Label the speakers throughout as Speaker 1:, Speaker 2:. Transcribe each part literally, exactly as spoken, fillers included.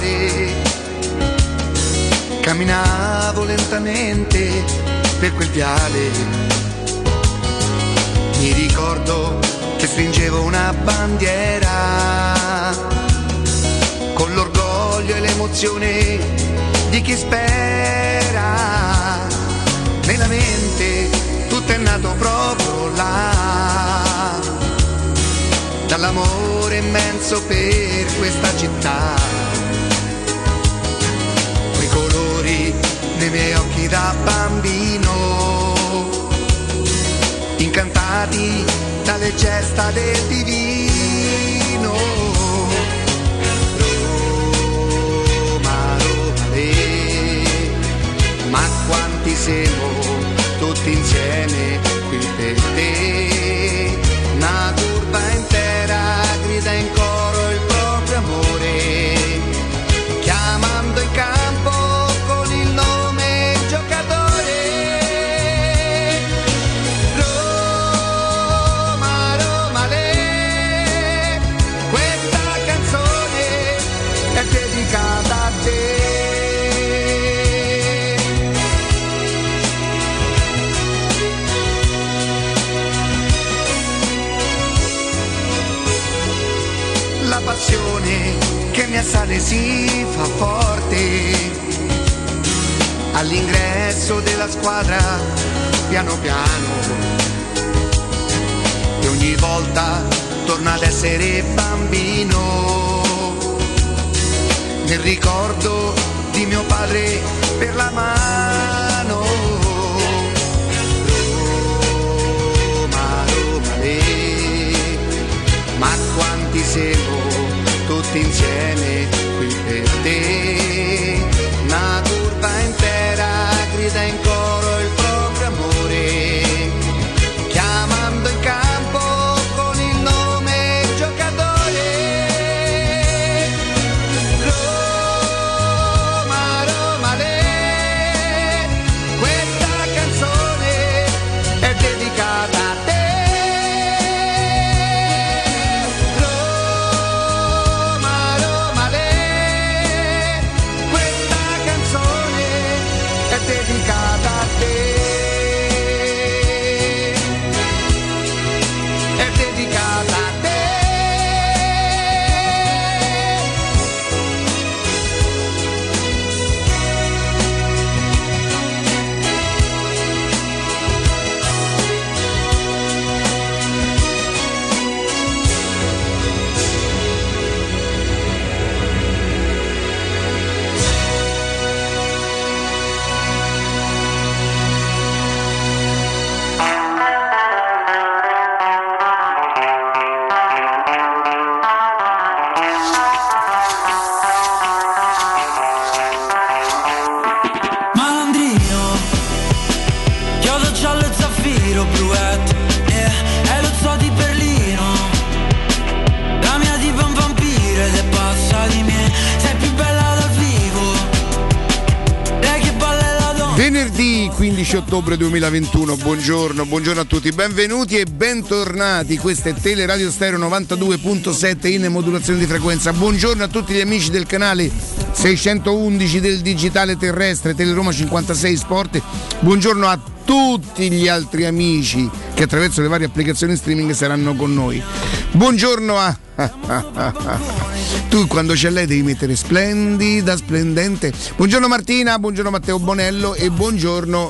Speaker 1: male. Camminavo lentamente per quel viale. Mi ricordo che stringevo una bandiera con l'orgoglio e l'emozione di chi spera. Nella mente tutto è nato proprio là, dall'amore immenso per questa città. Quei colori nei miei occhi da bambino, incantati dalle gesta del divino. Roma, Roma, le, ma quanti siamo tutti insieme qui per te. Una curva intera grida in coro il proprio amore, chiamando in campo con il nome giocatore. Roma, Roma, le, questa canzone è dedicata a te. La passione che mi assale si fa forte all'ingresso della squadra, piano piano, e ogni volta torna ad essere bambino nel ricordo di mio padre per la mano. Roma, Roma, le, ma quanti siamo tutti insieme qui per te. Una curva intera grida in coro il proprio amore, chiamando in campo con il nome giocatore. Roma, Roma, le, questa canzone è dedicata a te. Dedicata a te, è dedicata a te.
Speaker 2: Venerdì quindici ottobre duemilaventuno, buongiorno, buongiorno a tutti, benvenuti e bentornati. Questa è Teleradio Stereo novantadue virgola sette in modulazione di frequenza. Buongiorno a tutti gli amici del canale seicentoundici del digitale terrestre Teleroma cinquantasei Sport. Buongiorno a tutti gli altri amici che attraverso le varie applicazioni streaming saranno con noi. Buongiorno a tu, quando c'è lei devi mettere splendida, splendente. Buongiorno Martina, buongiorno Matteo Bonello e buongiorno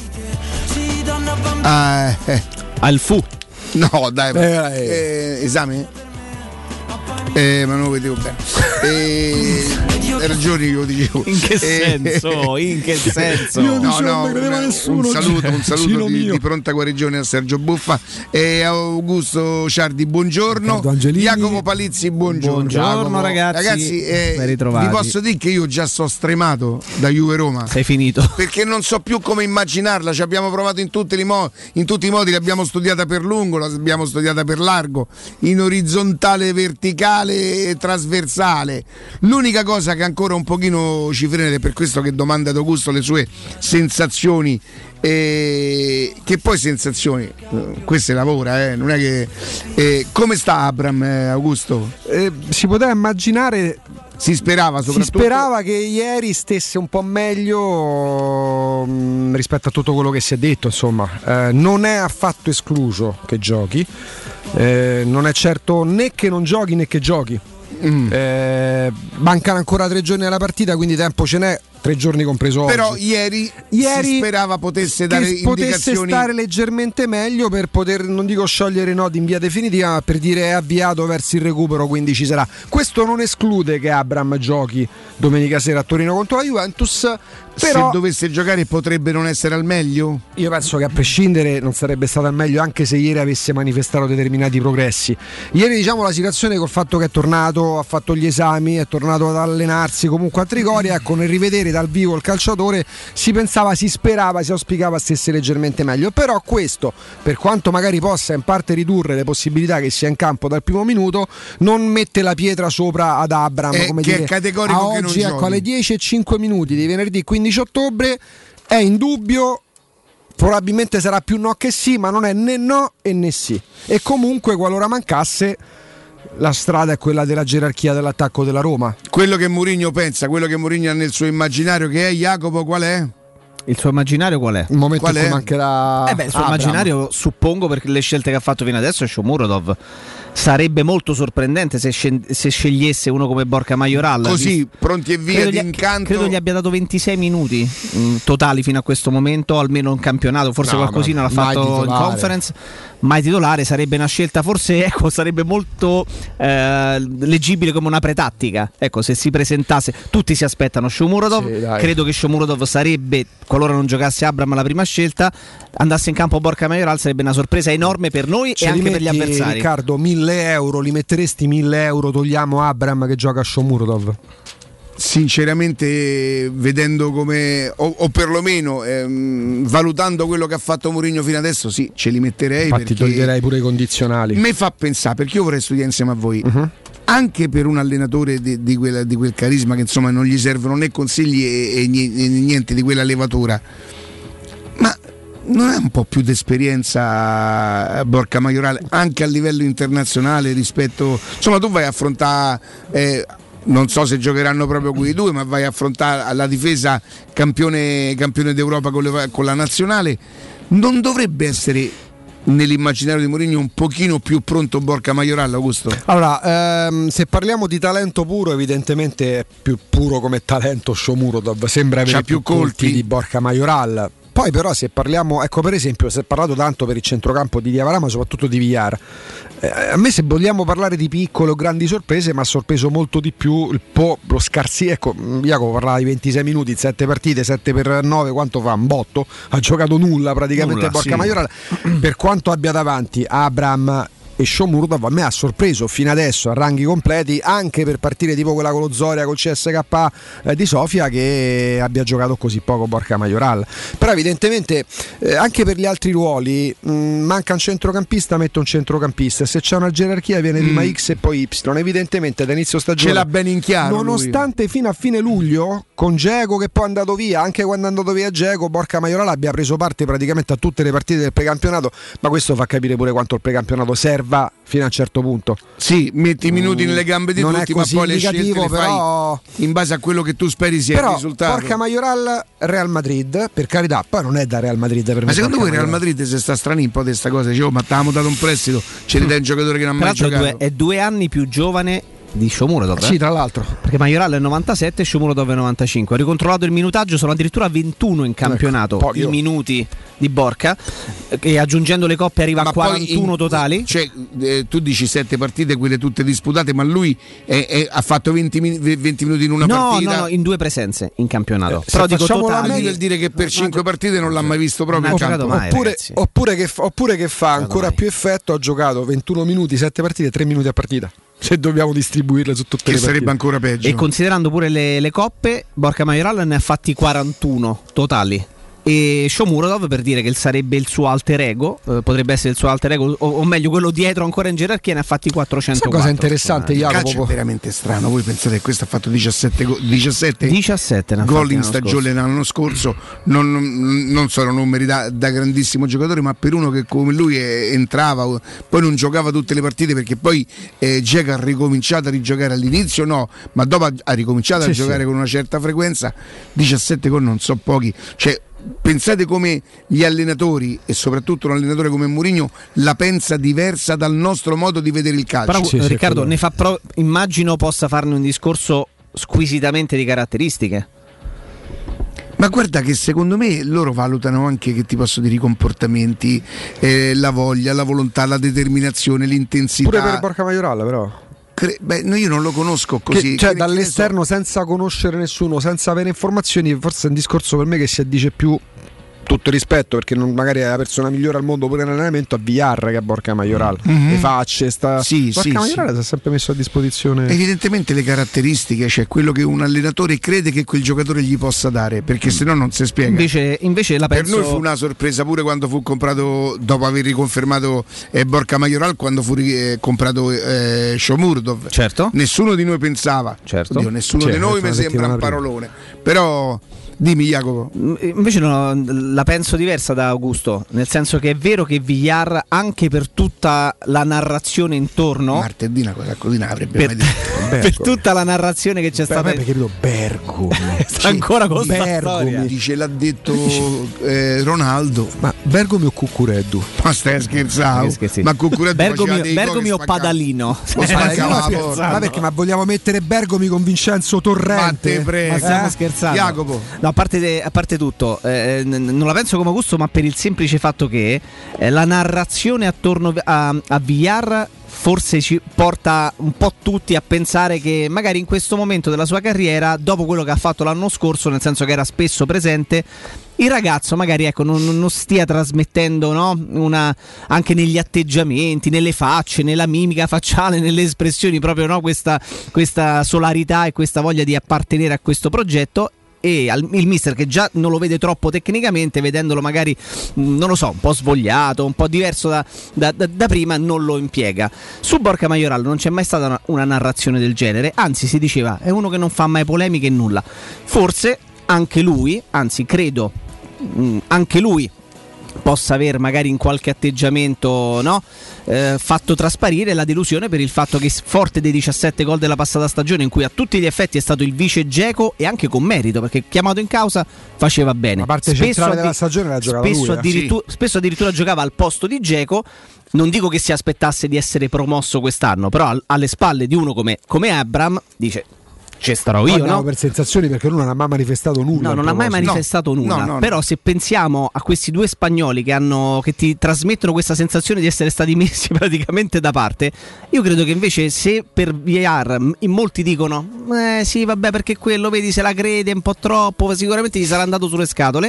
Speaker 2: a, eh.
Speaker 3: al Fu.
Speaker 2: No dai,
Speaker 3: eh, eh.
Speaker 2: Eh, esame? Eh, ma non lo vedevo bene. Eh, hai ragione, io dicevo.
Speaker 3: In che
Speaker 2: eh,
Speaker 3: senso? In che senso?
Speaker 2: Io no, no, non credeva nessuno. Un saluto, un saluto di, di pronta guarigione a Sergio Buffa e a Augusto Ciardi, buongiorno. Jacopo Palizzi, buongiorno.
Speaker 3: Buongiorno ragazzi.
Speaker 2: Ragazzi, eh, vi posso dire che io già sto stremato da Juve Roma.
Speaker 3: Sei finito.
Speaker 2: Perché non so più come immaginarla. Ci abbiamo provato in tutti i modi, in tutti i modi, l'abbiamo studiata per lungo, l'abbiamo studiata per largo, in orizzontale, verticale e trasversale. L'unica cosa che ancora un pochino ci frena, ed è per questo che domanda ad Augusto le sue sensazioni, eh, che poi sensazioni, eh, queste lavora, eh, non è che eh, come sta Abram, eh, Augusto?
Speaker 4: Eh, si poteva immaginare
Speaker 2: Si sperava soprattutto.
Speaker 4: Si sperava che ieri stesse un po' meglio mh, rispetto a tutto quello che si è detto, insomma. Eh, non è affatto escluso che giochi, eh, non è certo né che non giochi né che giochi. Mm. Eh, mancano ancora tre giorni alla partita, quindi tempo ce n'è. Tre giorni compreso
Speaker 2: Però
Speaker 4: oggi.
Speaker 2: ieri,
Speaker 4: ieri
Speaker 2: si sperava potesse dare
Speaker 4: che
Speaker 2: indicazioni,
Speaker 4: potesse stare leggermente meglio per poter, non dico sciogliere i nodi in via definitiva, ma per dire è avviato verso il recupero, quindi ci sarà. Questo non esclude che Abraham giochi domenica sera a Torino contro la Juventus, però
Speaker 2: se dovesse giocare potrebbe non essere al meglio.
Speaker 4: Io penso che a prescindere non sarebbe stato al meglio, anche se ieri avesse manifestato determinati progressi. Ieri, diciamo, la situazione col fatto che è tornato, ha fatto gli esami, è tornato ad allenarsi comunque a Trigoria, ecco, nel rivedere dal vivo il calciatore si pensava, si sperava, si auspicava stesse leggermente meglio. Però questo, per quanto magari possa in parte ridurre le possibilità che sia in campo dal primo minuto, non mette la pietra sopra ad Abraham,
Speaker 2: eh,
Speaker 4: come
Speaker 2: che
Speaker 4: dire,
Speaker 2: è categorico
Speaker 4: a
Speaker 2: che
Speaker 4: oggi,
Speaker 2: non
Speaker 4: ecco,
Speaker 2: giochi.
Speaker 4: alle dieci e cinque minuti di venerdì quindici ottobre è indubbio. Probabilmente sarà più no che sì, ma non è né no e né sì. E comunque, qualora mancasse, la strada è quella della gerarchia dell'attacco della Roma.
Speaker 2: Quello che Mourinho pensa, quello che Mourinho ha nel suo immaginario, che è, Jacopo, qual è?
Speaker 3: Il suo immaginario qual è?
Speaker 4: Il momento
Speaker 2: Qual
Speaker 4: in cui
Speaker 2: è?
Speaker 4: mancherà
Speaker 3: Eh beh, il suo
Speaker 4: Abraham.
Speaker 3: immaginario, suppongo, perché le scelte che ha fatto fino adesso è Shomurodov. Sarebbe molto sorprendente se, scen- se scegliesse uno come Borca Majoral.
Speaker 2: Così, pronti e via,
Speaker 3: credo gli,
Speaker 2: d'incanto.
Speaker 3: credo gli abbia dato ventisei minuti mh, totali fino a questo momento, almeno in campionato, forse
Speaker 4: No,
Speaker 3: qualcosina
Speaker 4: ma
Speaker 3: l'ha
Speaker 4: mai
Speaker 3: fatto in
Speaker 4: titolare.
Speaker 3: conference. Mai titolare, sarebbe una scelta, forse ecco, sarebbe molto eh, leggibile come una pretattica. Ecco, se si presentasse, tutti si aspettano Shomurodov.
Speaker 4: Sì, dai.
Speaker 3: Credo che Shomurodov sarebbe, qualora non giocasse Abraham alla prima scelta, andasse in campo Borca Majoral, sarebbe una sorpresa enorme per noi
Speaker 4: Ce
Speaker 3: e
Speaker 4: li
Speaker 3: anche per gli
Speaker 4: metti,
Speaker 3: avversari.
Speaker 4: Riccardo, mille euro, li metteresti mille euro, togliamo Abraham che gioca a Shomurodov?
Speaker 2: Sinceramente, vedendo come, o, o perlomeno ehm, valutando quello che ha fatto Mourinho fino adesso, sì, ce li metterei.
Speaker 4: Infatti
Speaker 2: perché
Speaker 4: toglierei pure i condizionali.
Speaker 2: mi fa pensare, perché io vorrei studiare insieme a voi,
Speaker 4: Uh-huh.
Speaker 2: anche per un allenatore di, di, quella, di quel carisma che insomma non gli servono né consigli e, e niente di quella levatura, ma non è un po' più d'esperienza Borca Majoral anche a livello internazionale rispetto, insomma, tu vai a affrontare eh, non so se giocheranno proprio quei due, ma vai a affrontare la difesa campione, campione d'Europa con, le, con la nazionale. Non dovrebbe essere nell'immaginario di Mourinho un pochino più pronto Borca Majoral, Augusto?
Speaker 4: Allora, ehm, se parliamo di talento puro, evidentemente è più puro come talento Shomurodov, sembra avere
Speaker 2: C'ha
Speaker 4: più
Speaker 2: più
Speaker 4: colpi
Speaker 2: colpi
Speaker 4: di Borca Majoral. Poi però se parliamo, ecco, per esempio, si è parlato tanto per il centrocampo di Diawara, ma soprattutto di Villar. Eh, a me, se vogliamo parlare di piccole o grandi sorprese, mi ha sorpreso molto di più il po' lo scarsi. Ecco, Jacopo parlava di ventisei minuti, sette partite, sette per nove, quanto fa? Un botto? Ha giocato nulla praticamente
Speaker 3: Nulla,
Speaker 4: Borca
Speaker 3: sì.
Speaker 4: Majoral. Per quanto abbia davanti Abraham e Shomurodov, a me ha sorpreso fino adesso a ranghi completi, anche per partire tipo quella con lo Zoria, col C S K eh, di Sofia, che abbia giocato così poco Borca Majoral. Però evidentemente eh, anche per gli altri ruoli mh, manca un centrocampista, metto un centrocampista, se c'è una gerarchia viene prima
Speaker 2: Mm.
Speaker 4: X e poi Y. Evidentemente da inizio stagione
Speaker 2: Ce l'ha ben in chiaro
Speaker 4: nonostante fino a fine luglio con Dzeko che poi è andato via, anche quando è andato via Dzeko, Borca Majoral abbia preso parte praticamente a tutte le partite del precampionato, ma questo fa capire pure quanto il precampionato serva fino a un certo punto.
Speaker 2: Sì, metti i minuti nelle gambe di
Speaker 4: Non è
Speaker 2: tutti, ma
Speaker 4: così
Speaker 2: poi le scelte
Speaker 4: indicativo,
Speaker 2: le fai
Speaker 4: però-
Speaker 2: in base a quello che tu speri sia il
Speaker 4: Però
Speaker 2: risultato.
Speaker 4: Borca Majoral, Real Madrid, per carità, poi non è da Real Madrid per me.
Speaker 2: Ma secondo voi
Speaker 4: Borca
Speaker 2: Real
Speaker 4: Majoral.
Speaker 2: Madrid se sta strani un po' di questa cosa? Dicevo, ma ti avevamo dato un prestito, ce ne dai un giocatore che non ha mai
Speaker 3: Peraltro è
Speaker 2: giocato.
Speaker 3: due, è due anni più giovane di Shomurodov, eh?
Speaker 4: Sì, tra l'altro.
Speaker 3: Perché Majoral è novantasette e Shomurodov è novantacinque. Ho ricontrollato il minutaggio, sono addirittura ventuno in campionato
Speaker 4: Ecco, pochi,
Speaker 3: i
Speaker 4: oh.
Speaker 3: minuti di Borca, e aggiungendo le coppe arriva
Speaker 2: Ma
Speaker 3: a
Speaker 2: poi
Speaker 3: quarantuno
Speaker 2: in-
Speaker 3: totali.
Speaker 2: Cioè, eh, tu dici sette partite, quelle tutte disputate, ma lui è- è- ha fatto venti, min- venti minuti in una
Speaker 3: No,
Speaker 2: partita.
Speaker 3: no, no, in due presenze in campionato.
Speaker 4: Eh,
Speaker 3: Però
Speaker 4: se
Speaker 3: dico
Speaker 4: facciamo la
Speaker 3: totali.
Speaker 2: Vuol dire che per cinque partite non l'ha mai visto proprio
Speaker 3: Non
Speaker 2: in
Speaker 3: ha giocato
Speaker 2: campo.
Speaker 3: mai,
Speaker 4: oppure,
Speaker 3: ragazzi.
Speaker 4: oppure, che, fa- oppure che fa ancora
Speaker 3: mai.
Speaker 4: più effetto, ha giocato ventuno minuti, sette partite, tre minuti a partita. Se dobbiamo distribuirle su tutte
Speaker 2: Che
Speaker 4: le
Speaker 2: sarebbe
Speaker 4: partite.
Speaker 2: ancora peggio.
Speaker 3: E considerando pure le, le coppe, Borca Majoral ne ha fatti quarantuno totali. e Shomurodov per dire che sarebbe il suo alter ego, eh, potrebbe essere il suo alter ego, o, o meglio quello dietro ancora in gerarchia, ne ha fatti quattrocentoquattro.
Speaker 4: Cosa interessante,
Speaker 2: il
Speaker 4: Jacopo,
Speaker 2: calcio è veramente strano. Voi pensate che questo ha fatto diciassette, go- diciassette,
Speaker 3: diciassette
Speaker 2: gol in stagione l'anno scorso, non, non sono numeri da, da grandissimo giocatore, ma per uno che come lui è, entrava, poi non giocava tutte le partite, perché poi eh, Dzeko ha ricominciato a rigiocare all'inizio, no, ma dopo ha, ha ricominciato sì, a giocare sì. con una certa frequenza. Diciassette gol non so pochi, cioè pensate come gli allenatori e soprattutto un allenatore come Mourinho la pensa diversa dal nostro modo di vedere il calcio.
Speaker 3: Però
Speaker 4: sì,
Speaker 3: Riccardo
Speaker 4: sì,
Speaker 3: ne fa pro- immagino possa farne un discorso squisitamente di caratteristiche.
Speaker 2: Ma guarda che secondo me loro valutano anche, che ti posso dire, i comportamenti, eh, la voglia, la volontà, la determinazione, l'intensità.
Speaker 4: Pure per Borca Majoral però.
Speaker 2: Cre- beh, no, io non lo conosco così.
Speaker 4: Che, cioè
Speaker 2: che,
Speaker 4: dall'esterno,
Speaker 2: che so.
Speaker 4: senza conoscere nessuno, senza avere informazioni, forse è un discorso per me che si addice più, tutto rispetto, perché non, magari è la persona migliore al mondo pure in allenamento, a Villar che a Borca Majoral. Mm-hmm. Le facce, sta...
Speaker 2: sì,
Speaker 4: Borca
Speaker 2: sì,
Speaker 4: Majoral
Speaker 2: sì.
Speaker 4: si è sempre messo a disposizione.
Speaker 2: Evidentemente le caratteristiche, cioè quello che un allenatore crede che quel giocatore gli possa dare, perché se no non si spiega.
Speaker 3: Invece, invece la penso...
Speaker 2: Per noi fu una sorpresa pure quando fu comprato, dopo aver riconfermato eh, Borca Majoral, quando fu eh, comprato eh, Shomurodov.
Speaker 3: Certo.
Speaker 2: Nessuno di noi pensava.
Speaker 3: Certo.
Speaker 2: Oddio, nessuno
Speaker 4: Certo,
Speaker 2: di noi mi sembra un parolone. Però dimmi Jacopo.
Speaker 3: Invece no, la penso diversa da Augusto, nel senso che è vero che Villar, anche per tutta la narrazione intorno,
Speaker 2: martedì una cosa così non avrebbe
Speaker 3: per,
Speaker 2: mai detto.
Speaker 3: per tutta la narrazione che c'è
Speaker 4: Beh,
Speaker 3: stata,
Speaker 4: perché credo Bergomi
Speaker 3: sta ancora con sta
Speaker 4: Bergomi
Speaker 3: storia.
Speaker 2: Dice l'ha detto eh, Ronaldo.
Speaker 4: Ma Bergomi o Cuccureddu?
Speaker 2: Ma stai scherzando? Ma Cuccureddu
Speaker 3: Bergomi,
Speaker 2: dei
Speaker 3: Bergomi o
Speaker 2: spaccava.
Speaker 3: Padalino?
Speaker 2: O spaccava la porta.
Speaker 4: Ma perché? Ma vogliamo mettere Bergomi con Vincenzo Torrente?
Speaker 2: Ma te prego.
Speaker 3: Ma stiamo
Speaker 4: Eh?
Speaker 3: scherzando?
Speaker 2: Jacopo.
Speaker 3: No, a parte, de, a parte tutto, eh, n- non la penso come Augusto, ma per il semplice fatto che eh, la narrazione attorno a, a Villar forse ci porta un po' tutti a pensare che magari in questo momento della sua carriera, dopo quello che ha fatto l'anno scorso, nel senso che era spesso presente, il ragazzo magari ecco, non, non stia trasmettendo, no? Una, anche negli atteggiamenti, nelle facce, nella mimica facciale, nelle espressioni, proprio no? questa, questa solarità e questa voglia di appartenere a questo progetto. E al, il mister, che già non lo vede troppo tecnicamente, vedendolo magari non lo so, un po' svogliato, un po' diverso da, da, da, da prima, non lo impiega. Su Borca Majoral non c'è mai stata una, una narrazione del genere, anzi si diceva è uno che non fa mai polemiche e nulla. Forse anche lui, anzi credo mh, anche lui possa aver magari in qualche atteggiamento, no? eh, fatto trasparire la delusione per il fatto che, forte dei diciassette gol della passata stagione, in cui a tutti gli effetti è stato il vice Dzeko, e anche con merito, perché chiamato in causa faceva bene.
Speaker 4: La parte
Speaker 3: spesso
Speaker 4: centrale
Speaker 3: addi-
Speaker 4: della stagione la giocava
Speaker 3: spesso,
Speaker 4: lui, eh.
Speaker 3: addirittura,
Speaker 2: Sì.
Speaker 3: spesso addirittura giocava al posto di Dzeko. Non dico che si aspettasse di essere promosso quest'anno, però al- alle spalle di uno come, come Abraham dice ci starò io,
Speaker 4: Andiamo
Speaker 3: no?
Speaker 4: per sensazioni, perché lui non ha mai manifestato nulla.
Speaker 3: No, non ha mai manifestato
Speaker 2: No,
Speaker 3: nulla.
Speaker 2: no, no,
Speaker 3: Però
Speaker 2: no.
Speaker 3: se pensiamo a questi due spagnoli che, hanno, che ti trasmettono questa sensazione di essere stati messi praticamente da parte, io credo che invece, se per Villar in molti dicono eh sì vabbè perché quello vedi se la crede un po' troppo, sicuramente gli sarà andato sulle scatole,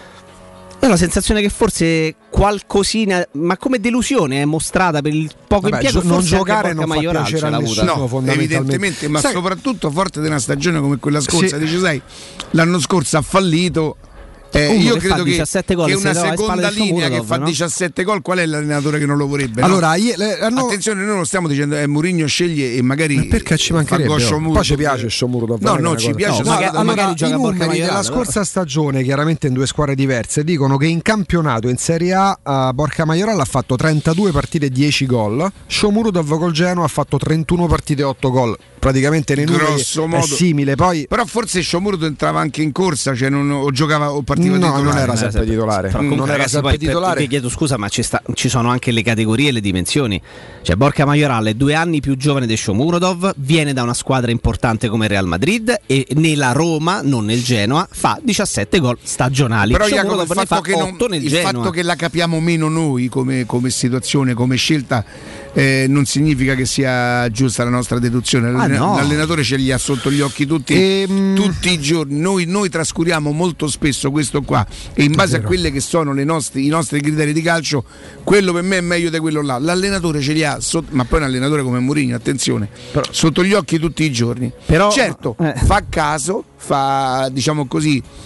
Speaker 3: ho la sensazione che forse qualcosina, ma come delusione, è mostrata per il poco
Speaker 4: Vabbè,
Speaker 3: impiego.
Speaker 4: gio- non
Speaker 3: forse anche
Speaker 4: giocare
Speaker 3: Borca
Speaker 4: non fa
Speaker 3: Majoral
Speaker 4: piacere
Speaker 3: ce
Speaker 4: a
Speaker 3: l'ha
Speaker 4: nessuno.
Speaker 3: avuta.
Speaker 2: No,
Speaker 4: fondamentalmente.
Speaker 2: evidentemente, ma
Speaker 4: Sai-
Speaker 2: soprattutto forte di una stagione come quella scorsa.
Speaker 4: Sì.
Speaker 2: Dice, sai, l'anno scorso ha fallito. Eh,
Speaker 3: Uno
Speaker 2: io
Speaker 3: che
Speaker 2: credo
Speaker 3: fa
Speaker 2: che,
Speaker 3: diciassette gol
Speaker 2: che
Speaker 3: e
Speaker 2: una
Speaker 3: se ne va alle
Speaker 2: seconda
Speaker 3: spalle del
Speaker 2: linea che
Speaker 3: Shomurodov,
Speaker 2: fa
Speaker 3: no?
Speaker 2: diciassette gol, qual è l'allenatore che non lo vorrebbe? no?
Speaker 4: Allora, io- le- hanno-
Speaker 2: Attenzione, noi non lo stiamo dicendo, eh, Mourinho sceglie e magari
Speaker 4: Ma perché ci mancherebbe?
Speaker 2: fa gol
Speaker 4: oh.
Speaker 2: Shomurodov.
Speaker 4: Poi ci piace Shomurodov.
Speaker 2: No,
Speaker 4: non è
Speaker 2: no,
Speaker 4: una
Speaker 2: ci
Speaker 4: cosa-
Speaker 2: piace.
Speaker 3: No,
Speaker 2: ma-
Speaker 3: magari-
Speaker 2: ma-
Speaker 3: magari
Speaker 4: allora,
Speaker 3: gioca
Speaker 4: i
Speaker 3: a Borca
Speaker 4: numeri
Speaker 3: Majoral,
Speaker 4: della
Speaker 3: però.
Speaker 4: scorsa stagione, chiaramente in due squadre diverse, dicono che in campionato in Serie A uh, Borca Majoral ha fatto trentadue partite e dieci gol, Shomurodov col Genoa ha fatto trentuno partite e otto gol. Praticamente nei numeri
Speaker 2: Grosso
Speaker 4: è
Speaker 2: modo.
Speaker 4: simile. Poi
Speaker 2: Però forse Shomurodov entrava anche in corsa, cioè non, o giocava o partiva
Speaker 4: no,
Speaker 2: titolare.
Speaker 4: non era
Speaker 3: Eh,
Speaker 4: sempre
Speaker 3: sempre.
Speaker 4: titolare.
Speaker 3: Però
Speaker 4: Non
Speaker 3: comunque,
Speaker 4: era
Speaker 3: ragazzi,
Speaker 4: sempre
Speaker 3: poi, per-
Speaker 4: titolare.
Speaker 3: vi chiedo scusa, ma ci, sta, ci sono anche le categorie e le dimensioni. Cioè Borca Majoral è due anni più giovane di Shomurodov, viene da una squadra importante come Real Madrid e nella Roma, non nel Genoa, fa diciassette gol stagionali.
Speaker 2: Però Jacopo, il,
Speaker 3: Shomurodov ne fa
Speaker 2: fatto che, non,
Speaker 3: otto nel
Speaker 2: il
Speaker 3: Genoa.
Speaker 2: fatto che la capiamo meno noi come, come situazione, come scelta, eh, non significa che sia giusta la nostra deduzione.
Speaker 3: Ah,
Speaker 2: L'allen-
Speaker 3: no.
Speaker 2: L'allenatore ce li ha sotto gli occhi tutti,
Speaker 4: Ehm.
Speaker 2: tutti i giorni. Noi, noi trascuriamo molto spesso questo qua, e in base a quelle che sono le nostri, i nostri criteri di calcio, quello per me è meglio di quello là. L'allenatore ce li ha sotto, ma poi un allenatore come Mourinho, attenzione, sotto gli occhi tutti i giorni.
Speaker 3: Però-
Speaker 2: certo,
Speaker 3: eh.
Speaker 2: fa caso, fa, diciamo così,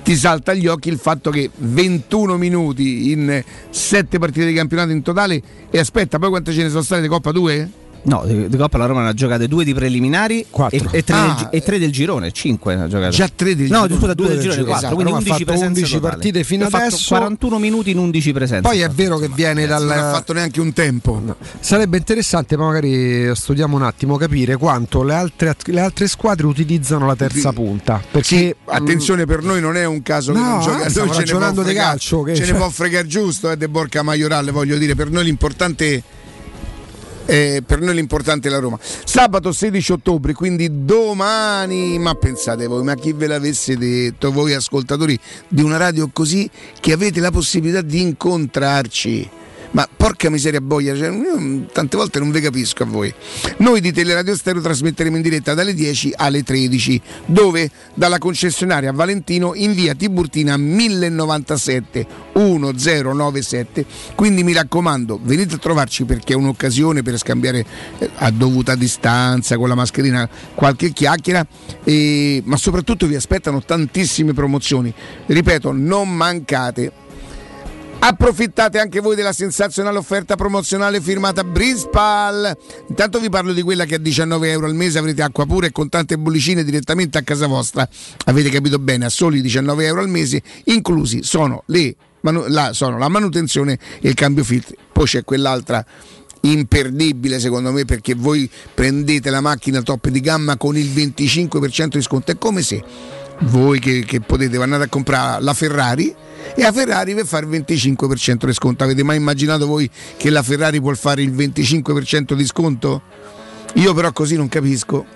Speaker 2: ti salta agli occhi il fatto che ventuno minuti in sette partite di campionato in totale, e aspetta, poi quante ce ne sono state di Coppa due?
Speaker 3: No, di, di Coppa la Roma ne ha giocate due di preliminari e, e, tre
Speaker 2: ah,
Speaker 3: del, e tre del girone, cinque ha giocato.
Speaker 2: Già tre del
Speaker 3: no,
Speaker 2: girone.
Speaker 3: scusa, due del girone, quattro,
Speaker 4: esatto,
Speaker 3: quindi
Speaker 4: Roma
Speaker 3: undici
Speaker 4: ha fatto undici partite fino
Speaker 3: ha
Speaker 4: adesso,
Speaker 3: fatto quarantuno minuti in undici presenze.
Speaker 4: Poi è vero che viene dal...
Speaker 2: non ha fatto neanche un tempo.
Speaker 4: No. Sarebbe interessante, ma magari studiamo un attimo, capire quanto le altre, le altre squadre utilizzano la terza
Speaker 2: Sì.
Speaker 4: punta. Perché
Speaker 2: Sì, attenzione, per noi non è un caso
Speaker 4: no,
Speaker 2: che non gioca,
Speaker 4: stiamo
Speaker 2: noi ce ne può
Speaker 4: ragionando di
Speaker 2: fregare,
Speaker 4: calcio, che
Speaker 2: ce
Speaker 4: cioè...
Speaker 2: ne può fregare giusto, eh, De Borca Maioral, voglio dire, per noi l'importante Eh, per noi l'importante è la Roma. Sabato sedici ottobre, quindi domani. Ma pensate voi, ma chi ve l'avesse detto, voi ascoltatori di una radio così, che avete la possibilità di incontrarci? Ma porca miseria boia, cioè, io tante volte non vi capisco a voi. Noi di Teleradio Stereo trasmetteremo in diretta dalle dieci alle tredici. Dove? Dalla concessionaria Valentino in via Tiburtina mille novantasette millenovanta Quindi mi raccomando, venite a trovarci, perché è un'occasione per scambiare eh, a dovuta distanza, con la mascherina, qualche chiacchiera, e, ma soprattutto vi aspettano tantissime promozioni. Ripeto, non mancate. Approfittate anche voi della sensazionale offerta promozionale firmata Brispal. Intanto vi parlo di quella che a diciannove euro al mese avrete acqua pura e con tante bollicine direttamente a casa vostra. Avete capito bene, a soli diciannove euro al mese, inclusi sono, le, manu- la, sono la manutenzione e il cambio filtri. Poi c'è quell'altra imperdibile secondo me, perché voi prendete la macchina top di gamma con il venticinque per cento di sconto. È come se voi che, che potete andare a comprare la Ferrari e a Ferrari per fare il venticinque per cento di sconto. Avete mai immaginato voi che la Ferrari può fare il venticinque per cento di sconto? Io però così non capisco.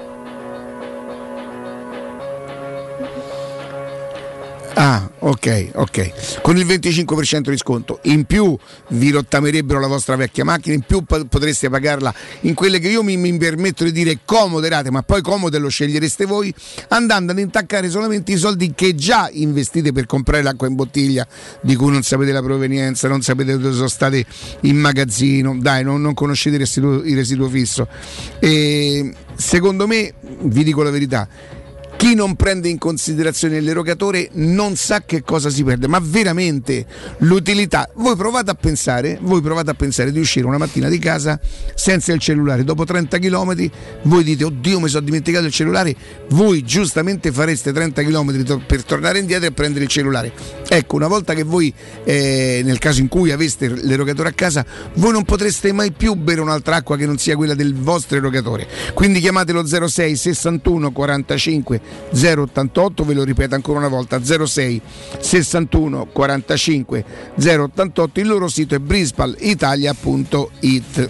Speaker 2: Ah, ok, ok. Con il venticinque per cento di sconto in più vi rottamerebbero la vostra vecchia macchina, in più potreste pagarla in quelle che io mi, mi permetto di dire comode rate, ma poi comode lo scegliereste voi, andando ad intaccare solamente i soldi che già investite per comprare l'acqua in bottiglia, di cui non sapete la provenienza, non sapete dove sono state in magazzino, dai, non, non conoscete il residuo, il residuo fisso. E secondo me, vi dico la verità, chi non prende in considerazione l'erogatore non sa che cosa si perde, ma veramente l'utilità. Voi provate a pensare, voi provate a pensare di uscire una mattina di casa senza il cellulare, dopo trenta chilometri, voi dite oddio mi sono dimenticato il cellulare, voi giustamente fareste trenta chilometri to- per tornare indietro e prendere il cellulare. Ecco, una volta che voi, eh, nel caso in cui aveste l'erogatore a casa, voi non potreste mai più bere un'altra acqua che non sia quella del vostro erogatore. Quindi chiamatelo zero sei sessantuno quarantacinque zero ottantotto, ve lo ripeto ancora una volta, zero sei sessantuno quarantacinque zero ottantotto, il loro sito è brispal italia punto it.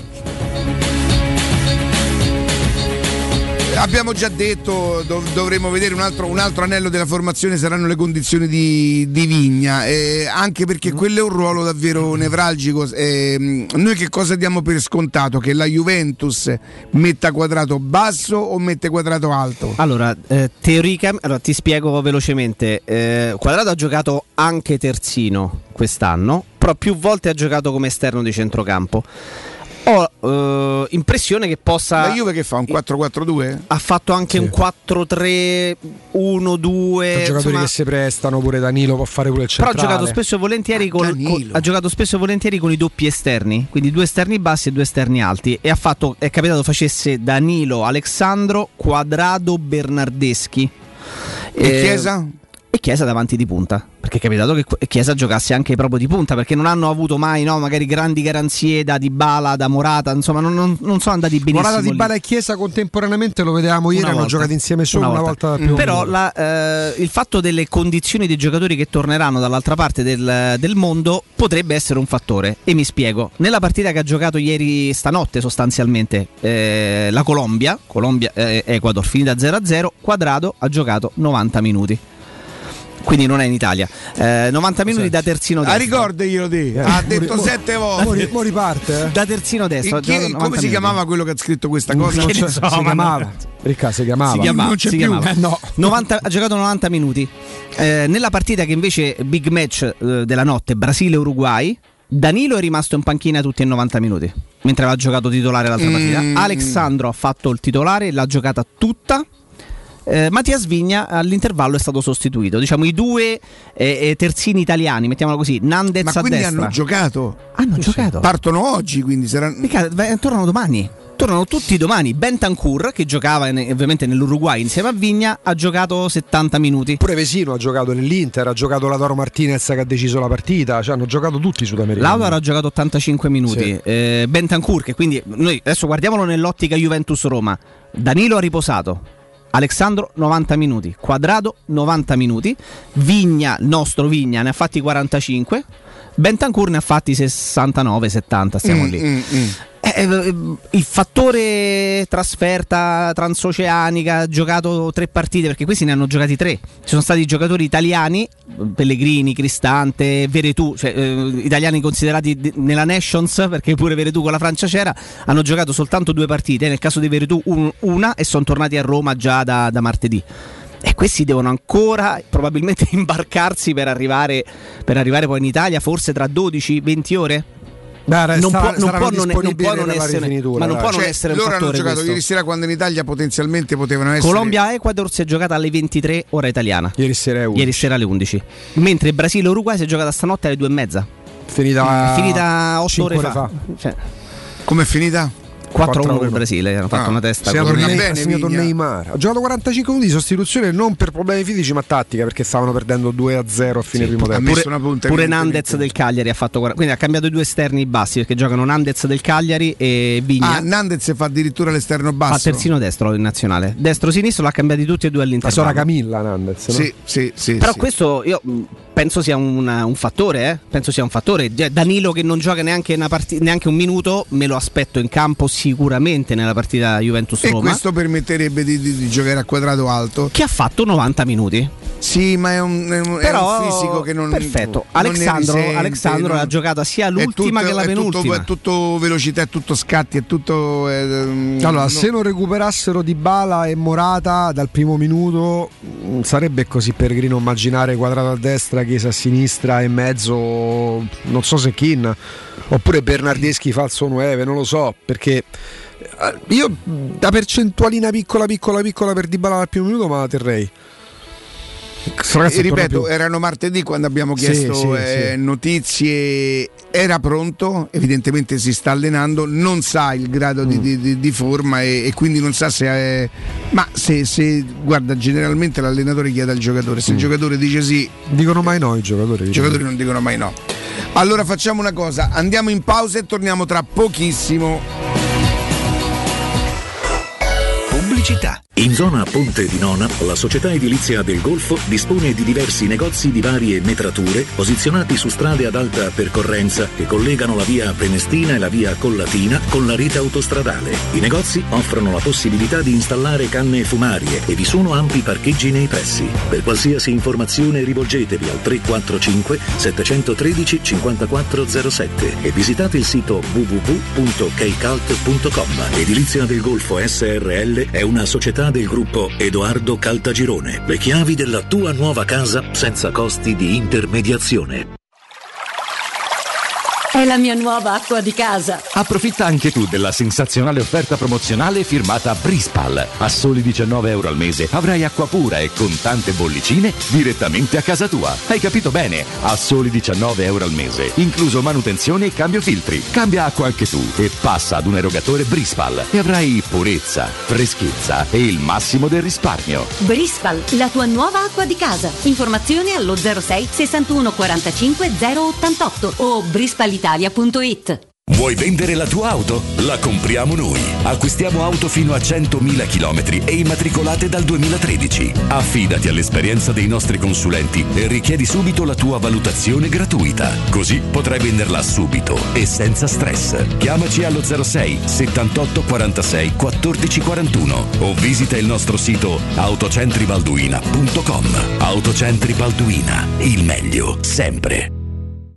Speaker 2: Abbiamo già detto, dov- dovremo vedere un altro, un altro anello della formazione, saranno le condizioni di, di Vigna, eh, anche perché quello è un ruolo davvero nevralgico. Eh, noi che cosa diamo per scontato? Che la Juventus metta Quadrato basso o mette Quadrato alto?
Speaker 3: Allora, eh, teoricamente, allora, ti spiego velocemente. Eh, Quadrato ha giocato anche terzino quest'anno, però più volte ha giocato come esterno di centrocampo. Ho uh, impressione che possa.
Speaker 2: La Juve che fa un quattro quattro due?
Speaker 3: Ha fatto anche sì. un quattro tre uno due.
Speaker 4: Sono giocatori
Speaker 3: insomma,
Speaker 4: che si prestano, pure Danilo può fare pure il centrale.
Speaker 3: Però ha giocato spesso e volentieri
Speaker 2: ah,
Speaker 3: con, con, ha giocato spesso e volentieri con i doppi esterni, quindi due esterni bassi e due esterni alti. E ha fatto, è capitato facesse Danilo, Alexandro, Quadrado, Bernardeschi.
Speaker 2: E eh, Chiesa?
Speaker 3: E Chiesa davanti di punta, perché è capitato che Chiesa giocasse anche proprio di punta, perché non hanno avuto mai, no, magari grandi garanzie da Dybala, da Morata, insomma non, non, non sono andati benissimo.
Speaker 4: Morata, Dybala e Chiesa contemporaneamente lo vedevamo ieri, hanno giocato insieme solo una volta, una volta più.
Speaker 3: Però la, eh, il fatto delle condizioni dei giocatori che torneranno dall'altra parte del, del mondo potrebbe essere un fattore, e mi spiego. Nella partita che ha giocato ieri stanotte sostanzialmente eh, la Colombia, Colombia eh, Ecuador, finita zero a zero, Quadrado ha giocato novanta minuti. Quindi non è in Italia, eh, novanta minuti da terzino destro.
Speaker 2: Ah, ricordaglielo te, eh, ha detto mo, sette volte.
Speaker 4: Mo, mo riparte, eh.
Speaker 3: Da terzino destro.
Speaker 2: Chi, come si minuti. chiamava quello che ha scritto questa cosa?
Speaker 4: Non so, si chiamava. Ricca, si chiamava.
Speaker 3: Si chiamava.
Speaker 2: Non c'è
Speaker 3: si
Speaker 2: più.
Speaker 3: Chiamava.
Speaker 2: Eh, no.
Speaker 3: novanta, ha giocato novanta minuti. Eh, nella partita che invece big match eh, della notte, Brasile-Uruguay, Danilo è rimasto in panchina tutti e novanta minuti, mentre aveva giocato titolare l'altra
Speaker 2: mm.
Speaker 3: partita. Alexandro ha fatto il titolare, l'ha giocata tutta. Eh, Mattias Vigna all'intervallo è stato sostituito. Diciamo i due eh, terzini italiani, mettiamolo così, Nandez
Speaker 2: Ma
Speaker 3: a
Speaker 2: quindi
Speaker 3: destra.
Speaker 2: hanno giocato?
Speaker 3: Hanno sì, giocato.
Speaker 2: Partono oggi, quindi saranno...
Speaker 3: Mica, tornano domani. Tornano tutti domani. Bentancur, che giocava in, ovviamente nell'Uruguay insieme a Vigna, ha giocato settanta minuti.
Speaker 4: Pure Vesino ha giocato nell'Inter, ha giocato Lautaro Martinez che ha deciso la partita, cioè hanno giocato tutti i sudamericani.
Speaker 3: Lautaro ha giocato ottantacinque minuti. Sì. Eh, Bentancur, che quindi noi adesso guardiamolo nell'ottica Juventus-Roma. Danilo ha riposato. Alexandro novanta minuti, Quadrado novanta minuti, Vigna, il nostro Vigna ne ha fatti quarantacinque, Bentancur ne ha fatti sessantanove settanta, stiamo
Speaker 2: mm,
Speaker 3: lì.
Speaker 2: Mm, mm.
Speaker 3: Eh, il fattore trasferta transoceanica, ha giocato tre partite, perché questi ne hanno giocati tre. Ci sono stati giocatori italiani, Pellegrini, Cristante, Veretù, cioè eh, italiani considerati d- nella Nations, perché pure Veretù con la Francia c'era, hanno giocato soltanto due partite, nel caso di Veretù un- una, e sono tornati a Roma già da, da martedì. E questi devono ancora probabilmente imbarcarsi per arrivare, per arrivare poi in Italia, forse tra dodici venti ore.
Speaker 4: Beh,
Speaker 3: non,
Speaker 4: sarà,
Speaker 3: può, non, può non, non può non essere, ma non può
Speaker 2: cioè,
Speaker 3: non essere un
Speaker 2: loro
Speaker 3: fattore
Speaker 2: hanno giocato
Speaker 3: questo.
Speaker 2: Ieri sera, quando in Italia potenzialmente potevano essere
Speaker 3: Colombia-Ecuador si è giocata alle ventitré ora italiana,
Speaker 4: ieri sera,
Speaker 3: ieri sera alle undici, mentre Brasile-Uruguay si è giocata stanotte alle due e mezza,
Speaker 4: finita,
Speaker 3: è finita otto ore fa, fa. Cioè,
Speaker 2: com'è finita?
Speaker 3: quattro a uno il Brasile, hanno fatto ah, una testa.
Speaker 2: Ha
Speaker 4: segnato Neymar. Ha giocato quarantacinque minuti di sostituzione, non per problemi fisici ma tattica, perché stavano perdendo due a zero a fine sì, primo tempo.
Speaker 3: Pure, una punta pure Nandez del Cagliari ha fatto, quindi ha cambiato i due esterni bassi, perché giocano Nandez del Cagliari e Vigna.
Speaker 2: Ah, Nandez fa addirittura l'esterno basso.
Speaker 3: Fa terzino destro in nazionale. Destro-sinistro l'ha cambiati tutti e due all'interno.
Speaker 4: La sora Camilla Nandez, no?
Speaker 2: Sì, sì, sì.
Speaker 3: Però
Speaker 2: sì.
Speaker 3: questo io penso sia una, un fattore, eh? Penso sia un fattore. Danilo che non gioca neanche, una part- neanche un minuto, me lo aspetto in campo sicuramente nella partita Juventus-Roma.
Speaker 2: E questo permetterebbe di, di, di giocare a quadrato alto.
Speaker 3: Che ha fatto novanta minuti.
Speaker 2: Sì, ma è un, è un,
Speaker 3: Però,
Speaker 2: è un fisico che non.
Speaker 3: Perfetto.
Speaker 2: Non
Speaker 3: Alexandro,
Speaker 2: risente,
Speaker 3: Alexandro
Speaker 2: non...
Speaker 3: ha giocato sia l'ultima
Speaker 2: tutto,
Speaker 3: che la penultima.
Speaker 2: È tutto, è tutto velocità, è tutto scatti, è tutto. È,
Speaker 4: allora, no. Se non recuperassero Dybala e Morata dal primo minuto, sarebbe così peregrino immaginare Quadrato a destra, Chiesa a sinistra e mezzo, non so se Kin, oppure Bernardeschi falso nove, non lo so, perché. Io da percentualina piccola piccola piccola per Dybala al primo minuto ma la terrei.
Speaker 2: E ripeto, erano martedì quando abbiamo chiesto
Speaker 4: sì, sì,
Speaker 2: eh,
Speaker 4: sì.
Speaker 2: notizie. Era pronto, evidentemente si sta allenando, non sa il grado mm. di, di, di forma e, e quindi non sa se è, ma se, se guarda, generalmente l'allenatore chiede al giocatore, se mm. il giocatore dice sì,
Speaker 4: dicono mai no i giocatori.
Speaker 2: I giocatori non dicono mai no. Allora facciamo una cosa, andiamo in pausa e torniamo tra pochissimo.
Speaker 5: Pubblicità. In zona Ponte di Nona, la società edilizia del Golfo dispone di diversi negozi di varie metrature posizionati su strade ad alta percorrenza che collegano la via Prenestina e la via Collatina con la rete autostradale. I negozi offrono la possibilità di installare canne fumarie e vi sono ampi parcheggi nei pressi. Per qualsiasi informazione rivolgetevi al tre quattro cinque sette uno tre cinque quattro zero sette e visitate il sito w w w punto keicalt punto com. Edilizia del Golfo S R L è una società del gruppo Edoardo Caltagirone. Le chiavi della tua nuova casa senza costi di intermediazione.
Speaker 6: È la mia nuova acqua di casa.
Speaker 7: Approfitta anche tu della sensazionale offerta promozionale firmata Brispal. A soli diciannove euro al mese avrai acqua pura e con tante bollicine direttamente a casa tua. Hai capito bene? A soli diciannove euro al mese, incluso manutenzione e cambio filtri. Cambia acqua anche tu e passa ad un erogatore Brispal e avrai purezza, freschezza e il massimo del risparmio.
Speaker 6: Brispal, la tua nuova acqua di casa. Informazioni allo zero sei sessantuno quarantacinque zero ottantotto o brispal italia punto it.
Speaker 8: Vuoi vendere la tua auto? La compriamo noi. Acquistiamo auto fino a centomila chilometri e immatricolate dal duemilatredici. Affidati all'esperienza dei nostri consulenti e richiedi subito la tua valutazione gratuita. Così potrai venderla subito e senza stress. Chiamaci allo zero sei settantotto quarantasei quattordici quarantuno o visita il nostro sito autocentri balduina punto com. Autocentri Balduina, il meglio sempre.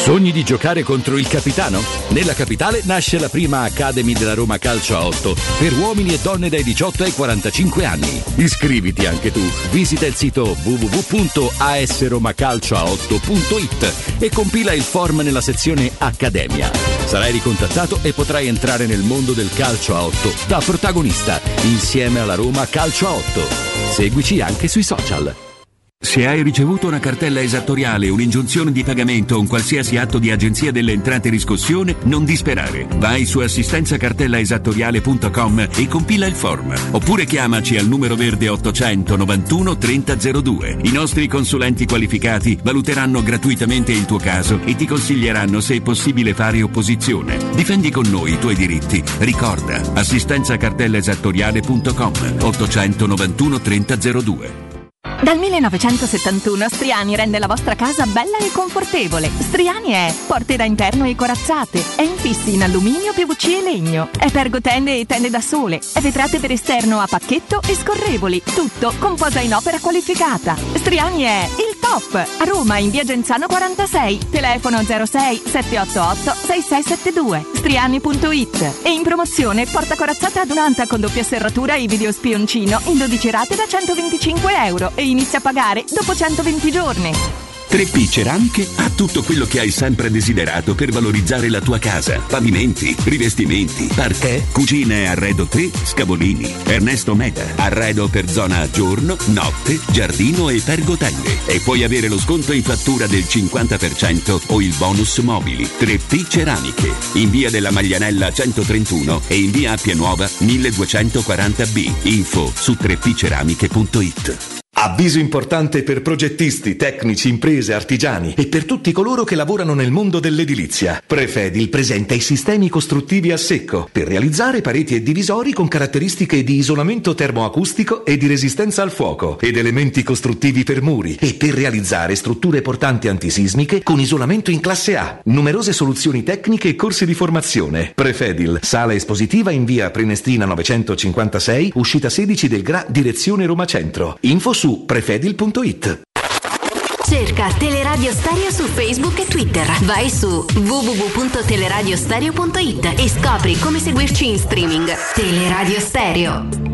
Speaker 8: Sogni di giocare contro il capitano? Nella capitale nasce la prima Academy della Roma Calcio a otto per uomini e donne dai diciotto ai quarantacinque anni. Iscriviti anche tu. Visita il sito w w w punto a s roma calcio a otto punto i t e compila il form nella sezione Accademia. Sarai ricontattato e potrai entrare nel mondo del calcio a otto da protagonista insieme alla Roma Calcio a otto. Seguici anche sui social. Se hai ricevuto una cartella esattoriale, un'ingiunzione di pagamento o un qualsiasi atto di agenzia delle entrate riscossione, non disperare. Vai su assistenza cartella esattoriale punto com e compila il form. Oppure chiamaci al numero verde ottocento novantuno trenta zero due. I nostri consulenti qualificati valuteranno gratuitamente il tuo caso e ti consiglieranno se è possibile fare opposizione. Difendi con noi i tuoi diritti. Ricorda, assistenza cartella esattoriale punto com, ottocento novantuno trenta zero due.
Speaker 9: Dal millenovecentosettantuno Striani rende la vostra casa bella e confortevole. Striani è porte da interno e corazzate, è infissi in alluminio, P V C e legno, è pergotende e tende da sole, è vetrate per esterno a pacchetto e scorrevoli, tutto con posa in opera qualificata. Striani è il top! A Roma in via Genzano quarantasei, telefono zero sei sette otto otto sei sei sette due, striani punto i t. E in promozione porta corazzata adunata con doppia serratura e video spioncino in dodici rate da centoventicinque euro e inizia a pagare dopo centoventi giorni.
Speaker 5: tre P Ceramiche ha tutto quello che hai sempre desiderato per valorizzare la tua casa. Pavimenti, rivestimenti, parquet, cucine e arredo tre, Scavolini. Ernesto Meda, arredo per zona giorno, notte, giardino e pergotende. E puoi avere lo sconto in fattura del cinquanta per cento o il bonus mobili. tre P Ceramiche, in via della Maglianella centotrentuno e in via Appia Nuova milleduecentoquaranta B. Info su tre p ceramiche punto i t.
Speaker 10: Avviso importante per progettisti, tecnici, imprese, artigiani e per tutti coloro che lavorano nel mondo dell'edilizia. Prefedil presenta i sistemi costruttivi a secco per realizzare pareti e divisori con caratteristiche di isolamento termoacustico e di resistenza al fuoco ed elementi costruttivi per muri e per realizzare strutture portanti antisismiche con isolamento in classe A. Numerose soluzioni tecniche e corsi di formazione. Prefedil, sala espositiva in via Prenestina novecentocinquantasei, uscita sedici del Gra, direzione Roma Centro. Info su prefedil punto i t.
Speaker 11: Cerca Teleradio Stereo su Facebook e Twitter. Vai su w w w punto teleradiostereo punto i t e scopri come seguirci in streaming. Teleradio Stereo.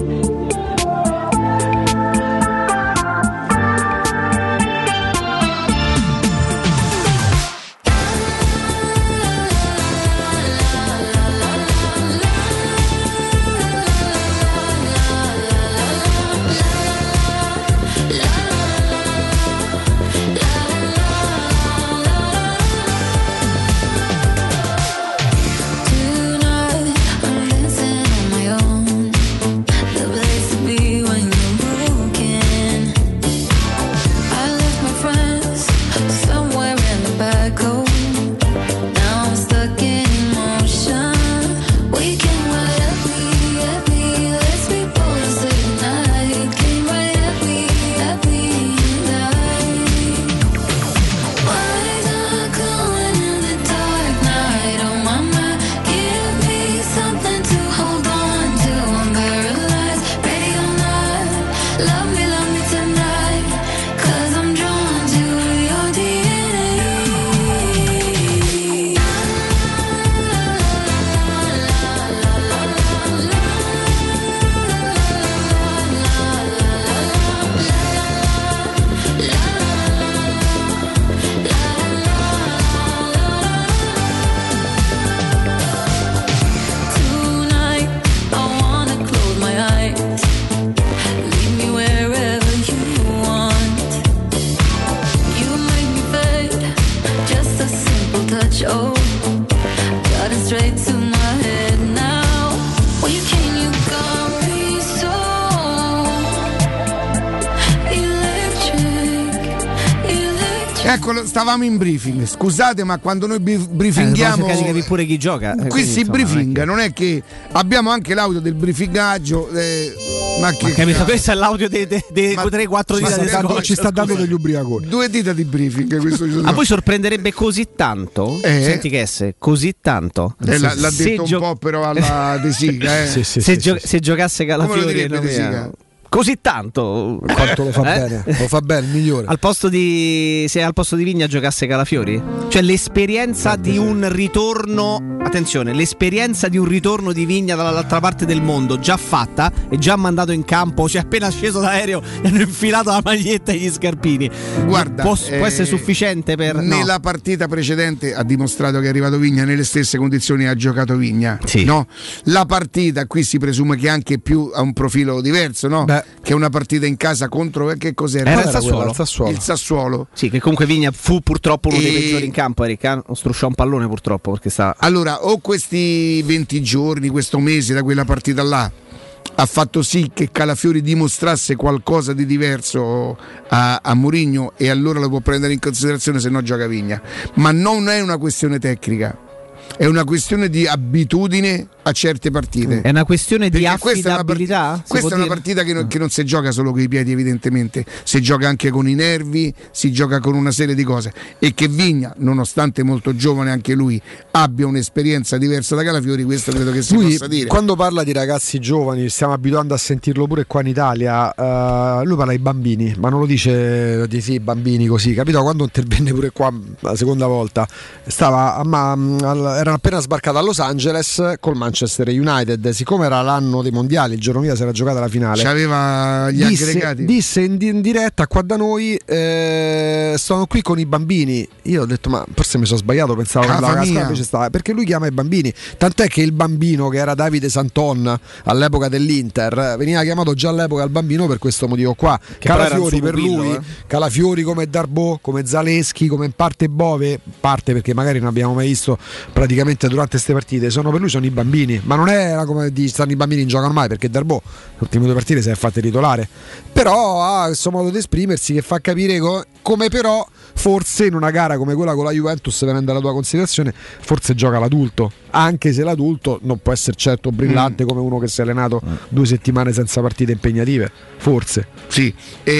Speaker 2: Ecco, stavamo in briefing. Scusate, ma quando noi briefinghiamo,
Speaker 3: eh, di capire pure chi gioca.
Speaker 2: Qui quindi, si insomma, briefinga, non è che abbiamo anche l'audio del briefingaggio. Eh, ma che
Speaker 3: ma capito, questo è l'audio dei de, de, de tre quattro dita
Speaker 4: di scuola. Ci sta dando degli ubriaconi.
Speaker 2: Due dita di briefing. Questo
Speaker 3: a voi sorprenderebbe così tanto?
Speaker 2: Eh.
Speaker 3: Senti che è così tanto.
Speaker 2: Eh, l'ha, l'ha detto gio- un po' però alla De Sica. Eh.
Speaker 3: sì, sì, se, sì, gio- sì. se giocasse Calafiori
Speaker 2: non
Speaker 3: così tanto.
Speaker 4: Quanto lo fa
Speaker 3: eh?
Speaker 4: bene, lo fa bene, il migliore.
Speaker 3: Al posto di se al posto di Vigna giocasse Calafiori? Cioè l'esperienza di un ritorno, attenzione, l'esperienza di un ritorno di Vigna dall'altra parte del mondo già fatta e già mandato in campo, cioè appena sceso d'aereo gli hanno infilato la maglietta e gli scarpini.
Speaker 2: Guarda,
Speaker 3: può,
Speaker 2: eh,
Speaker 3: può essere sufficiente per
Speaker 2: nella
Speaker 3: no.
Speaker 2: partita precedente ha dimostrato che è arrivato Vigna nelle stesse condizioni, ha giocato Vigna,
Speaker 3: sì.
Speaker 2: no? La partita qui si presume che anche più ha un profilo diverso, no?
Speaker 4: Beh.
Speaker 2: Che una partita in casa contro che cos'era?
Speaker 3: Era
Speaker 2: Era
Speaker 3: il Sassuolo.
Speaker 4: il Sassuolo.
Speaker 2: Il Sassuolo.
Speaker 3: Sì, che comunque Vigna fu purtroppo uno dei
Speaker 2: E-
Speaker 3: peggiori in campo, Eric, strusciò un pallone purtroppo perché sta
Speaker 2: Allora, o questi venti giorni, questo mese da quella partita là ha fatto sì che Calafiori dimostrasse qualcosa di diverso a, a Mourinho, e allora lo può prendere in considerazione, se no gioca Vigna. Ma non è una questione tecnica, è una questione di abitudine a certe partite.
Speaker 3: È una questione di
Speaker 2: Perché questa è una
Speaker 3: affidabilità?
Speaker 2: partita,
Speaker 3: si
Speaker 2: questa
Speaker 3: può
Speaker 2: è una
Speaker 3: dire?
Speaker 2: partita che non, che non si gioca solo con i piedi, evidentemente, si gioca anche con i nervi, si gioca con una serie di cose, e che Vigna, nonostante molto giovane anche lui, abbia un'esperienza diversa da Calafiori, questo credo che si
Speaker 4: Lui,
Speaker 2: possa dire.
Speaker 4: quando parla di ragazzi giovani, stiamo abituando a sentirlo pure qua in Italia, uh, lui parla di bambini, ma non lo dice di sì, bambini così, capito? Quando intervenne pure qua la seconda volta, stava ma, erano appena sbarcati a Los Angeles col Manchester United. Siccome era l'anno dei mondiali, il giorno prima si era giocata la finale,
Speaker 2: c'aveva gli
Speaker 4: disse,
Speaker 2: aggregati.
Speaker 4: disse in, in diretta qua da noi, eh, sono qui con i bambini. Io ho detto ma forse mi sono sbagliato, pensavo che andava a casa, invece stava, perché lui chiama i bambini, tant'è che il bambino che era Davide Santon all'epoca dell'Inter veniva chiamato già all'epoca il bambino per questo motivo qua.
Speaker 3: Che
Speaker 4: Calafiori per
Speaker 3: pupillo,
Speaker 4: lui,
Speaker 3: eh.
Speaker 4: Calafiori come Darboe, come Zaleschi, come in parte Bove, parte perché magari non abbiamo mai visto praticamente durante queste partite, sono per lui sono i bambini, ma non è come di stanno i bambini non giocano mai, perché Darboe le ultime due partite si è fatte titolare, però ha questo modo di esprimersi che fa capire co- come però forse in una gara come quella con la Juventus, venendo alla tua considerazione, forse gioca l'adulto, anche se l'adulto non può essere certo brillante mm. come uno che si è allenato mm. due settimane senza partite impegnative, forse
Speaker 2: sì,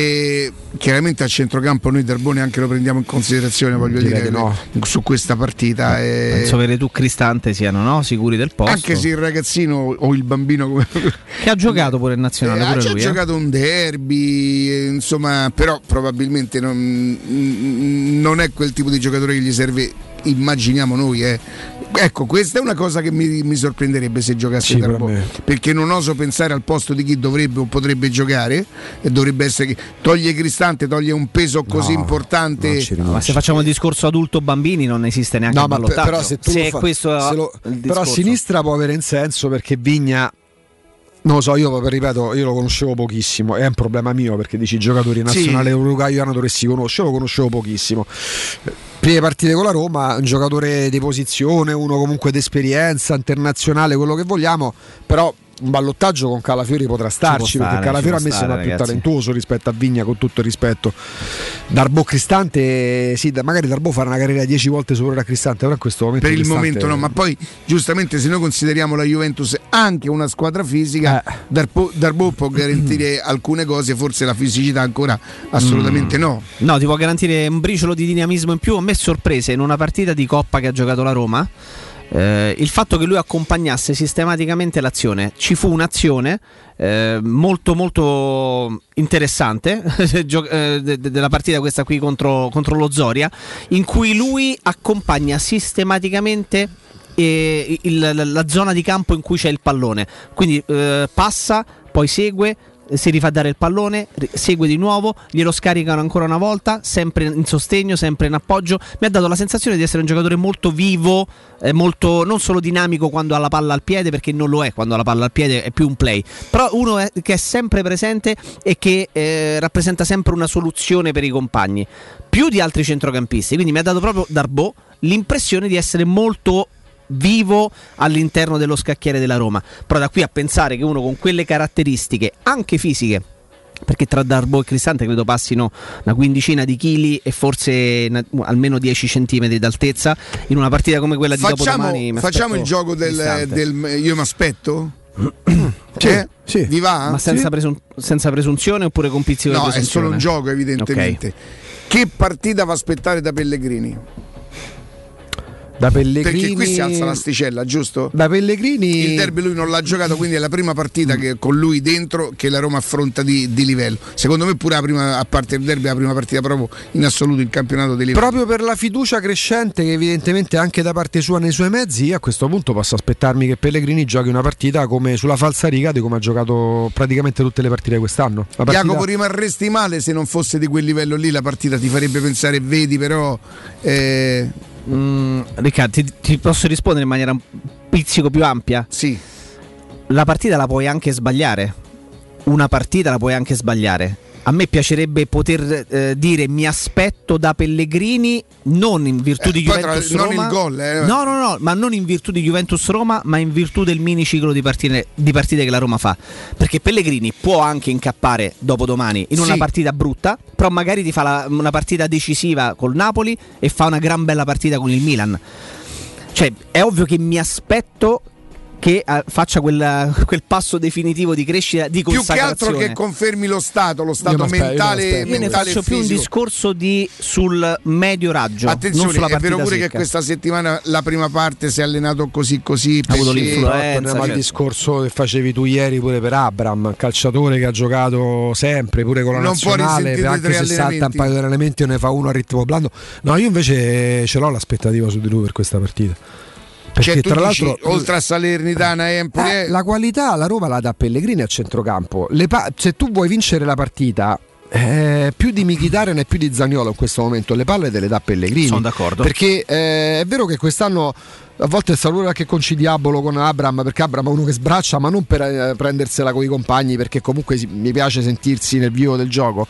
Speaker 2: e chiaramente a centrocampo noi Darboe anche lo prendiamo in considerazione, voglio
Speaker 4: Direi
Speaker 2: dire,
Speaker 4: no.
Speaker 2: su questa partita e...
Speaker 3: penso che tu Cristante siano, no? Sicuri del posto,
Speaker 2: anche se il ragazzino o il bambino come...
Speaker 3: che ha giocato pure in nazionale,
Speaker 2: eh,
Speaker 3: pure
Speaker 2: ha
Speaker 3: lui,
Speaker 2: giocato
Speaker 3: eh?
Speaker 2: un derby, eh, insomma, però probabilmente non, non è quel tipo di giocatore che gli serve, immaginiamo noi, eh. Ecco, questa è una cosa che mi, mi sorprenderebbe se giocasse
Speaker 4: sì,
Speaker 2: Darboe,
Speaker 4: per
Speaker 2: perché non oso pensare al posto di chi dovrebbe o potrebbe giocare, e dovrebbe essere, toglie Cristante, toglie un peso così
Speaker 4: no,
Speaker 2: importante.
Speaker 3: No, ma se facciamo il discorso adulto-bambini non esiste neanche
Speaker 4: no,
Speaker 3: il
Speaker 4: ma
Speaker 3: ballottaggio.
Speaker 4: però se tu
Speaker 3: se
Speaker 4: lo
Speaker 3: è
Speaker 4: fa,
Speaker 3: questo
Speaker 4: se lo,
Speaker 3: il
Speaker 4: però a
Speaker 3: discorso.
Speaker 4: sinistra può avere un senso, perché Vigna, non lo so, io ripeto, io lo conoscevo pochissimo, è un problema mio perché dici giocatori nazionali
Speaker 2: sì.
Speaker 4: uruguayo dovresti conoscere, lo conoscevo pochissimo. Prime partite con la Roma, un giocatore di posizione, uno comunque d'esperienza, internazionale, quello che vogliamo, però un ballottaggio con Calafiori potrà starci,
Speaker 3: stare,
Speaker 4: perché Calafiori a me sembra più talentuoso rispetto a Vigna, con tutto il rispetto. Darboe Cristante, sì, magari Darboe farà una carriera dieci volte superiore a Cristante, però in questo momento
Speaker 2: per il
Speaker 4: Cristante...
Speaker 2: momento no, ma poi giustamente se noi consideriamo la Juventus anche una squadra fisica,
Speaker 4: eh.
Speaker 2: Darboe, Darboe può garantire alcune cose, forse la fisicità ancora assolutamente
Speaker 3: mm.
Speaker 2: no.
Speaker 3: No, ti può garantire un briciolo di dinamismo in più. A me sorprese in una partita di Coppa che ha giocato la Roma, Eh, il fatto che lui accompagnasse sistematicamente l'azione. Ci fu un'azione eh, molto molto interessante eh, de- de- della partita questa qui contro, contro lo Zoria, in cui lui accompagna sistematicamente eh, il, la, la zona di campo in cui c'è il pallone, quindi eh, passa, poi segue, si rifà dare il pallone, segue di nuovo, glielo scaricano ancora una volta, sempre in sostegno, sempre in appoggio. Mi ha dato la sensazione di essere un giocatore molto vivo, eh, molto non solo dinamico quando ha la palla al piede, perché non lo è quando ha la palla al piede, è più un play, però uno è, che è sempre presente e che eh, rappresenta sempre una soluzione per i compagni, più di altri centrocampisti. Quindi mi ha dato proprio Darboe l'impressione di essere molto vivo all'interno dello scacchiere della Roma, però da qui a pensare che uno con quelle caratteristiche anche fisiche, perché tra Darboe e Cristante credo passino una quindicina di chili e forse una, almeno dieci centimetri d'altezza, in una partita come quella di
Speaker 2: facciamo,
Speaker 3: dopodomani
Speaker 2: facciamo il gioco del, del io mi aspetto
Speaker 4: Sì, sì.
Speaker 2: Vi va?
Speaker 3: Ma senza,
Speaker 2: sì?
Speaker 3: presun- senza presunzione oppure con pizzico
Speaker 2: no,
Speaker 3: di presunzione?
Speaker 2: No, è solo un gioco evidentemente. Okay. Che partita va a aspettare da Pellegrini?
Speaker 4: Da Pellegrini,
Speaker 2: perché qui si alza l'asticella, giusto?
Speaker 4: Da Pellegrini
Speaker 2: il derby lui non l'ha giocato, quindi è la prima partita che con lui dentro che la Roma affronta di, di livello. Secondo me pure la prima, a parte il derby, la prima partita proprio in assoluto in campionato di livello.
Speaker 4: Proprio per la fiducia crescente che evidentemente anche da parte sua nei suoi mezzi, a questo punto posso aspettarmi che Pellegrini giochi una partita come sulla falsariga di come ha giocato praticamente tutte le partite quest'anno. La partita...
Speaker 2: Jacopo, rimarresti male se non fosse di quel livello lì, la partita ti farebbe pensare, vedi però eh...
Speaker 3: Mm, Riccardo, ti, ti posso rispondere in maniera un pizzico più ampia?
Speaker 2: Sì.
Speaker 3: La partita la puoi anche sbagliare. Una partita la puoi anche sbagliare. A me piacerebbe poter eh, dire mi aspetto da Pellegrini non in virtù
Speaker 2: eh,
Speaker 3: di Juventus
Speaker 2: tra,
Speaker 3: Roma,
Speaker 2: non il gol, eh.
Speaker 3: no no no, ma non in virtù di Juventus Roma, ma in virtù del mini ciclo di partite, di partite che la Roma fa. Perché Pellegrini può anche incappare dopodomani in una
Speaker 2: sì.
Speaker 3: partita brutta, però magari ti fa la, una partita decisiva col Napoli e fa una gran bella partita con il Milan. Cioè è ovvio che mi aspetto che uh, faccia quel, quel passo definitivo di crescita, di consacrazione.
Speaker 2: Più che altro che confermi lo stato, lo stato
Speaker 4: io
Speaker 2: mentale,
Speaker 4: io,
Speaker 3: io ne
Speaker 2: mentale
Speaker 3: faccio
Speaker 2: e
Speaker 3: più un
Speaker 2: fisico.
Speaker 3: discorso di sul medio raggio.
Speaker 2: Attenzione,
Speaker 3: non sulla
Speaker 2: è vero pure
Speaker 3: secca.
Speaker 2: che questa settimana la prima parte si è allenato così così,
Speaker 3: ha avuto
Speaker 2: perché...
Speaker 3: l'influenza.
Speaker 4: Torniamo
Speaker 3: Certo.
Speaker 4: al discorso che facevi tu ieri pure per Abram, calciatore che ha giocato sempre pure con la
Speaker 2: non
Speaker 4: nazionale,
Speaker 2: può
Speaker 4: anche se salta un paio di allenamenti e ne fa uno a ritmo blando. No, io invece ce l'ho l'aspettativa su di lui per questa partita. Perché
Speaker 2: cioè, tu
Speaker 4: tra
Speaker 2: dici,
Speaker 4: l'altro
Speaker 2: oltre a Salernitana Empoli
Speaker 4: eh, la qualità la Roma la dà Pellegrini a centrocampo. Le pa- se tu vuoi vincere la partita eh, più di Mkhitaryan e più di Zaniolo in questo momento le palle te le dà Pellegrini.
Speaker 3: Sono d'accordo.
Speaker 4: Perché eh, è vero che quest'anno a volte è stato pure anche conciliabolo con Abram, perché Abram è uno che sbraccia, ma non per eh, prendersela con i compagni, perché comunque si, mi piace sentirsi nel vivo del gioco.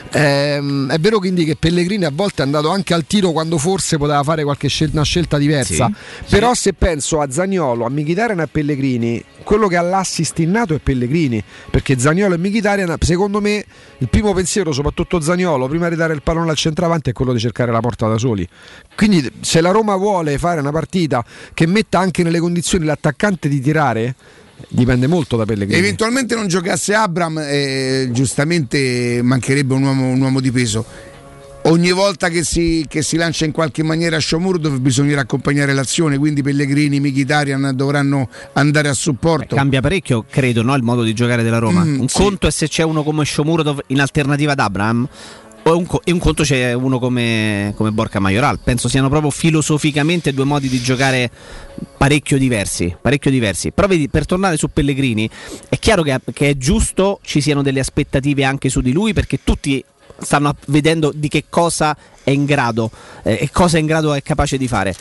Speaker 4: Ehm, è vero quindi che Pellegrini a volte è andato anche al tiro quando forse poteva fare qualche scelta, una scelta diversa.
Speaker 3: Sì,
Speaker 4: però
Speaker 3: sì.
Speaker 4: se penso a Zaniolo, a Mkhitaryan e a Pellegrini, quello che ha l'assist innato è Pellegrini, perché Zaniolo e Mkhitaryan, secondo me il primo pensiero, soprattutto Zaniolo, prima di dare il pallone al centravanti, è quello di cercare la porta da soli. Quindi se la Roma vuole fare una partita che metta anche nelle condizioni l'attaccante di tirare, dipende molto da Pellegrini.
Speaker 2: Eventualmente non giocasse Abram, eh, giustamente mancherebbe un uomo, un uomo di peso. Ogni volta che si, che si lancia in qualche maniera Shomurodov bisognerà accompagnare l'azione, quindi Pellegrini, Mkhitaryan dovranno andare a supporto.
Speaker 3: Beh, cambia parecchio, credo, no, il modo di giocare della Roma.
Speaker 2: Mm,
Speaker 3: un
Speaker 2: sì.
Speaker 3: conto è se c'è uno come Shomurodov in alternativa ad Abraham, o un, e un conto c'è uno come, come Borja Majoral. Penso siano proprio filosoficamente due modi di giocare parecchio diversi, parecchio diversi. Però vedi, per tornare su Pellegrini, è chiaro che, che è giusto ci siano delle aspettative anche su di lui, perché tutti stanno vedendo di che cosa è in grado eh, e cosa è in grado è capace di fare.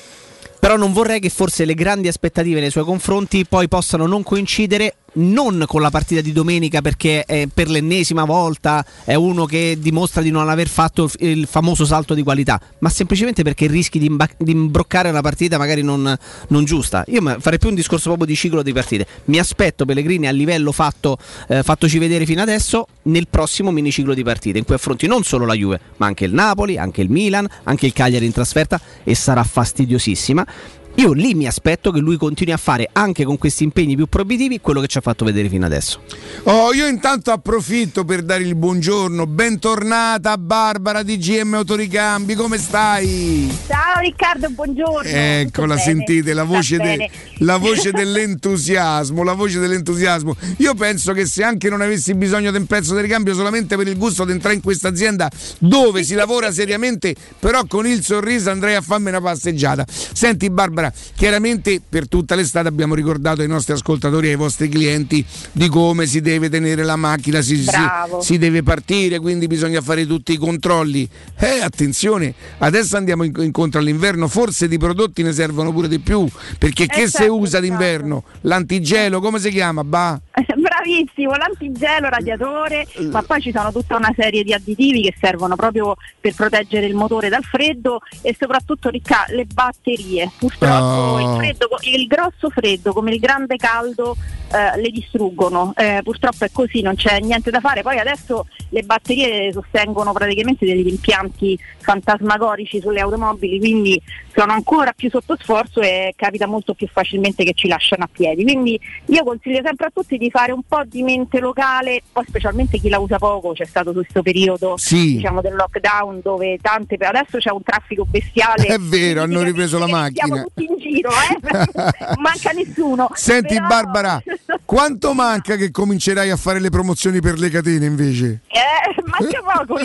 Speaker 3: Però non vorrei che forse le grandi aspettative nei suoi confronti poi possano non coincidere, non con la partita di domenica, perché eh, per l'ennesima volta è uno che dimostra di non aver fatto il, il famoso salto di qualità, ma semplicemente perché rischi di, imba- di imbroccare una partita magari non, non giusta. Io farei più un discorso proprio di ciclo di partite. Mi aspetto Pellegrini a livello fatto, eh, fattoci vedere fino adesso nel prossimo miniciclo di partite, in cui affronti non solo la Juve, ma anche il Napoli, anche il Milan, anche il Cagliari in trasferta, e sarà fastidiosissima. Io lì mi aspetto che lui continui a fare, anche con questi impegni più proibitivi, quello che ci ha fatto vedere fino adesso.
Speaker 2: Oh, io intanto approfitto per dare il buongiorno. Bentornata Barbara di G M Autoricambi, come stai?
Speaker 12: Ciao Riccardo, buongiorno.
Speaker 2: Eccola, sentite la voce, de, la voce dell'entusiasmo, la voce dell'entusiasmo. Io penso che se anche non avessi bisogno di un pezzo di ricambio solamente per il gusto di entrare in questa azienda dove si lavora seriamente, però con il sorriso andrei a farmi una passeggiata. Senti Barbara, chiaramente per tutta l'estate abbiamo ricordato ai nostri ascoltatori e ai vostri clienti di come si deve tenere la macchina, si, si, si deve partire, quindi bisogna fare tutti i controlli. Eh, attenzione, adesso andiamo in, incontro all'inverno, forse di prodotti ne servono pure di più, perché eh che certo, si usa d'inverno? L'antigelo, come si chiama? Bah?
Speaker 12: Bravissimo, l'antigelo, radiatore, ma poi ci sono tutta una serie di additivi che servono proprio per proteggere il motore dal freddo, e soprattutto Ricca, le batterie. Purtroppo purtroppo il, freddo, il grosso freddo come il grande caldo eh, le distruggono, eh, purtroppo è così, non c'è niente da fare. Poi adesso le batterie sostengono praticamente degli impianti fantasmagorici sulle automobili, quindi sono ancora più sotto sforzo e capita molto più facilmente che ci lasciano a piedi. Quindi io consiglio sempre a tutti di fare un po' di mente locale, poi specialmente chi la usa poco. C'è stato questo periodo
Speaker 2: sì.
Speaker 12: diciamo del lockdown dove tante, adesso c'è un traffico bestiale,
Speaker 2: è vero, hanno ripreso la macchina,
Speaker 12: siamo tutti in giro, eh? manca nessuno.
Speaker 2: Senti
Speaker 12: Però...
Speaker 2: Barbara, quanto manca che comincerai a fare le promozioni per le catene invece?
Speaker 12: Eh, manca poco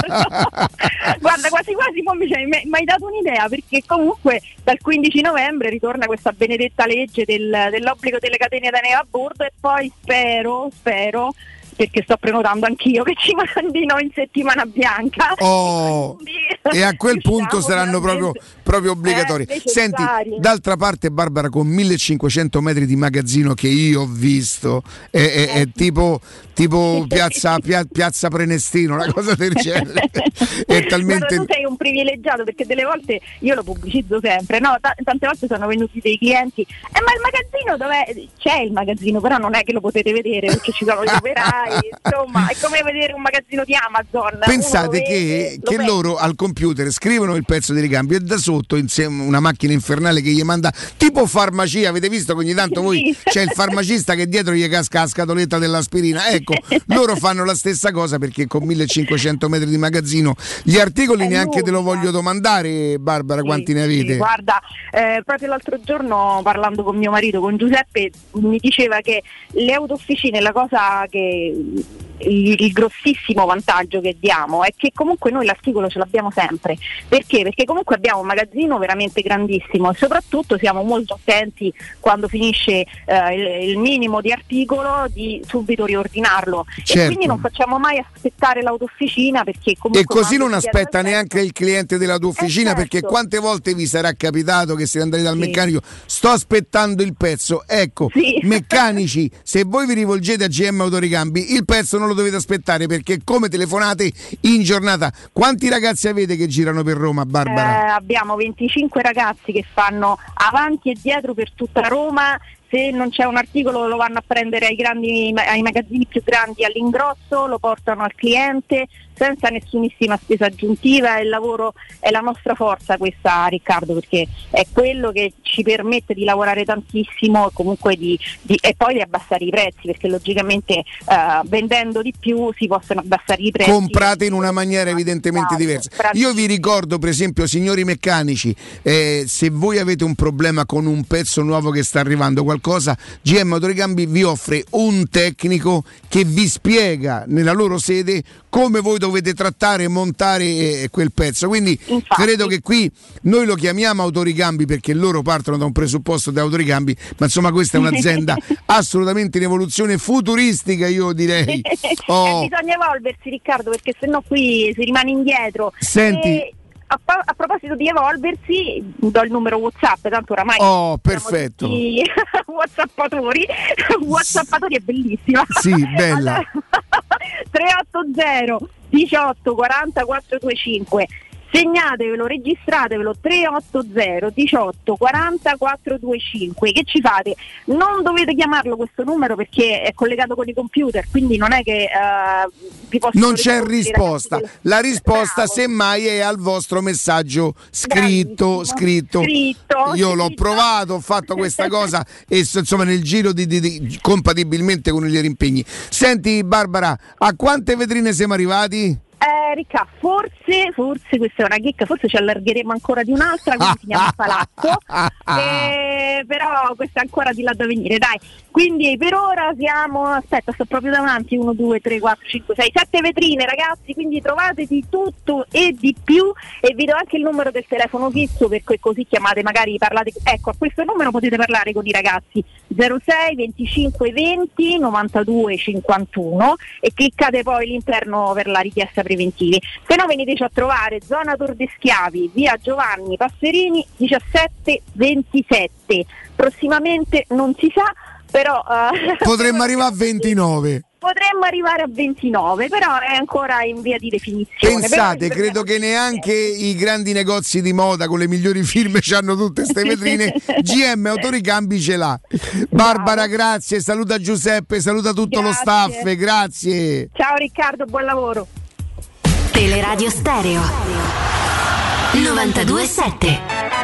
Speaker 12: guarda, quasi quasi mi hai dato un'idea, perché comunque dal quindici novembre ritorna questa benedetta legge del, dell'obbligo delle catene da neve a bordo, e poi spero, spero perché sto prenotando anch'io che ci mandino in settimana bianca.
Speaker 2: Oh, e a quel punto saranno proprio, proprio obbligatori.
Speaker 12: Eh,
Speaker 2: Senti, d'altra parte Barbara, con millecinquecento metri di magazzino che io ho visto, è, è, è tipo, tipo piazza, pia, piazza Prenestino, una cosa del genere. È talmente...
Speaker 12: Guarda, tu sei un privilegiato, perché delle volte io lo pubblicizzo sempre, no? T- tante volte sono venuti dei clienti, eh, ma il magazzino dov'è? C'è il magazzino, però non è che lo potete vedere perché ci sono gli operai. Insomma, è come vedere un magazzino di Amazon.
Speaker 2: Pensate che, che loro al computer scrivono il pezzo di ricambio e da sotto insieme una macchina infernale che gli manda tipo farmacia. Avete visto che ogni tanto voi c'è il farmacista che dietro gli casca la scatoletta dell'aspirina? Ecco, loro fanno la stessa cosa, perché con millecinquecento metri di magazzino gli articoli è neanche nuova. Te lo voglio domandare, Barbara, sì, quanti ne avete?
Speaker 12: Sì, guarda, eh, proprio l'altro giorno parlando con mio marito, con Giuseppe, mi diceva che le autofficine, la cosa che Il, il grossissimo vantaggio che diamo è che comunque noi l'articolo ce l'abbiamo sempre. Perché? Perché comunque abbiamo un magazzino veramente grandissimo e soprattutto siamo molto attenti quando finisce eh, il, il minimo di articolo di subito riordinarlo, certo. E quindi non facciamo mai aspettare l'autofficina, perché comunque
Speaker 2: e così non aspetta neanche il cliente dell'autofficina, eh, certo. Perché quante volte vi sarà capitato che siete andati dal sì. meccanico, sto aspettando il pezzo, ecco, sì. Meccanici, se voi vi rivolgete a G M Autoricambi il pezzo non lo dovete aspettare, perché come telefonate in giornata. Quanti ragazzi avete che girano per Roma, Barbara?
Speaker 12: Eh, abbiamo venticinque ragazzi che fanno avanti e dietro per tutta Roma. Se non c'è un articolo lo vanno a prendere ai, grandi, ai magazzini più grandi all'ingrosso, lo portano al cliente senza nessunissima spesa aggiuntiva. Il lavoro è la nostra forza questa, Riccardo, perché è quello che ci permette di lavorare tantissimo e comunque di, di, e poi di abbassare i prezzi, perché logicamente eh, vendendo di più si possono abbassare i prezzi.
Speaker 2: Comprate in una maniera evidentemente diversa. Io vi ricordo, per esempio, signori meccanici, eh, se voi avete un problema con un pezzo nuovo che sta arrivando, qualcosa, G M Autoricambi vi offre un tecnico che vi spiega nella loro sede come voi dovete trattare e montare eh, quel pezzo. Quindi infatti, credo che qui noi lo chiamiamo Autoricambi perché loro partono da un presupposto di Autoricambi, ma insomma questa è un'azienda assolutamente in evoluzione futuristica, io direi.
Speaker 12: Oh. Eh, bisogna evolversi, Riccardo, perché sennò qui si rimane indietro.
Speaker 2: Senti,
Speaker 12: e... A, a proposito di evolversi, do il numero WhatsApp, tanto oramai
Speaker 2: oh, perfetto.
Speaker 12: Whatsappatori. Whatsappatori è bellissima.
Speaker 2: Sì, bella.
Speaker 12: Allora, tre otto zero diciotto quaranta quattrocentoventicinque. Segnatevelo, registratevelo, tre otto zero diciotto quaranta quattrocentoventicinque. Che ci fate? Non dovete chiamarlo questo numero perché è collegato con i computer, quindi non è che uh, vi posso
Speaker 2: non c'è risposta. La risposta Bravo. Semmai è al vostro messaggio scritto, scritto.
Speaker 12: scritto
Speaker 2: Io
Speaker 12: scritto.
Speaker 2: L'ho provato, ho fatto questa cosa e insomma nel giro di, di, di compatibilmente con gli impegni. Senti Barbara, a quante vetrine siamo arrivati?
Speaker 12: Eh, Ricca, forse, forse questa è una chicca, forse ci allargheremo ancora di un'altra, quindi finiamo il palazzo, eh, però questa è ancora di là da venire, dai. Quindi per ora siamo, aspetta, sto proprio davanti, uno, due, tre, quattro, cinque, sei, sette vetrine, ragazzi, quindi trovate di tutto e di più, e vi do anche il numero del telefono fisso, perché così chiamate, magari parlate, ecco, a questo numero potete parlare con i ragazzi, zero sei venticinque venti novantadue cinquantuno, e cliccate poi all'interno per la richiesta preventivi. Se no veniteci a trovare zona Tor de Schiavi, via Giovanni Passerini diciassette ventisette. Prossimamente non si sa, però uh,
Speaker 2: potremmo arrivare a ventinove.
Speaker 12: potremmo arrivare a ventinove, però è ancora in via di definizione.
Speaker 2: Pensate,
Speaker 12: però,
Speaker 2: credo che neanche i grandi negozi di moda con le migliori firme hanno tutte queste vetrine. G M Autoricambi ce l'ha. Barbara, grazie, saluta Giuseppe, saluta tutto
Speaker 12: Grazie.
Speaker 2: lo staff, grazie.
Speaker 12: Ciao Riccardo, buon lavoro.
Speaker 11: Teleradio Stereo novantadue sette.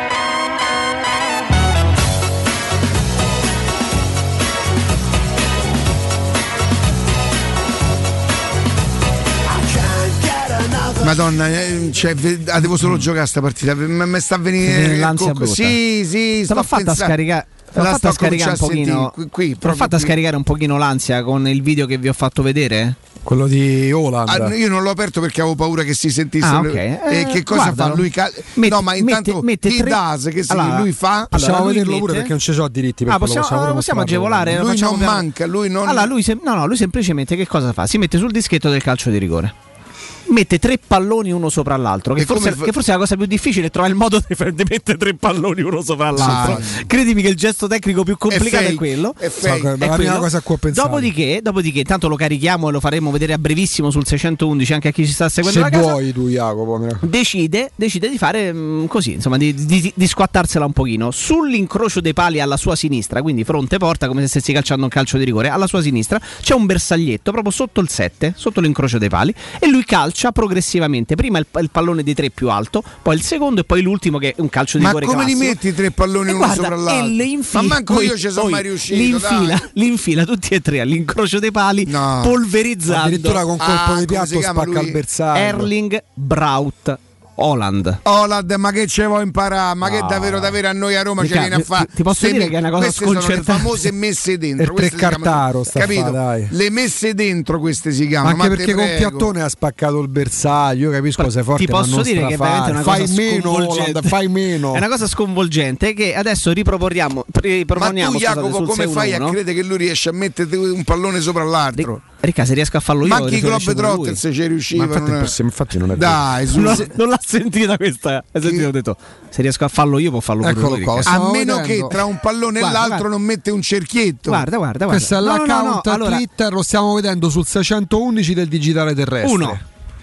Speaker 2: Madonna, eh, cioè, ah, devo solo giocare a sta partita. Mi sta a venire
Speaker 3: l'ansia
Speaker 2: co-
Speaker 3: brutta.
Speaker 2: Sì, sì,
Speaker 3: Te l'ho fatta scaricare. L'ho
Speaker 2: La
Speaker 3: fatta
Speaker 2: sto
Speaker 3: scaricare un
Speaker 2: cominciando a
Speaker 3: pochino.
Speaker 2: sentire, qui- qui,
Speaker 3: L'ho fatta
Speaker 2: proprio qui.
Speaker 3: scaricare un pochino l'ansia con il video che vi ho fatto vedere.
Speaker 4: Quello di Holland.
Speaker 2: Ah, io non l'ho aperto perché avevo paura che si sentisse.
Speaker 3: Ah, ok.
Speaker 2: E
Speaker 3: Eh,
Speaker 2: che cosa
Speaker 3: guardalo.
Speaker 2: fa? Lui cal-
Speaker 3: Mette-
Speaker 2: no, ma intanto
Speaker 3: mette- mette
Speaker 2: il
Speaker 3: tre-
Speaker 2: DAS che si-
Speaker 3: Allora,
Speaker 2: lui fa.
Speaker 4: Possiamo
Speaker 3: allora, lui
Speaker 4: vederlo
Speaker 3: mette-
Speaker 4: pure perché non ci sono diritti. Per
Speaker 3: Ah,
Speaker 4: quello,
Speaker 3: possiamo,
Speaker 4: possiamo pure
Speaker 3: possiamo
Speaker 4: mostrarlo.
Speaker 3: agevolare.
Speaker 2: Lui
Speaker 3: facciamo
Speaker 2: non
Speaker 3: piano-
Speaker 2: manca, lui non.
Speaker 3: Allora, lui, sem- no, no, lui semplicemente che cosa fa? Si mette sul dischetto del calcio di rigore. Mette tre palloni uno sopra l'altro. Che
Speaker 2: E
Speaker 3: forse,
Speaker 2: come fa-
Speaker 3: che forse è la cosa più difficile è trovare il modo di, di mettere tre palloni uno sopra l'altro.
Speaker 2: Sì.
Speaker 3: Credimi che il gesto tecnico più complicato è,
Speaker 2: fake,
Speaker 3: quello.
Speaker 2: è fake.
Speaker 4: So,
Speaker 3: È
Speaker 4: la prima
Speaker 3: quello.
Speaker 4: cosa a cui ho pensato.
Speaker 3: Dopodiché, dopodiché, intanto lo carichiamo e lo faremo vedere a brevissimo sul seicentoundici anche a chi ci sta seguendo
Speaker 4: Se
Speaker 3: da casa.
Speaker 4: vuoi tu, Jacopo. me la-
Speaker 3: Decide, decide di fare mh, così, insomma, di, di, di squattarsela un pochino. Sull'incrocio dei pali alla sua sinistra, quindi fronte porta, come se stessi calciando un calcio di rigore, alla sua sinistra c'è un bersaglietto proprio sotto il sette, sotto l'incrocio dei pali, e lui calcia progressivamente. Prima il, il pallone di tre più alto, poi il secondo e poi l'ultimo che è un calcio di
Speaker 2: Ma
Speaker 3: rigore
Speaker 2: come li
Speaker 3: classico.
Speaker 2: metti i tre palloni
Speaker 3: E
Speaker 2: uno
Speaker 3: guarda,
Speaker 2: sopra l'altro?
Speaker 3: E le infila,
Speaker 2: Ma manco
Speaker 3: poi-
Speaker 2: io ci sono
Speaker 3: poi
Speaker 2: mai riuscito.
Speaker 3: Li infila,
Speaker 2: dai.
Speaker 3: li infila tutti e tre all'incrocio dei pali,
Speaker 2: No.
Speaker 3: polverizzando.
Speaker 4: Addirittura con colpo
Speaker 2: Ah,
Speaker 4: di
Speaker 2: come
Speaker 4: piatto
Speaker 2: si chiama
Speaker 4: spacca
Speaker 2: lui?
Speaker 4: il bersaglio.
Speaker 3: Erling Braut Haaland.
Speaker 2: Holland, ma che ce vuoi imparare? Ma che
Speaker 4: No.
Speaker 2: davvero davvero a noi a Roma
Speaker 3: Riccardo,
Speaker 2: ce viene a fare?
Speaker 3: ti- ti posso
Speaker 2: Se
Speaker 3: dire
Speaker 2: me-
Speaker 3: che è una cosa
Speaker 2: queste sono le
Speaker 3: sconcertante.
Speaker 2: famose messe dentro.
Speaker 4: Il
Speaker 2: queste si
Speaker 4: Treccartaro
Speaker 2: chiamano-
Speaker 4: sta
Speaker 2: capito?
Speaker 4: fa, dai.
Speaker 2: Le messe dentro queste si chiamano.
Speaker 4: Anche
Speaker 2: ma
Speaker 4: perché
Speaker 2: te
Speaker 4: con
Speaker 2: prego.
Speaker 4: Piattone ha spaccato il bersaglio. Io capisco
Speaker 3: Ti
Speaker 4: sei forte, ma
Speaker 3: posso
Speaker 4: non
Speaker 3: dire che è veramente una
Speaker 4: strafare.
Speaker 3: cosa
Speaker 4: Fai meno,
Speaker 3: sconvolgente.
Speaker 4: Holland, fai meno.
Speaker 3: È una cosa sconvolgente che adesso riproponiamo.
Speaker 2: Ma
Speaker 3: riproponiamo
Speaker 2: tu
Speaker 3: scusate,
Speaker 2: Jacopo
Speaker 3: sul
Speaker 2: come
Speaker 3: sei
Speaker 2: fai
Speaker 3: uno
Speaker 2: a
Speaker 3: uno?
Speaker 2: credere che lui riesce a mettere un pallone sopra l'altro?
Speaker 3: Ricca, se riesco a farlo io.
Speaker 2: Ma anche i
Speaker 3: riesce pure lui.
Speaker 2: Globetrotters ci
Speaker 4: Ma
Speaker 2: riuscivano.
Speaker 4: infatti, è
Speaker 2: non è-
Speaker 4: impossibile, infatti non è vero.
Speaker 2: Dai, su.
Speaker 3: Non, non l'ha sentita questa. Hai sentito? Ho detto, se riesco a farlo io, può farlo pure
Speaker 4: Eccolo
Speaker 3: lui.
Speaker 4: qua,
Speaker 3: Ricca.
Speaker 4: stiamo
Speaker 2: A meno
Speaker 4: vedendo.
Speaker 2: che tra un pallone
Speaker 3: Guarda,
Speaker 2: e l'altro
Speaker 3: guarda.
Speaker 2: non mette un cerchietto.
Speaker 3: Guarda, guarda, guarda.
Speaker 4: Questo è
Speaker 3: No, no, no,
Speaker 4: l'account
Speaker 3: no, allora,
Speaker 4: Twitter, lo stiamo vedendo sul seicentoundici del digitale terrestre.
Speaker 3: uno.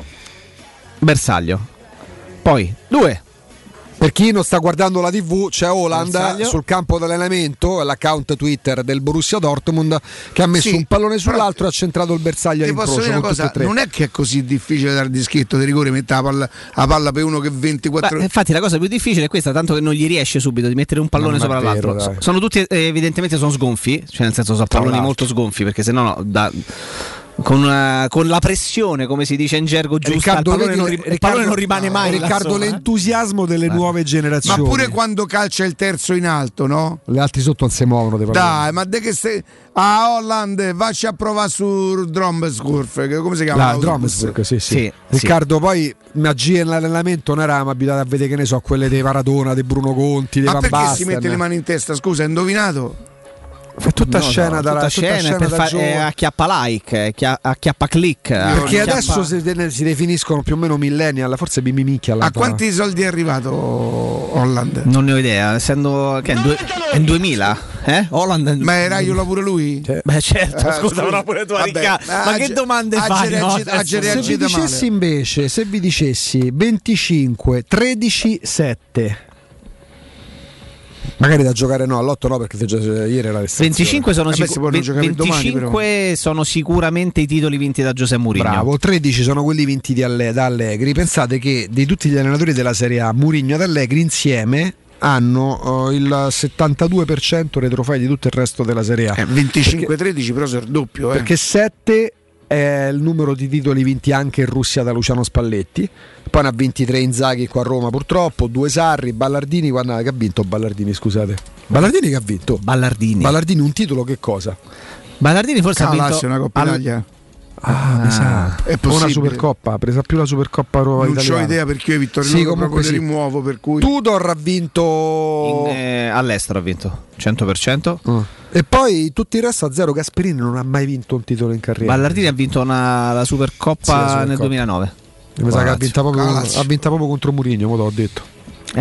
Speaker 3: Bersaglio. Poi due.
Speaker 4: Per chi non sta guardando la tivù, c'è Holland
Speaker 3: Bersaglio.
Speaker 4: sul campo d'allenamento, l'account Twitter del Borussia Dortmund, che ha messo
Speaker 2: Sì,
Speaker 4: un pallone
Speaker 2: però
Speaker 4: sull'altro e ha centrato il bersaglio
Speaker 2: Ti
Speaker 4: in
Speaker 2: posso
Speaker 4: croce
Speaker 2: dire una
Speaker 4: con tutti
Speaker 2: cosa,
Speaker 4: e tre.
Speaker 2: non è che è così difficile dare il dischetto di rigore, mette la palla, la palla per uno che ventiquattro
Speaker 3: Beh, infatti la cosa più difficile è questa, tanto che non gli riesce subito di mettere un pallone
Speaker 4: Ma non è
Speaker 3: sopra
Speaker 4: vero,
Speaker 3: l'altro.
Speaker 4: dai.
Speaker 3: Sono tutti eh, evidentemente sono sgonfi, cioè nel senso sono palloni
Speaker 4: l'altro.
Speaker 3: molto sgonfi, perché se no, no da, con, una- con la pressione, come si dice in gergo giusta, il pallone,
Speaker 4: vedi,
Speaker 3: non, ri- il
Speaker 4: Riccardo-
Speaker 3: pallone non rimane mai. là
Speaker 4: Riccardo,
Speaker 3: sopra, eh.
Speaker 4: l'entusiasmo delle nuove
Speaker 2: ma
Speaker 4: generazioni.
Speaker 2: pure quando calcia il terzo in alto, no?
Speaker 4: Le altri sotto non si muovono dei palloni.
Speaker 2: Dai, ma de che stai. Ah, Holland, vacci a provare su Dromskurf, che come si chiama?
Speaker 4: La
Speaker 2: l'autobus?
Speaker 4: Dromsburg, sì, sì.
Speaker 3: Sì,
Speaker 4: Riccardo, poi magia nell'allenamento non eravamo abituati a vedere, che ne so, quelle dei Maradona, dei Bruno Conti, dei
Speaker 2: Ma
Speaker 4: Van
Speaker 2: perché
Speaker 4: Basten.
Speaker 2: si mette le mani in testa? Scusa, hai indovinato?
Speaker 4: Fa tutta
Speaker 3: No,
Speaker 4: scena
Speaker 3: no,
Speaker 4: da
Speaker 3: tutta
Speaker 4: tutta
Speaker 3: scena
Speaker 4: scena
Speaker 3: per
Speaker 4: da
Speaker 3: fare
Speaker 4: giovane.
Speaker 3: eh, acchiappa like, eh, chia- acchiappa click. eh,
Speaker 4: Perché
Speaker 3: acchiappa-
Speaker 4: adesso si, de- si definiscono più o meno millennial, forse bimimicchia.
Speaker 2: A quanti soldi è arrivato Holland?
Speaker 3: Non ne ho idea, essendo che è in, due- è in duemila, eh? Holland è in-
Speaker 2: Ma era io lavoro lui?
Speaker 3: Beh certo,
Speaker 2: Eh,
Speaker 3: scusa,
Speaker 2: scusa.
Speaker 3: però pure tu
Speaker 2: Vabbè,
Speaker 3: Ricca,
Speaker 2: ma
Speaker 3: ma
Speaker 2: ha
Speaker 3: che
Speaker 2: ge-
Speaker 3: domande
Speaker 2: ha
Speaker 3: fai?
Speaker 2: ge-
Speaker 3: no?
Speaker 2: ha ge- ha
Speaker 3: Adesso-
Speaker 2: ge-
Speaker 4: Se vi
Speaker 2: reagito
Speaker 4: dicessi
Speaker 2: male.
Speaker 4: invece, se vi dicessi venticinque, tredici, sette. Magari da giocare no, all'otto no, perché già, ieri era l'estrazione.
Speaker 3: venticinque sono,
Speaker 2: Vabbè,
Speaker 3: sicu-
Speaker 2: si possono giocare domani,
Speaker 3: venticinque sono sicuramente i titoli vinti da Giuseppe Mourinho.
Speaker 4: Bravo, tredici sono quelli vinti di Alle- da Allegri. Pensate che di tutti gli allenatori della Serie A, Mourinho ed Allegri insieme hanno uh, il settantadue per cento dei trofei di tutto il resto della Serie A.
Speaker 2: Eh, venticinque tredici però se doppio, eh.
Speaker 4: Perché sette è il numero di titoli vinti anche in Russia da Luciano Spalletti. Poi ne ha ventitré Inzaghi qua a Roma purtroppo, due Sarri, Ballardini, quando che ha vinto Ballardini, scusate. Ballardini che ha vinto?
Speaker 3: Ballardini.
Speaker 4: Ballardini un titolo che cosa?
Speaker 3: Ballardini forse
Speaker 2: Ah,
Speaker 3: ha vinto
Speaker 2: Lazio, una Coppa
Speaker 3: al-
Speaker 2: Italia.
Speaker 4: Ah, mi sa.
Speaker 2: È
Speaker 4: O una
Speaker 2: possibile.
Speaker 4: Supercoppa, ha presa più la Supercoppa Roma
Speaker 2: Non ho
Speaker 4: italiana.
Speaker 2: idea perché io Vittorio
Speaker 4: Sì,
Speaker 2: Luca
Speaker 4: comunque
Speaker 2: proprio
Speaker 4: sì.
Speaker 2: li rimuovo, per cui
Speaker 4: Tudor ha vinto
Speaker 3: in, eh, all'estero ha vinto cento per cento.
Speaker 4: Mm. E poi tutto il resto a zero. Gasperini non ha mai vinto un titolo in carriera.
Speaker 3: Ballardini ha vinto una, la Supercoppa
Speaker 4: Sì, la Supercoppa.
Speaker 3: nel duemilanove.
Speaker 4: Mi sa che ha
Speaker 2: Lazio.
Speaker 4: vinta proprio,
Speaker 2: Ah, Lazio.
Speaker 4: ha vinta proprio contro Mourinho, mo te l'ho detto.
Speaker 3: Eh,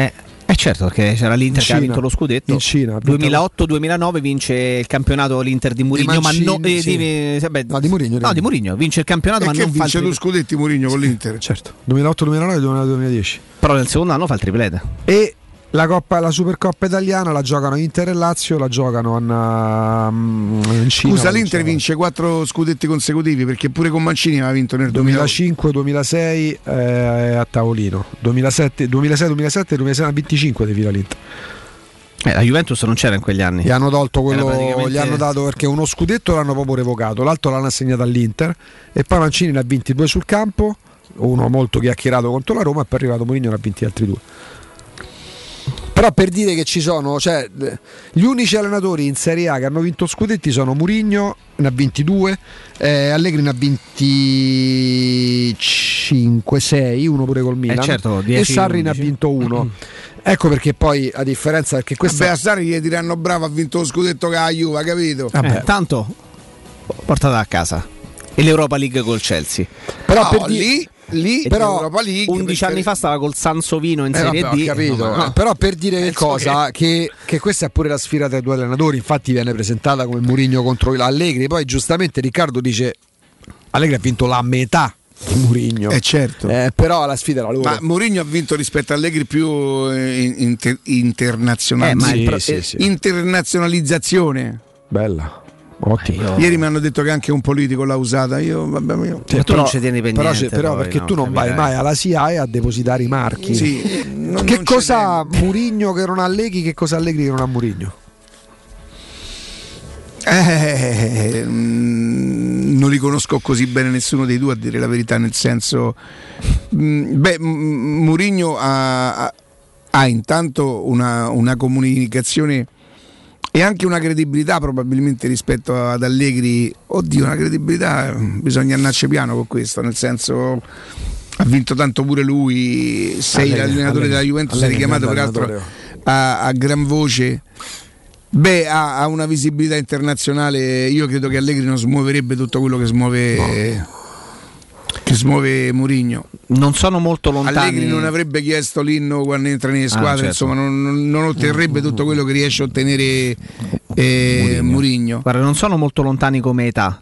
Speaker 3: Eh certo, perché c'era l'Inter
Speaker 4: In
Speaker 3: che ha
Speaker 4: Cina.
Speaker 3: vinto lo scudetto.
Speaker 4: In Cina, ha vinto-
Speaker 3: duemilaotto duemilanove vince il campionato l'Inter di Mourinho, ma no,
Speaker 4: Mancini,
Speaker 3: eh,
Speaker 4: sì.
Speaker 3: di, vabbè,
Speaker 4: No, di Mourinho.
Speaker 3: no, di Mourinho, vince il campionato,
Speaker 2: E
Speaker 3: ma
Speaker 2: che
Speaker 3: non fa il
Speaker 2: vince due
Speaker 3: triplete.
Speaker 2: scudetti Mourinho con l'Inter.
Speaker 4: Certo, duemilaotto duemilanove duemiladieci.
Speaker 3: Però nel secondo anno fa il triplete.
Speaker 4: E la, Coppa, la Supercoppa italiana la giocano Inter e Lazio, la giocano in, uh, in Cina.
Speaker 2: Scusa,
Speaker 4: la
Speaker 2: l'Inter
Speaker 4: giocano.
Speaker 2: vince quattro scudetti consecutivi perché pure con Mancini aveva vinto nel duemila.
Speaker 4: duemilacinque duemilasei eh, a tavolino, duemilasette duemilasei duemilasette duemilasei venticinque di fila l'Inter.
Speaker 3: Eh, la Juventus non c'era in quegli anni.
Speaker 4: Gli hanno tolto quello,
Speaker 3: Era praticamente-
Speaker 4: gli hanno dato perché uno scudetto l'hanno proprio revocato, l'altro l'hanno assegnato all'Inter e poi Mancini ne ha vinti due sul campo, uno molto chiacchierato contro la Roma e poi è arrivato Mourinho e ne ha vinti altri due. Però per dire che ci sono, cioè, gli unici allenatori in Serie A che hanno vinto scudetti sono Mourinho, ne ha vinti due, eh, Allegri ne ha vinti cinque sei, uno pure col Milan,
Speaker 3: Eh certo,
Speaker 4: e
Speaker 3: dieci,
Speaker 4: Sarri ne ha
Speaker 3: undici.
Speaker 4: vinto uno. Ecco perché poi a differenza perché questa
Speaker 2: Vabbè, a Sarri gli diranno bravo, ha vinto lo scudetto che ha la Juve, capito?
Speaker 3: Eh, tanto portata a casa. E l'Europa League col Chelsea.
Speaker 4: Però
Speaker 2: No,
Speaker 4: per di-
Speaker 2: lì, lì
Speaker 4: però
Speaker 2: Europa League,
Speaker 3: undici
Speaker 2: perché-
Speaker 3: anni fa stava col Sansovino in
Speaker 4: Eh,
Speaker 3: Serie
Speaker 4: vabbè,
Speaker 3: D.
Speaker 4: ho capito.
Speaker 3: No, ma no.
Speaker 4: Però per dire che
Speaker 2: Penso
Speaker 4: cosa che... Che, questa è pure la sfida tra i due allenatori, infatti viene presentata come Mourinho contro Allegri, poi giustamente Riccardo dice Allegri ha vinto la metà di Mourinho.
Speaker 2: Eh certo.
Speaker 4: Eh, però la sfida era loro.
Speaker 2: Ma Mourinho ha vinto rispetto a Allegri più eh, inter- internazionale.
Speaker 3: Eh, ma il
Speaker 4: Sì,
Speaker 3: pro-
Speaker 4: sì,
Speaker 3: eh,
Speaker 4: sì.
Speaker 2: Internazionalizzazione.
Speaker 4: Bella. Ottimo.
Speaker 3: Io-
Speaker 2: Ieri mi hanno detto che anche un politico l'ha usata. Io, vabbè, io.
Speaker 3: Ma tu non ci tieni per
Speaker 4: però,
Speaker 3: niente,
Speaker 4: però
Speaker 3: poi,
Speaker 4: perché
Speaker 3: no,
Speaker 4: tu non vai
Speaker 3: capirai.
Speaker 4: mai alla S I A E a depositare i marchi.
Speaker 2: Sì, non-
Speaker 4: Che
Speaker 2: non ci
Speaker 4: cosa
Speaker 2: tengo.
Speaker 4: Mourinho che non ha Allegri, che cosa Allegri che non ha Mourinho?
Speaker 2: Eh, mm, non li conosco così bene nessuno dei due, a dire la verità, nel senso, mm, beh, mm, Mourinho ha, ha- ha intanto una, una comunicazione e anche una credibilità probabilmente rispetto ad Allegri. Oddio, una credibilità, bisogna andarci piano con questo, nel senso, ha vinto tanto pure lui, sei
Speaker 4: Allegri,
Speaker 2: l'allenatore
Speaker 4: Allegri,
Speaker 2: della Juventus,
Speaker 4: Allegri,
Speaker 2: richiamato
Speaker 4: grande
Speaker 2: peraltro
Speaker 4: allenatore.
Speaker 2: a, a gran voce. Beh, ha, ha una visibilità internazionale. Io credo che Allegri non smuoverebbe tutto quello che smuove che smuove Mourinho.
Speaker 3: Non sono molto lontani.
Speaker 2: Allegri non avrebbe chiesto l'inno quando entra nelle squadre,
Speaker 3: certo.
Speaker 2: insomma, non, non- non otterrebbe tutto quello che riesce a ottenere eh, Mourinho.
Speaker 3: Guarda, non sono molto lontani come età.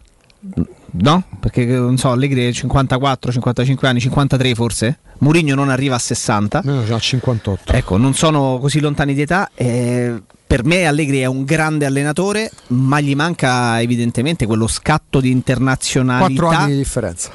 Speaker 3: No? Perché non so, Allegri è cinquantaquattro, cinquantacinque anni, cinquantatré forse. Mourinho non arriva a sessanta.
Speaker 4: No, c'ha cinquantotto.
Speaker 3: Ecco, non sono così lontani di età. eh, per me Allegri è un grande allenatore, ma gli manca evidentemente quello scatto di
Speaker 4: Quattro
Speaker 3: internazionalità
Speaker 4: anni di differenza.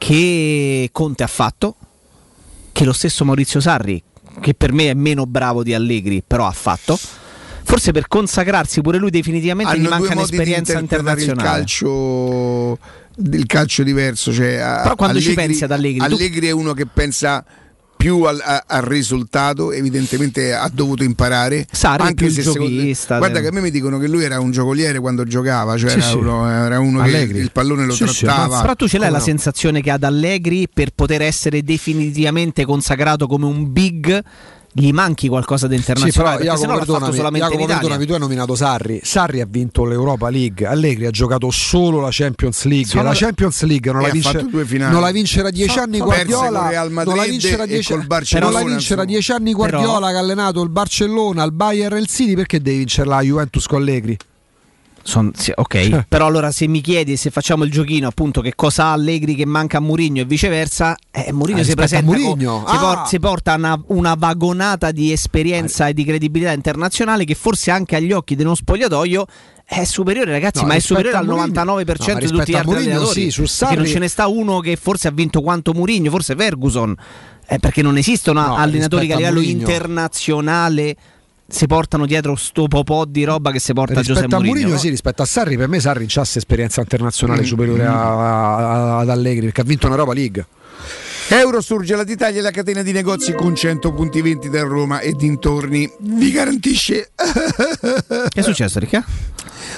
Speaker 3: che Conte ha fatto, che lo stesso Maurizio Sarri, che per me è meno bravo di Allegri, però ha fatto. Forse per consacrarsi pure lui definitivamente gli
Speaker 2: Hanno
Speaker 3: manca
Speaker 2: due modi di
Speaker 3: un'esperienza
Speaker 2: interpretare il
Speaker 3: internazionale.
Speaker 2: calcio, il calcio diverso. Cioè, a-
Speaker 3: Però quando ci
Speaker 2: Allegri-
Speaker 3: pensi ad Allegri, tu-
Speaker 2: Allegri è uno che pensa più al, a- al risultato, evidentemente ha dovuto imparare.
Speaker 3: Sarri è
Speaker 2: anche
Speaker 3: più
Speaker 2: se secondo-
Speaker 3: giochista,
Speaker 2: guarda
Speaker 3: de-
Speaker 2: che a me mi dicono che lui era un giocoliere quando giocava, cioè
Speaker 4: Sì,
Speaker 2: era,
Speaker 4: sì.
Speaker 2: Uno, era uno che
Speaker 4: Allegri.
Speaker 2: il pallone lo
Speaker 4: Sì, sì,
Speaker 2: trattava.
Speaker 3: Però tu ce l'hai
Speaker 4: Come
Speaker 3: la
Speaker 4: no?
Speaker 3: sensazione che ad Allegri, per poter essere definitivamente consacrato come un big, gli manchi qualcosa di
Speaker 4: Sì, però
Speaker 3: internazionale, perché
Speaker 4: Jacopo,
Speaker 3: sennò l'ha fatto
Speaker 4: perdonami,
Speaker 3: solamente in
Speaker 4: Jacopo,
Speaker 3: Italia.
Speaker 4: perdonami, tu hai nominato Sarri. Sarri ha vinto l'Europa League, Allegri ha giocato solo la Champions League.
Speaker 3: Sono-
Speaker 4: La Champions League non
Speaker 2: E
Speaker 4: la,
Speaker 2: ha
Speaker 4: vince,
Speaker 2: fatto due finali.
Speaker 4: non la vincerà dieci anni
Speaker 2: Perse con
Speaker 4: Guardiola.
Speaker 2: Real
Speaker 4: Non la
Speaker 2: Madrid
Speaker 4: vincerà
Speaker 2: e
Speaker 4: dieci
Speaker 2: col Barcellona,
Speaker 4: non la vincerà
Speaker 2: insomma.
Speaker 4: dieci anni Guardiola
Speaker 3: Però-
Speaker 4: che ha allenato il Barcellona, il Bayern e il City, perché devi vincere la Juventus con Allegri?
Speaker 3: Son- sì, ok, però allora se mi chiedi, se facciamo il giochino appunto che cosa ha Allegri che manca a Mourinho e viceversa, eh, Mourinho
Speaker 4: Ah,
Speaker 3: si
Speaker 4: rispetto a
Speaker 3: presenta
Speaker 4: Mourinho?
Speaker 3: co- si, por-
Speaker 4: Ah.
Speaker 3: si porta una, una vagonata di esperienza e di credibilità internazionale che forse anche agli occhi di uno spogliatoio è superiore, ragazzi,
Speaker 4: No,
Speaker 3: ma è
Speaker 4: rispetto
Speaker 3: superiore
Speaker 4: a
Speaker 3: al
Speaker 4: Mourinho-
Speaker 3: novantanove per cento
Speaker 4: no, ma
Speaker 3: di tutti gli
Speaker 4: rispetto a
Speaker 3: altri
Speaker 4: Mourinho,
Speaker 3: allenatori.
Speaker 4: sì, su
Speaker 3: Perché
Speaker 4: Sarri-
Speaker 3: non ce ne sta uno che forse ha vinto quanto Mourinho, forse Ferguson, eh, perché non esistono
Speaker 4: No,
Speaker 3: allenatori che a
Speaker 4: rispetto a
Speaker 3: livello
Speaker 4: Mourinho-
Speaker 3: internazionale si portano dietro sto po' di roba che si porta
Speaker 4: Rispetto
Speaker 3: Giuseppe
Speaker 4: a
Speaker 3: Mourinho.
Speaker 4: Mourinho,
Speaker 3: no?
Speaker 4: sì, rispetto a Sarri, per me Sarri c'ha questa esperienza internazionale
Speaker 2: Mm.
Speaker 4: superiore a- a- ad Allegri, perché ha vinto un'Europa League.
Speaker 2: Euro Surgelati Italia è la catena di negozi con cento punti vendita a Roma e dintorni. Vi garantisce
Speaker 3: Che è successo, Ricca?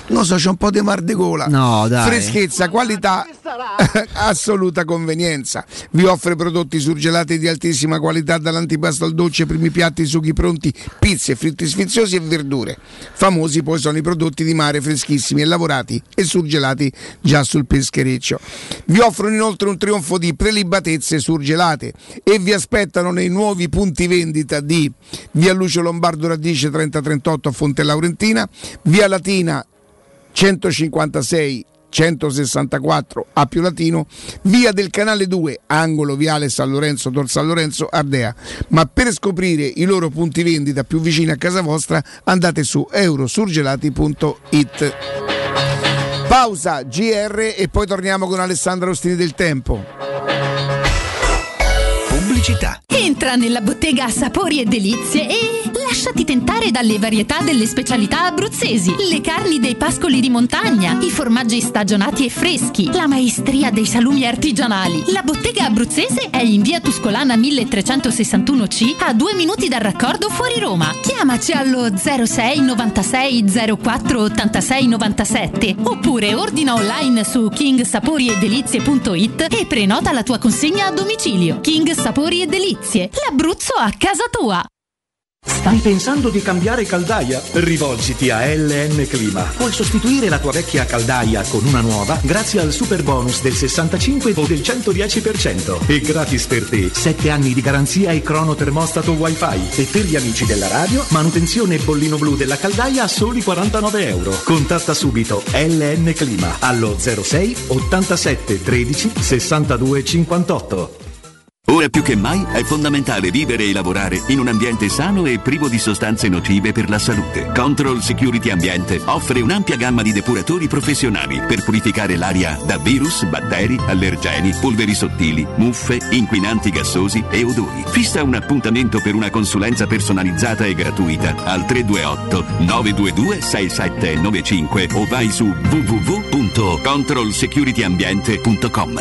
Speaker 2: non so, c'è un po' di mar de gola.
Speaker 3: No, dai.
Speaker 2: Freschezza, qualità, assoluta convenienza. Vi offre prodotti surgelati di altissima qualità, dall'antipasto al dolce, primi piatti, sughi pronti, pizze, fritti sfiziosi e verdure. Famosi poi sono i prodotti di mare freschissimi e lavorati e surgelati già sul peschereccio. Vi offrono inoltre un trionfo di prelibatezze surgelate e vi aspettano nei nuovi punti vendita di via Lucio Lombardo Radice trenta trentotto a Fonte Laurentina, via Latina centocinquantasei centosessantaquattro a Più Latino, via del Canale due, angolo viale San Lorenzo Tor San Lorenzo Ardea. Ma per scoprire i loro punti vendita più vicini a casa vostra andate su eurosurgelati punto it. Pausa G R e poi torniamo con Alessandra Ostini del Tempo.
Speaker 13: Pubblicità. Entra nella bottega Sapori e Delizie e lasciati tentare dalle varietà delle specialità abruzzesi, le carni dei pascoli di montagna, i formaggi stagionati e freschi, la maestria dei salumi artigianali. La bottega abruzzese è in via Tuscolana milletrecentosessantuno C, a due minuti dal raccordo fuori Roma. Chiamaci allo zero sei novantasei zero quattro ottantasei novantasette oppure ordina online su king sapori e delizie punto it e prenota la tua consegna a domicilio. King Sapori e Delizie, l'Abruzzo a casa tua.
Speaker 10: Stai pensando di cambiare caldaia? Rivolgiti a L N Clima. Puoi sostituire la tua vecchia caldaia con una nuova grazie al super bonus del sessantacinque o del centodieci per cento. E gratis per te sette anni di garanzia e crono termostato wifi. E per gli amici della radio, manutenzione e bollino blu della caldaia a soli quarantanove euro. Contatta subito L N Clima allo zero sei ottantasette tredici sessantadue cinquantotto.
Speaker 14: Ora più che mai è fondamentale vivere e lavorare in un ambiente sano e privo di sostanze nocive per la salute. Control Security Ambiente offre un'ampia gamma di depuratori professionali per purificare l'aria da virus, batteri, allergeni, polveri sottili, muffe, inquinanti gassosi e odori. Fissa un appuntamento per una consulenza personalizzata e gratuita al tre due otto nove due due sei sette nove cinque o vai su w w w punto control security ambiente punto com.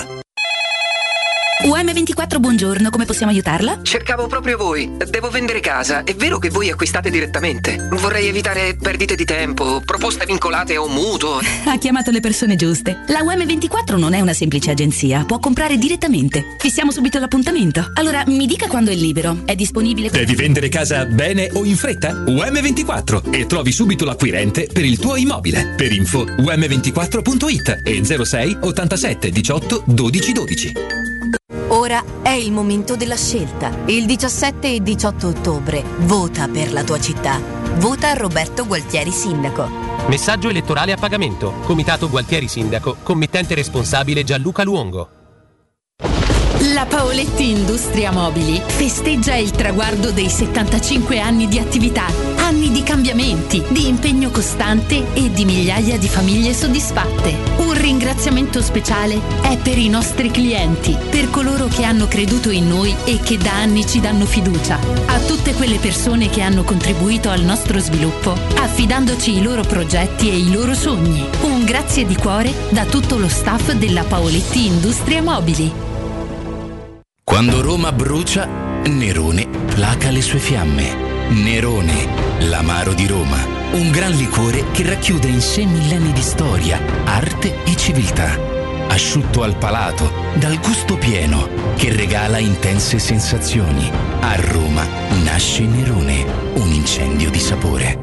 Speaker 15: U M ventiquattro, buongiorno, come possiamo aiutarla?
Speaker 16: Cercavo proprio voi. Devo vendere casa. È vero che voi acquistate direttamente? Vorrei evitare perdite di tempo, proposte vincolate o mutuo.
Speaker 15: Ha chiamato le persone giuste. La U M ventiquattro non è una semplice agenzia, può comprare direttamente. Fissiamo subito l'appuntamento. Allora, mi dica quando è libero. È disponibile?
Speaker 17: Devi vendere casa bene o in fretta? U M ventiquattro e trovi subito l'acquirente per il tuo immobile. Per info u m ventiquattro punto it e zero sei ottantasette diciotto dodici dodici.
Speaker 18: Ora è il momento della scelta. Il diciassette e diciotto ottobre vota per la tua città. Vota Roberto Gualtieri Sindaco.
Speaker 19: Messaggio elettorale a pagamento. Comitato Gualtieri Sindaco. Committente responsabile Gianluca Luongo.
Speaker 13: La Paoletti Industria Mobili festeggia il traguardo dei settantacinque anni di attività, anni di cambiamenti, di impegno costante e di migliaia di famiglie soddisfatte. Un ringraziamento speciale è per i nostri clienti, per coloro che hanno creduto in noi e che da anni ci danno fiducia, a tutte quelle persone che hanno contribuito al nostro sviluppo, affidandoci i loro progetti e i loro sogni. Un grazie di cuore da tutto lo staff della Paoletti Industria Mobili.
Speaker 20: Quando Roma brucia, Nerone placa le sue fiamme. Nerone, l'amaro di Roma. Un gran liquore che racchiude in sé millenni di storia, arte e civiltà. Asciutto al palato, dal gusto pieno, che regala intense sensazioni. A Roma nasce Nerone, un incendio di sapore.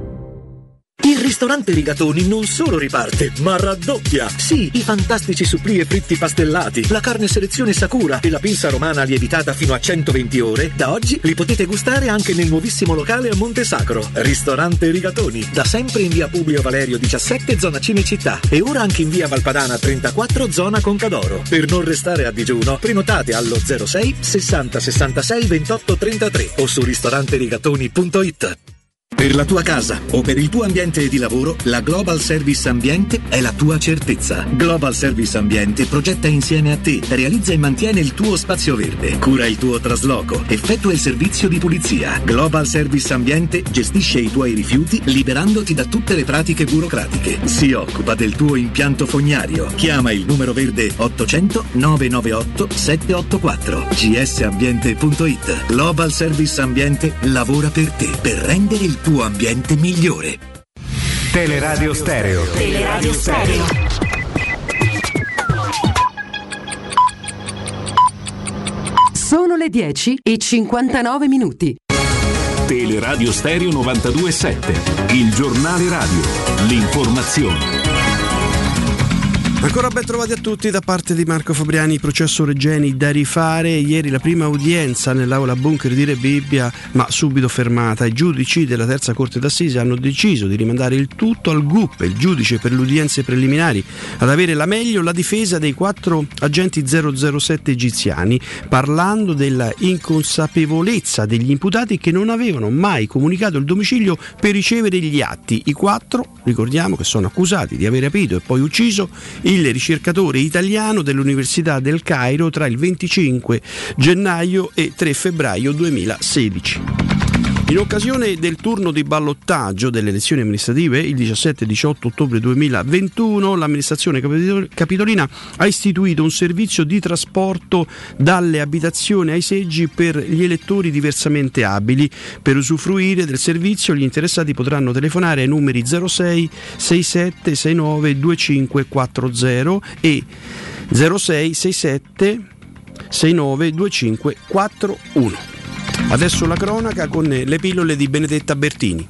Speaker 10: Il ristorante Rigatoni non solo riparte, ma raddoppia. Sì, i fantastici supplì e fritti pastellati, la carne selezione Sakura e la pinza romana lievitata fino a centoventi ore, da oggi li potete gustare anche nel nuovissimo locale a Monte Sacro. Ristorante Rigatoni, da sempre in via Publio Valerio diciassette, zona Cinecittà, e ora anche in via Valpadana trentaquattro, zona Concadoro. Per non restare a digiuno, prenotate allo zero sei sessanta sessantasei ventotto trentatré o su ristoranterigatoni punto it. Per la tua casa o per il tuo ambiente di lavoro, la Global Service Ambiente è la tua certezza. Global Service Ambiente progetta insieme a te, realizza e mantiene il tuo spazio verde, cura il tuo trasloco, effettua il servizio di pulizia. Global Service Ambiente gestisce i tuoi rifiuti liberandoti da tutte le pratiche burocratiche. Si occupa del tuo impianto fognario. Chiama il numero verde ottocento nove nove otto sette otto quattro. g s ambiente punto it. Global Service Ambiente lavora per te, per rendere il tuo ambiente migliore.
Speaker 21: Teleradio Stereo.
Speaker 11: Teleradio Stereo.
Speaker 22: Sono le dieci e cinquantanove minuti.
Speaker 5: Teleradio Stereo novantadue e sette, il giornale radio, l'informazione.
Speaker 23: Ancora ben trovati a tutti da parte di Marco Fabriani. Processo Regeni da rifare. Ieri la prima udienza nell'aula bunker di Rebibbia, ma subito fermata. I giudici della terza corte d'assise hanno deciso di rimandare il tutto al G U P, il giudice per le udienze preliminari, ad avere la meglio la difesa dei quattro agenti zero zero sette egiziani, parlando della inconsapevolezza degli imputati che non avevano mai comunicato il domicilio per ricevere gli atti. I quattro, ricordiamo, che sono accusati di aver rapito e poi ucciso il ricercatore italiano dell'Università del Cairo tra il venticinque gennaio e tre febbraio duemilasedici. In occasione del turno di ballottaggio delle elezioni amministrative il diciassette e diciotto ottobre duemilaventuno, l'amministrazione capitolina ha istituito un servizio di trasporto dalle abitazioni ai seggi per gli elettori diversamente abili. Per usufruire del servizio gli interessati potranno telefonare ai numeri zero sei sei sette sei nove due cinque quattro zero e zero sei sei sette sei nove due cinque quattro uno. Adesso la cronaca con le pillole di Benedetta Bertini.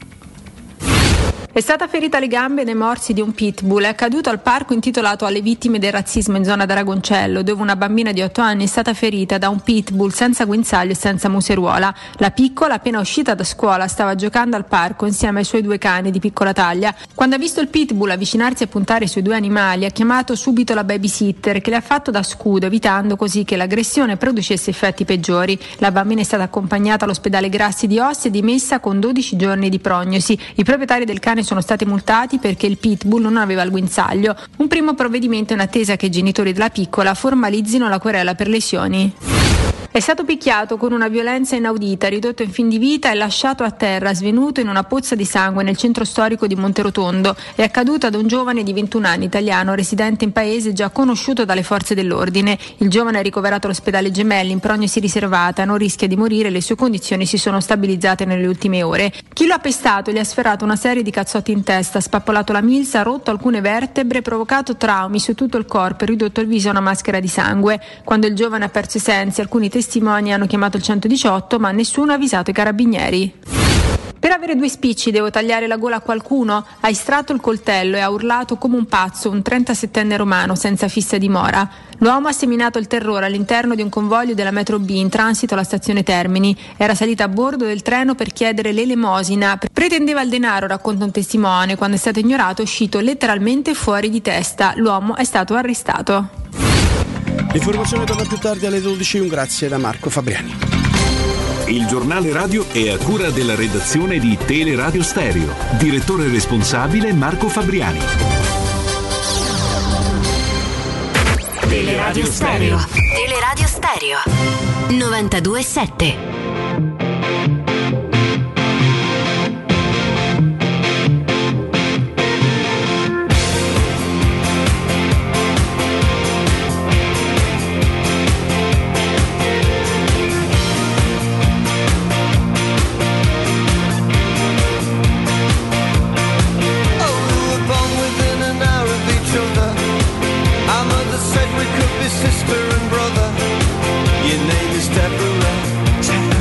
Speaker 24: È stata ferita alle gambe nei morsi di un pitbull. È accaduto al parco intitolato alle vittime del razzismo in zona d'Aragoncello, dove una bambina di otto anni è stata ferita da un pitbull senza guinzaglio e senza museruola. La piccola, appena uscita da scuola, stava giocando al parco insieme ai suoi due cani di piccola taglia. Quando ha visto il pitbull avvicinarsi e puntare sui due animali, ha chiamato subito la babysitter, che le ha fatto da scudo, evitando così che l'aggressione producesse effetti peggiori. La bambina è stata accompagnata all'ospedale Grassi di Ostia e dimessa con dodici giorni di prognosi. I proprietari del cane sono stati multati perché il pitbull non aveva il guinzaglio. Un primo provvedimento in attesa che i genitori della piccola formalizzino la querela per lesioni. È stato picchiato con una violenza inaudita, ridotto in fin di vita e lasciato a terra, svenuto in una pozza di sangue nel centro storico di Monterotondo. È accaduto ad un giovane di ventuno anni, italiano, residente in paese, già conosciuto dalle forze dell'ordine. Il giovane è ricoverato all'ospedale Gemelli in prognosi riservata, non rischia di morire, le sue condizioni si sono stabilizzate nelle ultime ore. Chi lo ha pestato gli ha sferrato una serie di cazzotti in testa, spappolato la milza, rotto alcune vertebre, provocato traumi su tutto il corpo e ridotto il viso a una maschera di sangue. Quando il giovane ha perso i sensi, alcuni testimoni hanno chiamato il centodiciotto, ma nessuno ha avvisato i carabinieri. Per avere due spicci devo tagliare la gola a qualcuno? Ha estratto il coltello e ha urlato come un pazzo un trentasettenne romano senza fissa dimora. L'uomo ha seminato il terrore all'interno di un convoglio della metro B in transito alla stazione Termini. Era salita a bordo del treno per chiedere l'elemosina. Pretendeva il denaro, racconta un testimone. Quando è stato ignorato è uscito letteralmente fuori di testa. L'uomo è stato arrestato.
Speaker 23: L'informazione torna più tardi alle dodici. Un grazie da Marco Fabriani.
Speaker 5: Il giornale radio è a cura della redazione di Teleradio Stereo. Direttore responsabile Marco Fabriani.
Speaker 11: Teleradio Stereo. Teleradio Stereo. novantadue e sette.
Speaker 1: Sister and brother, your name is Deborah.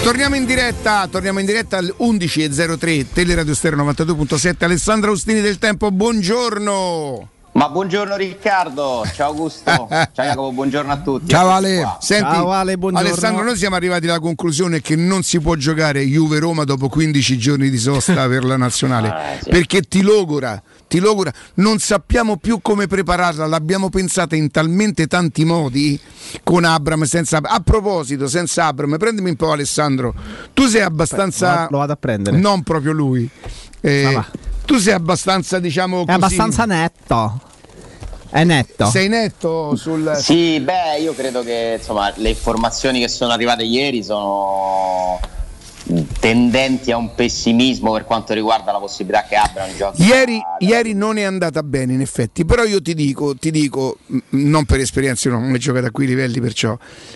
Speaker 2: Torniamo in diretta, torniamo in diretta alle undici e zero tre, Teleradio Stereo novantadue virgola sette. Alessandro Austini del Tempo, buongiorno.
Speaker 6: Ma buongiorno Riccardo, ciao Augusto, ciao Jacopo, buongiorno a tutti.
Speaker 2: Ciao Ale. Senti,
Speaker 3: Ciao Ale, buongiorno.
Speaker 2: Alessandro, noi siamo arrivati alla conclusione che non si può giocare Juve-Roma dopo quindici giorni di sosta per la nazionale,
Speaker 6: ah, sì.
Speaker 2: perché ti logora, ti logora, non sappiamo più come prepararla, l'abbiamo pensata in talmente tanti modi, con Abram, senza Abram. A proposito, senza Abram, prendimi un po' Alessandro, tu sei abbastanza...
Speaker 3: Lo vado a prendere.
Speaker 2: Non proprio lui. Eh,
Speaker 3: ah,
Speaker 2: tu sei abbastanza, diciamo così...
Speaker 3: È abbastanza netto. È netto.
Speaker 2: Sei netto sul...
Speaker 6: Sì, beh, io credo che insomma le informazioni che sono arrivate ieri sono tendenti a un pessimismo per quanto riguarda la possibilità che Abraham giochi.
Speaker 2: Ieri, ieri non è andata bene in effetti, però io ti dico, ti dico non per esperienza, io non ho mai giocato a quei livelli, perciò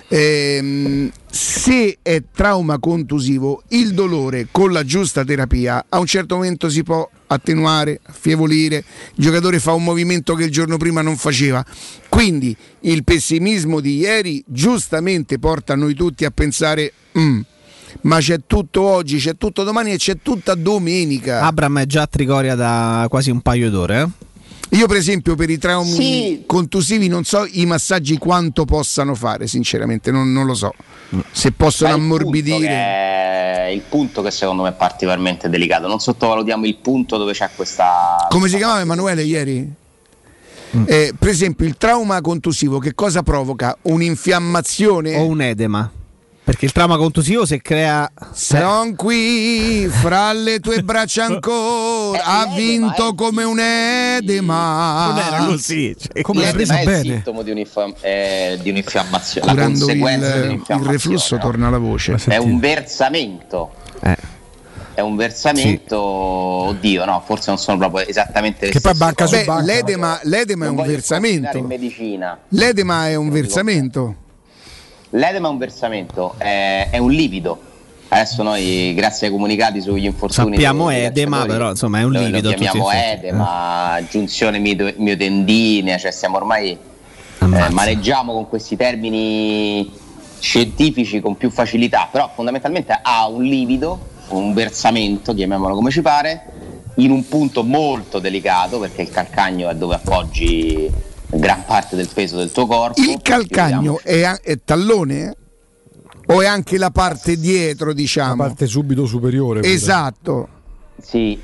Speaker 2: ehm, se è trauma contusivo, il dolore con la giusta terapia a un certo momento si può attenuare, affievolire, il giocatore fa un movimento che il giorno prima non faceva, quindi il pessimismo di ieri giustamente porta noi tutti a pensare mm, ma c'è tutto oggi, c'è tutto domani e c'è tutta domenica.
Speaker 3: Abram è già a Trigoria da quasi un paio d'ore, eh?
Speaker 2: Io per esempio per i traumi
Speaker 6: sì.
Speaker 2: contusivi non so i massaggi quanto possano fare, sinceramente non, non lo so se possono
Speaker 6: Ma il
Speaker 2: ammorbidire.
Speaker 6: Punto che il punto che secondo me è particolarmente delicato, non sottovalutiamo il punto dove c'è questa...
Speaker 2: Come si chiamava Emanuele ieri? Mm. Eh, per esempio il trauma contusivo che cosa provoca? Un'infiammazione?
Speaker 3: O un edema? Perché il trauma contusivo si crea.
Speaker 2: Son qui fra le tue braccia ancora, ha vinto come un edema.
Speaker 3: Non era così. Cioè,
Speaker 6: come l'ha presa bene? È il sintomo di, un'inf- eh, di un'infiammazione. La
Speaker 2: Curando
Speaker 6: conseguenza
Speaker 2: il,
Speaker 6: di un'infiammazione.
Speaker 2: Il reflusso, no? Torna la voce.
Speaker 6: È un versamento.
Speaker 3: Eh.
Speaker 6: È un versamento, sì. Oddio, no, forse non sono proprio esattamente le
Speaker 2: che
Speaker 6: stesse
Speaker 2: poi banca
Speaker 6: cose.
Speaker 2: su banca. L'edema, l'edema è un versamento.
Speaker 6: In medicina.
Speaker 2: L'edema è un versamento.
Speaker 6: L'edema è un versamento, è, è un livido. Adesso noi, grazie ai comunicati sugli infortuni,
Speaker 3: sappiamo edema, però insomma è un livido.
Speaker 6: Lo chiamiamo edema, eh. giunzione miotendinea, cioè stiamo ormai eh, maneggiamo con questi termini scientifici con più facilità, però fondamentalmente ha un livido, un versamento, chiamiamolo come ci pare, in un punto molto delicato, perché il calcagno è dove appoggi gran parte del peso del tuo corpo.
Speaker 2: Il calcagno è, è tallone? O è anche la parte dietro, diciamo?
Speaker 4: La parte subito superiore.
Speaker 2: Esatto.
Speaker 6: Sì.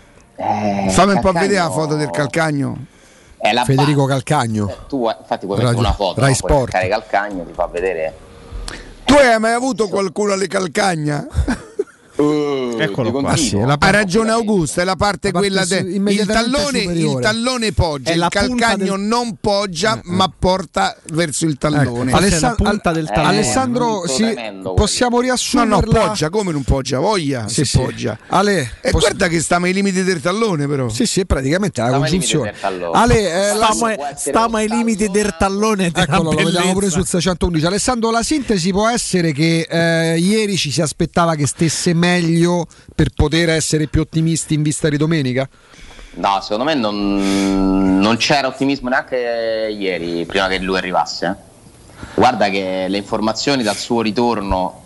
Speaker 6: Eh,
Speaker 2: Fammi un po' vedere la foto del calcagno.
Speaker 6: È la
Speaker 4: Federico
Speaker 6: base.
Speaker 4: Calcagno.
Speaker 6: Eh, tu infatti puoi mettere una foto,
Speaker 4: Rai
Speaker 6: no?
Speaker 4: Sport.
Speaker 6: Puoi calcagno, ti fa vedere.
Speaker 2: Tu hai mai avuto qualcuno alle calcagna?
Speaker 6: Uh,
Speaker 3: Eccolo qua.
Speaker 2: Ah, sì, ha ragione Augusto, è la parte,
Speaker 4: la parte
Speaker 2: quella
Speaker 4: su,
Speaker 2: de- il tallone, il tallone poggia, il calcagno del... non poggia, eh, ma porta verso il tallone.
Speaker 4: Ecco. Alessa-
Speaker 3: la punta del tallone.
Speaker 4: Eh, Alessandro, sì,
Speaker 6: tremendo,
Speaker 4: possiamo riassumerla?
Speaker 2: No, no, poggia, come non poggia? Voglia,
Speaker 4: sì,
Speaker 2: si
Speaker 4: sì.
Speaker 2: poggia.
Speaker 4: Ale,
Speaker 2: e
Speaker 4: poss-
Speaker 2: guarda che stiamo ai limiti del tallone, però.
Speaker 4: Sì, sì, praticamente la congiunzione.
Speaker 3: Ale, eh, stiamo, la... stiamo ai limiti del tallone.
Speaker 4: Eccolo, lo vediamo pure sul seicentoundici. Alessandro, la sintesi può essere che eh, ieri ci si aspettava che stesse meglio per poter essere più ottimisti in vista di domenica?
Speaker 6: No, secondo me non, non c'era ottimismo neanche ieri, prima che lui arrivasse. Eh. Guarda che le informazioni dal suo ritorno,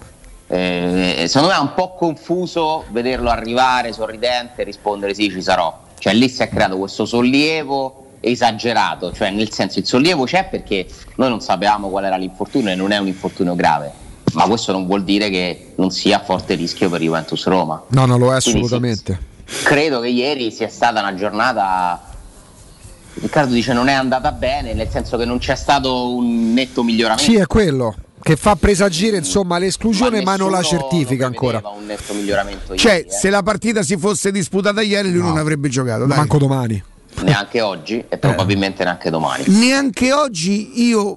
Speaker 6: eh, secondo me è un po' confuso vederlo arrivare sorridente e rispondere sì, ci sarò. Cioè lì si è creato questo sollievo esagerato, cioè nel senso il sollievo c'è perché noi non sapevamo qual era l'infortunio e non è un infortunio grave. Ma questo non vuol dire che non sia a forte rischio per Juventus Roma.
Speaker 4: No, non lo è assolutamente.
Speaker 6: Sì, credo che ieri sia stata una giornata, Riccardo dice non è andata bene, nel senso che non c'è stato un netto miglioramento.
Speaker 4: Sì, è quello che fa presagire insomma l'esclusione, ma, ma non la certifica non ancora.
Speaker 6: Un netto miglioramento
Speaker 2: cioè,
Speaker 6: ieri, eh.
Speaker 2: se la partita si fosse disputata ieri, lui no. non avrebbe giocato. Dai.
Speaker 4: Manco domani.
Speaker 6: Neanche oggi e probabilmente eh. neanche domani.
Speaker 2: Neanche oggi io.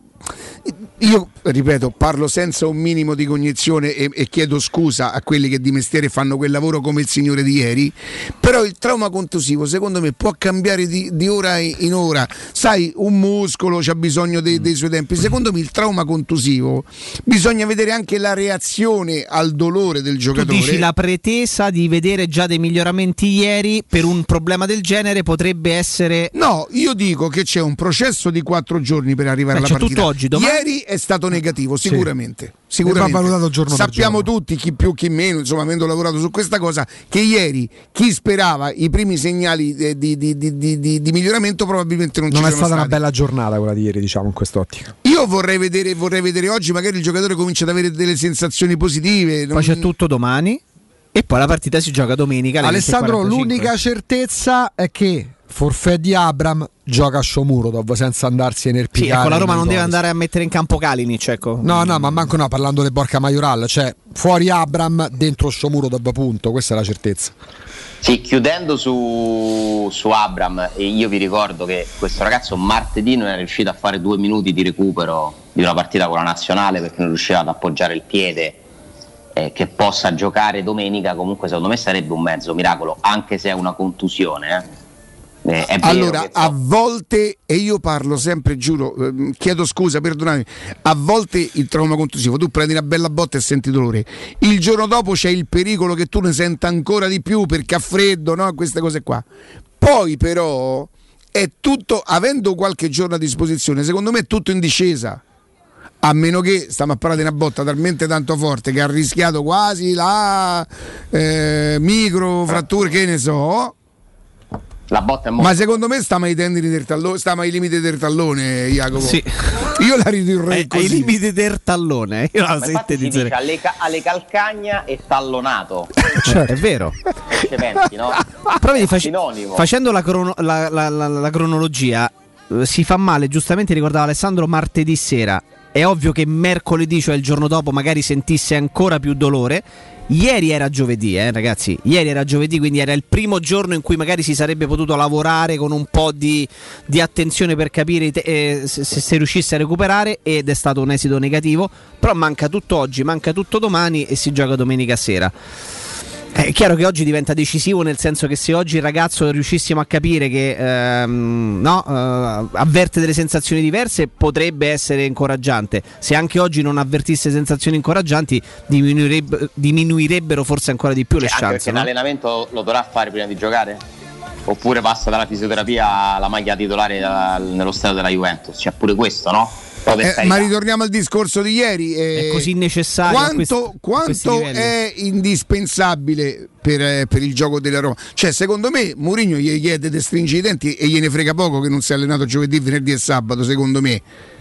Speaker 2: Io ripeto, parlo senza un minimo di cognizione e, e chiedo scusa a quelli che di mestiere fanno quel lavoro come il signore di ieri, però il trauma contusivo secondo me può cambiare di, di ora in ora. Sai, un muscolo c'ha bisogno dei, dei suoi tempi. Secondo me il trauma contusivo bisogna vedere anche la reazione al dolore del giocatore.
Speaker 3: Tu dici la pretesa di vedere già dei miglioramenti ieri per un problema del genere potrebbe essere...
Speaker 2: No, io dico che c'è un processo di quattro giorni per arrivare
Speaker 3: Beh,
Speaker 2: alla
Speaker 3: c'è
Speaker 2: partita.
Speaker 3: Tutto oggi, domani...
Speaker 2: Ieri è stato negativo, sicuramente.
Speaker 4: Sì.
Speaker 2: Sicuramente.
Speaker 4: Va valutato giorno per
Speaker 2: Sappiamo
Speaker 4: giorno.
Speaker 2: tutti, chi più chi meno, insomma, avendo lavorato su questa cosa, che ieri chi sperava i primi segnali eh, di, di, di, di, di, di miglioramento probabilmente non,
Speaker 4: Non
Speaker 2: ci
Speaker 4: è
Speaker 2: sono
Speaker 4: stata
Speaker 2: stati.
Speaker 4: una bella giornata quella di ieri, diciamo, in quest'ottica.
Speaker 2: Io vorrei vedere, vorrei vedere oggi magari il giocatore comincia ad avere delle sensazioni positive.
Speaker 3: Poi c'è tutto domani e poi la partita si gioca domenica alle
Speaker 4: Alessandro,
Speaker 3: venti e quarantacinque.
Speaker 4: l'unica certezza è che forfè di Abram gioca a Shomurodov senza andarsi a
Speaker 3: Sì,
Speaker 4: inerpicare.
Speaker 3: ecco, la Roma non
Speaker 4: nei
Speaker 3: deve
Speaker 4: gol.
Speaker 3: andare a mettere in campo Kalinic, ecco.
Speaker 4: No, no, ma manco no, parlando di Borca Majoral, cioè fuori Abram, dentro Shomurodov, punto, questa è la certezza.
Speaker 6: Sì, chiudendo su, su Abram, e io vi ricordo che questo ragazzo martedì non è riuscito a fare due minuti di recupero di una partita con la nazionale perché non riusciva ad appoggiare il piede. Eh, che possa giocare domenica, comunque secondo me sarebbe un mezzo miracolo, anche se è una contusione. Eh. Eh, è vero
Speaker 2: Allora,
Speaker 6: che,
Speaker 2: a volte, e io parlo sempre, giuro, ehm, chiedo scusa, perdonami, a volte il trauma contusivo, tu prendi una bella botta e senti dolore, il giorno dopo c'è il pericolo che tu ne senta ancora di più perché ha freddo, no? Queste cose qua. Poi però è tutto, avendo qualche giorno a disposizione, secondo me è tutto in discesa. A meno che stiamo a parlare di una botta talmente tanto forte che ha rischiato quasi la eh, micro frattura, che ne so.
Speaker 6: La botta è molto...
Speaker 2: Ma secondo me stiamo ai tendini del tallone, stiamo ai limiti del tallone, Jacopo.
Speaker 3: Sì.
Speaker 2: Io la ridurrei
Speaker 3: Eh,
Speaker 2: così.
Speaker 3: ai limiti del tallone, io la
Speaker 6: Ma infatti si dice alle, ca- alle calcagna e tallonato.
Speaker 3: Certo. È vero.
Speaker 6: Ci pensi, no?
Speaker 3: Però vedi, fac-
Speaker 6: Sinonimo.
Speaker 3: facendo la, crono- la, la, la, la cronologia, eh, si fa male, giustamente ricordava Alessandro, martedì sera. È ovvio che mercoledì, cioè il giorno dopo, magari sentisse ancora più dolore. Ieri era giovedì, eh, ragazzi. Ieri era giovedì, quindi era il primo giorno in cui magari si sarebbe potuto lavorare con un po' di, di attenzione per capire te- eh, se, se riuscisse a recuperare, ed è stato un esito negativo. Però manca tutto oggi, manca tutto domani e si gioca domenica sera. È chiaro che oggi diventa decisivo, nel senso che se oggi il ragazzo riuscissimo a capire che ehm, no, eh, avverte delle sensazioni diverse, potrebbe essere incoraggiante. Se anche oggi non avvertisse sensazioni incoraggianti, diminuireb- diminuirebbero forse ancora di più le
Speaker 6: Cioè, anche
Speaker 3: chance,
Speaker 6: perché
Speaker 3: no?
Speaker 6: l'allenamento lo dovrà fare prima di giocare? Oppure passa dalla fisioterapia alla maglia titolare da- nello stadio della Juventus? C'è pure questo, no?
Speaker 2: Eh, ma ritorniamo al discorso di ieri. Eh,
Speaker 3: È così necessario a questi-
Speaker 2: Quanto,
Speaker 3: a questi
Speaker 2: quanto
Speaker 3: livelli?
Speaker 2: è indispensabile per, eh, per il gioco della Roma? Cioè, secondo me, Mourinho gli chiede di stringere i denti e gliene frega poco che non si è allenato giovedì, venerdì e sabato. Secondo me,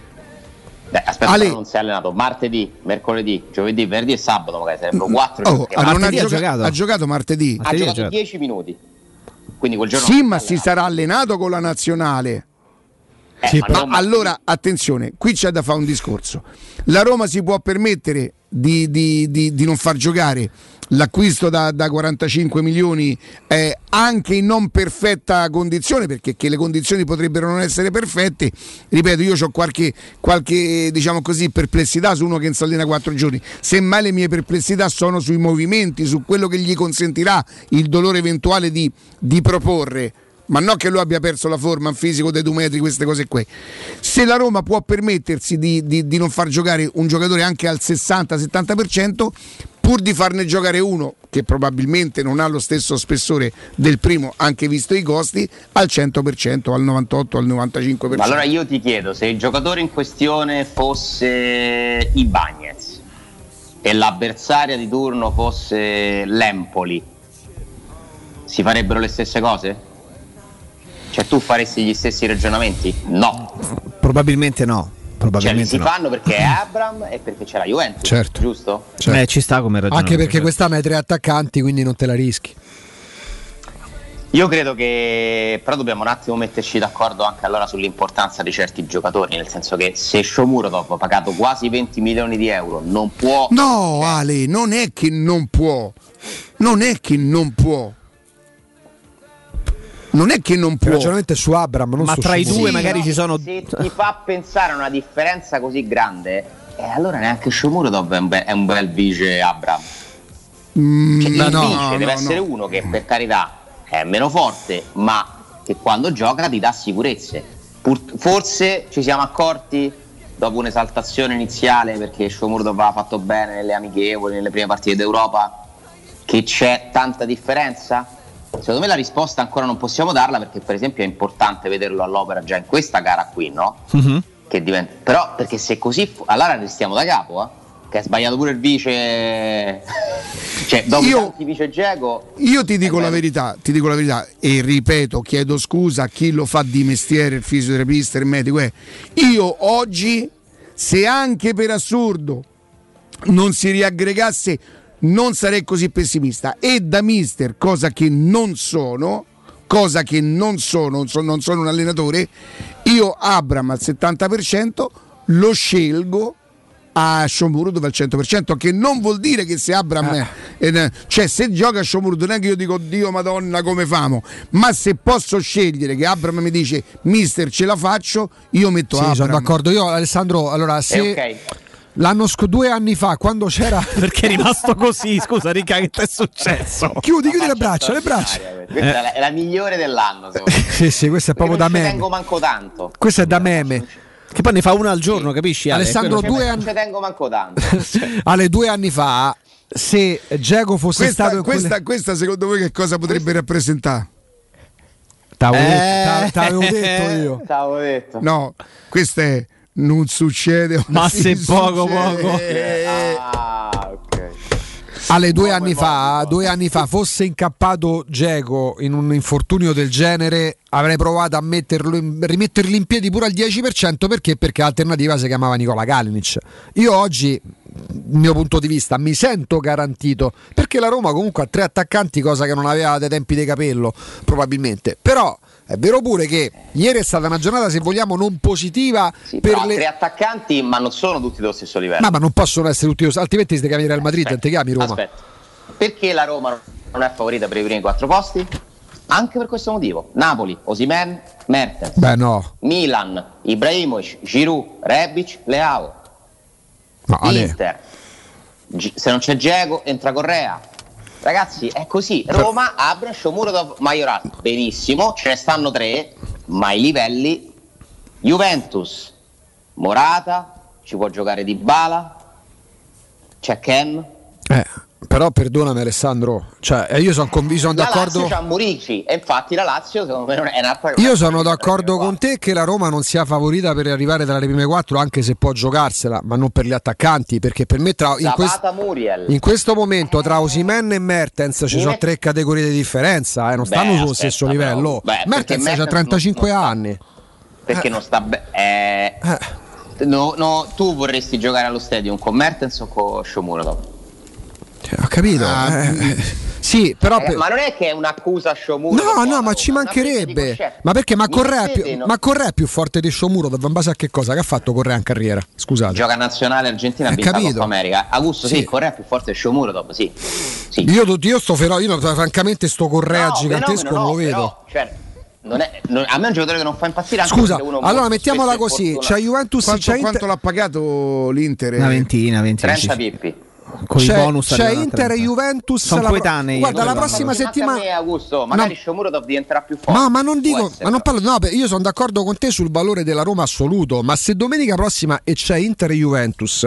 Speaker 6: Beh, aspetta,
Speaker 2: Ale-
Speaker 6: però non si è allenato martedì, mercoledì, giovedì, venerdì e sabato, magari sarebbero quattro.
Speaker 2: oh,
Speaker 6: perché
Speaker 2: ah, non ha,
Speaker 3: martedì ha
Speaker 2: gioca-
Speaker 3: giocato.
Speaker 2: ha giocato martedì.
Speaker 6: ha giocato dieci minuti. Quindi quel giorno
Speaker 2: Sì,
Speaker 6: non si
Speaker 2: ma
Speaker 6: è
Speaker 2: si
Speaker 6: allenato.
Speaker 2: sarà allenato con la nazionale.
Speaker 6: Eh,
Speaker 2: Sì,
Speaker 6: ma
Speaker 2: ma
Speaker 6: non-
Speaker 2: allora attenzione, qui c'è da fare un discorso. La Roma si può permettere di, di- di- di non far giocare l'acquisto da, da quarantacinque milioni eh, anche in non perfetta condizione, perché che le condizioni potrebbero non essere perfette. Ripeto, io ho qualche, qualche diciamo così perplessità su uno che si allena quattro giorni. Semmai le mie perplessità sono sui movimenti, su quello che gli consentirà il dolore eventuale di, di proporre. Ma non che lui abbia perso la forma in fisico dei due metri, queste cose qui. Se la Roma può permettersi di, di, di non far giocare un giocatore anche al sessanta settanta per cento, pur di farne giocare uno che probabilmente non ha lo stesso spessore del primo, anche visto i costi, al cento per cento, al novantotto, al novantacinque per
Speaker 6: Ma
Speaker 2: cento.
Speaker 6: allora io ti chiedo, se il giocatore in questione fosse Ibañez e l'avversaria di turno fosse l'Empoli, si farebbero le stesse cose? Cioè tu faresti gli stessi ragionamenti? No.
Speaker 3: Probabilmente no.
Speaker 6: Cioè li
Speaker 3: Probabilmente
Speaker 6: si
Speaker 3: no.
Speaker 6: fanno perché è Abram e perché c'è la Juventus,
Speaker 4: Certo.
Speaker 6: giusto?
Speaker 4: Certo.
Speaker 3: Eh, ci sta come ragionamento.
Speaker 4: Anche perché quest'anno hai tre attaccanti, quindi non te la rischi.
Speaker 6: Io credo che però dobbiamo un attimo metterci d'accordo anche allora sull'importanza di certi giocatori, nel senso che se Shomurodov, pagato quasi venti milioni di euro, non può...
Speaker 2: No, Ale, non è che non può. Non è che non può. Non è che non
Speaker 4: Il
Speaker 2: può.
Speaker 4: ragionamento è su Abram, non
Speaker 3: Ma
Speaker 4: su
Speaker 3: tra i
Speaker 4: Shomurodov.
Speaker 3: due magari
Speaker 6: no,
Speaker 3: ci sono...
Speaker 6: Se ti fa pensare a una differenza così grande, eh, allora neanche Shomurodov è un, be- è un bel vice Abram.
Speaker 2: Mm,
Speaker 6: Cioè, il
Speaker 2: no,
Speaker 6: vice
Speaker 2: no,
Speaker 6: deve
Speaker 2: no,
Speaker 6: essere
Speaker 2: no.
Speaker 6: uno che per carità è meno forte, ma che quando gioca ti dà sicurezze. Pur- forse ci siamo accorti dopo un'esaltazione iniziale, perché Shomurodov aveva fatto bene nelle amichevoli, nelle prime partite d'Europa, che c'è tanta differenza? Secondo me la risposta ancora non possiamo darla, perché per esempio è importante vederlo all'opera già in questa gara qui, no?
Speaker 3: Mhm.
Speaker 6: che diventa, però perché se così fu- allora restiamo da capo, eh? Che ha sbagliato pure il vice, cioè dopo
Speaker 2: Io-
Speaker 6: tanti vice Dzeko.
Speaker 2: Io ti dico la verità, ti dico la verità e ripeto, chiedo scusa a chi lo fa di mestiere, il fisioterapista, il medico. Eh. Io oggi, se anche per assurdo non si riaggregasse, non sarei così pessimista. E da mister, cosa che non sono, cosa che non sono, non sono, non sono un allenatore, io Abram al settanta per cento lo scelgo a Shomurodov al cento per cento, che non vuol dire che se Abram
Speaker 4: Ah.
Speaker 2: eh, cioè se gioca a Shomurodov non è che io dico Dio Madonna come famo, ma se posso scegliere che Abram mi dice mister ce la faccio, io metto
Speaker 4: Sì,
Speaker 2: Abram.
Speaker 4: sono d'accordo. Io, Alessandro, allora se
Speaker 6: ok.
Speaker 4: l'anno scorso, due anni fa, quando c'era
Speaker 3: Perché è rimasto così? Scusa, Ricca, che ti è successo?
Speaker 4: chiudi, chiudi le braccia, le braccia.
Speaker 6: Questa è, la, è la migliore dell'anno, secondo me.
Speaker 4: Sì, sì, questo è proprio da
Speaker 6: Non ci
Speaker 4: meme.
Speaker 6: tengo manco tanto.
Speaker 4: Questo è da meme.
Speaker 3: Che poi ne fa una al giorno, capisci? Ale?
Speaker 4: Alessandro,
Speaker 3: Quello-
Speaker 4: due
Speaker 6: Non
Speaker 4: anni
Speaker 6: ci tengo manco tanto.
Speaker 4: alle due anni fa, se Dzeko fosse
Speaker 2: Questa,
Speaker 4: stato in
Speaker 2: questa,
Speaker 4: quelle-
Speaker 2: questa secondo voi che cosa potrebbe rappresentare?
Speaker 4: T'avevo
Speaker 3: Eh.
Speaker 4: detto, t'avevo detto io.
Speaker 6: T'avevo detto.
Speaker 2: No, questa è non succede,
Speaker 3: Ma se
Speaker 2: sì
Speaker 3: poco,
Speaker 2: succede.
Speaker 3: poco.
Speaker 6: Ah, ok.
Speaker 4: Alle due anni fa, due anni fa fosse incappato Dzeko in un infortunio del genere, avrei provato a metterlo in- rimetterlo in piedi pure al dieci per cento, perché? Perché l'alternativa si chiamava Nikola Kalinic. Io oggi, il mio punto di vista, mi sento garantito, perché la Roma comunque ha tre attaccanti, cosa che non aveva dai tempi di Capello probabilmente. Però è vero pure che ieri è stata una giornata, se vogliamo, non positiva
Speaker 6: Sì,
Speaker 4: per
Speaker 6: però
Speaker 4: le...
Speaker 6: tre attaccanti, ma non sono tutti dello stesso livello.
Speaker 4: Ma, ma non possono essere tutti, altrimenti ti chiami Real Madrid, non ti chiami Roma.
Speaker 6: Aspetta, perché la Roma non è favorita per i primi quattro posti? Anche per questo motivo. Napoli, Osimhen, Mertens.
Speaker 4: Beh no,
Speaker 6: Milan, Ibrahimovic, Giroud, Rebic, Leao.
Speaker 4: no Ale.
Speaker 6: Inter, G- se non c'è Dzeko entra Correa. Ragazzi, è così. Roma, Abram, Shomurodov, Majoral. Benissimo, ce ne stanno tre, ma i livelli. Juventus, Morata, ci può giocare Dybala, c'è Ken.
Speaker 4: Eh, però perdonami Alessandro, cioè, eh, io sono convinto, sono
Speaker 6: La
Speaker 4: d'accordo.
Speaker 6: Lazio c'ha Murici e infatti la Lazio secondo me non è un'altra cosa.
Speaker 4: Io sono d'accordo con te che la Roma non sia favorita per arrivare tra le prime quattro, anche se può giocarsela, ma non per gli attaccanti, perché per me tra, in, quest-
Speaker 6: Zapata, Muriel.
Speaker 4: in questo momento tra Osimhen e Mertens ci
Speaker 6: Mi
Speaker 4: sono
Speaker 6: met-
Speaker 4: tre categorie di differenza, eh, non
Speaker 6: Beh,
Speaker 4: stanno sullo
Speaker 6: aspetta,
Speaker 4: stesso
Speaker 6: però.
Speaker 4: livello.
Speaker 6: Beh, perché
Speaker 4: Mertens ha
Speaker 6: Mertens
Speaker 4: trentacinque
Speaker 6: non- non sta-
Speaker 4: anni.
Speaker 6: Perché non sta bene. no, no, tu vorresti giocare allo Stadium con Mertens o con Shomurodov?
Speaker 4: Cioè, ho capito.
Speaker 2: Ah,
Speaker 4: eh, sì, però
Speaker 6: Eh,
Speaker 4: per-
Speaker 6: ma non è che è un'accusa a Shomurodov.
Speaker 4: No, no, ma ci mancherebbe. Ma perché? Ma Correa, è più, ma Correa è più forte di Shomurodov, in base a che cosa? Che ha fatto Correa in carriera? Scusate.
Speaker 6: Gioca nazionale argentina, ha
Speaker 4: Eh,
Speaker 6: vinto la
Speaker 4: capito.
Speaker 6: Coppa America. Augusto, sì,
Speaker 4: Sì.
Speaker 6: Correa è più forte di Shomurodov, sì. sì.
Speaker 4: Io, io sto fero- io francamente sto Correa
Speaker 6: No,
Speaker 4: gigantesco
Speaker 6: fenomeno
Speaker 4: non lo
Speaker 6: no,
Speaker 4: vedo.
Speaker 6: però, cioè, non è, non- a me è un giocatore che non fa impazzire. Anche
Speaker 4: Scusa,
Speaker 6: perché uno
Speaker 4: allora
Speaker 6: molto
Speaker 4: mettiamola
Speaker 6: spesso è
Speaker 4: così,
Speaker 6: infortunato.
Speaker 4: c'è Juventus,
Speaker 2: Quanto,
Speaker 4: c'è Inter,
Speaker 2: quanto l'ha pagato l'Inter?
Speaker 3: Una ventina, ventina.
Speaker 6: trenta pippi.
Speaker 3: Con i
Speaker 4: c'è,
Speaker 3: bonus
Speaker 4: c'è
Speaker 3: arrivano a
Speaker 4: Inter e
Speaker 3: trenta.
Speaker 4: Juventus.
Speaker 3: Sono
Speaker 4: la pro-
Speaker 3: coetanei.
Speaker 4: Guarda, la
Speaker 3: Dove
Speaker 4: prossima
Speaker 6: Ma
Speaker 4: settimana.
Speaker 6: a me, Augusto, magari
Speaker 4: No.
Speaker 6: Shomurodov diventerà più forte.
Speaker 4: Ma, ma non
Speaker 6: Può
Speaker 4: dico,
Speaker 6: essere,
Speaker 4: ma non
Speaker 6: però.
Speaker 4: parlo, no, beh, io sono d'accordo con te sul valore della Roma assoluto, ma se domenica prossima e c'è Inter e Juventus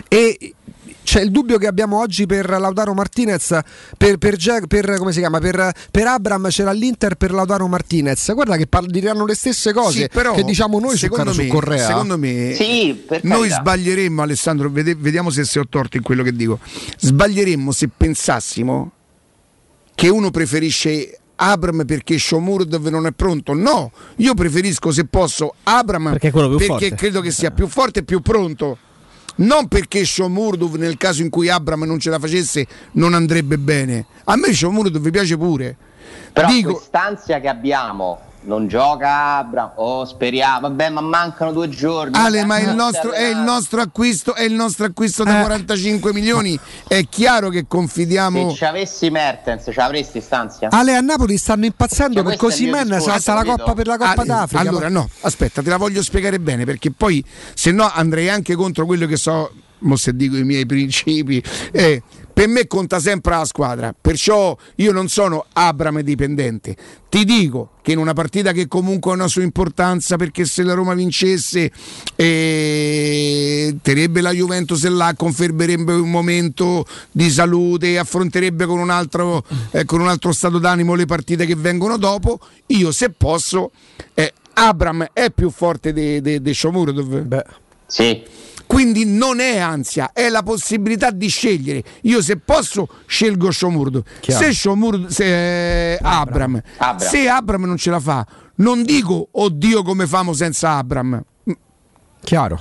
Speaker 4: e c'è il dubbio che abbiamo oggi per Lautaro Martinez, per, per, Jack- per come si chiama, per, per Abram c'era l'Inter per Lautaro Martinez, guarda che par- diranno le stesse cose
Speaker 2: Sì, però,
Speaker 4: che diciamo noi su,
Speaker 2: secondo
Speaker 4: su
Speaker 2: me,
Speaker 4: Correa.
Speaker 2: Secondo me
Speaker 6: Sì, per
Speaker 2: noi
Speaker 6: carità.
Speaker 2: sbaglieremmo, Alessandro, vede- vediamo se, se ho torto in quello che dico. Sbaglieremmo se pensassimo che uno preferisce Abram perché Shomurodov non è pronto. No, io preferisco, se posso, Abram
Speaker 3: Perché è quello più
Speaker 2: perché
Speaker 3: forte.
Speaker 2: credo che sia più forte e più pronto. Non perché Shomurodov, nel caso in cui Abram non ce la facesse, non andrebbe bene. A me Shomurodov vi piace pure.
Speaker 6: Però
Speaker 2: Dico,
Speaker 6: quest'ansia che abbiamo, non gioca Abram, oh speriamo, vabbè ma mancano due giorni.
Speaker 2: Ale, ma il
Speaker 6: Cazzo,
Speaker 2: nostro, è il
Speaker 6: allenato.
Speaker 2: nostro acquisto, è il nostro acquisto da
Speaker 4: Eh.
Speaker 2: quarantacinque milioni. È chiaro che confidiamo.
Speaker 6: Se ci avessi Mertens, ce l'avresti stanzia?
Speaker 4: Ale, a Napoli stanno impazzendo
Speaker 6: Cioè,
Speaker 4: per
Speaker 6: questo è il mio
Speaker 4: Osimhen,
Speaker 6: discorso,
Speaker 4: salta la
Speaker 6: capito?
Speaker 4: Coppa per la Coppa
Speaker 2: Ah,
Speaker 4: d'Africa.
Speaker 2: allora,
Speaker 4: ma-
Speaker 2: no, aspetta, te la voglio spiegare bene, perché poi se no andrei anche contro quello che so, mo se dico i miei principi. Eh, per me conta sempre la squadra, perciò io non sono Abram dipendente. Ti dico che in una partita che comunque ha una sua importanza, perché se la Roma vincesse eh, terebbe la Juventus e là confermerebbe un momento di salute e affronterebbe con un altro, eh, con un altro stato d'animo le partite che vengono dopo, io se posso eh, Abram è più forte di Shomurodov?
Speaker 4: Beh,
Speaker 6: sì.
Speaker 2: Quindi non è ansia, è la possibilità di scegliere. Io se posso scelgo Shomurodov. Se Shomurodov, se eh, Abram.
Speaker 6: Abram,
Speaker 2: se Abram non ce la fa, non dico oddio come famo senza Abram.
Speaker 4: Chiaro.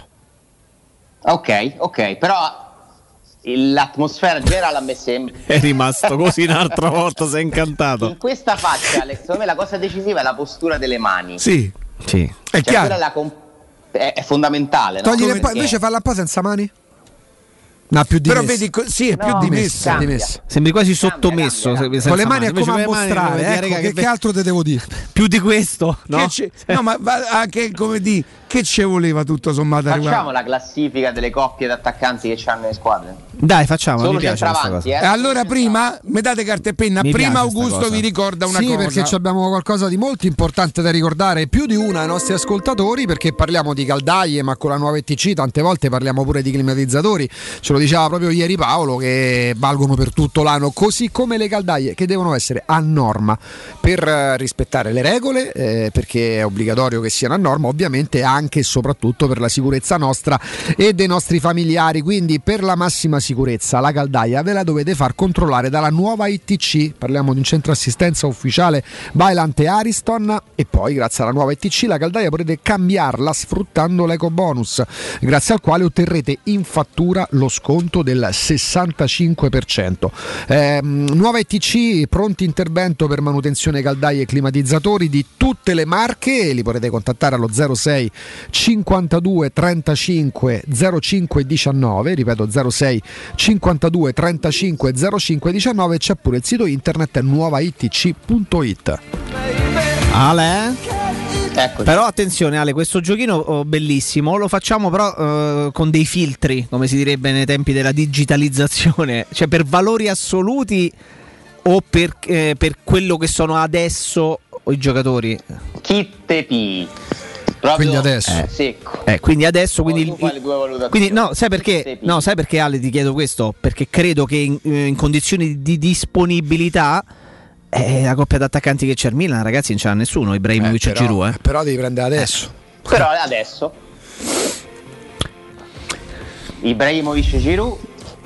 Speaker 6: Ok, ok, però l'atmosfera generale a me sembra.
Speaker 3: È rimasto così un'altra volta, sei incantato.
Speaker 6: In questa faccia, Alex, secondo me la cosa decisiva è la postura delle mani.
Speaker 2: Sì,
Speaker 3: sì.
Speaker 2: È
Speaker 6: cioè,
Speaker 2: chiaro.
Speaker 6: Quella è, la comp- è, è fondamentale. No?
Speaker 4: Togli le pa- invece farla un po' senza mani? No, più dimessa.
Speaker 2: Però vedi, sì, è più
Speaker 6: No,
Speaker 2: dimessa.
Speaker 4: dimessa.
Speaker 3: Sembri quasi sottomesso.
Speaker 6: Cambia,
Speaker 3: senza
Speaker 4: Con le mani è
Speaker 3: mani.
Speaker 4: come a
Speaker 3: Invece con le
Speaker 4: mostrare.
Speaker 3: mani,
Speaker 4: Ecco,
Speaker 3: raga,
Speaker 4: che,
Speaker 3: che
Speaker 4: che altro te devo dire?
Speaker 3: Più di questo, no?
Speaker 2: Che c'è- no, ma va- anche come di che ci voleva tutto sommato a
Speaker 6: Facciamo
Speaker 2: riguardo?
Speaker 6: la classifica delle coppie di attaccanti che hanno le squadre.
Speaker 3: Dai, facciamo,
Speaker 6: Solo
Speaker 3: mi piace questa
Speaker 6: centravanti,
Speaker 3: cosa.
Speaker 6: eh?
Speaker 2: E allora prima, mi date carta e penna,
Speaker 3: Mi
Speaker 2: prima
Speaker 3: piace sta
Speaker 2: Augusto
Speaker 3: cosa.
Speaker 2: vi ricorda una
Speaker 4: sì,
Speaker 2: cosa.
Speaker 4: perché abbiamo qualcosa di molto importante da ricordare, più di una ai nostri ascoltatori, perché parliamo di caldaie, ma con la nuova E T C tante volte parliamo pure di climatizzatori. Ce lo diceva proprio ieri Paolo, che valgono per tutto l'anno, così come le caldaie, che devono essere a norma per eh, rispettare le regole, eh, perché è obbligatorio che siano a norma, ovviamente anche e soprattutto per la sicurezza nostra e dei nostri familiari. Quindi per la massima sicurezza la caldaia ve la dovete far controllare dalla nuova I T C. Parliamo di un centro assistenza ufficiale Vaillant e Ariston, e poi grazie alla nuova I T C la caldaia potete cambiarla sfruttando l'eco bonus, grazie al quale otterrete in fattura lo sconto del sessantacinque per cento. Eh, nuova I T C, pronti intervento per manutenzione caldaie e climatizzatori di tutte le marche. Li potete contattare allo zero sei cinquantadue trentacinque zero cinque diciannove, ripeto zero sei cinquantadue trentacinque zero cinque diciannove. C'è pure il sito internet nuova I T C punto it.
Speaker 3: Ale?
Speaker 6: Eccoci.
Speaker 3: Però attenzione Ale, questo giochino oh, bellissimo, lo facciamo però eh, con dei filtri, come si direbbe nei tempi della digitalizzazione, cioè per valori assoluti o per, eh, per quello che sono adesso i giocatori.
Speaker 6: Kittepi. Proprio
Speaker 4: Quindi adesso.
Speaker 6: eh, secco.
Speaker 3: Eh, quindi adesso quindi,
Speaker 6: tu fai le tue valutazioni.
Speaker 3: quindi no, sai perché?
Speaker 6: Kittepi.
Speaker 3: No, sai perché Ale ti chiedo questo? Perché credo che in, in condizioni di disponibilità eh, la coppia di attaccanti che c'è al Milan, ragazzi, non c'ha nessuno, Ibrahimovic
Speaker 4: Eh,
Speaker 3: e
Speaker 4: però,
Speaker 3: Giroud, eh.
Speaker 4: però devi prendere adesso.
Speaker 6: Però adesso Ibrahimovic, Giroud,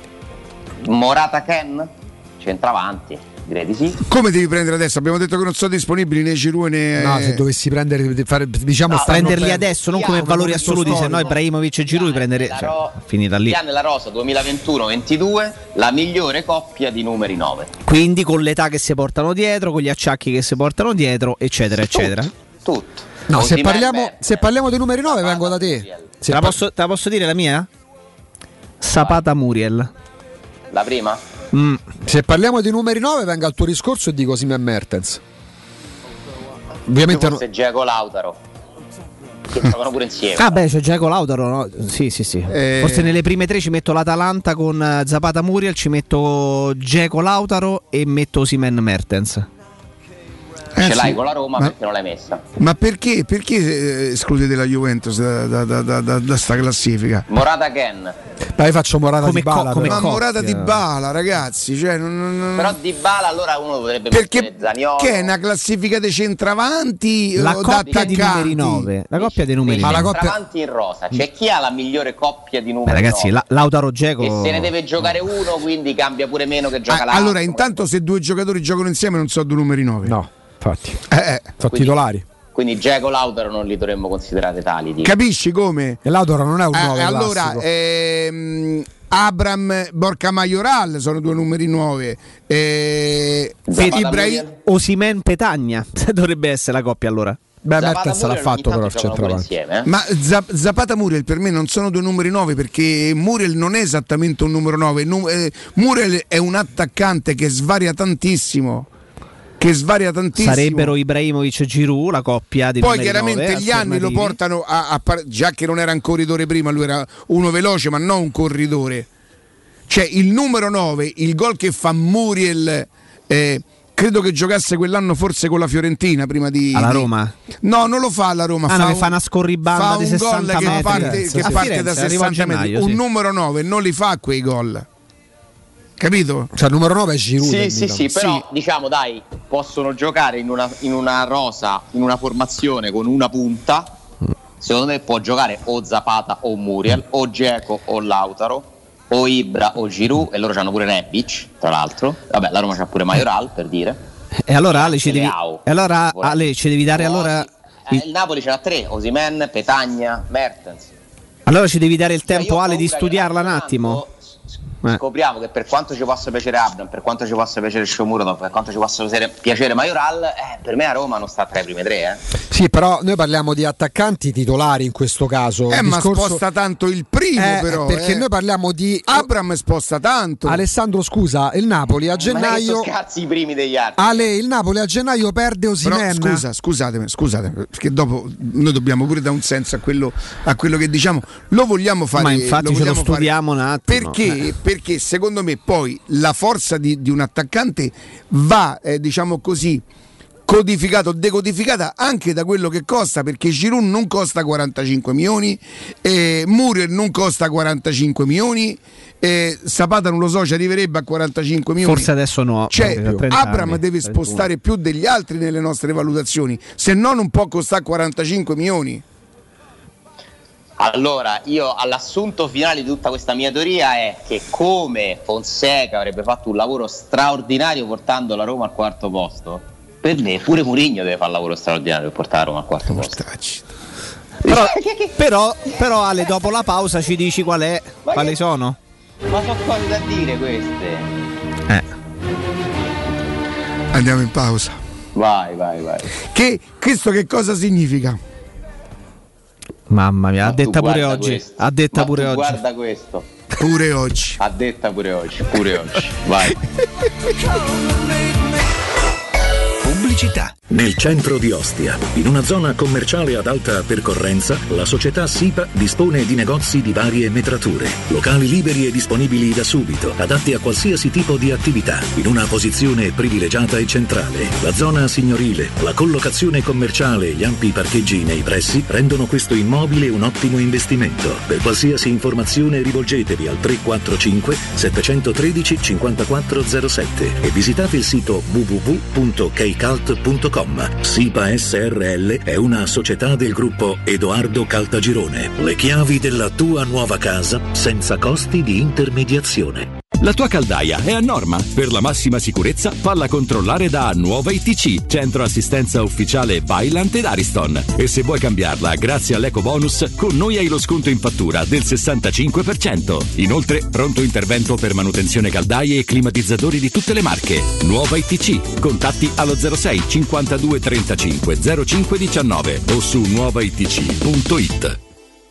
Speaker 6: Morata, Ken, centravanti, direi di sì.
Speaker 2: Come devi prendere adesso? Abbiamo detto che non sono disponibili né Giroud né.
Speaker 4: No, se dovessi prendere, fare, diciamo,
Speaker 6: No,
Speaker 4: stanno
Speaker 3: Prenderli
Speaker 4: per-
Speaker 3: adesso, non
Speaker 6: Chi
Speaker 3: come
Speaker 6: ha
Speaker 3: valori
Speaker 4: un
Speaker 3: assoluti, se no
Speaker 4: storico.
Speaker 3: Ibrahimovic e Giroud prendere,
Speaker 6: La
Speaker 3: cioè,
Speaker 6: ro-
Speaker 3: finita lì.
Speaker 6: Chi ha nella rosa duemilaventuno ventidue la migliore coppia di numeri nove.
Speaker 3: Quindi con l'età che si portano dietro, con gli acciacchi che si portano dietro, eccetera, eccetera.
Speaker 6: Tutto.
Speaker 4: No, se
Speaker 6: Osimhen,
Speaker 4: parliamo,
Speaker 6: Mertens,
Speaker 4: se parliamo dei numeri nove vengo da te.
Speaker 6: Muriel.
Speaker 4: Se
Speaker 3: Te la,
Speaker 4: par-
Speaker 3: posso, te la posso dire la mia? Sapata Muriel.
Speaker 6: La prima?
Speaker 3: Mm.
Speaker 4: se parliamo di numeri nove vengo al tuo discorso e dico Osimhen Mertens. Ovviamente no,
Speaker 6: Forse Giacomo Lautaro. Che giocano pure insieme.
Speaker 3: Ah beh, c'è Giacomo Lautaro, no? Sì, sì, sì.
Speaker 2: Eh.
Speaker 3: Forse nelle prime tre ci metto l'Atalanta con eh, Zapata Muriel, ci metto Giacomo Lautaro e metto Osimhen Mertens.
Speaker 2: Eh,
Speaker 6: Ce l'hai
Speaker 2: sì.
Speaker 6: con la Roma
Speaker 2: Ma-
Speaker 6: perché non l'hai messa.
Speaker 2: Ma perché, perché eh, escludete la Juventus da, da, da, da, da, da sta classifica?
Speaker 6: Morata, Ken.
Speaker 4: dai, faccio Morata
Speaker 3: Come
Speaker 4: di Bala.
Speaker 3: co- come
Speaker 4: però.
Speaker 2: Ma
Speaker 3: coppia.
Speaker 2: Morata di Bala, ragazzi, cioè, non, non- non-
Speaker 6: Però Di Bala allora uno potrebbe
Speaker 2: perché
Speaker 6: mettere Zaniolo.
Speaker 2: che è una classifica dei centravanti
Speaker 3: La
Speaker 2: o
Speaker 3: coppia di
Speaker 2: d'attaccanti?
Speaker 3: numeri nove. La coppia dei numeri
Speaker 6: Ma
Speaker 4: Ma la
Speaker 3: nove.
Speaker 4: coppia-
Speaker 6: centravanti in rosa. C'è chi ha la migliore coppia di
Speaker 3: Beh,
Speaker 6: numeri
Speaker 3: ragazzi,
Speaker 6: nove?
Speaker 3: la- Lautaro Dzeko.
Speaker 6: E se ne deve giocare uno, quindi cambia pure meno che gioca
Speaker 2: Ah,
Speaker 6: l'altro.
Speaker 2: allora, intanto se due giocatori giocano insieme non so due numeri nove.
Speaker 4: No, infatti.
Speaker 2: Eh, eh.
Speaker 4: Sono
Speaker 6: Quindi-
Speaker 4: titolari.
Speaker 6: Quindi Giacomo Lautaro non li dovremmo considerare tali. dico.
Speaker 2: Capisci come?
Speaker 4: E Lautaro non è un
Speaker 2: Eh,
Speaker 4: nove
Speaker 2: allora,
Speaker 4: classico.
Speaker 2: ehm, Abram, Borca Majoral sono due numeri nuove. Eh,
Speaker 6: Zapata
Speaker 2: Ibrahim-
Speaker 6: Muriel.
Speaker 3: Osimhen Petagna. Dovrebbe essere la coppia allora.
Speaker 4: Beh,
Speaker 6: Zapata
Speaker 4: Mertens l'ha
Speaker 6: Muriel
Speaker 4: fatto
Speaker 6: ogni
Speaker 4: però
Speaker 6: tanto
Speaker 4: al
Speaker 6: giocano pure
Speaker 4: centravanti.
Speaker 6: insieme, eh?
Speaker 2: Ma Zap- Zapata Muriel per me non sono due numeri nove, perché Muriel non è esattamente un numero nove. Nu- eh, Muriel è un attaccante che svaria tantissimo. Che svaria tantissimo.
Speaker 3: Sarebbero Ibrahimovic e Giroud, la coppia di
Speaker 2: Poi
Speaker 3: numeri
Speaker 2: chiaramente
Speaker 3: nove,
Speaker 2: gli anni lo
Speaker 3: alternativi.
Speaker 2: portano a, a par- già che non era un corridore prima, lui era uno veloce ma non un corridore. Cioè il numero nove, il gol che fa Muriel, eh, credo che giocasse quell'anno forse con la Fiorentina prima di...
Speaker 3: Alla
Speaker 2: di-
Speaker 3: Roma?
Speaker 2: No, non lo fa alla Roma.
Speaker 3: Ah,
Speaker 2: fa
Speaker 3: no, che
Speaker 2: un-
Speaker 3: fa una scorribanda
Speaker 2: fa
Speaker 3: di
Speaker 2: un
Speaker 3: sessanta
Speaker 2: gol che
Speaker 3: metri.
Speaker 2: parte,
Speaker 3: Sì,
Speaker 2: che
Speaker 3: sì. A
Speaker 2: parte
Speaker 3: Firenze,
Speaker 2: da
Speaker 3: arriva a
Speaker 2: sessanta metri.
Speaker 3: gennaio,
Speaker 2: Un
Speaker 3: sì.
Speaker 2: numero nove non li fa quei gol. capito?
Speaker 4: Cioè numero nove è Giroud.
Speaker 6: Sì, sì, sì, però
Speaker 2: Sì.
Speaker 6: diciamo dai, possono giocare in una, in una rosa, in una formazione con una punta. Secondo me può giocare o Zapata o Muriel, o Dzeko o Lautaro, o Ibra o Giroud, e loro hanno pure Rebic, tra l'altro. Vabbè, la Roma c'ha pure Majoral, per dire.
Speaker 3: E allora Ale ci devi,
Speaker 6: Leao.
Speaker 3: e allora, Ale, ci devi dare allora,
Speaker 6: Eh, il Napoli ce n'ha tre: Osimhen, Petagna, Mertens.
Speaker 3: allora ci devi dare il
Speaker 6: Cioè,
Speaker 3: tempo
Speaker 6: io ho
Speaker 3: Ale di
Speaker 6: paura che
Speaker 3: studiarla un attimo. Eh.
Speaker 6: Scopriamo che per quanto ci possa piacere Abram, per quanto ci possa piacere Shomurodov, per quanto ci possa piacere Majoral, eh, per me a Roma non sta tra i primi tre. Eh.
Speaker 4: Sì, però noi parliamo di attaccanti titolari in questo caso.
Speaker 2: Eh,
Speaker 4: Il
Speaker 2: ma
Speaker 4: discorso-
Speaker 2: sposta tanto il primo,
Speaker 4: Eh,
Speaker 2: però.
Speaker 4: perché
Speaker 2: eh.
Speaker 4: noi parliamo di
Speaker 2: Abram sposta tanto.
Speaker 4: Alessandro, scusa, il Napoli a
Speaker 6: Ma che
Speaker 4: gennaio.
Speaker 6: sono scazzi i primi degli altri.
Speaker 4: Ale, il Napoli a gennaio perde
Speaker 2: Però,
Speaker 4: Osimhen.
Speaker 2: scusa, scusatemi, scusatemi, perché dopo noi dobbiamo pure dare un senso a quello, a quello che diciamo. Lo vogliamo fare.
Speaker 3: Ma infatti
Speaker 2: lo
Speaker 3: ce lo
Speaker 2: vogliamo fare-
Speaker 3: studiamo un attimo.
Speaker 2: Perché?
Speaker 3: Eh.
Speaker 2: Perché secondo me poi la forza di, di un attaccante va, eh, diciamo così, codificato, decodificata anche da quello che costa, perché Giroud non costa quarantacinque milioni, eh, Muriel non costa quarantacinque milioni, eh, Zapata non lo so, ci arriverebbe a quarantacinque milioni.
Speaker 3: Forse adesso no.
Speaker 2: Cioè,
Speaker 3: perché ha trenta
Speaker 2: Abram
Speaker 3: anni,
Speaker 2: deve
Speaker 3: trentuno.
Speaker 2: spostare più degli altri nelle nostre valutazioni, se no non può costare quarantacinque milioni.
Speaker 6: Allora, io all'assunto finale di tutta questa mia teoria è che come Fonseca avrebbe fatto un lavoro straordinario portando la Roma al quarto posto, per me pure Mourinho deve fare un lavoro straordinario per portare la Roma al quarto posto.
Speaker 3: Però, però, però Ale, dopo la pausa ci dici qual è, quali sono?
Speaker 6: Ma sono cose da dire queste.
Speaker 3: Eh.
Speaker 2: Andiamo in pausa.
Speaker 6: Vai, vai, vai.
Speaker 2: Che questo che cosa significa?
Speaker 3: Mamma mia, ha
Speaker 6: Ma tu
Speaker 3: detta pure
Speaker 6: guarda
Speaker 3: oggi.
Speaker 6: questo.
Speaker 3: Ha detta
Speaker 6: Ma
Speaker 3: pure
Speaker 6: tu
Speaker 3: oggi.
Speaker 6: Guarda questo.
Speaker 2: Pure oggi.
Speaker 6: Ha detta pure oggi, pure oggi. Vai.
Speaker 5: Pubblicità. Nel centro di Ostia, in una zona commerciale ad alta percorrenza, la società SIPA dispone di negozi di varie metrature, locali liberi e disponibili da subito, adatti a qualsiasi tipo di attività, in una posizione privilegiata e centrale. La zona signorile, la collocazione commerciale e gli ampi parcheggi nei pressi rendono questo immobile un ottimo investimento. Per qualsiasi informazione rivolgetevi al tre quattro cinque sette uno tre cinque quattro zero sette e visitate il sito w w w punto keycult punto com. SIPA S R L è una società del gruppo Edoardo Caltagirone. Le chiavi della tua nuova casa senza costi di intermediazione.
Speaker 7: La tua caldaia è a norma. Per la massima sicurezza, falla controllare da Nuova I T C, centro assistenza ufficiale Vaillant ed Ariston. E se vuoi cambiarla grazie all'eco bonus, con noi hai lo sconto in fattura del sessantacinque per cento. Inoltre, pronto intervento per manutenzione caldaie e climatizzatori di tutte le marche. Nuova I T C. Contatti allo zero sei cinquantadue trentacinque zero cinque diciannove o su nuova i t c punto it.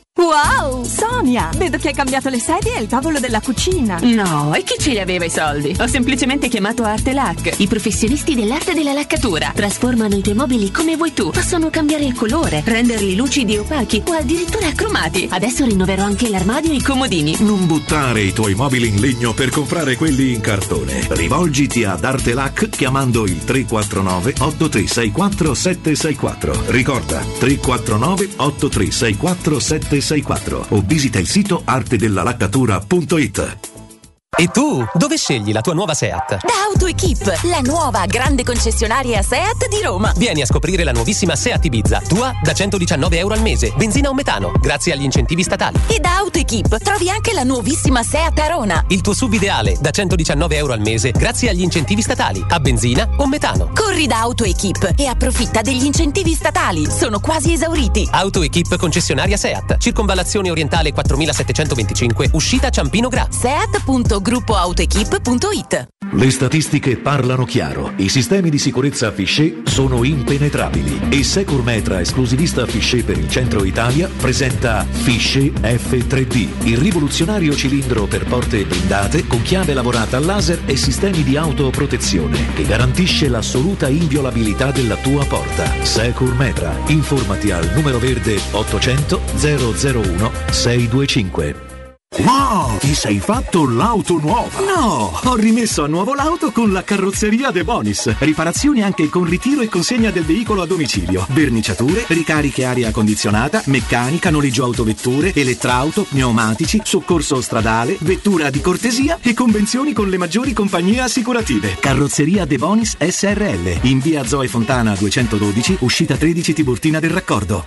Speaker 8: Wow, Sonia, vedo che hai cambiato le sedie e il tavolo della cucina.
Speaker 15: No, e chi ce li aveva i soldi? Ho semplicemente chiamato Artelac.
Speaker 11: I professionisti dell'arte della laccatura trasformano i tuoi mobili come vuoi tu. Possono cambiare il colore, renderli lucidi e opachi o addirittura cromati. Adesso rinnoverò anche l'armadio e i comodini.
Speaker 10: Non buttare i tuoi mobili in legno per comprare quelli in cartone. Rivolgiti ad Artelac chiamando il tre quattro nove otto tre sei quattro sette sei quattro. Ricorda tre quattro nove otto tre sei quattro sette sei quattro o visita il sito arte della laccatura punto it.
Speaker 19: E tu, dove scegli la tua nuova Seat?
Speaker 18: Da AutoEquip, la nuova grande concessionaria Seat di Roma.
Speaker 19: Vieni a scoprire la nuovissima Seat Ibiza, tua da centodiciannove euro al mese, benzina o metano, grazie agli incentivi statali.
Speaker 18: E da AutoEquip trovi anche la nuovissima Seat Arona.
Speaker 19: Il tuo S U V ideale da centodiciannove euro al mese, grazie agli incentivi statali, a benzina o metano.
Speaker 18: Corri da AutoEquip e approfitta degli incentivi statali, sono quasi esauriti.
Speaker 19: AutoEquip concessionaria Seat, circonvallazione orientale quattromilasettecentoventicinque, uscita Ciampino Gra.
Speaker 18: Seat punto gruppo autoequip punto it.
Speaker 10: Le statistiche parlano chiaro. I sistemi di sicurezza Fichet sono impenetrabili e Securmetra, esclusivista Fichet per il centro Italia, presenta Fichet F tre D, il rivoluzionario cilindro per porte blindate con chiave lavorata a laser e sistemi di autoprotezione che garantisce l'assoluta inviolabilità della tua porta. Securmetra. Informati al numero verde ottocento zero zero uno sei due cinque.
Speaker 5: Wow, ti sei fatto l'auto nuova? No, ho rimesso a nuovo l'auto con la carrozzeria De Bonis. Riparazioni anche con ritiro e consegna del veicolo a domicilio. Verniciature, ricariche aria condizionata, meccanica, noleggio autovetture, elettrauto, pneumatici, soccorso stradale, vettura di cortesia e convenzioni con le maggiori compagnie assicurative. Carrozzeria De Bonis S R L, in via Zoe Fontana duecentododici, uscita tredici Tiburtina del Raccordo.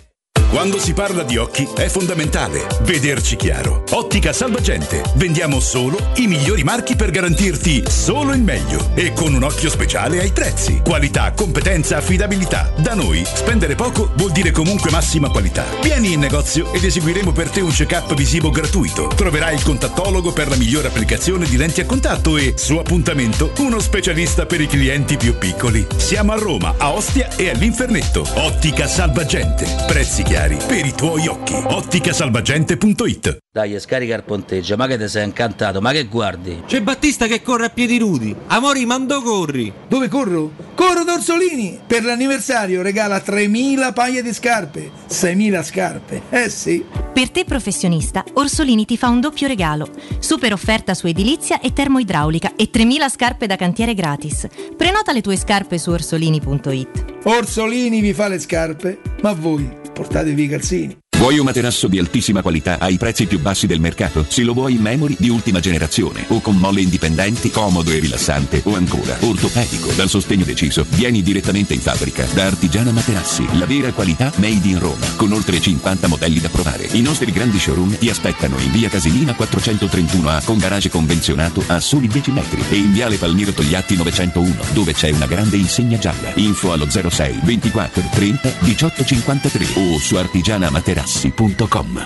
Speaker 9: Quando si parla di occhi è fondamentale vederci chiaro. Ottica Salvagente. Vendiamo solo i migliori marchi per garantirti solo il meglio e con un occhio speciale ai prezzi. Qualità, competenza, affidabilità. Da noi spendere poco vuol dire comunque massima qualità. Vieni in negozio ed eseguiremo per te un check-up visivo gratuito. Troverai il contattologo per la migliore applicazione di lenti a contatto e, su appuntamento, uno specialista per i clienti più piccoli. Siamo a Roma, a Ostia e all'Infernetto. Ottica Salvagente. Prezzi chiari per i tuoi occhi. otticasalvagente punto it.
Speaker 12: Dai, scarica il ponteggio, ma che ti sei incantato, ma che guardi?
Speaker 14: C'è Battista che corre a piedi nudi. Amori, mando corri.
Speaker 21: Dove corro? Corro da Orsolini. Per l'anniversario regala tremila paia di scarpe, seimila scarpe. Eh sì.
Speaker 25: Per te professionista, Orsolini ti fa un doppio regalo. Super offerta su edilizia e termoidraulica e tremila scarpe da cantiere gratis. Prenota le tue scarpe su orsolini punto it.
Speaker 21: Orsolini vi fa le scarpe, ma voi portatevi i calzini.
Speaker 7: Vuoi un materasso di altissima qualità ai prezzi più bassi del mercato? Se lo vuoi in memory di ultima generazione o con molle indipendenti, comodo e rilassante o ancora ortopedico dal sostegno deciso, vieni direttamente in fabbrica da Artigiana Materassi, la vera qualità made in Roma, con oltre cinquanta modelli da provare. I nostri grandi showroom ti aspettano in via Casilina quattrocentotrentuno A con garage convenzionato a soli dieci metri e in viale Palmiro Togliatti novecentouno dove c'è una grande insegna gialla. Info allo zero sei ventiquattro trenta diciotto cinquantatré o su artigiana materassi punto com.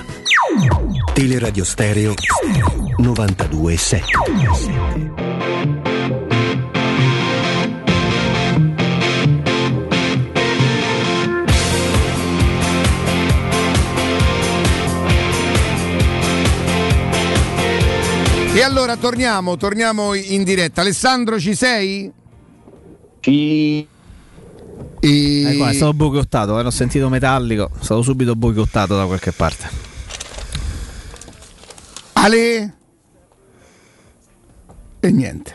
Speaker 26: Teleradio Stereo novantadue sette.
Speaker 2: E allora torniamo, torniamo in diretta. Alessandro, ci sei?
Speaker 3: Sì. E... Ecco, è stato boicottato, eh, ho sentito metallico, è stato subito boicottato da qualche parte.
Speaker 2: Ale? E niente.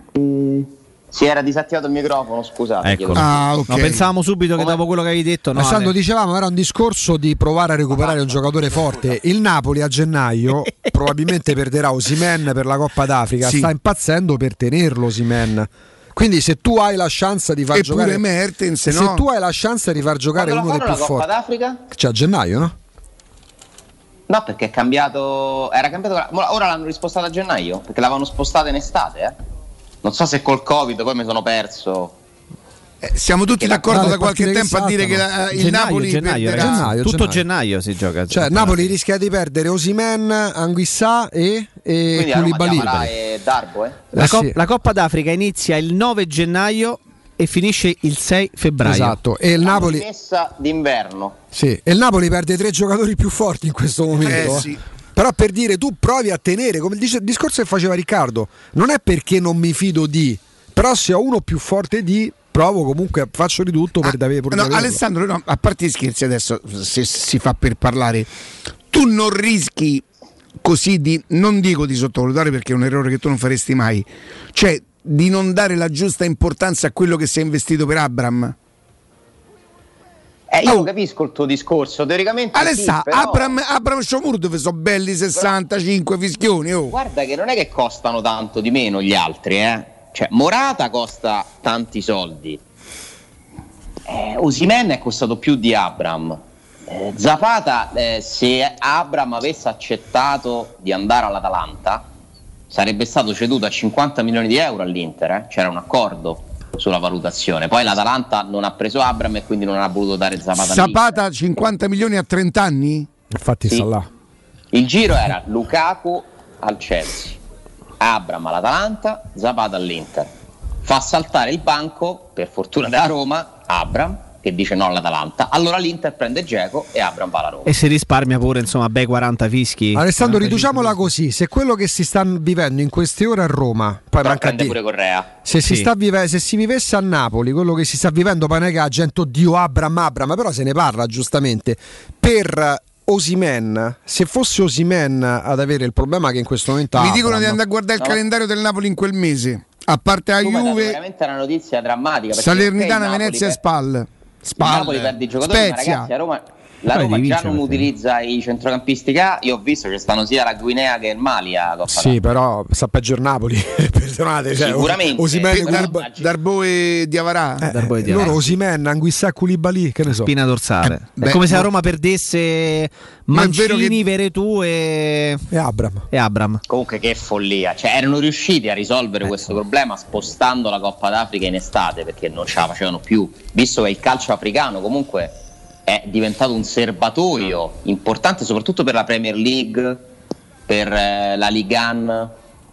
Speaker 6: Si era disattivato il microfono, scusate.
Speaker 3: Ecco. Ah, okay. No, pensavamo subito che dopo quello che avevi detto, no,
Speaker 4: Alessandro, dicevamo era un discorso di provare a recuperare un giocatore forte. Il Napoli a gennaio probabilmente perderà Osimhen per la Coppa d'Africa, sì. Sta impazzendo per tenerlo Osimhen. Quindi se tu hai la chance di far
Speaker 2: e
Speaker 4: giocare
Speaker 2: pure Mertens,
Speaker 4: se
Speaker 2: no?
Speaker 4: tu hai la chance di far giocare
Speaker 6: Quando
Speaker 4: uno dei più
Speaker 6: forti.
Speaker 4: forti.
Speaker 6: La Coppa d'Africa?
Speaker 4: Cioè a gennaio, no?
Speaker 6: No, perché è cambiato. Era cambiato. Ora l'hanno rispostato a gennaio, perché l'avevano spostata in estate, eh. Non so se col Covid poi mi sono perso.
Speaker 2: Eh, siamo tutti d'accordo da qualche tempo a dire che la, il
Speaker 3: gennaio,
Speaker 2: Napoli
Speaker 3: gennaio,
Speaker 2: perderà.
Speaker 3: gennaio, tutto gennaio. gennaio si gioca.
Speaker 4: Cioè Napoli rischia di perdere Osimhen, Anguissà e, e Koulibaly
Speaker 6: e Darbo, eh?
Speaker 3: La,
Speaker 4: eh
Speaker 3: Cop-
Speaker 4: sì.
Speaker 3: la Coppa d'Africa inizia il nove gennaio e finisce il sei febbraio.
Speaker 4: Esatto. E il
Speaker 6: la
Speaker 4: Napoli
Speaker 6: rimessa d'inverno.
Speaker 4: Sì, e il Napoli perde tre giocatori più forti in questo momento.
Speaker 2: Eh, sì.
Speaker 4: Però per dire, tu provi a tenere, come il discorso che faceva Riccardo, non è perché non mi fido di, però se ho uno più forte di, provo comunque, faccio di tutto per
Speaker 2: ah,
Speaker 4: avere pure
Speaker 2: no, Alessandro, no, a parte gli scherzi adesso, se si fa per parlare, tu non rischi così di, non dico di sottovalutare perché è un errore che tu non faresti mai, cioè di non dare la giusta importanza a quello che si è investito per Abram?
Speaker 6: Eh, io oh. capisco il tuo discorso, teoricamente
Speaker 2: Alessà,
Speaker 6: sì, però...
Speaker 2: Abram, Abram Sciomur dove sono belli sessantacinque fischioni, oh.
Speaker 6: Guarda che non è che costano tanto di meno gli altri, eh. Cioè Morata costa tanti soldi, eh, Osimhen è costato più di Abram, eh, Zapata, eh, se Abram avesse accettato di andare all'Atalanta sarebbe stato ceduto a cinquanta milioni di euro all'Inter, eh. C'era un accordo sulla valutazione, poi l'Atalanta non ha preso Abram e quindi non ha voluto dare Zapata.
Speaker 2: Zapata cinquanta milioni a trenta anni?
Speaker 4: Infatti
Speaker 6: sì.
Speaker 4: sta là.
Speaker 6: Il giro era Lukaku al Chelsea, Abram all'Atalanta, Zapata all'Inter. Fa saltare il banco, per fortuna della Roma, Abram, che dice no all'Atalanta. Allora l'Inter prende Dzeko e Abram va alla Roma.
Speaker 3: E si risparmia pure, insomma, bei quaranta fischi.
Speaker 4: Alessandro, riduciamola così: se quello che si sta vivendo in queste ore a Roma, poi
Speaker 6: però
Speaker 4: manca
Speaker 6: prende
Speaker 4: di...
Speaker 6: pure Correa.
Speaker 4: Se,
Speaker 6: sì.
Speaker 4: si sta vive... se si vivesse a Napoli, quello che si sta vivendo, poi non è che la gente, oddio, Abram, Abram, però se ne parla giustamente. Per Osimhen, se fosse Osimhen ad avere il problema che in questo momento
Speaker 2: mi
Speaker 4: ha,
Speaker 2: dicono di
Speaker 4: Abraham,
Speaker 2: andare a guardare il
Speaker 6: No.
Speaker 2: calendario del Napoli in quel mese, a parte la
Speaker 6: Tu mi hai dato
Speaker 2: Juve,
Speaker 6: veramente una notizia drammatica. perché
Speaker 2: Salernitana,
Speaker 6: ok, il Napoli
Speaker 2: Venezia e
Speaker 6: per-
Speaker 2: Spal.
Speaker 6: Il
Speaker 2: Spal.
Speaker 6: Napoli perde i giocatori, ma
Speaker 2: Spezia.
Speaker 6: ragazzi, a Roma, la
Speaker 3: Poi
Speaker 6: Roma
Speaker 3: devi
Speaker 6: già
Speaker 3: vincere,
Speaker 6: non
Speaker 3: perché-
Speaker 6: utilizza i centrocampisti che ha. Io ho visto che stanno sia la Guinea che il Mali a Coppa
Speaker 4: sì, però sta peggio il Napoli. Perdonate, cioè,
Speaker 6: Sicuramente.
Speaker 4: Osimhen,
Speaker 6: Però
Speaker 2: Dar-
Speaker 6: immagino-
Speaker 2: Darbo e Diavarà.
Speaker 4: eh,
Speaker 3: Darbo e
Speaker 4: eh,
Speaker 3: Diarra.
Speaker 4: loro Osimhen, Anguissà, Koulibaly, che ne so.
Speaker 3: Spina dorsale.
Speaker 2: Eh,
Speaker 3: è
Speaker 2: beh,
Speaker 3: come se la
Speaker 2: no.
Speaker 3: Roma perdesse
Speaker 2: Ma è vero
Speaker 3: Mancini,
Speaker 2: che-
Speaker 3: Veretù e,
Speaker 4: E Abram.
Speaker 3: e Abram.
Speaker 6: Comunque che follia, cioè erano riusciti a risolvere questo problema spostando la Coppa d'Africa in estate perché non ce la facevano più, visto che il calcio africano comunque è diventato un serbatoio importante soprattutto per la Premier League, per eh, la Ligue uno.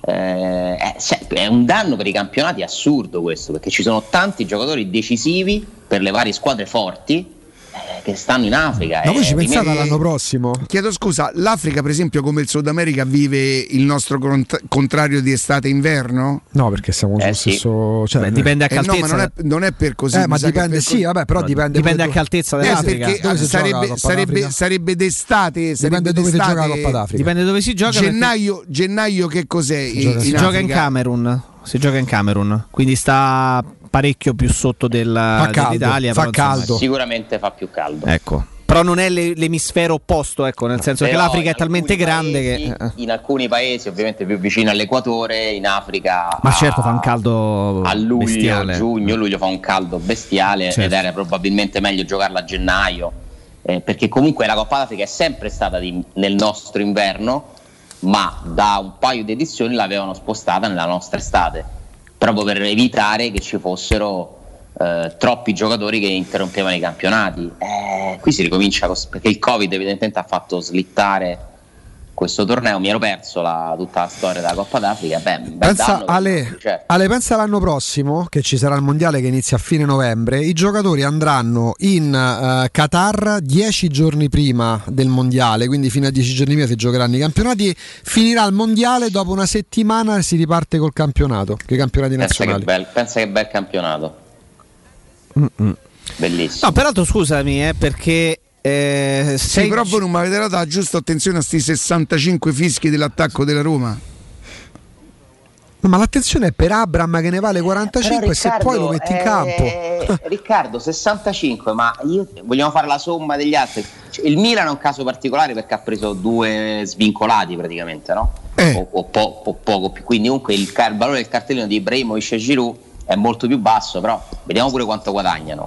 Speaker 6: Eh, è, se- è un danno per i campionati assurdo questo, perché ci sono tanti giocatori decisivi per le varie squadre forti eh, che stanno in Africa.
Speaker 4: Ma voi
Speaker 6: eh,
Speaker 4: ci pensate
Speaker 6: rimane-
Speaker 4: all'anno prossimo?
Speaker 2: Chiedo scusa, l'Africa per esempio come il Sud America vive il nostro cont- contrario di estate e inverno?
Speaker 4: No, perché siamo
Speaker 6: Eh,
Speaker 4: sullo
Speaker 6: sì.
Speaker 4: stesso. Cioè,
Speaker 3: Beh, dipende a che
Speaker 2: Eh no, ma
Speaker 3: altezza.
Speaker 2: non è, non è per così.
Speaker 4: eh, ma
Speaker 2: mi sa che
Speaker 4: dipende,
Speaker 2: per
Speaker 4: sì, vabbè, però dipende.
Speaker 3: Dipende a
Speaker 4: dove
Speaker 3: che altezza
Speaker 2: Eh,
Speaker 3: dell'Africa.
Speaker 2: perché
Speaker 4: Dove si gioca
Speaker 2: sarebbe,
Speaker 4: la Coppa
Speaker 2: sarebbe,
Speaker 4: d'Africa?
Speaker 2: sarebbe d'estate, sarebbe
Speaker 4: Dipende dove si
Speaker 2: d'estate,
Speaker 4: gioca la Coppa d'Africa.
Speaker 3: Dipende dove si gioca. perché
Speaker 2: Gennaio, gennaio che cos'è?
Speaker 4: Si gioca-
Speaker 2: in
Speaker 3: si gioca in
Speaker 2: Africa?
Speaker 3: Camerun. Si gioca in Camerun, quindi sta parecchio più sotto della,
Speaker 4: Fa caldo,
Speaker 3: dell'Italia.
Speaker 4: fa
Speaker 3: però, insomma,
Speaker 4: caldo.
Speaker 6: Sicuramente fa più caldo.
Speaker 3: Ecco. Però non è le- l'emisfero opposto, ecco, nel senso che
Speaker 6: Però
Speaker 3: l'Africa
Speaker 6: in
Speaker 3: è talmente
Speaker 6: alcuni
Speaker 3: grande
Speaker 6: paesi-
Speaker 3: che. eh.
Speaker 6: in alcuni paesi ovviamente più vicino all'equatore, in Africa
Speaker 3: Ma
Speaker 6: a-
Speaker 3: certo fa un caldo
Speaker 6: a luglio,
Speaker 3: bestiale.
Speaker 6: giugno, luglio fa un caldo bestiale
Speaker 3: Certo.
Speaker 6: ed era probabilmente meglio giocarla a gennaio eh, perché comunque la Coppa d'Africa è sempre stata di- nel nostro inverno, ma da un paio di edizioni l'avevano spostata nella nostra estate, proprio per evitare che ci fossero eh, troppi giocatori che interrompevano i campionati. Eh, qui si ricomincia cos- perché il Covid evidentemente ha fatto slittare questo torneo. Mi ero perso la, tutta la storia della Coppa d'Africa. Beh, un bel
Speaker 4: Pensa,
Speaker 6: danno,
Speaker 4: Ale,
Speaker 6: certo.
Speaker 4: Ale, pensa l'anno prossimo che ci sarà il mondiale che inizia a fine novembre. I giocatori andranno in eh, Qatar dieci giorni prima del mondiale, quindi fino a dieci giorni prima si giocheranno i campionati. Finirà il mondiale, dopo una settimana si riparte col campionato, che i campionati
Speaker 6: Pensa che,
Speaker 4: nazionali.
Speaker 6: bel, pensa che bel campionato.
Speaker 3: Mm-mm.
Speaker 6: Bellissimo.
Speaker 3: No, peraltro scusami, eh, perché eh,
Speaker 2: Sì,
Speaker 3: sei-
Speaker 2: però voi non mi avete dato la giusta attenzione a sti sessantacinque fischi dell'attacco della Roma.
Speaker 4: No, ma l'attenzione è per Abram che ne vale quarantacinque,
Speaker 6: Però,
Speaker 4: se
Speaker 6: Riccardo,
Speaker 4: poi lo metti in
Speaker 6: eh,
Speaker 4: campo.
Speaker 6: Riccardo, sessantacinque, ma io, vogliamo fare la somma degli altri. Cioè, il Milan è un caso particolare perché ha preso due svincolati praticamente, no?
Speaker 2: Eh.
Speaker 6: O, o po- o poco più. Quindi comunque il, car- il valore del cartellino di Ibrahimovic e Giroud è molto più basso, però vediamo pure quanto guadagnano.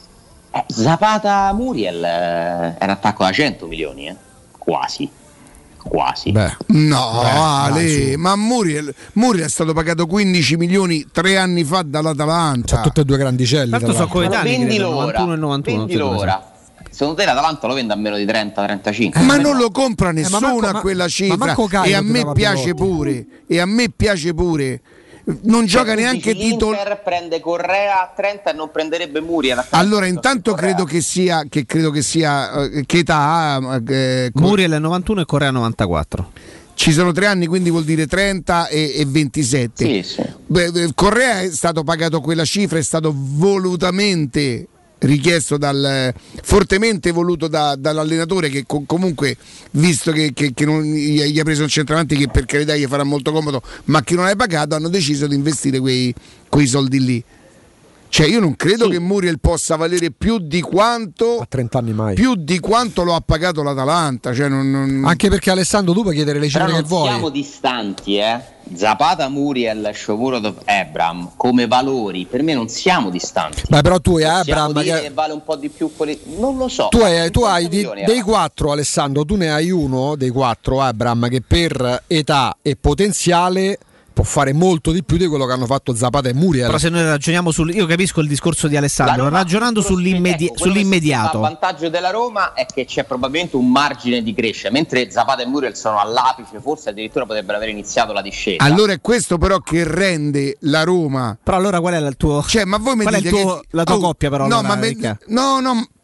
Speaker 6: Eh, Zapata Muriel eh, è un attacco da cento milioni, eh? Quasi. Quasi.
Speaker 4: Beh,
Speaker 2: No,
Speaker 4: Beh,
Speaker 2: Ale,
Speaker 4: dai, su.
Speaker 2: ma Muriel, Muriel è stato pagato quindici milioni tre anni fa dall'Atalanta.
Speaker 4: Sono tutte e due grandicelli.
Speaker 3: Tanto
Speaker 4: tra
Speaker 3: sono
Speaker 4: l'altro.
Speaker 3: coetanei,
Speaker 6: vendi
Speaker 3: credo,
Speaker 6: l'ora,
Speaker 3: novantuno e novantuno.
Speaker 6: vendi
Speaker 3: tutte e due,
Speaker 6: l'ora. Secondo te l'Atalanta lo vende a meno di trenta trentacinque?
Speaker 2: Ma non lo compra
Speaker 4: ma
Speaker 2: nessuno
Speaker 4: manco-
Speaker 2: a
Speaker 4: ma-
Speaker 2: quella
Speaker 4: ma
Speaker 2: cifra.
Speaker 4: manco Caio
Speaker 2: E a
Speaker 4: ti
Speaker 2: me
Speaker 4: dava
Speaker 2: piace
Speaker 4: Belotti.
Speaker 2: pure. E a me piace pure. Non gioca neanche titolo.
Speaker 6: L'Inter prende Correa a trenta e non prenderebbe Muriel a trenta.
Speaker 2: Allora, intanto credo che sia che credo che sia eh, che età ha, eh, co-
Speaker 3: Muriel è novantuno e Correa novantaquattro.
Speaker 2: ci sono tre anni, quindi vuol dire trenta e, e ventisette.
Speaker 6: Sì, sì.
Speaker 2: Beh, eh, Correa è stato pagato quella cifra, è stato volutamente richiesto dal fortemente voluto da- dall'allenatore che co- comunque visto che, che- che non, gli, gli ha preso un centravanti che per carità gli farà molto comodo ma che non hai pagato, hanno deciso di investire quei, quei soldi lì. Cioè io non credo
Speaker 6: Sì.
Speaker 2: che Muriel possa valere più di quanto
Speaker 4: A trenta anni mai.
Speaker 2: più di quanto lo ha pagato l'Atalanta, cioè non, non-
Speaker 4: Anche perché Alessandro tu puoi chiedere le
Speaker 6: Però
Speaker 4: cifre
Speaker 6: non
Speaker 4: che vuoi.
Speaker 6: siamo distanti, eh. Zapata, Muriel, Shomurodov, Ebram come valori, per me non siamo distanti.
Speaker 4: Beh, però tu hai
Speaker 6: Possiamo
Speaker 4: Abram
Speaker 6: dire
Speaker 4: che-
Speaker 6: che vale un po' di più quelli... non lo so.
Speaker 4: Tu hai, tu hai di-
Speaker 6: milioni,
Speaker 4: dei
Speaker 6: eh.
Speaker 4: quattro, Alessandro, tu ne hai uno dei quattro, Abram, che per età e potenziale può fare molto di più di quello che hanno fatto Zapata e Muriel.
Speaker 3: Però se noi ragioniamo sul. Io capisco il discorso di
Speaker 6: La
Speaker 3: Alessandro,
Speaker 6: Roma,
Speaker 3: ragionando sull'immedi-
Speaker 6: ecco, quello che
Speaker 3: sull'immediato.
Speaker 6: Il vantaggio della Roma è che c'è probabilmente un margine di crescita, mentre Zapata e Muriel sono all'apice, forse addirittura potrebbero aver iniziato la discesa.
Speaker 2: allora è questo però che rende la Roma.
Speaker 3: Però allora qual è il tuo.
Speaker 2: Cioè, ma voi mi
Speaker 3: Qual è
Speaker 2: dite
Speaker 3: il tuo-
Speaker 2: che
Speaker 3: la tua
Speaker 2: oh,
Speaker 3: coppia, però,
Speaker 2: no,
Speaker 3: allora,
Speaker 2: ma me-
Speaker 3: Ricca?
Speaker 2: no, no,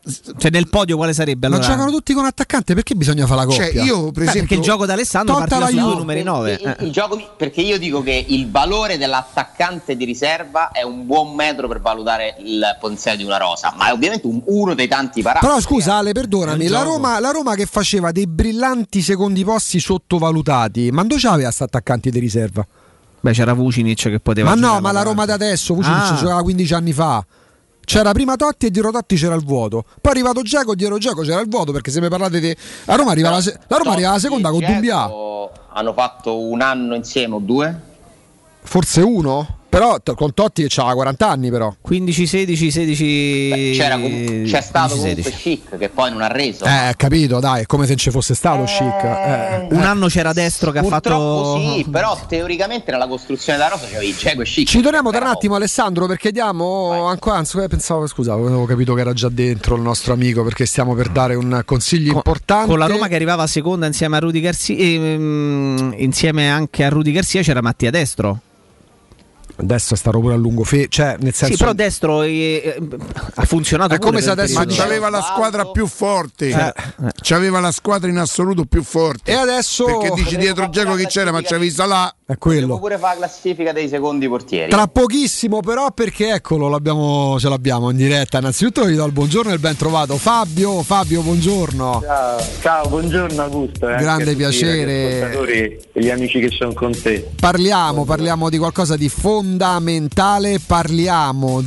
Speaker 3: Cioè nel podio quale sarebbe? Allora?
Speaker 4: Ma giocano tutti con attaccante, perché bisogna fare la coppia?
Speaker 2: Cioè, io per
Speaker 3: Beh,
Speaker 2: esempio,
Speaker 3: perché il gioco d'Alessandro partiva sui due numeri nove.
Speaker 6: Il, il gioco, perché io dico che il valore dell'attaccante di riserva è un buon metro per valutare il potenziale di una rosa, ma è ovviamente un, uno dei tanti parametri.
Speaker 4: Però scusa Ale, perdonami, la Roma, la Roma che faceva dei brillanti secondi posti sottovalutati, ma dove c'aveva sta attaccanti di riserva?
Speaker 3: Beh, c'era Vucinic che poteva.
Speaker 4: Ma no, ma la Roma da adesso, Vucinic ah. giocava quindici anni fa. C'era prima Totti e dietro Totti c'era il vuoto. Poi è arrivato Dzeko e dietro Dzeko c'era il vuoto, perché se mi parlate di la Roma arriva no, la, se... la Roma arriva la seconda con Dumbia.
Speaker 6: Hanno fatto un anno insieme o due?
Speaker 4: Forse uno? Però con Totti che c'ha quaranta anni però.
Speaker 3: quindici sedici sedici
Speaker 6: Beh, c'era comunque, c'è stato comunque Schick che poi non ha reso.
Speaker 4: Eh, capito, dai, è come se non ci fosse stato eh, Schick. Eh.
Speaker 3: Un anno c'era Destro che
Speaker 6: Purtroppo
Speaker 3: ha fatto
Speaker 6: sì, però teoricamente nella costruzione della rosa c'avevi Dzeko e Schick.
Speaker 4: Ci torniamo tra un attimo Alessandro, perché diamo ancora, anzi, pensavo, scusa, avevo capito che era già dentro il nostro amico, perché stiamo per dare un consiglio
Speaker 3: con,
Speaker 4: importante.
Speaker 3: Con la Roma che arrivava seconda insieme a Rudy Garcia, ehm, insieme anche a Rudy Garcia c'era Mattia Destro.
Speaker 4: Adesso è stato pure a lungo fe- cioè nel senso
Speaker 3: sì, però Destro eh, ha funzionato
Speaker 4: è come se adesso
Speaker 2: ma c'aveva la squadra più forte eh. Eh. c'aveva la squadra in assoluto più forte
Speaker 4: e adesso
Speaker 2: perché dici dietro Dzeko che c'era ma c'avevi Salah
Speaker 4: è quello.
Speaker 6: Devo pure fare la classifica dei secondi portieri
Speaker 4: tra pochissimo però, perché eccolo l'abbiamo, ce l'abbiamo in diretta. Innanzitutto vi do il buongiorno e il ben trovato Fabio. Fabio, buongiorno.
Speaker 13: Ciao, ciao, buongiorno Augusto, eh,
Speaker 4: grande piacere
Speaker 13: e gli amici che sono con te.
Speaker 4: Parliamo,
Speaker 13: buongiorno.
Speaker 4: parliamo di qualcosa di fondamentale, parliamo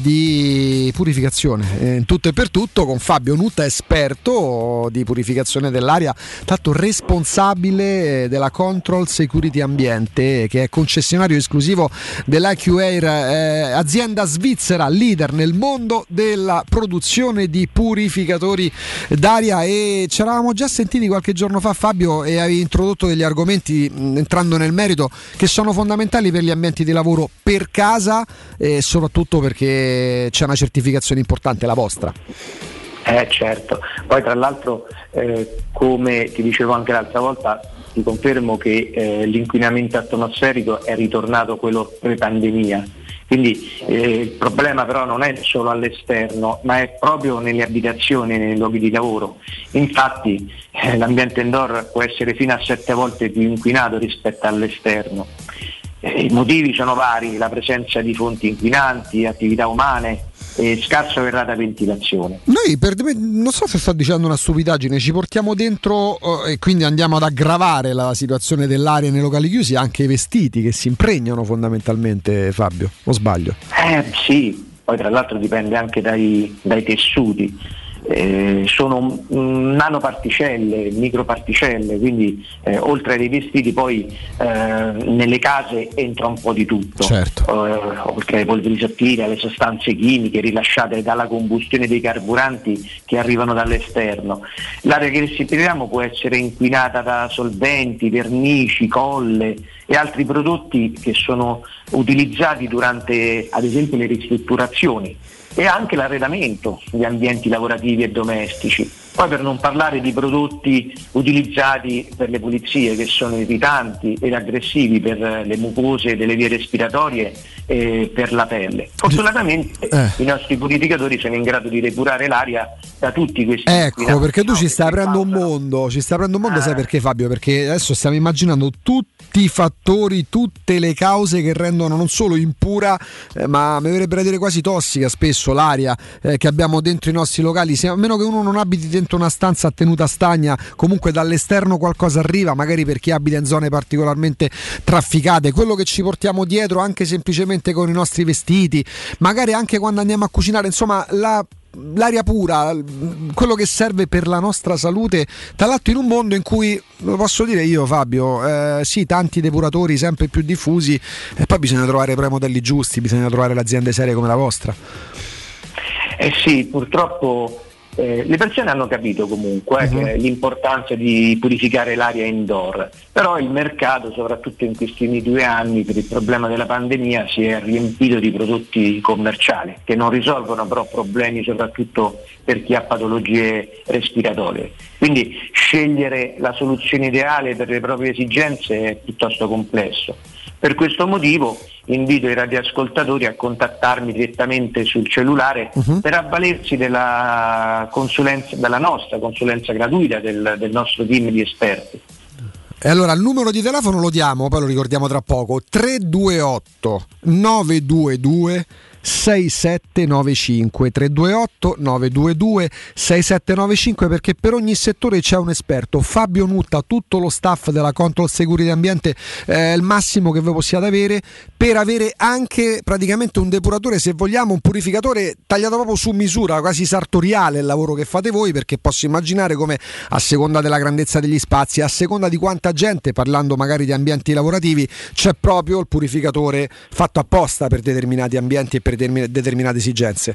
Speaker 4: di purificazione eh, in tutto e per tutto con Fabio Nutta, esperto di purificazione dell'aria, tanto responsabile della Control Security Ambiente, che è concessionario esclusivo dell'I Q Air, eh, azienda svizzera leader nel mondo della produzione di purificatori d'aria. E ci eravamo già sentiti qualche giorno fa Fabio e avevi introdotto degli argomenti mh, entrando nel merito che sono fondamentali per gli ambienti di lavoro per casa e soprattutto perché c'è una certificazione importante, la vostra.
Speaker 13: Eh certo, poi tra l'altro eh, come ti dicevo anche l'altra volta, ti confermo che eh, l'inquinamento atmosferico è ritornato quello pre-pandemia, quindi eh, il problema però non è solo all'esterno, ma è proprio nelle abitazioni, nei luoghi di lavoro. Infatti eh, l'ambiente indoor può essere fino a sette volte più inquinato rispetto all'esterno. Eh, I motivi sono vari: la presenza di fonti inquinanti, attività umane e scarsa o errata ventilazione.
Speaker 4: Noi, per, non so se sto dicendo una stupidaggine, ci portiamo dentro eh, e quindi andiamo ad aggravare la situazione dell'aria nei locali chiusi, anche i vestiti che si impregnano fondamentalmente, Fabio, o sbaglio?
Speaker 13: Eh sì, poi tra l'altro dipende anche dai, dai tessuti. Eh, sono um, nanoparticelle, microparticelle, quindi eh, oltre ai vestiti poi eh, nelle case entra un po' di tutto,
Speaker 4: certo.
Speaker 13: eh, oltre ai polveri sottili, alle sostanze chimiche rilasciate dalla combustione dei carburanti che arrivano dall'esterno. L'aria che respiriamo può essere inquinata da solventi, vernici, colle e altri prodotti che sono utilizzati durante ad esempio le ristrutturazioni e anche l'arredamento di ambienti lavorativi e domestici. Poi per non parlare di prodotti utilizzati per le pulizie, che sono irritanti ed aggressivi per le mucose delle vie respiratorie e per la pelle. Fortunatamente eh. i nostri purificatori sono in grado di depurare l'aria da tutti questi
Speaker 4: ecco perché tu ci stai aprendo un mondo ci stai aprendo un mondo eh. Sai perché, Fabio? Perché adesso stiamo immaginando tutti i fattori, tutte le cause che rendono non solo impura eh, ma mi verrebbe da dire quasi tossica spesso l'aria eh, che abbiamo dentro i nostri locali. Se, a meno che uno non abiti dentro una stanza a tenuta stagna, comunque dall'esterno qualcosa arriva, magari per chi abita in zone particolarmente trafficate. Quello che ci portiamo dietro anche semplicemente con i nostri vestiti, magari anche quando andiamo a cucinare, insomma la l'aria pura, quello che serve per la nostra salute, tra l'altro in un mondo in cui, lo posso dire io Fabio, eh, sì, tanti depuratori sempre più diffusi e poi bisogna trovare i modelli giusti, bisogna trovare le aziende serie come la vostra.
Speaker 13: Eh sì, purtroppo Eh, le persone hanno capito comunque eh, uh-huh. che l'importanza di purificare l'aria indoor, però il mercato, soprattutto in questi ultimi due anni, per il problema della pandemia, si è riempito di prodotti commerciali che non risolvono però problemi soprattutto per chi ha patologie respiratorie. Quindi scegliere la soluzione ideale per le proprie esigenze è piuttosto complesso. Per questo motivo invito i radioascoltatori a contattarmi direttamente sul cellulare uh-huh. per avvalersi della consulenza, della nostra consulenza gratuita del, del nostro team di esperti.
Speaker 4: E allora il numero di telefono lo diamo, poi lo ricordiamo tra poco: tre due otto nove due due sei sette nove cinque, tre due otto nove due due sei sette nove cinque, perché per ogni settore c'è un esperto. Fabio Nutta, tutto lo staff della Control Security Ambiente, è il massimo che voi possiate avere per avere anche praticamente un depuratore, se vogliamo un purificatore tagliato proprio su misura, quasi sartoriale il lavoro che fate voi, perché posso immaginare come a seconda della grandezza degli spazi, a seconda di quanta gente, parlando magari di ambienti lavorativi, c'è proprio il purificatore fatto apposta per determinati ambienti e per determinate esigenze.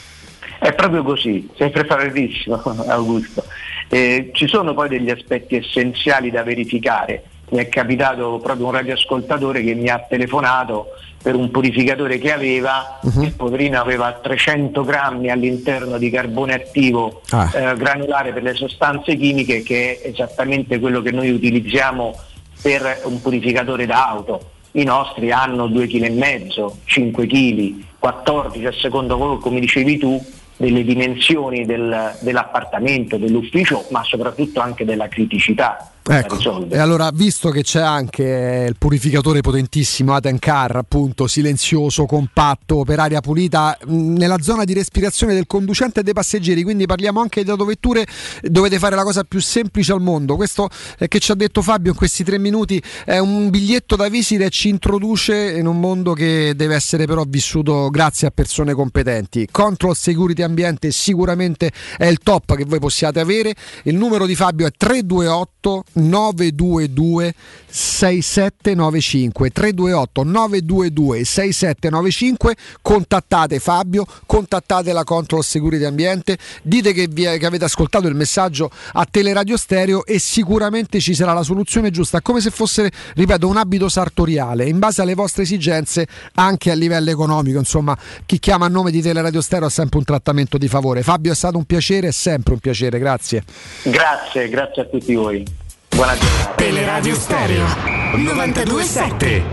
Speaker 13: È proprio così, sei preparatissimo Augusto. Eh, ci sono poi degli aspetti essenziali da verificare. Mi è capitato proprio un radioascoltatore che mi ha telefonato per un purificatore che aveva, uh-huh. il poverino aveva trecento grammi all'interno di carbone attivo ah. eh, granulare per le sostanze chimiche, che è esattamente quello che noi utilizziamo per un purificatore d'auto. I nostri hanno due chili e mezzo, cinque chili, quattordici a secondo, come dicevi tu, delle dimensioni del, dell'appartamento, dell'ufficio, ma soprattutto anche della criticità.
Speaker 4: Ecco, e allora, visto che c'è anche il purificatore potentissimo Atencar, appunto silenzioso, compatto, per aria pulita nella zona di respirazione del conducente e dei passeggeri, quindi parliamo anche di autovetture, dovete fare la cosa più semplice al mondo. Questo è che ci ha detto Fabio in questi tre minuti, è un biglietto da visita e ci introduce in un mondo che deve essere però vissuto grazie a persone competenti. Control Security Ambiente sicuramente è il top che voi possiate avere. Il numero di Fabio è tre due otto nove due due sei sette nove cinque, tre due otto nove due due sei sette nove cinque. Contattate Fabio, contattate la Control Security Ambiente, dite che, vi, che avete ascoltato il messaggio a Teleradio Stereo e sicuramente ci sarà la soluzione giusta, come se fosse, ripeto, un abito sartoriale in base alle vostre esigenze anche a livello economico. Insomma, chi chiama a nome di Teleradio Stereo ha sempre un trattamento di favore. Fabio, è stato un piacere, è sempre un piacere, grazie.
Speaker 13: Grazie, grazie a tutti voi. Buona giornata.
Speaker 26: Teleradio Stereo novantadue sette.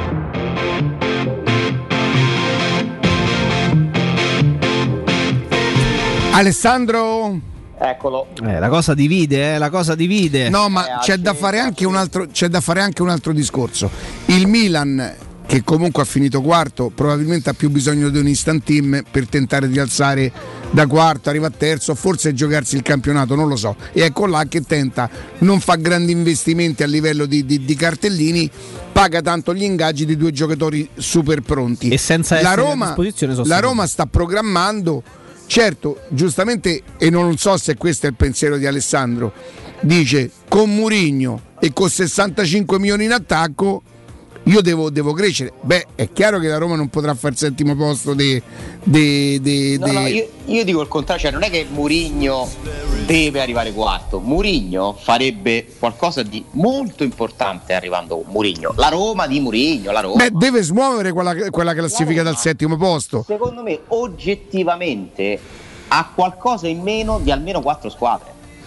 Speaker 2: Alessandro,
Speaker 6: eccolo.
Speaker 3: Eh, la cosa divide, eh, la cosa divide.
Speaker 2: No, ma c'è da fare anche un altro, c'è da fare anche un altro discorso. Il Milan, che comunque ha finito quarto, probabilmente ha più bisogno di un instant team per tentare di alzare da quarto, arriva a terzo, forse giocarsi il campionato, non lo so. E ecco là che tenta, non fa grandi investimenti a livello di, di, di cartellini, paga tanto gli ingaggi di due giocatori super pronti.
Speaker 3: E senza
Speaker 2: la
Speaker 3: essere
Speaker 2: Roma,
Speaker 3: a disposizione
Speaker 2: la Roma sta programmando, certo, giustamente, e non so se questo è il pensiero di Alessandro, dice con Mourinho e con sessantacinque milioni in attacco io devo, devo crescere. Beh, è chiaro che la Roma non potrà fare il settimo posto de, de, de,
Speaker 6: no,
Speaker 2: de...
Speaker 6: no, io, io dico il contrario, cioè non è che Mourinho deve arrivare quarto, Mourinho farebbe qualcosa di molto importante arrivando Mourinho, la Roma di Mourinho, la Roma.
Speaker 2: Beh, deve smuovere quella, quella classifica dal settimo posto.
Speaker 6: Secondo me oggettivamente ha qualcosa in meno di almeno quattro squadre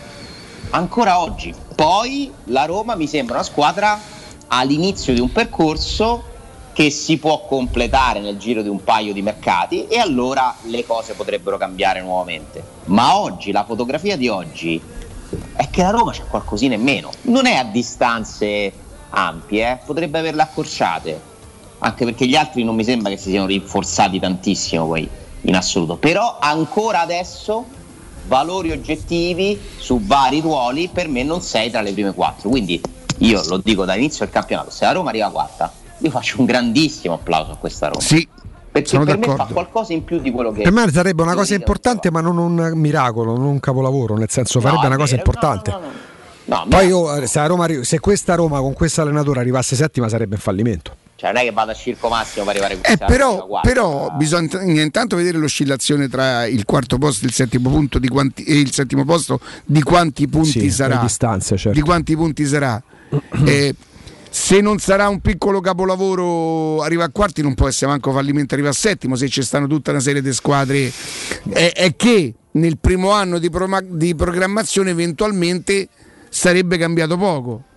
Speaker 6: ancora oggi. Poi la Roma mi sembra una squadra all'inizio di un percorso che si può completare nel giro di un paio di mercati e allora le cose potrebbero cambiare nuovamente. Ma oggi, la fotografia di oggi è che la Roma c'ha qualcosina in meno, non è a distanze ampie, eh? Potrebbe averle accorciate, anche perché gli altri non mi sembra che si siano rinforzati tantissimo poi in assoluto, però ancora adesso valori oggettivi su vari ruoli per me non sei tra le prime quattro, quindi io lo dico dall'inizio del campionato, se la Roma arriva quarta io faccio un grandissimo applauso a questa Roma.
Speaker 2: Sì,
Speaker 6: perché
Speaker 2: sono
Speaker 6: per
Speaker 2: d'accordo.
Speaker 6: me fa qualcosa in più di quello che
Speaker 4: per me sarebbe una cosa importante, ma non un miracolo, non un capolavoro, nel senso farebbe no, una cosa vero, importante. No, no, no. No, poi io, se, la Roma, se questa Roma con questo allenatore arrivasse settima sarebbe un fallimento.
Speaker 6: Cioè non è che vada a Circo Massimo per arrivare
Speaker 2: a eh, però, però bisogna intanto vedere l'oscillazione tra il quarto posto e il settimo punto di quanti, e il settimo posto di quanti punti
Speaker 4: sì,
Speaker 2: sarà,
Speaker 4: distanze, certo.
Speaker 2: di quanti punti sarà. eh, se non sarà un piccolo capolavoro arriva a quarti, non può essere manco fallimento arriva a settimo, se ci stanno tutta una serie di squadre. È, è che nel primo anno di, pro, di programmazione eventualmente sarebbe cambiato poco,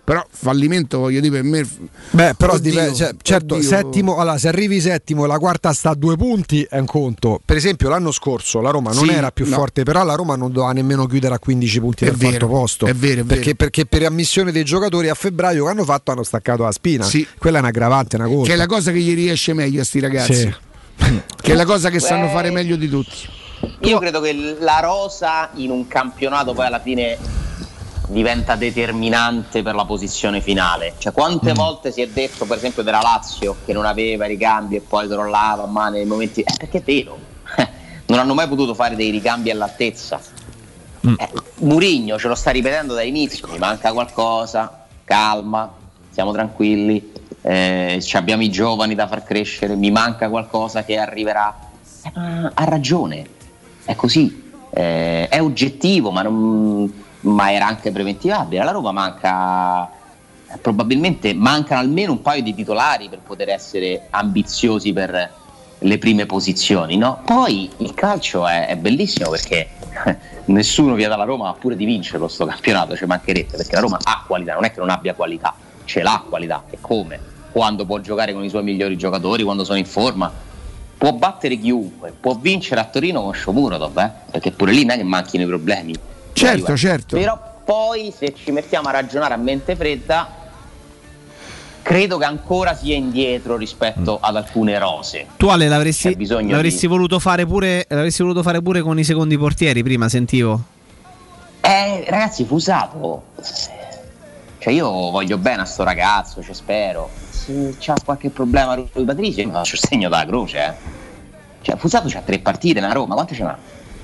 Speaker 2: però fallimento voglio dire per me.
Speaker 4: Beh, però
Speaker 2: oddio,
Speaker 4: dive- cioè, certo,
Speaker 2: oddio.
Speaker 4: settimo, allora se arrivi settimo e la quarta sta a due punti è un conto. Per esempio l'anno scorso la Roma non
Speaker 2: Sì,
Speaker 4: era più
Speaker 2: no.
Speaker 4: forte, però la Roma non doveva nemmeno chiudere a quindici punti
Speaker 2: È
Speaker 4: dal
Speaker 2: vero,
Speaker 4: quarto posto.
Speaker 2: è vero, è
Speaker 4: perché,
Speaker 2: vero.
Speaker 4: perché per ammissione dei giocatori a febbraio che hanno fatto hanno staccato la spina.
Speaker 2: Sì.
Speaker 4: Quella è un aggravante, una colpa.
Speaker 2: Che è la cosa che gli riesce meglio a sti ragazzi.
Speaker 4: Sì.
Speaker 2: Che è la cosa che sanno
Speaker 6: Beh,
Speaker 2: fare meglio di tutti.
Speaker 6: Io credo che la rosa in un campionato poi alla fine diventa determinante per la posizione finale. Cioè quante mm. volte si è detto per esempio della Lazio che non aveva i ricambi e poi crollava ma nei momenti... Eh, perché è vero, non hanno mai potuto fare dei ricambi all'altezza. Mm. Eh, Mourinho ce lo sta ripetendo dall'inizio, mi manca qualcosa, calma, siamo tranquilli, eh, abbiamo i giovani da far crescere, mi manca qualcosa che arriverà. Eh, ma ha ragione, è così, eh, è oggettivo, ma, non, ma era anche preventivabile. Alla Roma manca, probabilmente mancano almeno un paio di titolari per poter essere ambiziosi per le prime posizioni, no? Poi il calcio è, è bellissimo perché nessuno via dalla Roma ha pure di vincerlo sto campionato, ci mancherebbe, perché la Roma ha qualità, non è che non abbia qualità, ce l'ha qualità, e come? Quando può giocare con i suoi migliori giocatori, quando sono in forma, può battere chiunque, può vincere a Torino con Shomurodov, eh? Perché pure lì non è che manchino i problemi.
Speaker 2: Certo, certo.
Speaker 6: Però poi se ci mettiamo a ragionare a mente fredda, credo che ancora sia indietro rispetto mm. ad alcune rose.
Speaker 3: Tu Ale l'avresti, l'avresti, di... voluto fare pure, l'avresti voluto fare pure con i secondi portieri, prima sentivo.
Speaker 6: Eh ragazzi, Fusato, cioè io voglio bene a sto ragazzo, ci spero. Se c'ha qualche problema Rui Patricio, io mi faccio il segno della croce, eh. Cioè Fusato c'ha tre partite nella Roma, quante ce n'ha?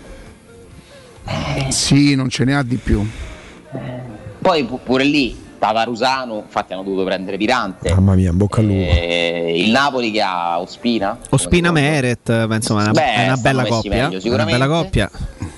Speaker 2: Eh. Sì, non ce ne ha di più.
Speaker 6: Eh. Poi pu- pure lì Tatarusano, infatti hanno dovuto prendere Pirante.
Speaker 4: Mamma mia, bocca al lupo.
Speaker 6: Eh, il Napoli che ha Ospina.
Speaker 3: Ospina Meret, ma insomma è una,
Speaker 6: Beh,
Speaker 3: è una bella coppia.
Speaker 6: Meglio,
Speaker 3: è una bella coppia.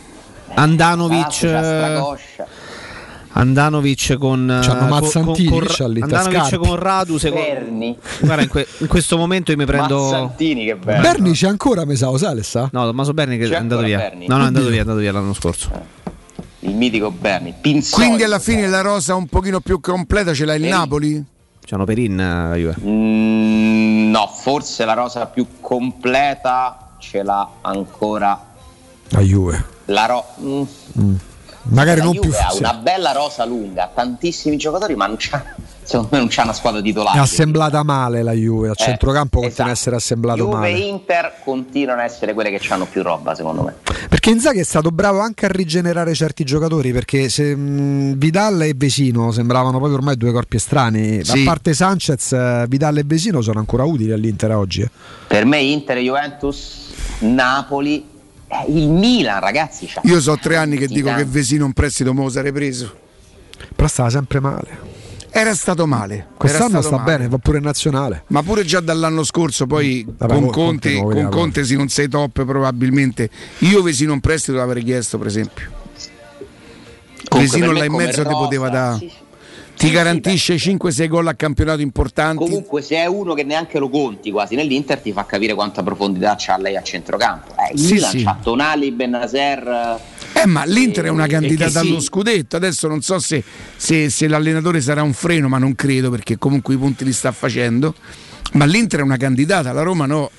Speaker 3: Andanovic. Andanovic con
Speaker 4: c'hanno Mazzantini,
Speaker 3: con, con, Andanovic con Radu
Speaker 6: Berni.
Speaker 3: Guarda, in, que, in questo momento io mi prendo
Speaker 6: Mazzantini, che bello.
Speaker 4: Berni c'è ancora, mi sa, Osale sa?
Speaker 3: No, Tommaso Berni che
Speaker 6: c'è
Speaker 3: è andato via.
Speaker 6: Berni.
Speaker 3: No, no, è andato via, è andato via l'anno scorso.
Speaker 6: Il mitico Berni. Pinzoli,
Speaker 2: quindi alla fine Berni. La rosa un pochino più completa ce l'ha il Perin. Napoli?
Speaker 3: C'hanno Perin, la Juve.
Speaker 6: Mm, no, forse la rosa più completa ce l'ha ancora
Speaker 4: la Juve.
Speaker 6: La ro- mm.
Speaker 4: Mm. Magari
Speaker 6: la
Speaker 4: non
Speaker 6: Juve
Speaker 4: più
Speaker 6: ha
Speaker 4: sì.
Speaker 6: una bella rosa lunga, tantissimi giocatori, ma non c'ha, secondo me non c'ha una squadra titolare.
Speaker 4: È assemblata male la Juve, al eh, centrocampo esatto. Continua a essere assemblato
Speaker 6: Juve
Speaker 4: male.
Speaker 6: Juve e Inter continuano a essere quelle che hanno più roba, secondo me.
Speaker 4: Perché Inzaghi è stato bravo anche a rigenerare certi giocatori, perché se mh, Vidal e Vesino sembravano proprio ormai due corpi estranei. Sì. A parte Sanchez, Vidal e Vesino sono ancora utili all'Inter oggi. Eh.
Speaker 6: Per me Inter, Juventus, Napoli, eh, il Milan, ragazzi.
Speaker 2: Io so tre anni che dico che Vesino un prestito me lo sarei preso.
Speaker 4: Però stava sempre male.
Speaker 2: Era stato male.
Speaker 4: Quest'anno
Speaker 2: Era stato
Speaker 4: sta
Speaker 2: male.
Speaker 4: bene, va pure in nazionale.
Speaker 2: Ma pure già dall'anno scorso, poi Vabbè, con Conte, Conte, con Conte se non sei top probabilmente. Io Vesino un prestito l'avrei chiesto, per esempio. Comunque Vesino là in mezzo ti poteva dare. Sì, sì. Ti sì, garantisce sì, cinque sei gol a campionato importanti.
Speaker 6: Comunque se è uno che neanche lo conti quasi nell'Inter ti fa capire quanta profondità c'ha lei a centrocampo. Eh, il sì, Milan sì. c'ha Tonali, Bennaser.
Speaker 2: Eh, ma l'Inter è una candidata
Speaker 6: sì.
Speaker 2: allo scudetto. Adesso non so se, se, se l'allenatore sarà un freno, ma non credo, perché comunque i punti li sta facendo. Ma l'Inter è una candidata, la Roma no.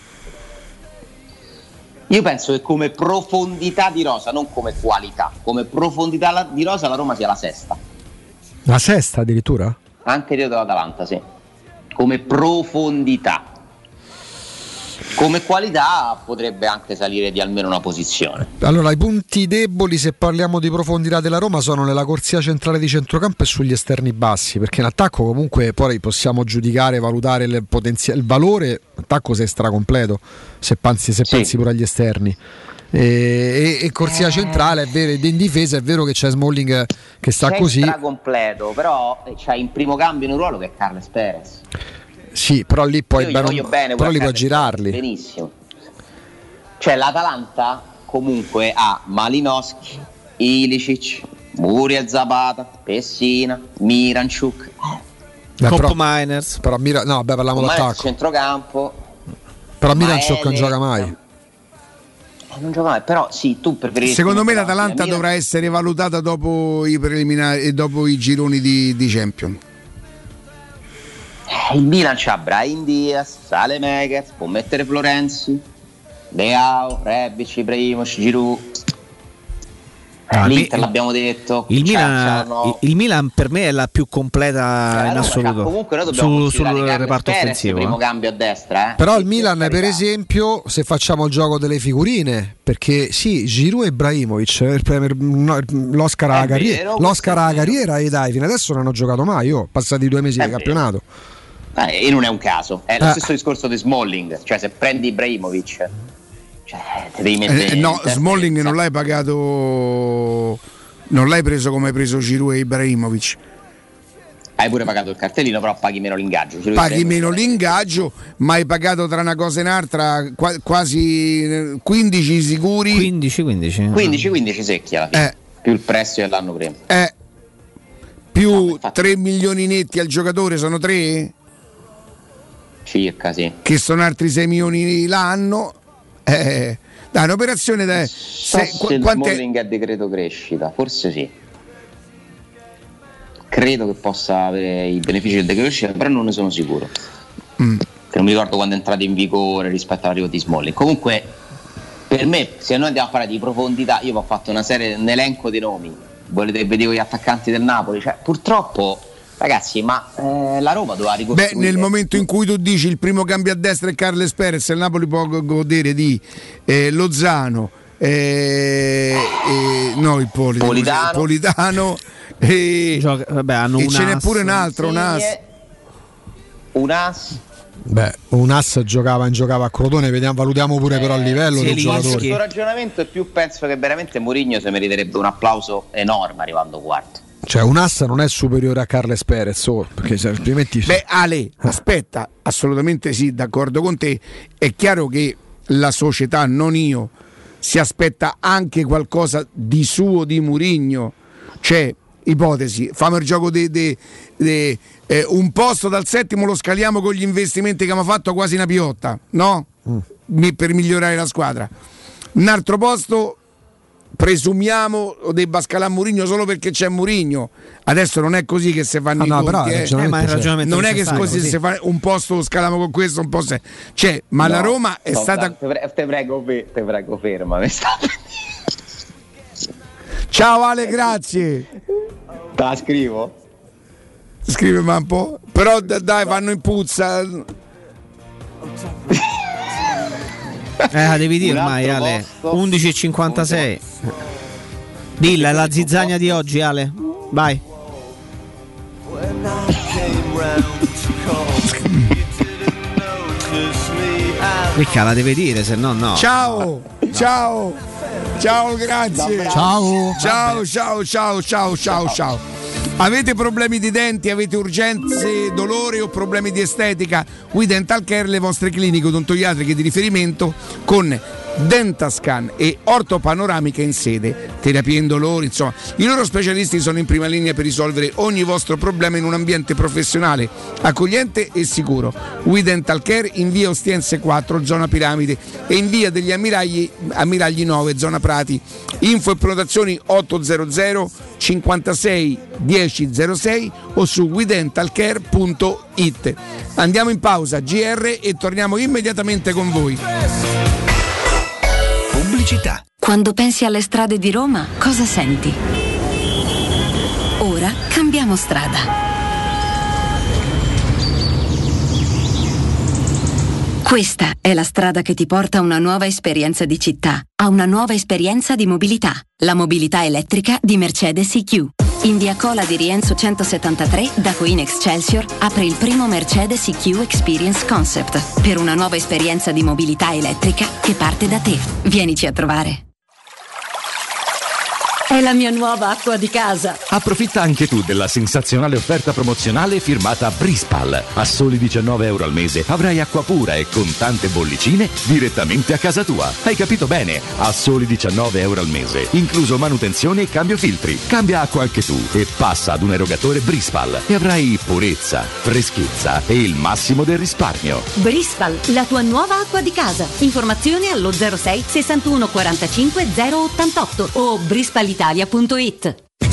Speaker 6: Io penso che come profondità di rosa, non come qualità, come profondità di rosa la Roma sia la sesta.
Speaker 4: La sesta addirittura?
Speaker 6: Anche dietro l'Atalanta, sì. Come profondità. Come qualità potrebbe anche salire di almeno una posizione.
Speaker 4: Allora, i punti deboli, se parliamo di profondità della Roma, sono nella corsia centrale di centrocampo e sugli esterni bassi, perché in attacco comunque poi possiamo giudicare, valutare il, potenzia- il valore. L'attacco si è stracompleto, se pensi, se sì. pensi pure agli esterni. E, e, e corsia eh. centrale è vero, ed in difesa è vero che c'è Smalling che sta
Speaker 6: c'è
Speaker 4: così.
Speaker 6: C'è completo, però c'è in primo cambio in un ruolo che è Carles Perez.
Speaker 4: Sì, però lì poi
Speaker 6: ben, bene,
Speaker 4: però li può girarli.
Speaker 6: Benissimo. Cioè l'Atalanta comunque ha Malinowski, Ilicic, Muriel Zapata, Pessina, Miranchuk,
Speaker 3: Cop Miners.
Speaker 4: Però Mira, no, beh, parliamo d'attacco.
Speaker 6: Centrocampo.
Speaker 4: Però Miranchuk non gioca mai.
Speaker 6: Non gioca mai, però sì, tu preferisci.
Speaker 2: Secondo me l'Atalanta dovrà essere valutata dopo i preliminari e dopo i gironi di, di Champions.
Speaker 6: Il Milan c'ha Brahim Diaz, Sale Mekers, può mettere Florenzi, Leao, Rebic, Ibrahimovic, Giroud.
Speaker 3: Ah,
Speaker 6: L'Inter
Speaker 3: mi-
Speaker 6: l'abbiamo detto.
Speaker 3: Il
Speaker 6: C'ha-
Speaker 3: Milan,
Speaker 6: c'hanno-
Speaker 3: il Milan per me è la più completa
Speaker 6: Eh,
Speaker 3: in
Speaker 6: no,
Speaker 3: assoluto
Speaker 6: comunque noi dobbiamo
Speaker 3: Su-
Speaker 6: considerare
Speaker 3: sul
Speaker 6: Carles
Speaker 3: reparto
Speaker 6: Perez,
Speaker 3: offensivo.
Speaker 6: primo
Speaker 3: eh.
Speaker 6: cambio a destra, eh.
Speaker 4: Però il Milan, per esempio, se facciamo il gioco delle figurine, perché sì, Giroud e Ibrahimovic, eh, per- no, l'Oscar alla
Speaker 6: È
Speaker 4: carriera,
Speaker 6: vero,
Speaker 4: l'Oscar alla carriera e dai, fino adesso non hanno giocato mai, oh, passati due mesi
Speaker 6: È
Speaker 4: di
Speaker 6: vero.
Speaker 4: campionato.
Speaker 6: Eh, e non è un caso, è lo
Speaker 4: Ah.
Speaker 6: stesso discorso di Smalling, cioè se prendi Ibrahimovic, cioè te devi mettere
Speaker 2: Eh, no,
Speaker 6: in testa-
Speaker 2: Smalling non l'hai pagato, non l'hai preso come hai preso Giroud e Ibrahimovic.
Speaker 6: Hai pure pagato il cartellino, però paghi meno l'ingaggio. Giroud e
Speaker 2: Paghi
Speaker 6: Ibrahimovic-
Speaker 2: meno l'ingaggio, ma hai pagato tra una cosa e un'altra qua- quasi eh, quindici sicuri.
Speaker 3: quindici quindici
Speaker 6: quindici quindici secchi alla fine,
Speaker 2: Eh.
Speaker 6: più il prestito dell'anno prima.
Speaker 2: Eh, più tre milioni netti al giocatore, sono tre?
Speaker 6: Circa, sì.
Speaker 2: Che sono altri sei milioni l'anno. Eh, dai, un'operazione da...
Speaker 6: So
Speaker 2: se-
Speaker 6: se
Speaker 2: qu-
Speaker 6: il
Speaker 2: quant'è-
Speaker 6: Smalling è decreto crescita, forse sì. Credo che possa avere i benefici del decreto crescita, però non ne sono sicuro.
Speaker 2: Mm.
Speaker 6: Che non mi ricordo quando è entrato in vigore rispetto all'arrivo di Smalling. Comunque, per me, se noi andiamo a parlare di profondità, io vi ho fatto una serie, un elenco di nomi. Volete vedere gli attaccanti del Napoli? Cioè, purtroppo, ragazzi, ma eh, la Roma doveva
Speaker 2: Beh,
Speaker 6: ricostruire.
Speaker 2: nel momento in cui tu dici il primo cambio a destra è Carles Perez, il Napoli può go- godere di eh, Lozano, eh, eh, no, il Poli,
Speaker 6: Politano.
Speaker 2: Politano e,
Speaker 3: Gioca- vabbè, hanno
Speaker 2: e
Speaker 3: un
Speaker 2: ce n'è
Speaker 3: ass.
Speaker 2: pure un altro, un as.
Speaker 6: Insigne, un as.
Speaker 4: Beh, un ass giocava, giocava a Crotone, vediamo, valutiamo pure però il livello del
Speaker 6: Il
Speaker 4: giocatore.
Speaker 6: questo ragionamento e più penso che veramente Mourinho si meriterebbe un applauso enorme arrivando quarto.
Speaker 4: Cioè un ass non è superiore a Carles Perez, oh, perché se altrimenti...
Speaker 2: Beh, Ale, aspetta, assolutamente sì, d'accordo con te. È chiaro che la società, non io, si aspetta anche qualcosa di suo di Mourinho. Cioè, ipotesi, famo il gioco di eh, un posto dal settimo lo scaliamo con gli investimenti che abbiamo fatto, quasi una piotta, no?
Speaker 4: Mm.
Speaker 2: Mi- per migliorare la squadra. Un altro posto presumiamo lo debba scalare Mourinho solo perché c'è Mourinho. Adesso non è così che si fanno
Speaker 4: Ah,
Speaker 2: i
Speaker 4: no,
Speaker 2: conti,
Speaker 4: però il
Speaker 2: eh.
Speaker 4: ragionamento
Speaker 3: Eh, ma il
Speaker 4: c'è.
Speaker 3: ragionamento
Speaker 2: Non è che
Speaker 3: necessario,
Speaker 2: così
Speaker 3: sì.
Speaker 2: si fa un posto lo scaliamo con questo, un posto c'è, ma la
Speaker 6: No,
Speaker 2: Roma è
Speaker 6: no,
Speaker 2: stata.
Speaker 6: Te, pre- te prego, fe- te prego, ferma. mi sta-
Speaker 2: Ciao Ale, grazie.
Speaker 6: Te la scrivo?
Speaker 2: Scrive ma un po'. Però d- dai, vanno in puzza.
Speaker 3: Eh, la devi dire
Speaker 6: Un
Speaker 3: ormai,
Speaker 6: altro
Speaker 3: Ale.
Speaker 6: posto.
Speaker 3: undici e cinquantasei. Dilla, è la zizzagna di oggi, Ale. Vai. Ricca, la deve dire, se no no.
Speaker 2: Ciao, ciao, ciao, grazie.
Speaker 4: Ciao.
Speaker 2: Ciao, ciao, ciao, ciao, ciao, ciao. Avete problemi di denti, avete urgenze, dolori o problemi di estetica? We Dental Care, le vostre cliniche odontoiatriche di riferimento con Dentascan e ortopanoramica in sede, terapie indolori, insomma. I loro specialisti sono in prima linea per risolvere ogni vostro problema in un ambiente professionale, accogliente e sicuro. We Dental Care in via Ostiense quattro, zona Piramide, e in via degli Ammiragli, Ammiragli nove, zona Prati. Info e prenotazioni ottocento cinquantasei dieci zero sei o su we dental care punto it. Andiamo in pausa G R e torniamo immediatamente con voi.
Speaker 26: Pubblicità.
Speaker 15: Quando pensi alle strade di Roma, cosa senti? Ora cambiamo strada. Questa è la strada che ti porta a una nuova esperienza di città, a una nuova esperienza di mobilità, la mobilità elettrica di Mercedes E Q. In via Cola di Rienzo centosettantatré, da Queen Excelsior, apre il primo Mercedes E Q Experience Concept, per una nuova esperienza di mobilità elettrica che parte da te. Vienici a trovare. È la mia nuova acqua di casa.
Speaker 7: Approfitta anche tu della sensazionale offerta promozionale firmata Brispal. A soli diciannove euro al mese avrai acqua pura e con tante bollicine direttamente a casa tua. Hai capito bene? A soli diciannove euro al mese, incluso manutenzione e cambio filtri. Cambia acqua anche tu e passa ad un erogatore Brispal e avrai purezza, freschezza e il massimo del risparmio.
Speaker 16: Brispal, la tua nuova acqua di casa. Informazioni allo zero sei sessantuno quarantacinque zero ottantotto o brispalitalia punto it.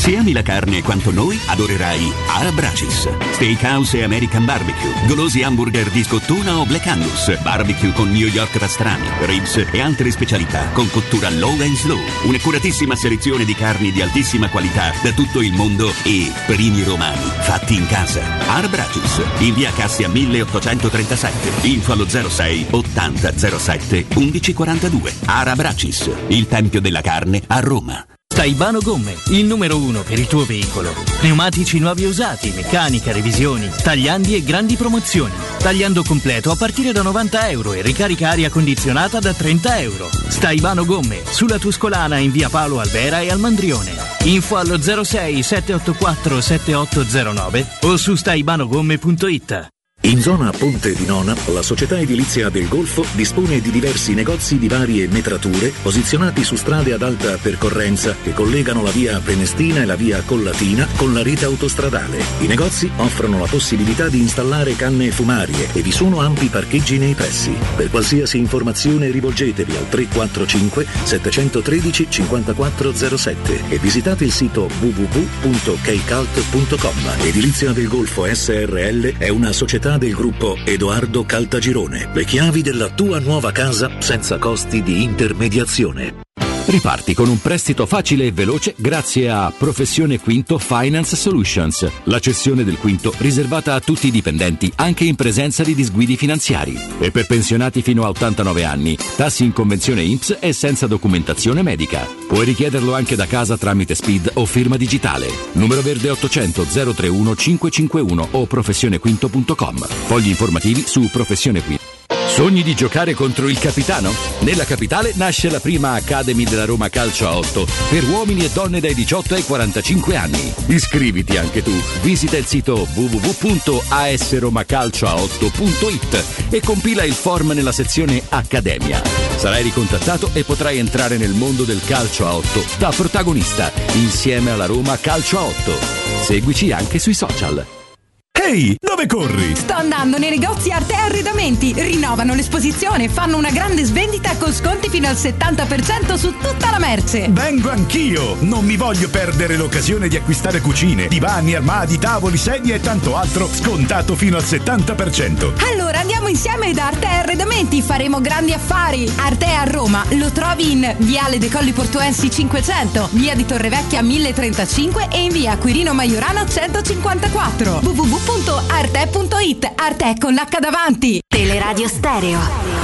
Speaker 7: Se ami la carne quanto noi, adorerai Arab Bracis. Steakhouse e American Barbecue, golosi hamburger di scottuna o Black Angus, barbecue con New York pastrami, ribs e altre specialità con cottura low and slow. Un'accuratissima selezione di carni di altissima qualità da tutto il mondo e primi romani fatti in casa. Arab Bracis, in via Cassia milleottocentotrentasette, info allo zero sei ottanta zero sette undici quarantadue. Arab Bracis, il tempio della carne a Roma.
Speaker 1: Staibano Gomme, il numero uno per il tuo veicolo. Pneumatici nuovi e usati, meccanica, revisioni, tagliandi e grandi promozioni. Tagliando completo a partire da novanta euro e ricarica aria condizionata da trenta euro. Staibano Gomme, sulla Tuscolana in via Paolo Albera e al Mandrione. Info allo zero sei sette otto quattro sette otto zero nove o su staibanogomme punto it.
Speaker 5: In zona Ponte di Nona, la società edilizia del Golfo dispone di diversi negozi di varie metrature posizionati su strade ad alta percorrenza che collegano la via Prenestina e la via Collatina con la rete autostradale. I negozi offrono la possibilità di installare canne fumarie e vi sono ampi parcheggi nei pressi. Per qualsiasi informazione rivolgetevi al tre quattro cinque sette uno tre cinque quattro zero sette e visitate il sito w w w punto keycult punto com. Edilizia del Golfo S R L è una società del gruppo Edoardo Caltagirone. Le chiavi della tua nuova casa senza costi di intermediazione.
Speaker 7: Riparti con un prestito facile e veloce grazie a Professione Quinto Finance Solutions, la cessione del quinto riservata a tutti i dipendenti anche in presenza di disguidi finanziari. E per pensionati fino a ottantanove anni, tassi in convenzione I N P S e senza documentazione medica. Puoi richiederlo anche da casa tramite S P I D o firma digitale. Numero verde ottocento zero trentuno cinquecentocinquantuno o professionequinto punto com. Fogli informativi su Professione Quinto. Sogni di giocare contro il capitano? Nella capitale nasce la prima Academy della Roma Calcio a otto per uomini e donne dai diciotto ai quarantacinque anni. Iscriviti anche tu. Visita il sito w w w punto a s roma calcio a otto punto it e compila il form nella sezione Accademia. Sarai ricontattato e potrai entrare nel mondo del calcio a otto da protagonista insieme alla Roma Calcio a otto. Seguici anche sui social.
Speaker 9: Ehi, dove corri?
Speaker 17: Sto andando nei negozi Arte e Arredamenti. Rinnovano l'esposizione, fanno una grande svendita con sconti fino al settanta per cento su tutta la merce.
Speaker 9: Vengo anch'io! Non mi voglio perdere l'occasione di acquistare cucine, divani, armadi, tavoli, sedie e tanto altro scontato fino al settanta per cento.
Speaker 17: Allora andiamo insieme da Arte e Arredamenti, faremo grandi affari. Arte a Roma lo trovi in Viale dei Colli Portuensi cinquecento, Via di Torrevecchia mille trentacinque e in Via Quirino Maiorano centocinquantaquattro. w w w punto arte punto it. Arte con l'H davanti.
Speaker 11: Teleradio Stereo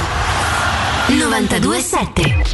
Speaker 11: novantadue sette.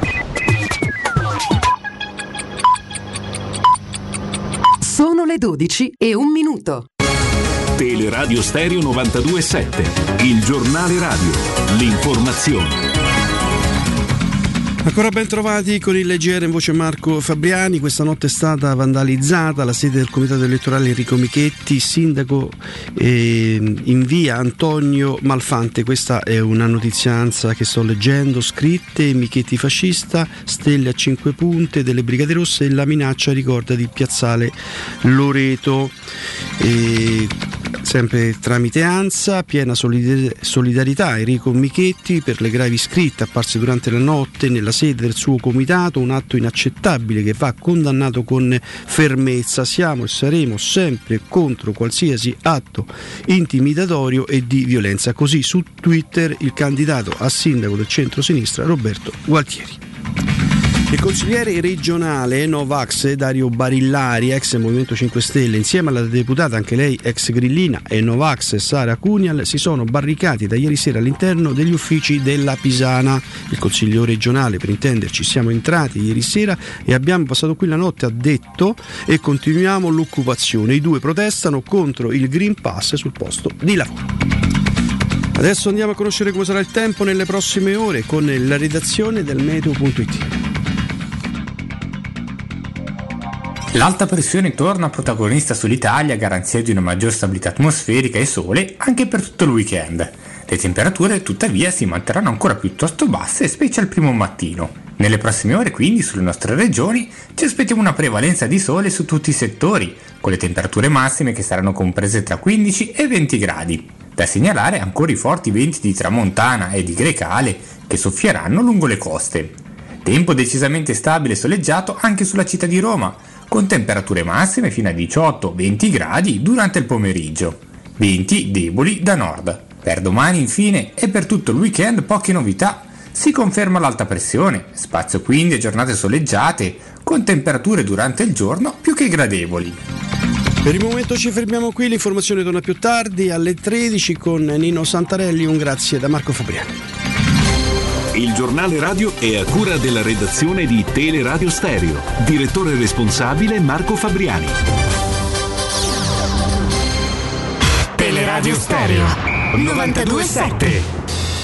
Speaker 20: Sono le dodici e un minuto.
Speaker 26: Teleradio Stereo novantadue sette, il giornale radio, l'informazione.
Speaker 22: Ancora ben trovati con il G R in voce Marco Fabriani. Questa notte è stata vandalizzata la sede del comitato elettorale Enrico Michetti, sindaco eh, in via Antonio Malfante. Questa è una notizianza che sto leggendo, scritte: Michetti fascista, stelle a cinque punte delle Brigate Rosse e la minaccia ricorda di piazzale Loreto. E sempre tramite ANSA, piena solidarietà Enrico Michetti per le gravi scritte apparse durante la notte nella sede del suo comitato, un atto inaccettabile che va condannato con fermezza. Siamo e saremo sempre contro qualsiasi atto intimidatorio e di violenza. Così su Twitter il candidato a sindaco del centro-sinistra Roberto Gualtieri. Il consigliere regionale Novax Dario Barillari, ex Movimento cinque Stelle, insieme alla deputata, anche lei ex grillina, e Novax Sara Cunial, si sono barricati da ieri sera all'interno degli uffici della Pisana. Il consiglio regionale, per intenderci, siamo entrati ieri sera e abbiamo passato qui la notte, ha detto, e continuiamo l'occupazione. I due protestano contro il Green Pass sul posto di lavoro. Adesso andiamo a conoscere come sarà il tempo nelle prossime ore con la redazione del meteo punto it.
Speaker 23: L'alta pressione torna protagonista sull'Italia a garanzia di una maggior stabilità atmosferica e sole anche per tutto il weekend. Le temperature tuttavia si manterranno ancora piuttosto basse, specie al primo mattino. Nelle prossime ore quindi sulle nostre regioni ci aspettiamo una prevalenza di sole su tutti i settori, con le temperature massime che saranno comprese tra quindici e venti gradi. Da segnalare ancora i forti venti di tramontana e di grecale che soffieranno lungo le coste. Tempo decisamente stabile e soleggiato anche sulla città di Roma, con temperature massime fino a diciotto venti gradi durante il pomeriggio, venti deboli da nord. Per domani infine e per tutto il weekend poche novità. Si conferma l'alta pressione, spazio quindi a giornate soleggiate con temperature durante il giorno più che gradevoli.
Speaker 22: Per il momento ci fermiamo qui, l'informazione torna più tardi alle tredici con Nino Santarelli. Un grazie da Marco Fabriani.
Speaker 26: Il giornale radio è a cura della redazione di Teleradio Stereo. Direttore responsabile Marco Fabriani.
Speaker 11: Teleradio Stereo novantadue sette.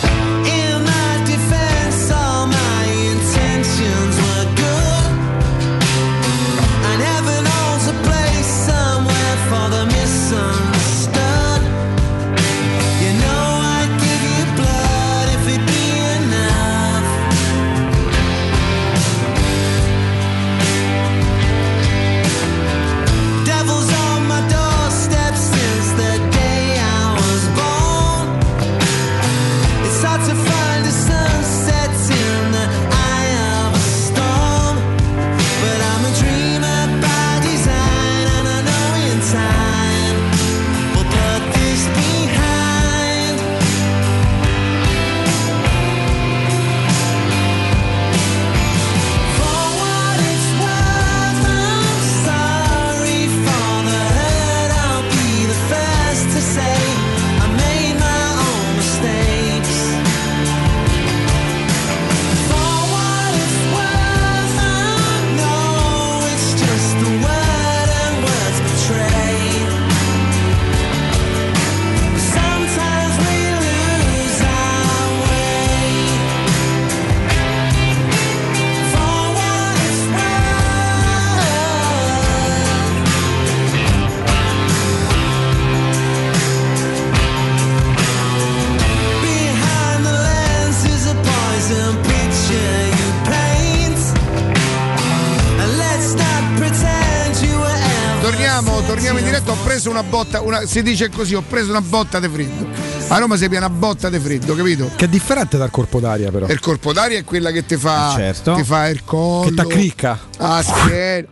Speaker 2: Torniamo in diretta. Ho preso una botta, una, si dice così, ho preso una botta di freddo. A Roma si piena una botta di freddo, capito?
Speaker 4: Che è differente dal corpo d'aria, però.
Speaker 2: Il corpo d'aria è quella che ti fa,
Speaker 3: eh certo.
Speaker 2: ti fa il collo,
Speaker 4: che t'accricca,
Speaker 2: a schiena,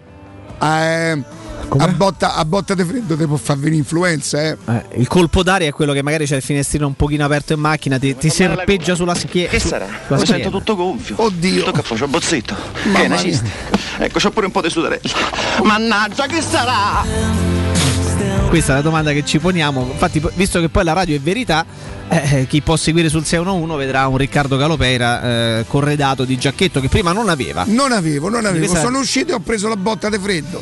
Speaker 2: eh, a botta, a botta di freddo ti può far venire influenza, eh.
Speaker 3: Eh, il colpo d'aria è quello che magari c'è il finestrino un pochino aperto in macchina, ti, ti serpeggia sulla schiena.
Speaker 8: Che sarà? Mi sento tutto gonfio.
Speaker 2: Oddio.
Speaker 8: Tocca faccio il bozzetto. Che nazisti. Ecco, c'ho pure un po' di sudarella. Mannaggia, che sarà?
Speaker 3: Questa è la domanda che ci poniamo. Infatti, visto che poi la radio è verità, eh, chi può seguire sul sei uno uno vedrà un Riccardo Calopeira eh, corredato di giacchetto che prima non aveva.
Speaker 2: Non avevo, non avevo.
Speaker 3: Questa...
Speaker 2: Sono uscito e ho preso la botta di freddo.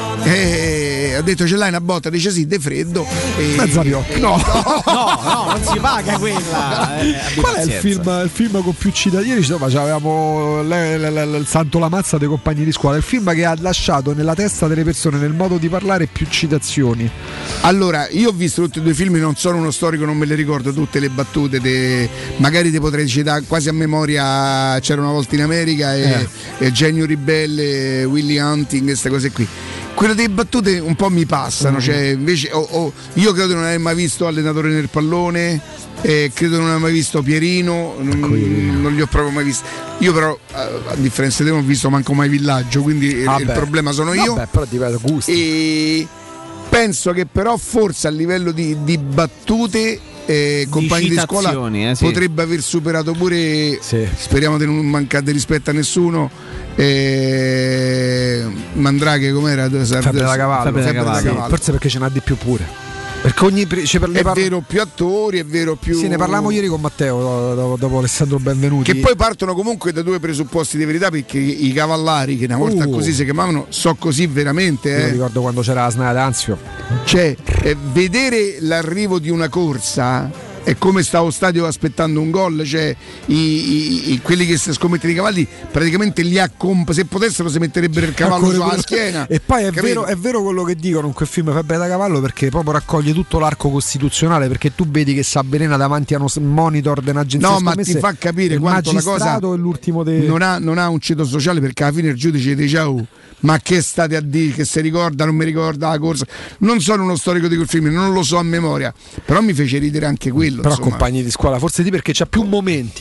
Speaker 2: E ho detto ce l'hai una botta? Dice sì, di freddo. E...
Speaker 4: Mezza piocca.
Speaker 2: No.
Speaker 3: no, no, non si paga quella. Eh,
Speaker 4: Qual è il film, il film con più citazioni? Ieri avevamo le, le, le, il Santo Lamazza dei compagni di scuola. Il film che ha lasciato nella testa delle persone, nel modo di parlare, più citazioni.
Speaker 2: Allora, io ho visto tutti e due i film, non sono uno storico, non me le ricordo tutte le battute. De... Magari ti potrei citare quasi a memoria. C'era una volta in America e, eh. e Genio Ribelle, Willy Hunting, queste cose qui. Quelle delle battute un po' mi passano, mm. cioè invece oh, oh, io credo di non aver mai visto Allenatore nel pallone, eh, credo di non aver mai visto Pierino, non, non li ho proprio mai visti. Io però a differenza di te non ho visto manco mai Villaggio, quindi ah il beh. problema sono io.
Speaker 4: Vabbè, però dipende da gusti.
Speaker 2: E penso che però forse a livello di, di battute eh, compagni di, di scuola eh, sì. potrebbe aver superato pure, sì. speriamo di non mancare di rispetto a nessuno, eh, Mandrake com'era?
Speaker 4: Febbre da cavallo, Febbre da cavallo. Sì, forse perché ce n'ha di più pure. Perché ogni pre-
Speaker 2: è parla... vero più attori, è vero più.
Speaker 4: Sì, ne parlavamo ieri con Matteo dopo, dopo Alessandro Benvenuti.
Speaker 2: Che poi partono comunque da due presupposti di verità, perché i cavallari, che una volta uh. così si chiamavano, so così veramente. Eh.
Speaker 4: Io ricordo quando c'era la Snaia d'Anzio.
Speaker 2: Cioè, eh, vedere l'arrivo di una corsa è come stavo stadio aspettando un gol, cioè i, i, i, quelli che scommettono i cavalli praticamente li accomp- se potessero si metterebbero il cavallo sulla schiena.
Speaker 4: E poi è vero, è vero quello che dicono in quel film Febbre da cavallo, perché proprio raccoglie tutto l'arco costituzionale, perché tu vedi che si avvelena davanti a un monitor di un'agenzia
Speaker 2: no,
Speaker 4: scommesse,
Speaker 2: ma ti fa capire quanto la cosa
Speaker 4: è l'ultimo de...
Speaker 2: non, ha, non ha un ceto sociale, perché alla fine il giudice dice oh, ma che state a dire, che si ricorda, non mi ricorda la corsa. Non sono uno storico di quel film, non lo so a memoria, però mi fece ridere anche quello.
Speaker 4: Però
Speaker 2: insomma.
Speaker 4: Compagni di scuola, forse sì, perché c'ha più momenti.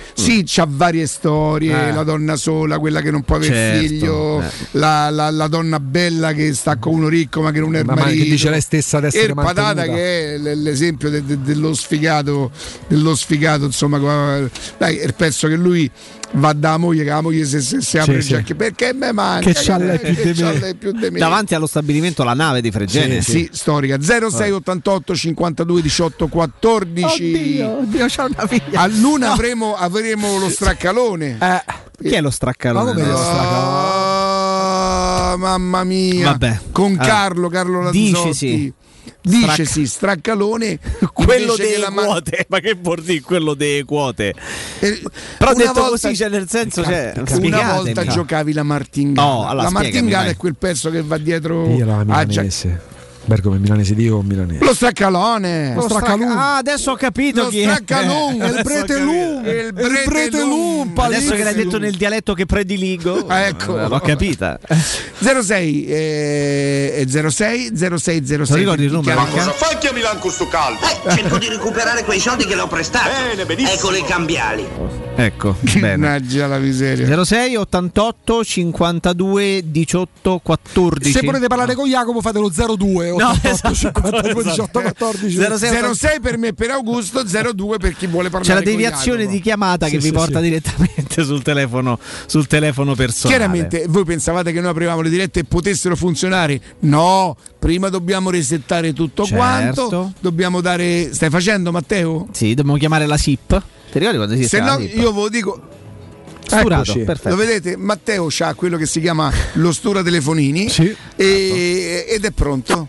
Speaker 2: Sì, c'ha varie storie, eh. la donna sola, quella che non può avere
Speaker 4: certo.
Speaker 2: figlio, eh. la, la, la donna bella che sta con uno ricco ma che non è il
Speaker 4: ma
Speaker 2: marito,
Speaker 4: che dice lei stessa adesso,
Speaker 2: e il Patata che è l'esempio de, de, dello sfigato, dello sfigato, insomma, dai, il pezzo che lui va da moglie, che la moglie se, se, se apre
Speaker 4: sì,
Speaker 2: il giacche, perché me manca,
Speaker 4: che c'ha lei più,
Speaker 2: che
Speaker 4: de
Speaker 2: c'ha lei più de me.
Speaker 3: Davanti allo stabilimento La Nave di Fregene,
Speaker 2: sì, sì, storica. Zero sei ottantotto cinquantadue diciotto quattordici.
Speaker 3: Oddio, oddio, c'ha una figlia.
Speaker 2: A Luna no. avremo, avremo lo straccalone.
Speaker 3: Eh, chi è lo straccalone?
Speaker 2: Ma come lo straccalone? Oh, mamma mia.
Speaker 3: Vabbè.
Speaker 2: Con
Speaker 3: allora,
Speaker 2: Carlo, Carlo Lazzotti.
Speaker 3: Dice sì.
Speaker 2: Dice
Speaker 3: Strac-
Speaker 2: sì, straccalone,
Speaker 3: quello delle
Speaker 2: la
Speaker 3: quote,
Speaker 2: man-
Speaker 3: ma che vuol dire quello delle quote?
Speaker 2: Eh,
Speaker 3: Però detto
Speaker 2: volta,
Speaker 3: così, cioè nel senso, cioè,
Speaker 2: una volta giocavi la martingala.
Speaker 3: Oh, allora,
Speaker 2: la martingala
Speaker 3: vai.
Speaker 2: è quel pezzo che va dietro.
Speaker 4: Io la milanese. Bergamo è milanese, Dio milanese.
Speaker 2: Lo straccalone.
Speaker 3: Lo straccalone. Ah, adesso ho capito
Speaker 2: lo
Speaker 3: chi
Speaker 2: straccalone.
Speaker 3: è.
Speaker 2: Il Bretelum. Il Bretelum.
Speaker 3: Adesso che l'hai detto nel dialetto che prediligo.
Speaker 2: Ah, ecco.
Speaker 3: L'ho capita.
Speaker 2: zero sei eh, zero sei zero sei zero sei.
Speaker 3: Non ricordi il numero?
Speaker 10: Ma cosa fai che a Milano con sto caldo?
Speaker 12: Eh, cerco di recuperare quei soldi che l'ho prestato.
Speaker 10: Bene, benissimo.
Speaker 12: Ecco le cambiali.
Speaker 3: Ecco,
Speaker 2: mannaggia la miseria.
Speaker 3: zero sei ottantotto cinquantadue diciotto quattordici.
Speaker 4: Se volete parlare con Jacopo fatelo zero due ottantotto
Speaker 3: no, esatto,
Speaker 4: cinquantadue diciotto quattordici.
Speaker 2: zero sei per me e per Augusto, zero due per chi vuole parlare.
Speaker 3: C'è la deviazione di chiamata
Speaker 2: sì,
Speaker 3: che
Speaker 2: sì,
Speaker 3: vi porta
Speaker 2: sì.
Speaker 3: direttamente sul telefono, sul telefono personale.
Speaker 2: Chiaramente voi pensavate che noi aprivamo le dirette e potessero funzionare? No, prima dobbiamo resettare tutto
Speaker 3: certo.
Speaker 2: quanto. Dobbiamo dare. Stai facendo, Matteo?
Speaker 3: Sì, dobbiamo chiamare la S I P. Ti ricordi quando si
Speaker 2: Se no, io ve lo dico.
Speaker 3: Sturato, perfetto.
Speaker 2: Lo vedete? Matteo c'ha quello che si chiama lo stura telefonini
Speaker 4: sì.
Speaker 2: e, ed è pronto.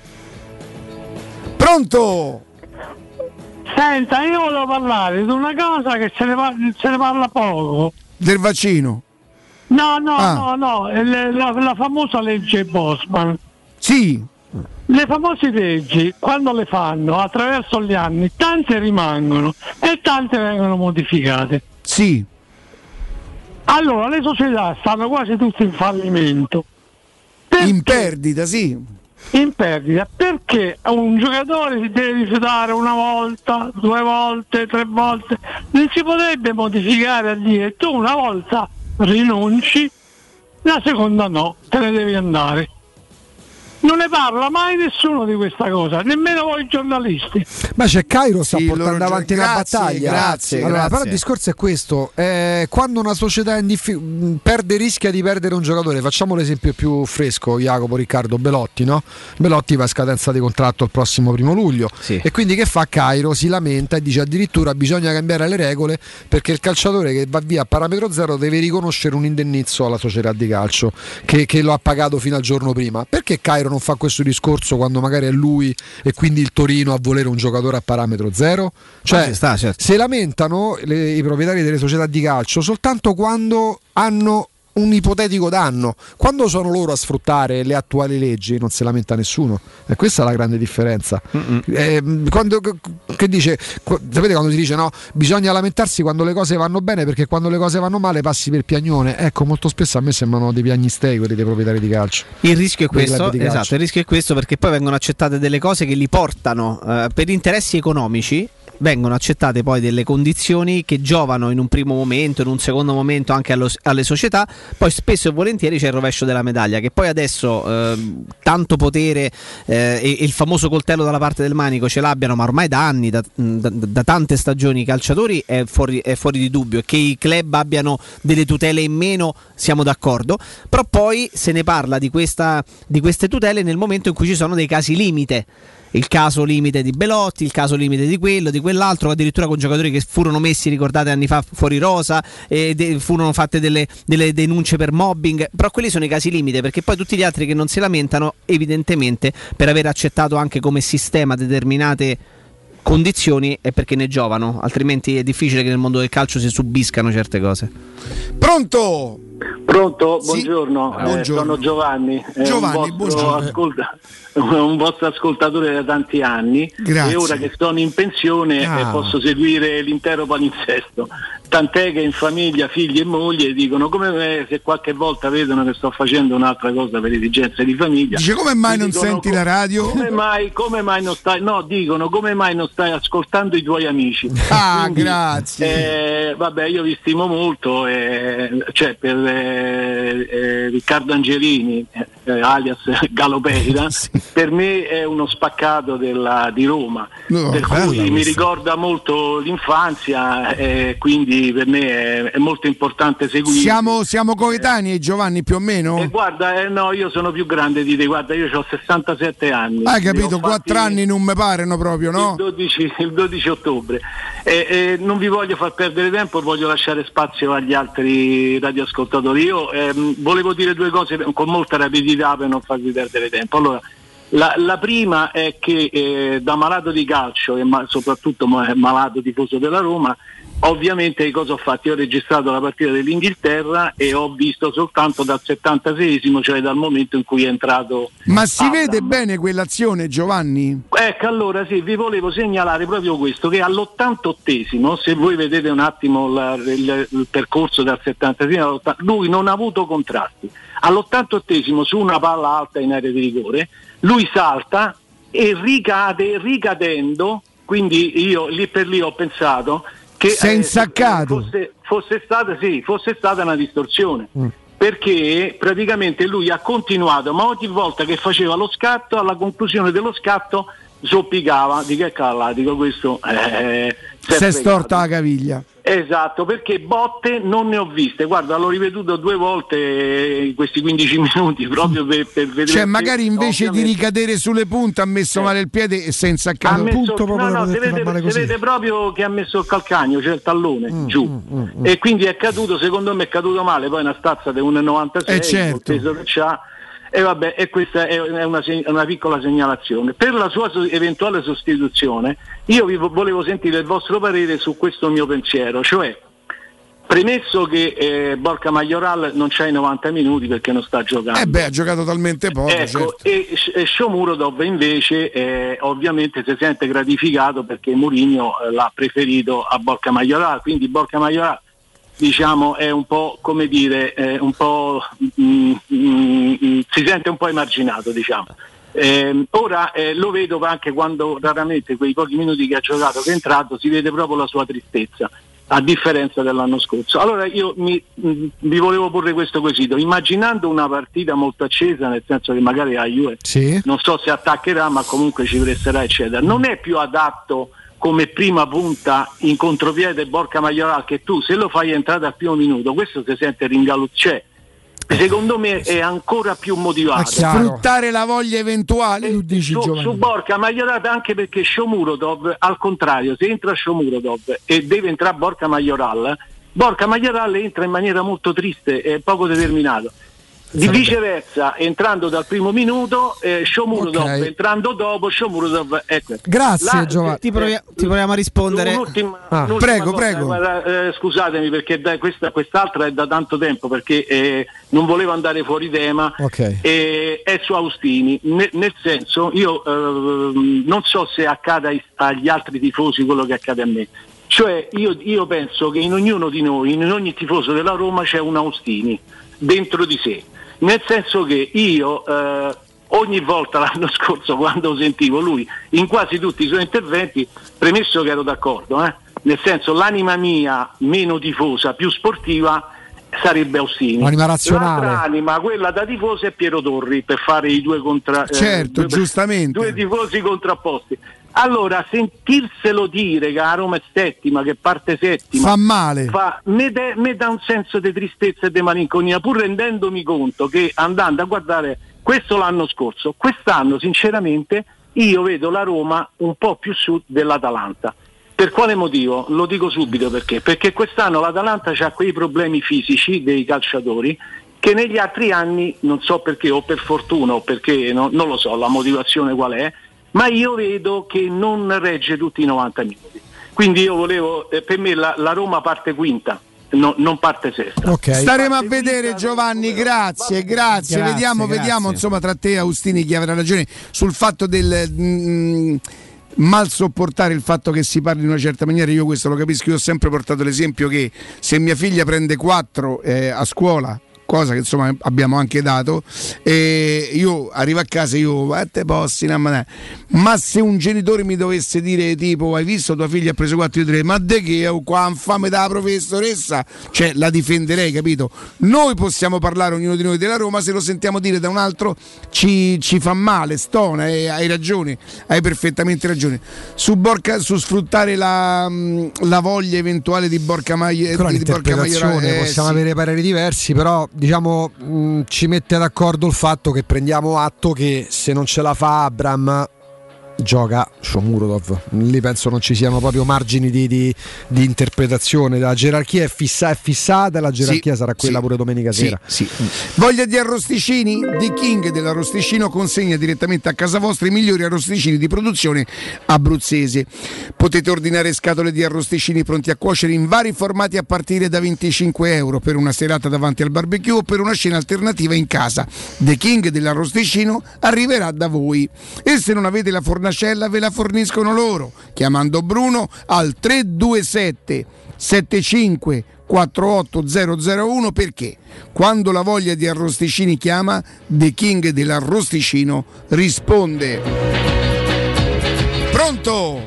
Speaker 2: Pronto?
Speaker 14: Senta, io volevo parlare di una cosa che se ne, parla, se ne parla poco.
Speaker 2: Del vaccino?
Speaker 14: No, no,
Speaker 2: ah.
Speaker 14: no, no, la, la, la famosa legge Bosman.
Speaker 2: Sì.
Speaker 14: Le famose leggi, quando le fanno attraverso gli anni, tante rimangono e tante vengono modificate.
Speaker 2: Sì.
Speaker 14: Allora, le società stanno quasi tutte in fallimento.
Speaker 2: Perché? In perdita, sì.
Speaker 14: In perdita, perché un giocatore si deve rifiutare una volta, due volte, tre volte. Non si potrebbe modificare a dire tu una volta rinunci, la seconda no, te ne devi andare. Non ne parla mai nessuno di questa cosa, nemmeno voi giornalisti.
Speaker 4: Ma c'è Cairo sta
Speaker 2: sì,
Speaker 4: portando avanti
Speaker 2: grazie,
Speaker 4: una battaglia.
Speaker 2: Grazie,
Speaker 4: allora,
Speaker 2: grazie.
Speaker 4: Però il discorso è questo: eh, quando una società in diffi- perde, rischia di perdere un giocatore. Facciamo l'esempio più fresco, Jacopo, Riccardo, Belotti, no? Belotti va a scadenza di contratto il prossimo primo luglio.
Speaker 3: Sì.
Speaker 4: E quindi che fa Cairo? Si lamenta e dice addirittura bisogna cambiare le regole perché il calciatore che va via a parametro zero deve riconoscere un indennizzo alla società di calcio che, che lo ha pagato fino al giorno prima. Perché Cairo non fa questo discorso quando magari è lui e quindi il Torino a volere un giocatore a parametro zero? Cioè,
Speaker 3: sta, certo.
Speaker 4: Se lamentano le, i proprietari delle società di calcio soltanto quando hanno un ipotetico danno. Quando sono loro a sfruttare le attuali leggi non si lamenta nessuno, e questa è la grande differenza. Eh, quando, che dice, sapete quando si dice no, bisogna lamentarsi quando le cose vanno bene perché quando le cose vanno male passi per piagnone. Ecco, molto spesso a me sembrano dei piagnistei quelli dei proprietari di calcio.
Speaker 3: Il rischio è questo, esatto, il rischio è questo perché poi vengono accettate delle cose che li portano eh, per interessi economici. Vengono accettate poi delle condizioni che giovano in un primo momento, in un secondo momento anche allo, alle società, poi spesso e volentieri c'è il rovescio della medaglia, che poi adesso eh, tanto potere eh, e, e il famoso coltello dalla parte del manico ce l'abbiano, ma ormai da anni, da, da, da tante stagioni i calciatori è fuori, è fuori di dubbio, e che i club abbiano delle tutele in meno siamo d'accordo, però poi se ne parla di, questa, di queste tutele nel momento in cui ci sono dei casi limite. Il caso limite di Belotti, il caso limite di quello, di quell'altro, addirittura con giocatori che furono messi, ricordate, anni fa fuori rosa, e de- furono fatte delle, delle denunce per mobbing, però quelli sono i casi limite, perché poi tutti gli altri che non si lamentano, evidentemente per aver accettato anche come sistema determinate condizioni è perché ne giovano, altrimenti è difficile che nel mondo del calcio si subiscano certe cose.
Speaker 2: Pronto?
Speaker 14: Pronto,
Speaker 2: Sì.
Speaker 14: buongiorno,
Speaker 2: Ah, buongiorno.
Speaker 14: Eh, sono Giovanni, eh,
Speaker 2: Giovanni,
Speaker 14: un, vostro ascolta- un vostro ascoltatore da tanti anni.
Speaker 2: Grazie.
Speaker 14: E ora che sono in pensione
Speaker 2: Ah.
Speaker 14: eh, posso seguire l'intero palinsesto. tant'è che in famiglia figli e moglie dicono come me, se qualche volta vedono che sto facendo un'altra cosa per esigenze di famiglia,
Speaker 2: dice come mai non
Speaker 14: dicono,
Speaker 2: senti la radio?
Speaker 14: Come mai, come mai non stai no dicono come mai non stai ascoltando i tuoi amici?
Speaker 2: Ah,
Speaker 14: quindi,
Speaker 2: grazie.
Speaker 14: eh, vabbè, io vi stimo molto, eh, cioè per eh, eh, Riccardo Angelini eh, alias Galopeira sì. Per me è uno spaccato della, di Roma, no, per cui mi ricorda molto l'infanzia, eh, quindi per me è, è molto importante seguire.
Speaker 2: Siamo, siamo coetanei, Giovanni, più o meno?
Speaker 14: Eh, guarda, eh, no, io sono più grande di te, guarda, io ho sessantasette anni.
Speaker 2: Hai capito, quattro anni non mi parano proprio, no?
Speaker 14: Il dodici, il dodici ottobre. Eh, eh, non vi voglio far perdere tempo, voglio lasciare spazio agli altri radioascoltatori. Io ehm, volevo dire due cose con molta rapidità per non farvi perdere tempo. Allora, La, la prima è che eh, da malato di calcio e ma, soprattutto malato tifoso della Roma, ovviamente che cosa ho fatto? Io ho registrato la partita dell'Inghilterra e ho visto soltanto dal settantaseiesimo, cioè dal momento in cui è entrato.
Speaker 2: Ma si
Speaker 14: Adam.
Speaker 2: Vede bene quell'azione, Giovanni?
Speaker 14: Ecco, allora sì, vi volevo segnalare proprio questo, che all'ottantottesimo, se voi vedete un attimo la, il, il percorso dal settantaseiesimo all'ottantesimo, lui non ha avuto contrasti. All'ottantottesimo su una palla alta in area di rigore, lui salta e ricade, ricadendo, quindi io lì per lì ho pensato che
Speaker 2: sei insaccato.
Speaker 14: Eh, fosse, fosse stata sì, fosse stata una distorsione. Mm. Perché praticamente lui ha continuato, ma ogni volta che faceva lo scatto, alla conclusione dello scatto zoppicava, di che calla, dico questo eh,
Speaker 2: si è storta la caviglia.
Speaker 14: Esatto, perché botte non ne ho viste, guarda, l'ho ripetuto due volte in questi quindici minuti proprio per, per vedere.
Speaker 2: Cioè magari invece ovviamente di ricadere sulle punte ha messo eh. male il piede e si è insaccato
Speaker 14: messo,
Speaker 2: punto
Speaker 14: no, no, si vede, si vede proprio che ha messo il calcagno, cioè il tallone mm, giù mm, mm, e quindi è caduto, secondo me è caduto male, poi è una stazza di uno virgola novantasei
Speaker 2: eh certo.
Speaker 14: il peso che c'ha. E vabbè, e questa è una, una piccola segnalazione. Per la sua eventuale sostituzione, io vi volevo sentire il vostro parere su questo mio pensiero, cioè premesso che eh, Borca Majoral non c'ha i novanta minuti perché non sta giocando.
Speaker 2: Eh beh, ha giocato talmente poco.
Speaker 14: Ecco,
Speaker 2: certo.
Speaker 14: E, e Shomurodov invece eh, ovviamente si sente gratificato perché Mourinho eh, l'ha preferito a Borca Majoral, quindi Borca Majoral diciamo è un po', come dire, eh, un po' mm, mm, si sente un po' emarginato, diciamo. Eh, ora eh, lo vedo anche quando raramente quei pochi minuti che ha giocato, che è entrato, si vede proprio la sua tristezza, a differenza dell'anno scorso. Allora io mi, mh, vi volevo porre questo quesito, immaginando una partita molto accesa, nel senso che magari la Juve sì. non so se attaccherà, ma comunque ci presserà eccetera, non è più adatto come prima punta in contropiede Borca Majoral, che tu se lo fai entrare al primo minuto questo si sente ringalucce, secondo me è ancora più motivato
Speaker 2: sfruttare la voglia eventuale
Speaker 14: eh, su, su Borca Majoral, anche perché Shomurodov al contrario, se entra Shomurodov e deve entrare Borca Majoral, Borca Majoral entra in maniera molto triste e poco determinato. Di viceversa, entrando dal primo minuto, eh, Shomurodov okay. entrando dopo, Shomurodov ecco.
Speaker 4: Grazie
Speaker 14: La,
Speaker 4: Giovanni.
Speaker 3: Ti, provi- ti proviamo a rispondere.
Speaker 14: Un'ultima,
Speaker 2: ah,
Speaker 14: un'ultima
Speaker 2: prego,
Speaker 14: cosa,
Speaker 2: prego.
Speaker 14: Guarda, eh, scusatemi perché da, questa, quest'altra è da tanto tempo perché eh, non volevo andare fuori tema.
Speaker 4: Okay.
Speaker 14: Eh, è su Austini, ne, nel senso io eh, non so se accada ai, agli altri tifosi quello che accade a me. Cioè io, io penso che in ognuno di noi, in ogni tifoso della Roma c'è un Austini dentro di sé. Nel senso che io eh, ogni volta l'anno scorso quando sentivo lui in quasi tutti i suoi interventi, premesso che ero d'accordo, eh, nel senso l'anima mia meno tifosa, più sportiva sarebbe Austini.
Speaker 4: L'anima razionale.
Speaker 14: L'altra anima, quella da tifoso, è Piero Torri, per fare i due contra
Speaker 2: certo,
Speaker 14: eh, due,
Speaker 2: giustamente.
Speaker 14: due tifosi contrapposti. Allora, sentirselo dire che la Roma è settima, che parte settima,
Speaker 2: fa male,
Speaker 14: fa, mi, de, mi dà un senso di tristezza e di malinconia, pur rendendomi conto che andando a guardare questo l'anno scorso, quest'anno sinceramente io vedo la Roma un po' più su dell'Atalanta. Per quale motivo? Lo dico subito perché. Perché quest'anno l'Atalanta ha quei problemi fisici dei calciatori che negli altri anni, non so perché, o per fortuna o perché, no, non lo so, la motivazione qual è, ma io vedo che non regge tutti i novanta minuti. Quindi io volevo, eh, per me la, la Roma parte quinta, no, non parte sesta.
Speaker 2: Okay. Staremo a vedere Giovanni, grazie, grazie, grazie, vediamo, grazie. vediamo insomma tra te e Austini chi avrà ragione sul fatto del... Mm, mal sopportare il fatto che si parli in una certa maniera. Io questo lo capisco, io ho sempre portato l'esempio che se mia figlia prende quattro eh, a scuola, cosa che insomma abbiamo anche dato, e io arrivo a casa e io a te possi, ma se un genitore mi dovesse dire tipo hai visto tua figlia ha preso quattro, io direi ma de che ho qua infame della professoressa, cioè la difenderei, capito? Noi possiamo parlare ognuno di noi della Roma, se lo sentiamo dire da un altro ci, ci fa male, stona, e hai ragione, hai perfettamente ragione. Su, Borca, su sfruttare la, la voglia eventuale di Borca Maioral,
Speaker 4: di Borca Maioral eh, possiamo sì. avere pareri diversi, però diciamo mh, ci mette d'accordo il fatto che prendiamo atto che se non ce la fa Abram gioca Shomurodov. Lì penso non ci siano proprio margini di, di, di interpretazione. La gerarchia è, fissa, è fissata e la gerarchia sì, sarà quella sì, pure domenica
Speaker 2: sì,
Speaker 4: sera.
Speaker 2: Sì. Voglia di arrosticini? The King dell'arrosticino consegna direttamente a casa vostra i migliori arrosticini di produzione abruzzese. Potete ordinare scatole di arrosticini pronti a cuocere in vari formati a partire da venticinque euro per una serata davanti al barbecue o per una cena alternativa in casa. The King dell'arrosticino arriverà da voi, e se non avete la fornacella ve la forniscono loro chiamando Bruno al tre due sette sette cinque quattro otto zero zero uno, perché quando la voglia di arrosticini chiama, The King dell'arrosticino risponde. Pronto?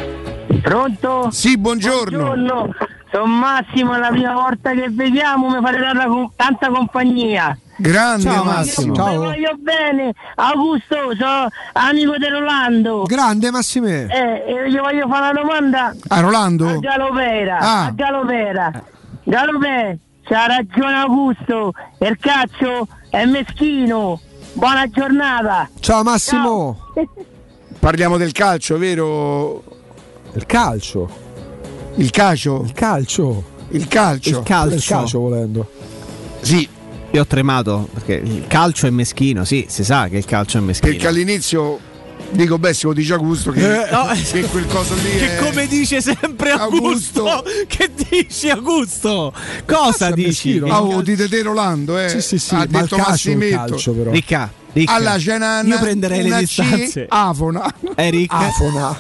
Speaker 13: Pronto?
Speaker 2: Sì, buongiorno.
Speaker 13: Buongiorno, sono Massimo, è la prima volta che vediamo, mi fate tanta, tanta compagnia.
Speaker 2: Grande
Speaker 4: ciao
Speaker 2: Massimo,
Speaker 4: ciao.
Speaker 13: Mi voglio bene, Augusto, sono amico di Rolando.
Speaker 4: Grande Massimo.
Speaker 13: Eh, eh, gli voglio fare una domanda
Speaker 2: a Rolando.
Speaker 13: A Galopera,
Speaker 2: ah.
Speaker 13: a Galopera. Galopera, c'ha ragione Augusto, il calcio è meschino. Buona giornata.
Speaker 4: Ciao Massimo.
Speaker 13: Ciao.
Speaker 2: Parliamo del calcio, vero?
Speaker 4: Il calcio.
Speaker 2: Il calcio?
Speaker 4: Il calcio.
Speaker 2: Il calcio.
Speaker 3: Il calcio.
Speaker 4: Il calcio volendo.
Speaker 2: Sì.
Speaker 3: Io ho tremato perché il calcio è meschino, sì, si sa che il calcio è meschino.
Speaker 2: Perché all'inizio dico beh, se lo dice Augusto che,
Speaker 3: eh, no,
Speaker 2: che quel coso lì
Speaker 3: che
Speaker 2: è...
Speaker 3: come dice sempre Augusto, Augusto. Che dici Augusto? Cosa dici?
Speaker 2: Ah, oh, dite te Rolando, eh.
Speaker 4: Sì, sì, sì,
Speaker 2: ha detto Massimetto.
Speaker 3: Ricca, Ricca.
Speaker 2: Alla cena
Speaker 3: io prenderei le distanze.
Speaker 2: Afona.
Speaker 3: Eric.
Speaker 4: Afona.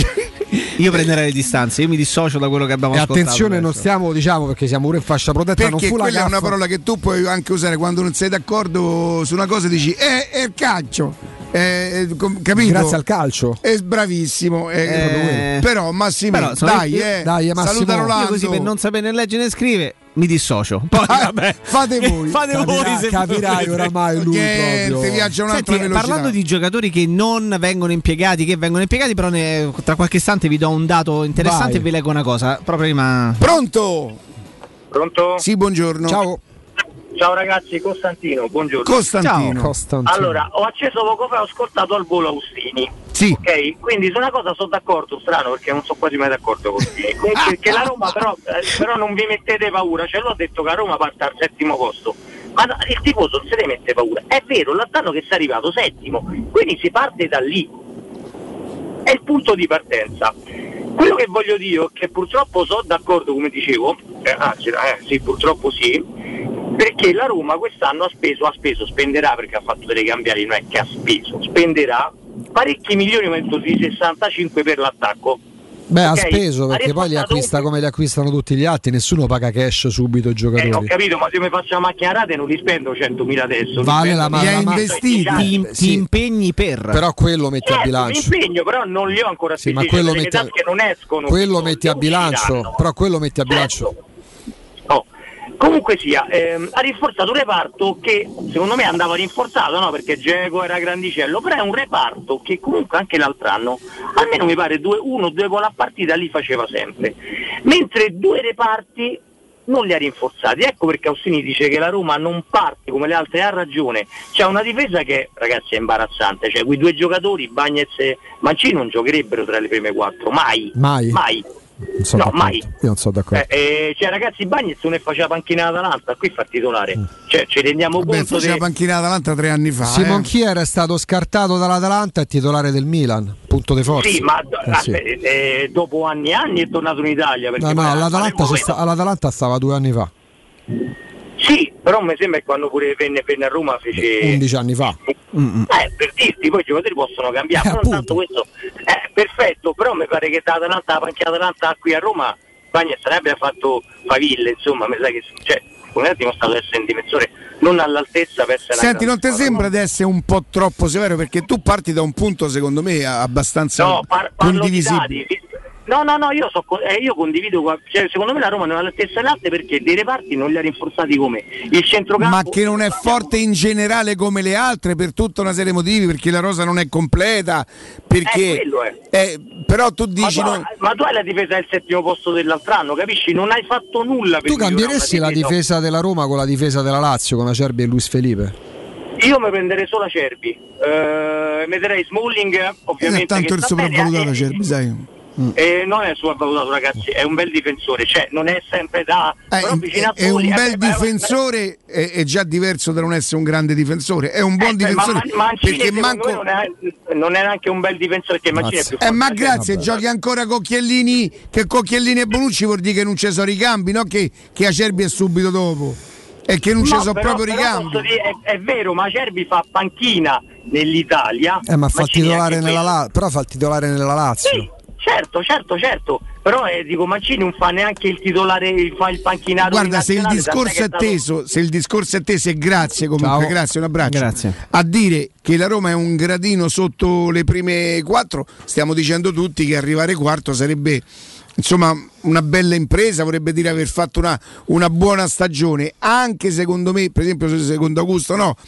Speaker 3: Io prenderei le distanze, io mi dissocio da quello che abbiamo
Speaker 4: e
Speaker 3: ascoltato.
Speaker 4: Attenzione, non stiamo, diciamo, perché siamo pure in fascia protetta.
Speaker 2: Perché
Speaker 4: non fu
Speaker 2: quella
Speaker 4: la
Speaker 2: è una parola che tu puoi anche usare quando non sei d'accordo su una cosa, dici è, è il calcio. Eh, capito?
Speaker 4: Grazie al calcio.
Speaker 2: È bravissimo. Eh, eh, però Massimo, però, dai,
Speaker 3: io,
Speaker 2: eh,
Speaker 4: dai, Massimo.
Speaker 2: Saluta Rolando.
Speaker 3: Io così per non sapere né leggere né scrivere mi dissocio. Poi vabbè,
Speaker 2: fate voi.
Speaker 3: Fate
Speaker 4: Capirà,
Speaker 3: voi se
Speaker 4: capirai oramai lui
Speaker 2: che
Speaker 4: proprio.
Speaker 2: Viaggia un'altra
Speaker 3: Senti,
Speaker 2: velocità.
Speaker 3: parlando di giocatori che non vengono impiegati, che vengono impiegati, però ne, tra qualche istante vi do un dato interessante. Vai. E vi leggo una cosa. Proprio prima.
Speaker 2: Pronto?
Speaker 18: Pronto?
Speaker 2: Sì, buongiorno.
Speaker 4: Ciao.
Speaker 18: Ciao ragazzi, Costantino, buongiorno.
Speaker 2: Costantino.
Speaker 4: Ciao, Costantino.
Speaker 18: Allora, ho acceso poco fa, ho ascoltato al volo Austini.
Speaker 2: Sì.
Speaker 18: Ok, quindi su una cosa sono d'accordo, strano perché non sono quasi mai d'accordo con te. Comunque che la Roma però, eh, però non vi mettete paura, cioè l'ho detto che la Roma parte al settimo posto. Ma il tifoso non se ne mette paura. È vero, l'anno che sei arrivato settimo, quindi si parte da lì. È il punto di partenza. Quello che voglio dire è che purtroppo sono d'accordo, come dicevo, eh, anzi, eh, sì, purtroppo sì, perché la Roma quest'anno ha speso, ha speso, spenderà, perché ha fatto delle cambiali, non è che ha speso, spenderà parecchi milioni, ma di sessantacinque per l'attacco.
Speaker 4: Beh, okay? Ha speso
Speaker 18: ha
Speaker 4: perché poi li acquista un... come li acquistano tutti gli altri, nessuno paga cash subito i giocatori.
Speaker 18: Eh, ho capito, ma se mi faccio la macchina rate non li spendo centomila adesso.
Speaker 4: Vale la ma-
Speaker 2: li hai investiti,
Speaker 3: ti, ti sì. impegni per.
Speaker 4: Però quello metti
Speaker 18: certo,
Speaker 4: a bilancio.
Speaker 18: Mi impegno, però non li ho ancora
Speaker 4: sì,
Speaker 18: spesi,
Speaker 4: ma quello
Speaker 18: cioè,
Speaker 4: metti a...
Speaker 18: che non escono.
Speaker 4: Quello metti a bilancio, però quello metti a bilancio.
Speaker 18: Certo. Oh. Comunque sia, ehm, ha rinforzato un reparto che secondo me andava rinforzato, no? Perché Dzeko era grandicello, però è un reparto che comunque anche l'altro anno, almeno mi pare due, uno o due gol a partita li faceva sempre, mentre due reparti non li ha rinforzati. Ecco perché Austini dice che la Roma non parte come le altre, ha ragione. C'è una difesa che, ragazzi, è imbarazzante, cioè quei due giocatori, Bagnez e Mancini, non giocherebbero tra le prime quattro, mai,
Speaker 4: mai,
Speaker 18: mai.
Speaker 4: Non so
Speaker 18: no, mai.
Speaker 4: Io non sono d'accordo.
Speaker 18: Eh, eh, cioè, ragazzi, Bagnez non ne faceva panchina d'Atalanta, qui fa titolare. Mm. Cioè, ci rendiamo
Speaker 2: Vabbè,
Speaker 18: conto.
Speaker 2: faceva
Speaker 18: de...
Speaker 2: panchina d'Atalanta tre anni fa.
Speaker 4: Simon
Speaker 2: eh.
Speaker 4: Kjaer è stato scartato dall'Atalanta e titolare del Milan. Punto di forza.
Speaker 18: Sì, ma
Speaker 4: eh, sì.
Speaker 18: Eh, dopo anni e anni è tornato in Italia.
Speaker 4: No, no, all'Atalanta, sta, all'Atalanta stava due anni fa.
Speaker 18: Sì, però mi sembra che quando pure venne, venne a Roma fece
Speaker 4: undici anni fa.
Speaker 3: Mm-mm.
Speaker 18: Eh, per dirti, poi i giocatori possono cambiare,
Speaker 4: Eh,
Speaker 18: però tanto questo è perfetto, però mi pare che da Atalanta, la panchina Atalanta qui a Roma, Bagnes sarebbe ha fatto faville, insomma, mi sa che cioè, come dimostrato di essere un difensore non all'altezza per essere.
Speaker 2: Senti, non ti sembra di essere un po' troppo severo? Perché tu parti da un punto, secondo me, abbastanza
Speaker 18: no, par-
Speaker 2: condivisibile.
Speaker 18: Di dati. No, no, no, io, so, eh, io condivido, cioè, secondo me la Roma non è all'altezza dell'arte perché dei reparti non li ha rinforzati come il centrocampo.
Speaker 2: Ma che non è forte in generale come le altre per tutta una serie di motivi, perché la rosa non è completa, perché
Speaker 18: eh, quello è.
Speaker 2: Eh, però tu dici
Speaker 18: ma tu,
Speaker 2: non...
Speaker 18: ma tu hai la difesa del settimo posto dell'altro anno, capisci? Non hai fatto nulla per
Speaker 4: tu cambieresti la difesa della Roma con la difesa della Lazio, con Acerbi e Luis Felipe?
Speaker 18: Io mi prenderei solo Acerbi, eh, metterei Smalling ovviamente
Speaker 2: eh, tanto
Speaker 18: che
Speaker 2: il sopravvalutato
Speaker 18: eh,
Speaker 2: Acerbi, sai.
Speaker 18: Mm. Eh, non è sopravvalutato, ragazzi, è un bel difensore, cioè non è sempre da
Speaker 2: eh,
Speaker 18: però vicino a
Speaker 2: è un
Speaker 18: Soli,
Speaker 2: bel
Speaker 18: eh,
Speaker 2: difensore, è, è già diverso da non essere un grande difensore, è un buon
Speaker 18: eh,
Speaker 2: difensore,
Speaker 18: ma, ma Mancini,
Speaker 2: perché manco
Speaker 18: non è, non è neanche un bel difensore, perché Mancini è più
Speaker 2: eh, ma grazie,
Speaker 18: vabbè.
Speaker 2: Giochi ancora con Chiellini, che con Chiellini e Bonucci vuol dire che non ci sono ricambi, no? Che, che Acerbi è subito dopo e che non
Speaker 18: no,
Speaker 2: ci sono
Speaker 18: però,
Speaker 2: proprio
Speaker 18: però
Speaker 2: ricambi.
Speaker 18: Dire, è, è vero, ma Acerbi fa panchina nell'Italia,
Speaker 4: eh, ma fa il titolare nella
Speaker 18: quello.
Speaker 4: La- però fa il titolare nella Lazio.
Speaker 18: Sì. Certo, certo, certo, però eh, dico Mancini non fa neanche il titolare, fa il panchinato.
Speaker 2: Guarda, se il discorso è teso, stato... se il discorso è teso, e grazie comunque, Ciao. grazie, un abbraccio.
Speaker 3: Grazie.
Speaker 2: A dire che la Roma è un gradino sotto le prime quattro, stiamo dicendo tutti che arrivare quarto sarebbe insomma una bella impresa, vorrebbe dire aver fatto una, una buona stagione, anche secondo me, per esempio secondo Augusto, no,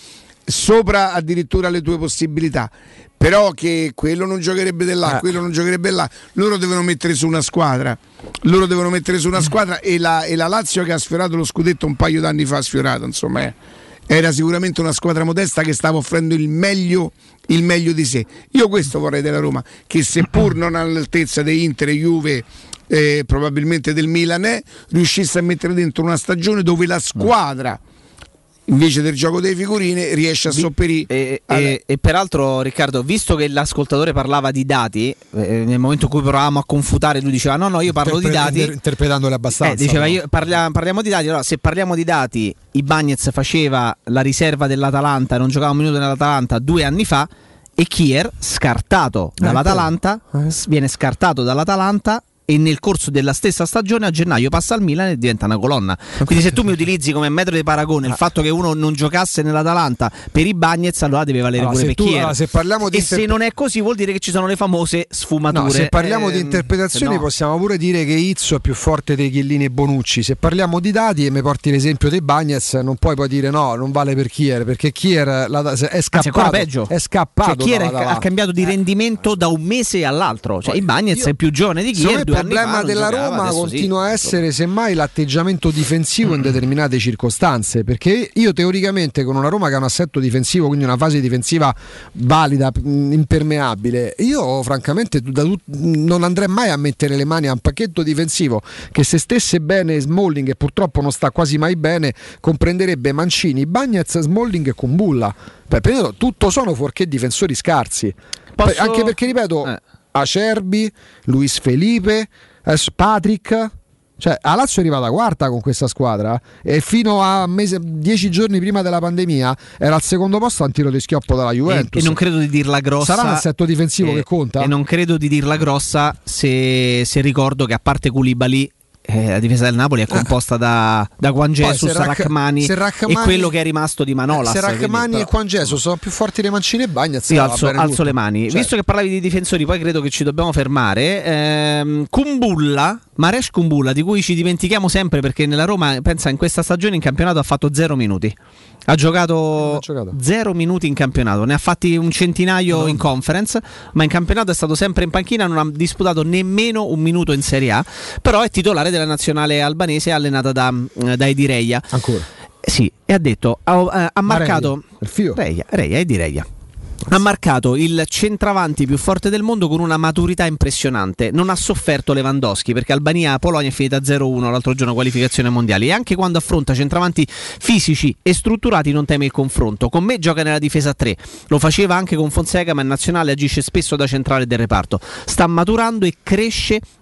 Speaker 2: sopra addirittura le tue possibilità. Però che quello non giocherebbe di là, eh. quello non giocherebbe là, loro devono mettere su una squadra, loro devono mettere su una squadra e la, e la Lazio che ha sfiorato lo scudetto un paio d'anni fa ha sfiorato, insomma, eh. era sicuramente una squadra modesta che stava offrendo il meglio, il meglio di sé. Io questo vorrei della Roma, che seppur non all'altezza di Inter, Juve, eh, probabilmente del Milan, eh, riuscisse a mettere dentro una stagione dove la squadra invece del gioco delle figurine riesce a sopperire.
Speaker 3: E, e, e peraltro, Riccardo, visto che l'ascoltatore parlava di dati, eh, nel momento in cui provavamo a confutare, lui diceva no no io parlo
Speaker 4: Interpre-
Speaker 3: di dati,
Speaker 4: interpretandoli abbastanza,
Speaker 3: eh, diceva
Speaker 4: no?
Speaker 3: io, parliamo, parliamo di dati. Allora, se parliamo di dati, Ibañez faceva la riserva dell'Atalanta, non giocava un minuto nell'Atalanta due anni fa, e Kier scartato dall'Atalanta,
Speaker 4: eh,
Speaker 3: viene scartato dall'Atalanta e nel corso della stessa stagione a gennaio passa al Milan e diventa una colonna. Quindi se tu mi utilizzi come metro di paragone il fatto che uno non giocasse nell'Atalanta per Ibañez, allora deve valere
Speaker 4: allora,
Speaker 3: pure per Chiesa.
Speaker 4: Allora, se parliamo di
Speaker 3: e
Speaker 4: interp-
Speaker 3: se non è così vuol dire che ci sono le famose sfumature.
Speaker 4: No, se parliamo
Speaker 3: eh,
Speaker 4: di interpretazioni
Speaker 3: no.
Speaker 4: possiamo pure dire che Izzo è più forte dei Chiellini e Bonucci. Se parliamo di dati e mi porti l'esempio dei Bagnez, non puoi poi dire no, non vale per Kier, perché Kier la, è scappato.
Speaker 3: Anzi, peggio.
Speaker 4: È scappato.
Speaker 3: Cioè, Kier
Speaker 4: da, da,
Speaker 3: ha cambiato di rendimento da un mese all'altro. Cioè, Ibañez è più giovane di Kier.
Speaker 4: Il problema della Roma continua a essere semmai l'atteggiamento difensivo in determinate circostanze, perché io teoricamente con una Roma che ha un assetto difensivo, quindi una fase difensiva valida, impermeabile, io francamente non andrei mai a mettere le mani a un pacchetto difensivo che, se stesse bene Smalling, e purtroppo non sta quasi mai bene, comprenderebbe Mancini, Bagnez, Smalling e Kumbulla. Beh, tutto sono fuorché difensori scarsi.
Speaker 3: Posso...
Speaker 4: anche perché ripeto eh. Acerbi, Luis Felipe, Patrick, cioè a Lazio è arrivata quarta con questa squadra e fino a mese, dieci giorni prima della pandemia era al secondo posto a un tiro di schioppo dalla Juventus.
Speaker 3: E, e non credo di dirla grossa.
Speaker 4: Sarà l'assetto difensivo
Speaker 3: e,
Speaker 4: che conta?
Speaker 3: E non credo di dirla grossa se, se ricordo che a parte Koulibaly, Eh, la difesa del Napoli è composta da, da Juan Jesus,
Speaker 4: Rac-
Speaker 3: Rachmani,
Speaker 4: Rachmani
Speaker 3: e quello che è rimasto di Manolas.
Speaker 4: Se Rachmani e Juan Jesus sono più forti dei Mancini e Bagnez,
Speaker 3: io alzo, alzo le mani. Cioè. Visto che parlavi di difensori, poi credo che ci dobbiamo fermare. Ehm, Kumbulla, Maresh Kumbulla, di cui ci dimentichiamo sempre perché nella Roma, pensa, in questa stagione in campionato ha fatto zero minuti. Ha giocato, ha giocato zero minuti in campionato, ne ha fatti un centinaio no. in conference, ma in campionato è stato sempre in panchina, non ha disputato nemmeno un minuto in Serie A, però è titolare della nazionale albanese allenata da, da Edi Reia.
Speaker 4: Ancora?
Speaker 3: Sì, e ha detto, ha, ha marcato Reia, Reia, Edi Reia. Ha marcato il centravanti più forte del mondo con una maturità impressionante. Non ha sofferto Lewandowski perché Albania-Polonia è finita zero uno l'altro giorno, qualificazione mondiale, e anche quando affronta centravanti fisici e strutturati non teme il confronto. Con me gioca nella difesa a tre, lo faceva anche con Fonseca, ma in nazionale agisce spesso da centrale del reparto. Sta maturando e cresce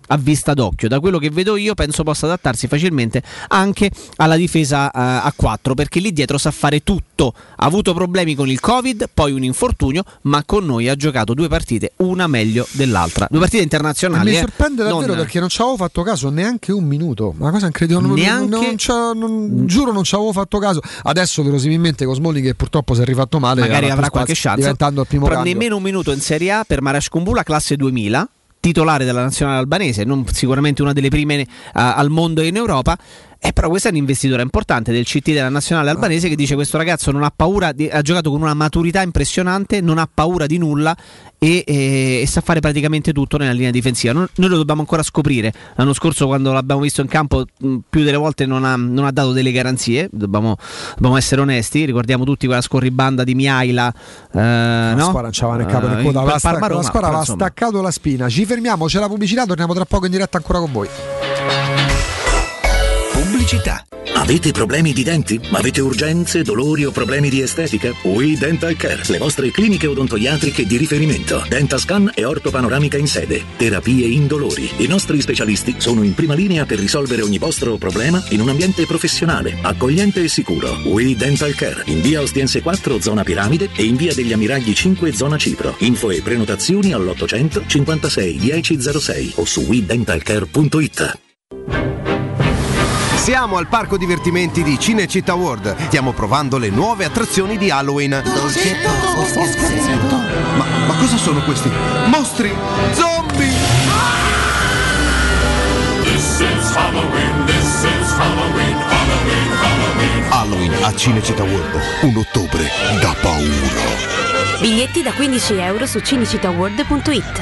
Speaker 3: a vista d'occhio. Da quello che vedo io penso possa adattarsi facilmente anche alla difesa uh, a quattro, perché lì dietro sa fare tutto. Ha avuto problemi con il Covid, poi un infortunio, ma con noi ha giocato due partite, una meglio dell'altra, due partite internazionali.
Speaker 4: Mi
Speaker 3: eh.
Speaker 4: sorprende davvero
Speaker 3: non...
Speaker 4: perché non ci avevo fatto caso neanche un minuto, una cosa incredibile,
Speaker 3: neanche...
Speaker 4: non, non, non, giuro non ci avevo fatto caso. Adesso verosimilmente con Smalling, che purtroppo si è rifatto male,
Speaker 3: magari avrà qualche chance,
Speaker 4: diventando il primo
Speaker 3: però
Speaker 4: cambio.
Speaker 3: Nemmeno un minuto in Serie A per Marash Kumbula, classe duemila, titolare della nazionale albanese, non sicuramente una delle prime uh, al mondo e in Europa. Eh, però questo è un investitore importante del C T della nazionale albanese, che dice questo ragazzo non ha paura di, ha giocato con una maturità impressionante, non ha paura di nulla e, e, e sa fare praticamente tutto nella linea difensiva. Noi, noi lo dobbiamo ancora scoprire. L'anno scorso, quando l'abbiamo visto in campo, mh, più delle volte non ha, non ha dato delle garanzie, dobbiamo, dobbiamo essere onesti. Ricordiamo tutti quella scorribanda di Mihaila, eh,
Speaker 4: la
Speaker 3: no?
Speaker 4: squadra c'aveva nel capo del coda, la, sta, la squadra aveva staccato la spina. Ci fermiamo, c'è la pubblicità, torniamo tra poco in diretta ancora con voi.
Speaker 5: Pubblicità. Avete problemi di denti? Avete urgenze, dolori o problemi di estetica? We Dental Care, le vostre cliniche odontoiatriche di riferimento. Dentascan e ortopanoramica in sede. Terapie indolori. I nostri specialisti sono in prima linea per risolvere ogni vostro problema in un ambiente professionale, accogliente e sicuro. We Dental Care, in via Ostiense quattro, zona Piramide, e in via degli Ammiragli cinque, zona Cipro. Info e prenotazioni all'ottocento cinquantasei dieci zero sei o su we dental care punto it.
Speaker 6: Siamo al parco divertimenti di Cinecittà World. Stiamo provando le nuove attrazioni di Halloween. Ma, ma cosa sono questi? Mostri! Zombie!
Speaker 15: This is Halloween, this is Halloween, Halloween, Halloween.
Speaker 6: Halloween a Cinecittà World. Un ottobre da paura.
Speaker 11: Biglietti da quindici euro su cinecittà world punto it.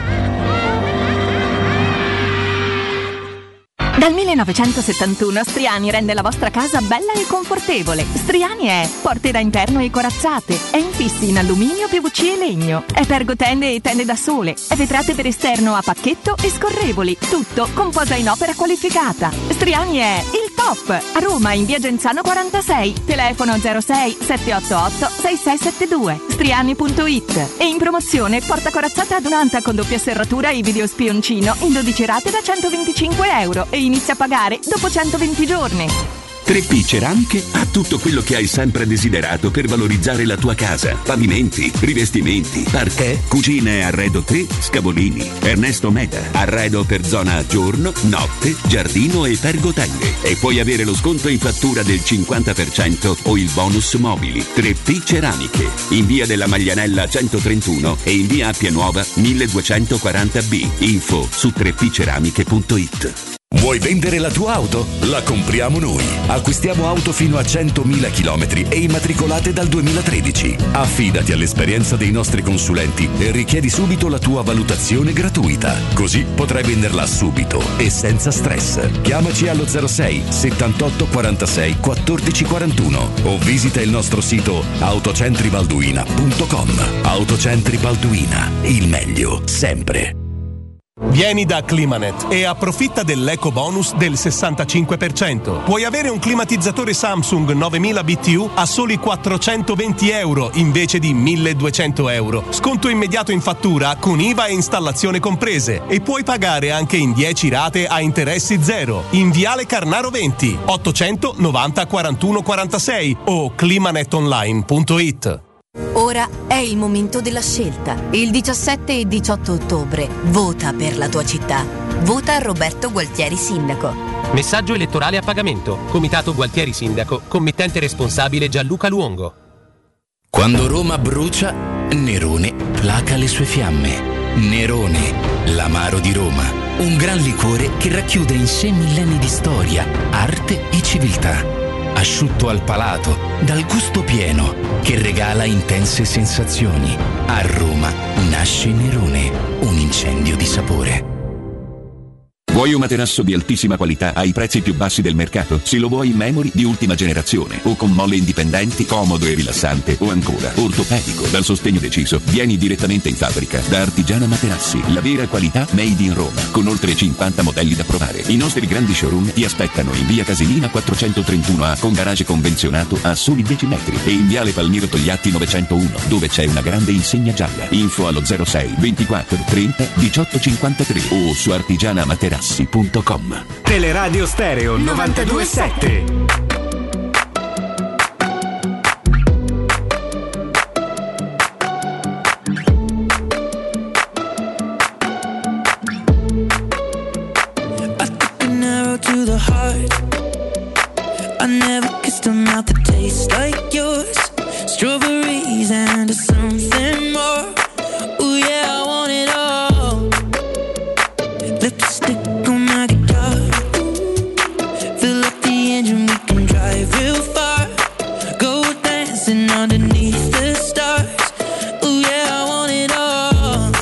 Speaker 17: Dal millenovecentosettantuno Striani rende la vostra casa bella e confortevole. Striani è porte da interno e corazzate, è infissi in alluminio, P V C e legno, è pergotende e tende da sole, è vetrate per esterno a pacchetto e scorrevoli, tutto con posa in opera qualificata. Striani è il top! A Roma in via Genzano quarantasei, telefono zero sei sette otto otto sei sei sette due, striani punto it. E in promozione porta corazzata adunata con doppia serratura e video spioncino in dodici rate da centoventicinque euro e inizia a pagare dopo centoventi giorni.
Speaker 26: tre P Ceramiche ha tutto quello che hai sempre desiderato per valorizzare la tua casa. Pavimenti, rivestimenti, parquet, cucine e arredo tre, Scavolini. Ernesto Meda, arredo per zona giorno, notte, giardino e pergotende. E puoi avere lo sconto in fattura del cinquanta per cento o il bonus mobili. tre P Ceramiche, in via della Maglianella centotrentuno e in via Appia Nuova milleduecentoquaranta B. Info su tre p ceramiche punto it.
Speaker 9: Vuoi vendere la tua auto? La compriamo noi. Acquistiamo auto fino a centomila chilometri e immatricolate dal duemilatredici. Affidati all'esperienza dei nostri consulenti e richiedi subito la tua valutazione gratuita. Così potrai venderla subito e senza stress. Chiamaci allo zero sei settantotto quarantasei quattordici quarantuno o visita il nostro sito autocentri balduina punto com. Autocentri Balduina, il meglio sempre.
Speaker 19: Vieni da Climanet e approfitta dell'eco bonus del sessantacinque per cento. Puoi avere un climatizzatore Samsung novemila B T U a soli quattrocentoventi euro invece di milleduecento euro. Sconto immediato in fattura con I V A e installazione comprese. E puoi pagare anche in dieci rate a interessi zero. In Viale Carnaro venti, ottocento novanta quarantuno quarantasei o climanet online punto it.
Speaker 11: Ora è il momento della scelta. Il diciassette e diciotto ottobre vota per la tua città. Vota Roberto Gualtieri Sindaco.
Speaker 21: Messaggio elettorale a pagamento. Comitato Gualtieri Sindaco. Committente responsabile Gianluca Luongo.
Speaker 24: Quando Roma brucia, Nerone placa le sue fiamme. Nerone, l'amaro di Roma. Un gran liquore che racchiude in sé millenni di storia, arte e civiltà. Asciutto al palato, dal gusto pieno, che regala intense sensazioni. A Roma nasce Nerone, un incendio di sapore.
Speaker 26: Vuoi un materasso di altissima qualità ai prezzi più bassi del mercato? Se lo vuoi in memory di ultima generazione o con molle indipendenti, comodo e rilassante, o ancora ortopedico dal sostegno deciso, vieni direttamente in fabbrica da Artigiana Materassi, la vera qualità made in Roma, con oltre cinquanta modelli da provare. I nostri grandi showroom ti aspettano in via Casilina quattrocentotrentuno A con garage convenzionato a soli dieci metri e in viale Palmiro Togliatti novecentouno, dove c'è una grande insegna gialla. Info allo zero sei ventiquattro trenta diciotto cinquantatré o su artigianamaterassi punto com.
Speaker 1: Teleradio Stereo novantadue sette.
Speaker 7: To the heart, I never kissed a mouth that tastes like yours. Strawberries and something more. Ooh yeah, I want it all. Lipstick on my guitar. Fill up the engine, we can drive real far. Go dancing underneath the stars. Ooh yeah, I want it all.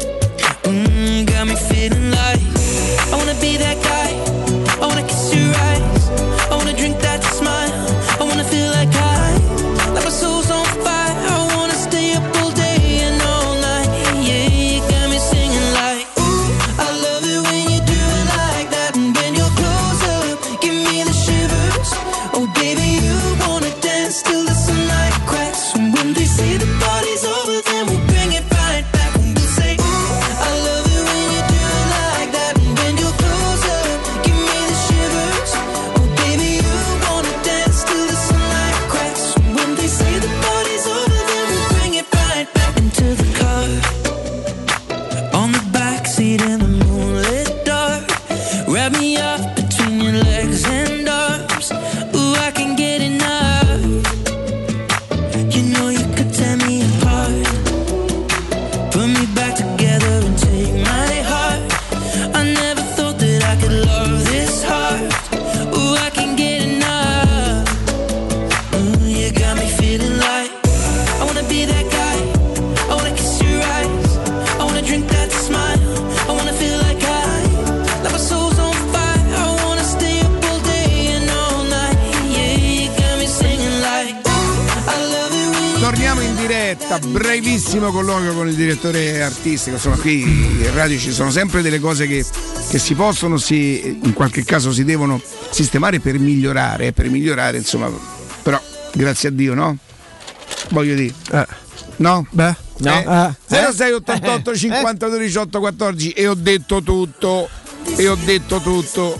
Speaker 7: Mm, got me feeling like I wanna be that guy. I wanna kiss your eyes, I wanna drink that smile, I wanna feel like I, like my soul's on fire, I wanna stay up all day and all night, yeah, you got me singing like, ooh, I love it when you do it like that, and when you're close up, give me the shivers, oh baby, you wanna dance till the sunlight cracks, and when they say the party's over, then we'll bring it right back, and we'll say, ooh, I love it when you do it like that, and when you're close up, give me the shivers, oh baby, you wanna dance till the sunlight cracks, and when they say the party's over, then we'll bring it right back into the car, on the backseat in the moonlit dark, wrap me up between your legs and arms, ooh, I can get enough, you know you could tear me apart, put me back together and take my heart, I never thought that I could love this hard, ooh, I can get enough, ooh, you got me feeling like I wanna be that guy, I wanna kiss your eyes, I wanna drink that smile, I wanna feel like I, like my soul's on fire, I wanna stay up all day and all night, yeah, you got me singing like, ooh, I love it when you.
Speaker 2: Torniamo in diretta, brevissimo colloquio con il direttore artistico. Insomma, qui in radio ci sono sempre delle cose che, che si possono, si, in qualche caso si devono sistemare per migliorare, per migliorare, insomma, però grazie a Dio, no? Voglio dire, eh. no?
Speaker 3: Beh, no.
Speaker 2: Eh,
Speaker 3: Eh.
Speaker 2: zero sei ottantotto
Speaker 3: Eh.
Speaker 2: cinquantadue diciotto quattordici e ho detto tutto, e ho detto tutto.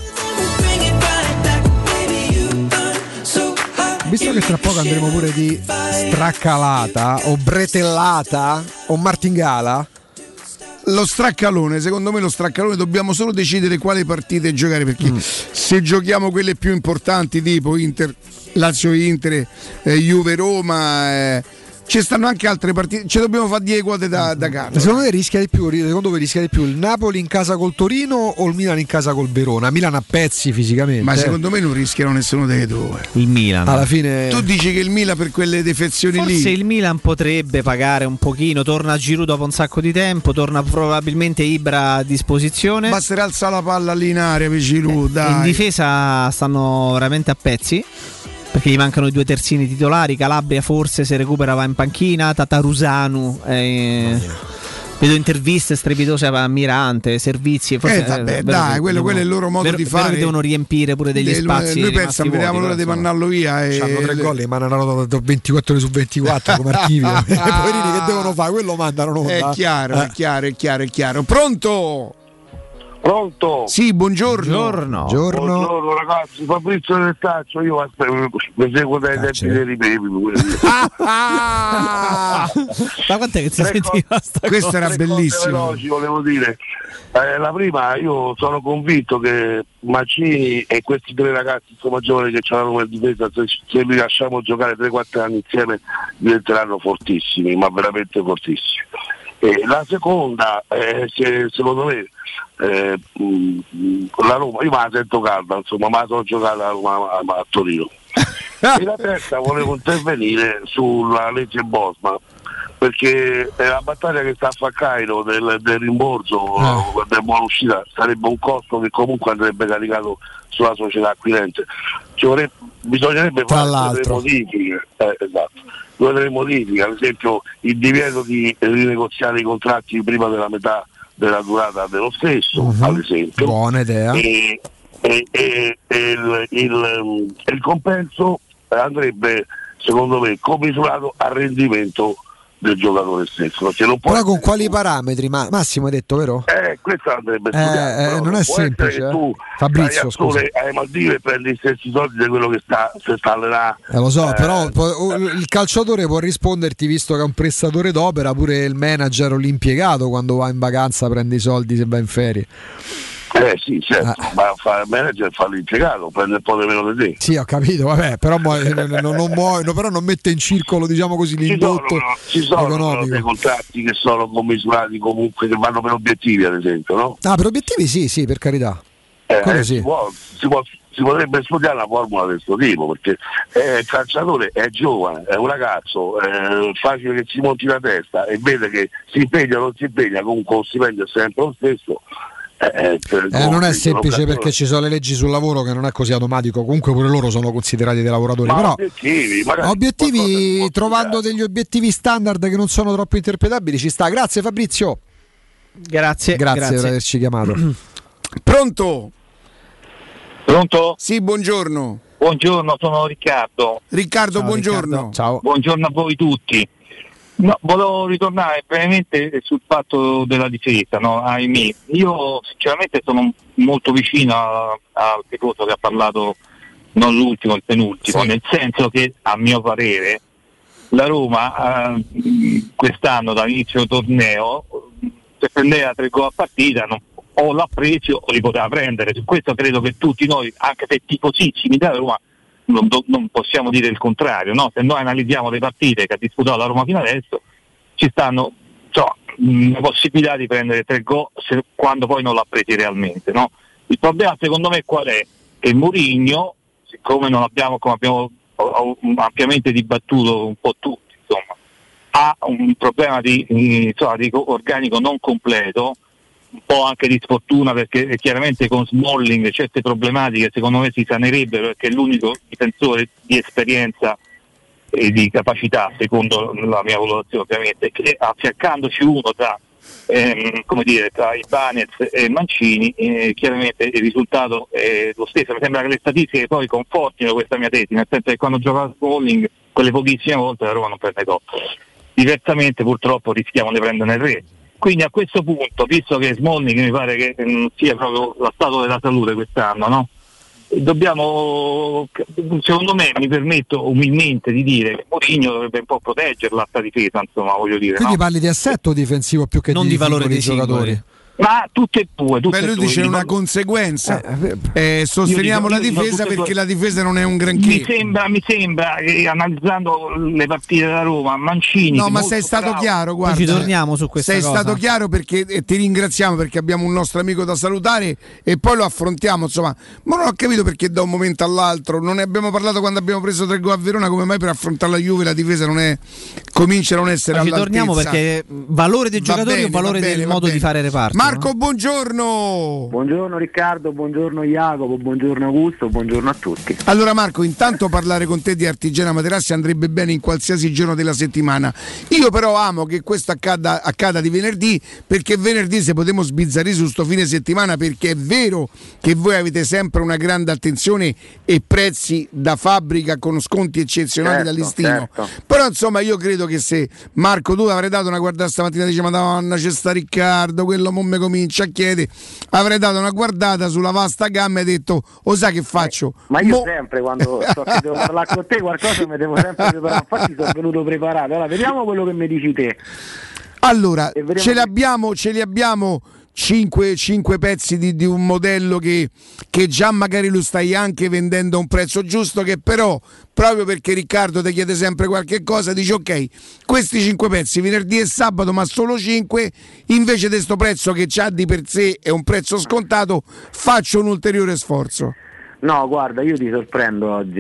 Speaker 4: Visto che tra poco andremo pure di straccalata o bretellata o martingala,
Speaker 2: lo straccalone, secondo me lo straccalone dobbiamo solo decidere quale partite giocare, perché mm. se giochiamo quelle più importanti tipo Inter, Lazio-Inter, eh, Juve-Roma, eh, ci stanno anche altre partite, ci dobbiamo fare dieci quote da, da casa.
Speaker 4: Secondo me rischia di più, secondo voi rischia di più il Napoli in casa col Torino o il Milan in casa col Verona? Milan a pezzi fisicamente.
Speaker 2: Ma secondo me non rischiano nessuno dei due.
Speaker 3: Il Milan.
Speaker 4: Alla fine
Speaker 2: tu dici che il Milan per quelle defezioni
Speaker 3: forse
Speaker 2: lì.
Speaker 3: Forse il Milan potrebbe pagare un pochino, torna Giroud dopo un sacco di tempo, torna probabilmente Ibra a disposizione.
Speaker 2: Basterà alzare la palla lì in area per Giroud, dai.
Speaker 3: In difesa stanno veramente a pezzi, perché gli mancano i due terzini titolari. Calabria forse se recupera va in panchina, Tatarusanu eh, vedo interviste strepitose a Mirante, servizi forse,
Speaker 2: eh vabbè,
Speaker 3: eh,
Speaker 2: dai, quello, quello è il loro modo
Speaker 3: vero,
Speaker 2: di fare,
Speaker 3: devono riempire pure degli
Speaker 2: De,
Speaker 3: spazi.
Speaker 2: Noi pensiamo, vediamo l'ora di mandarlo via e...
Speaker 4: hanno tre gol e mandano ventiquattro ore su ventiquattro come archivio. I poverini che devono fare? Quello mandano.
Speaker 2: È chiaro, eh. è chiaro, è chiaro, è chiaro. Pronto?
Speaker 16: Pronto?
Speaker 2: Sì, buongiorno.
Speaker 3: Buongiorno.
Speaker 16: Buongiorno. Buongiorno ragazzi, Fabrizio del Taccio, io mi seguo dai tempi dei ripepi.
Speaker 3: Ma quant'è che si sentiva sta
Speaker 2: Questa
Speaker 3: cosa?
Speaker 2: era bellissima.
Speaker 16: Veloci, volevo dire. Eh, la prima, io sono convinto che Mancini e questi tre ragazzi insomma giovani che c'hanno come difesa, se, se li lasciamo giocare tre quattro anni insieme diventeranno fortissimi, ma veramente fortissimi. E la seconda, eh, se, secondo me, eh, mh, la Roma, io me la sento calda, insomma, ma la sono giocata a, a, a Torino. E la terza, volevo intervenire sulla legge Bosma, perché è la battaglia che sta a fare Cairo del, del rimborso
Speaker 4: Ah.
Speaker 16: eh. del buona uscita sarebbe un costo che comunque andrebbe caricato sulla società acquirente. Ci vorrebbe, bisognerebbe
Speaker 4: Tra
Speaker 16: fare
Speaker 4: l'altro.
Speaker 16: delle modifiche, eh, esatto, due delle modifiche, ad esempio il divieto di rinegoziare i contratti prima della metà della durata dello stesso,
Speaker 4: Mhm.
Speaker 16: ad esempio.
Speaker 4: Buona idea.
Speaker 16: E, e, e, e il, il, il compenso andrebbe, secondo me, commisurato al rendimento del giocatore stesso, perché non può
Speaker 4: Però con
Speaker 16: essere
Speaker 4: quali
Speaker 16: tu-
Speaker 4: parametri? Ma Massimo hai detto, vero?
Speaker 16: eh, questo andrebbe
Speaker 4: Eh,
Speaker 16: studiato,
Speaker 4: eh,
Speaker 16: però
Speaker 4: non è
Speaker 16: può essere
Speaker 4: semplice,
Speaker 16: che
Speaker 4: eh.
Speaker 16: tu
Speaker 4: Fabrizio,
Speaker 16: vai a sole ai Maldive e prendi gli stessi soldi di quello che sta se sta allenando.
Speaker 4: Eh, lo so,
Speaker 16: Eh,
Speaker 4: però po- il calciatore può risponderti, visto che è un prestatore d'opera, pure il manager o l'impiegato quando va in vacanza prende i soldi se va in ferie.
Speaker 16: Eh sì, certo, ma fa il manager fa l'impiegato, prende un po' di meno di te.
Speaker 4: Sì, ho capito, vabbè, però mo- non, non, non muove- però non mette in circolo, diciamo così,
Speaker 16: Ci sono,
Speaker 4: l'indotto
Speaker 16: ci sono però
Speaker 4: economico.
Speaker 16: dei contratti che sono commisurati comunque, che vanno per obiettivi, ad esempio, no?
Speaker 4: Ah, per obiettivi sì, sì, per carità.
Speaker 16: Eh,
Speaker 4: Quello
Speaker 16: eh,
Speaker 4: sì.
Speaker 16: si, può, si, può, si potrebbe studiare una formula di questo tipo, perché eh, il calciatore è giovane, è un ragazzo, è facile che si monti la testa e vede che si impegna o non si impegna, comunque lo stipendio è sempre lo stesso. Eh, per-
Speaker 4: Eh, non è semplice
Speaker 16: l'occasione-
Speaker 4: perché ci sono le leggi sul lavoro che non è così automatico, comunque pure loro sono considerati dei lavoratori,
Speaker 16: Ma
Speaker 4: però
Speaker 16: obiettivi, magari
Speaker 4: obiettivi, trovando degli obiettivi standard che non sono troppo interpretabili ci sta. Grazie Fabrizio.
Speaker 3: Grazie,
Speaker 4: Grazie,
Speaker 3: grazie.
Speaker 4: per averci chiamato.
Speaker 2: Pronto?
Speaker 18: Pronto?
Speaker 2: Sì, buongiorno.
Speaker 18: Buongiorno, sono Riccardo.
Speaker 2: Riccardo,
Speaker 18: Ciao,
Speaker 2: buongiorno.
Speaker 18: Riccardo.
Speaker 4: Ciao.
Speaker 18: Buongiorno a voi tutti. No, volevo ritornare brevemente sul fatto della difesa, no? Ahimè. Io sinceramente sono molto vicino a- al tifoso che ha parlato, non l'ultimo, il penultimo,
Speaker 4: Sì.
Speaker 18: nel senso che a mio parere la Roma eh, quest'anno dall'inizio del torneo, se prendeva tre gol a partita non, o l'ha preso o li poteva prendere. Su questo credo che tutti noi, anche se tifosissimi della Roma, non, do- non possiamo dire il contrario, no? Se noi analizziamo le partite che ha disputato la Roma fino adesso, ci stanno so, mh, la possibilità di prendere tre gol se- quando poi non l'ha presi realmente, no? Il problema secondo me qual è? Che Mourinho, siccome non abbiamo, come abbiamo ho- ho ampiamente dibattuto un po' tutti, insomma, ha un problema di, di, insomma, di organico non completo, un po' anche di sfortuna, perché chiaramente con Smalling certe problematiche secondo me si sanerebbero, perché è l'unico difensore di esperienza e di capacità, secondo la mia valutazione ovviamente, che affiancandoci uno tra ehm, come dire, tra Ibanez e Mancini, eh, chiaramente il risultato è lo stesso. Mi sembra che le statistiche poi confortino questa mia tesi, nel senso che quando gioca Smalling quelle pochissime volte la Roma non prende gol. Diversamente purtroppo rischiamo di prenderne tre. Quindi a questo punto, visto che Smalling mi pare che non sia proprio lo stato della salute quest'anno, no? Dobbiamo, secondo me, mi permetto umilmente di dire che Mourinho dovrebbe un po' proteggerla sta difesa, insomma, voglio dire.
Speaker 4: Quindi
Speaker 18: no?
Speaker 4: parli di assetto difensivo più che
Speaker 3: Non di valore
Speaker 4: singoli
Speaker 3: dei
Speaker 4: giocatori.
Speaker 3: singoli.
Speaker 18: Ma tutte e due, tutte
Speaker 2: Beh, lui
Speaker 18: e due.
Speaker 2: dice
Speaker 18: Dico-
Speaker 2: una conseguenza.
Speaker 4: Eh,
Speaker 2: Eh, sosteniamo
Speaker 18: io
Speaker 2: la
Speaker 18: dico- io dico
Speaker 2: difesa
Speaker 18: tutte e
Speaker 2: perché
Speaker 18: due.
Speaker 2: la difesa non è un
Speaker 18: Mi
Speaker 2: granché.
Speaker 18: sembra, mi sembra che analizzando le partite della Roma, Mancini.
Speaker 2: No,
Speaker 18: che
Speaker 2: ma
Speaker 18: molto
Speaker 2: sei stato
Speaker 18: bravo-
Speaker 2: chiaro, guarda.
Speaker 3: Poi ci torniamo su questa
Speaker 2: Sei
Speaker 3: cosa.
Speaker 2: stato chiaro perché e ti ringraziamo perché abbiamo un nostro amico da salutare e poi lo affrontiamo, insomma. Ma non ho capito perché da un momento all'altro non ne abbiamo parlato quando abbiamo preso tre gol a Verona, come mai per affrontare la Juve la difesa non è comincia a non essere
Speaker 3: Ma ci
Speaker 2: all'altezza.
Speaker 3: torniamo perché valore dei
Speaker 2: Va
Speaker 3: giocatori
Speaker 2: bene,
Speaker 3: o valore
Speaker 2: va bene,
Speaker 3: del
Speaker 2: va
Speaker 3: modo
Speaker 2: bene.
Speaker 3: di fare reparto?
Speaker 2: Marco,
Speaker 3: no?
Speaker 2: buongiorno.
Speaker 8: Buongiorno Riccardo, buongiorno Jacopo, buongiorno Augusto, buongiorno a tutti.
Speaker 2: Allora Marco, intanto parlare con te di Artigiana Materassi andrebbe bene in qualsiasi giorno della settimana. Io però amo che questo accada, accada di venerdì, perché venerdì se potremo sbizzarrire su sto fine settimana, perché è vero che voi avete sempre una grande attenzione e prezzi da fabbrica con sconti eccezionali
Speaker 8: Certo,
Speaker 2: dal listino.
Speaker 8: certo.
Speaker 2: Però insomma io credo che se Marco tu avrei dato una guardata stamattina, dice madonna c'è sta Riccardo, quello mo me comincia a chiedere, avrei dato una guardata sulla vasta gamma e detto o sai che faccio?
Speaker 8: Ma io
Speaker 2: Mo-
Speaker 8: sempre quando so che devo parlare con te qualcosa mi devo sempre preparare, infatti sono venuto preparato. Allora vediamo quello che mi dici te.
Speaker 2: Allora,
Speaker 8: E vediamo
Speaker 2: ce li
Speaker 8: che-
Speaker 2: abbiamo, ce li abbiamo cinque, cinque pezzi di, di un modello che, che già magari lo stai anche vendendo a un prezzo giusto, che però, proprio perché Riccardo ti chiede sempre qualche cosa, dice ok, questi cinque pezzi venerdì e sabato, ma solo cinque, invece di sto prezzo che già di per sé è un prezzo scontato, faccio un ulteriore sforzo.
Speaker 8: No, guarda, io ti sorprendo oggi.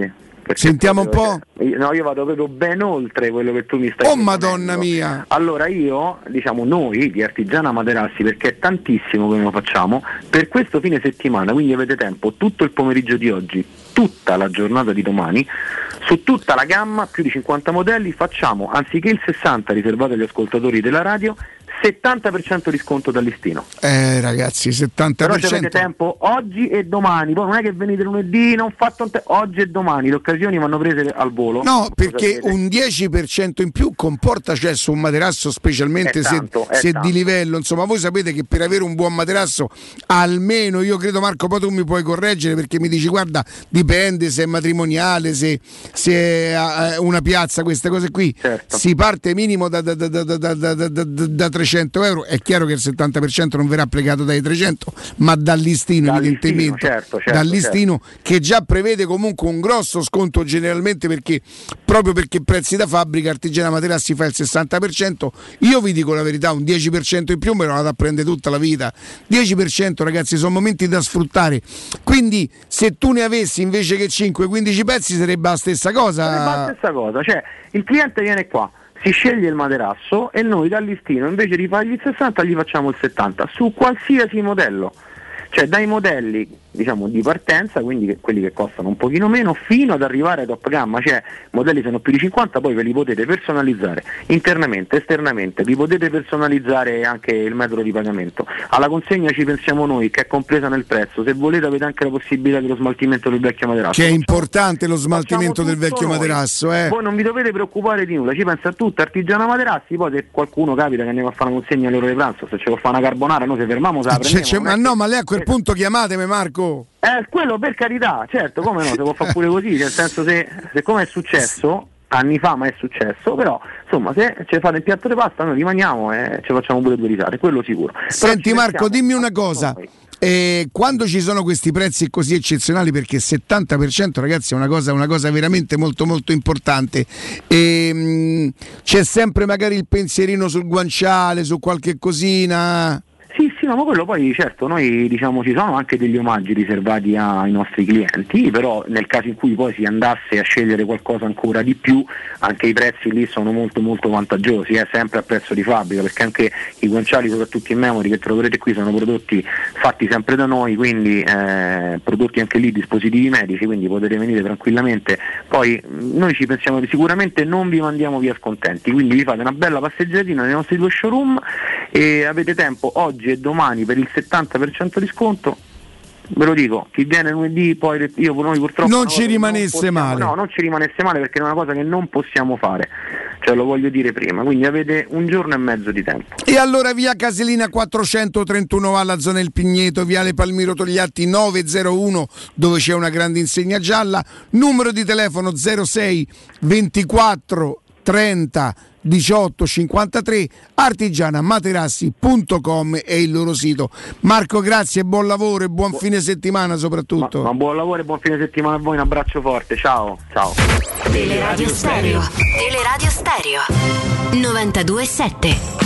Speaker 2: Sentiamo un po'.
Speaker 8: Io, no, io vado proprio ben oltre quello che tu mi stai
Speaker 2: Oh
Speaker 8: proponendo.
Speaker 2: Madonna mia!
Speaker 8: Allora io, diciamo noi di Artigiana Materassi, perché è tantissimo che lo facciamo, per questo fine settimana, quindi avete tempo tutto il pomeriggio di oggi, tutta la giornata di domani, su tutta la gamma, più di cinquanta modelli, facciamo, anziché il sessanta riservato agli ascoltatori della radio, settanta per cento di sconto dal listino.
Speaker 2: Eh ragazzi, settanta per cento.
Speaker 8: Però avete tempo oggi e domani, poi non è che venite lunedì, non fatto un te- oggi e domani, le occasioni vanno prese al volo.
Speaker 2: No, perché un dieci per cento in più comporta, cioè su un materasso, specialmente
Speaker 8: È tanto,
Speaker 2: se,
Speaker 8: è
Speaker 2: se
Speaker 8: tanto.
Speaker 2: di livello, insomma, voi sapete che per avere un buon materasso, almeno, io credo Marco, poi tu mi puoi correggere perché mi dici guarda, dipende se è matrimoniale, se, se è eh, una piazza, queste cose qui,
Speaker 8: certo.
Speaker 2: Si parte minimo da, da, da, da, da, da, da, da, da trecento euro. È chiaro che il settanta per cento non verrà applicato dai trecento, ma dal listino,
Speaker 8: Dal
Speaker 2: evidentemente,
Speaker 8: listino, certo, certo,
Speaker 2: dal listino che già prevede comunque un grosso sconto generalmente, perché proprio perché prezzi da fabbrica Artigiana Materassi fa il sessanta per cento. Io vi dico la verità, un dieci per cento in più me lo vado a prendere tutta la vita. dieci per cento ragazzi, sono momenti da sfruttare, quindi se tu ne avessi invece che cinque quindici pezzi sarebbe la stessa cosa.
Speaker 8: Sarebbe la stessa cosa, cioè il cliente viene qua, si sceglie il materasso e noi dal listino invece di fargli il sessanta gli facciamo il settanta su qualsiasi modello, cioè dai modelli diciamo di partenza, quindi che, quelli che costano un pochino meno, fino ad arrivare ai top gamma, cioè modelli sono più di cinquanta, poi ve li potete personalizzare internamente, esternamente, vi potete personalizzare anche il metodo di pagamento, alla consegna ci pensiamo noi che è compresa nel prezzo, se volete avete anche la possibilità dello smaltimento del vecchio materasso,
Speaker 2: che è importante lo smaltimento del
Speaker 8: tutto
Speaker 2: vecchio
Speaker 8: noi.
Speaker 2: materasso, eh.
Speaker 8: Voi non vi dovete preoccupare di nulla, ci pensa tutto Artigiana Materassi, poi se qualcuno capita che andiamo a fare una consegna all'ora di pranzo, se ce lo fa una carbonara noi se fermiamo se la
Speaker 2: C'è-
Speaker 8: prendiamo,
Speaker 2: c'è-
Speaker 8: non
Speaker 2: ma
Speaker 8: è
Speaker 2: no,
Speaker 8: che-
Speaker 2: ma lei a quel punto chiamatemi Marco.
Speaker 8: Eh, quello per carità, certo, come no, si può fare pure così, nel senso se, se come è successo anni fa, ma è successo, però insomma se ce fate il piatto di pasta noi rimaniamo e ci facciamo pure due risate, quello sicuro. Però
Speaker 2: Senti
Speaker 8: ci
Speaker 2: Marco,
Speaker 8: pensiamo
Speaker 2: dimmi una
Speaker 8: a
Speaker 2: cosa.
Speaker 8: noi.
Speaker 2: Eh, quando ci sono questi prezzi così eccezionali, perché settanta per cento ragazzi è una cosa, una cosa veramente molto molto importante, e, mh, c'è sempre magari il pensierino sul guanciale, su qualche cosina.
Speaker 8: Sì, sì, no, ma quello poi certo noi diciamo ci sono anche degli omaggi riservati ai nostri clienti, però nel caso in cui poi si andasse a scegliere qualcosa ancora di più, anche i prezzi lì sono molto molto vantaggiosi, eh, sempre a prezzo di fabbrica, perché anche i guanciali, soprattutto in memory che troverete qui, sono prodotti fatti sempre da noi, quindi eh, prodotti anche lì dispositivi medici, quindi potete venire tranquillamente. Poi mh, noi ci pensiamo che sicuramente non vi mandiamo via scontenti, quindi vi fate una bella passeggiatina nei nostri due showroom e avete tempo oggi e domani per il settanta per cento di sconto. Ve lo dico, chi viene lunedì poi io noi purtroppo
Speaker 2: Non
Speaker 8: una
Speaker 2: ci
Speaker 8: cosa che
Speaker 2: rimanesse
Speaker 8: possiamo-
Speaker 2: male.
Speaker 8: No, non ci rimanesse male perché è una cosa che non possiamo fare, cioè lo voglio dire prima, quindi avete un giorno e mezzo di tempo.
Speaker 2: E allora via Casilina quattrocentotrentuno alla zona del Pigneto, viale Palmiro Togliatti novecentouno dove c'è una grande insegna gialla, numero di telefono zero sei ventiquattro trenta diciotto cinquantatré, artigianamaterassi punto com è il loro sito. Marco, grazie, buon lavoro e buon Bu- fine settimana soprattutto.
Speaker 8: Ma, ma buon lavoro e buon fine settimana a voi, un abbraccio forte, ciao, ciao.
Speaker 11: Teleradio Stereo. Teleradio Stereo. novantadue sette.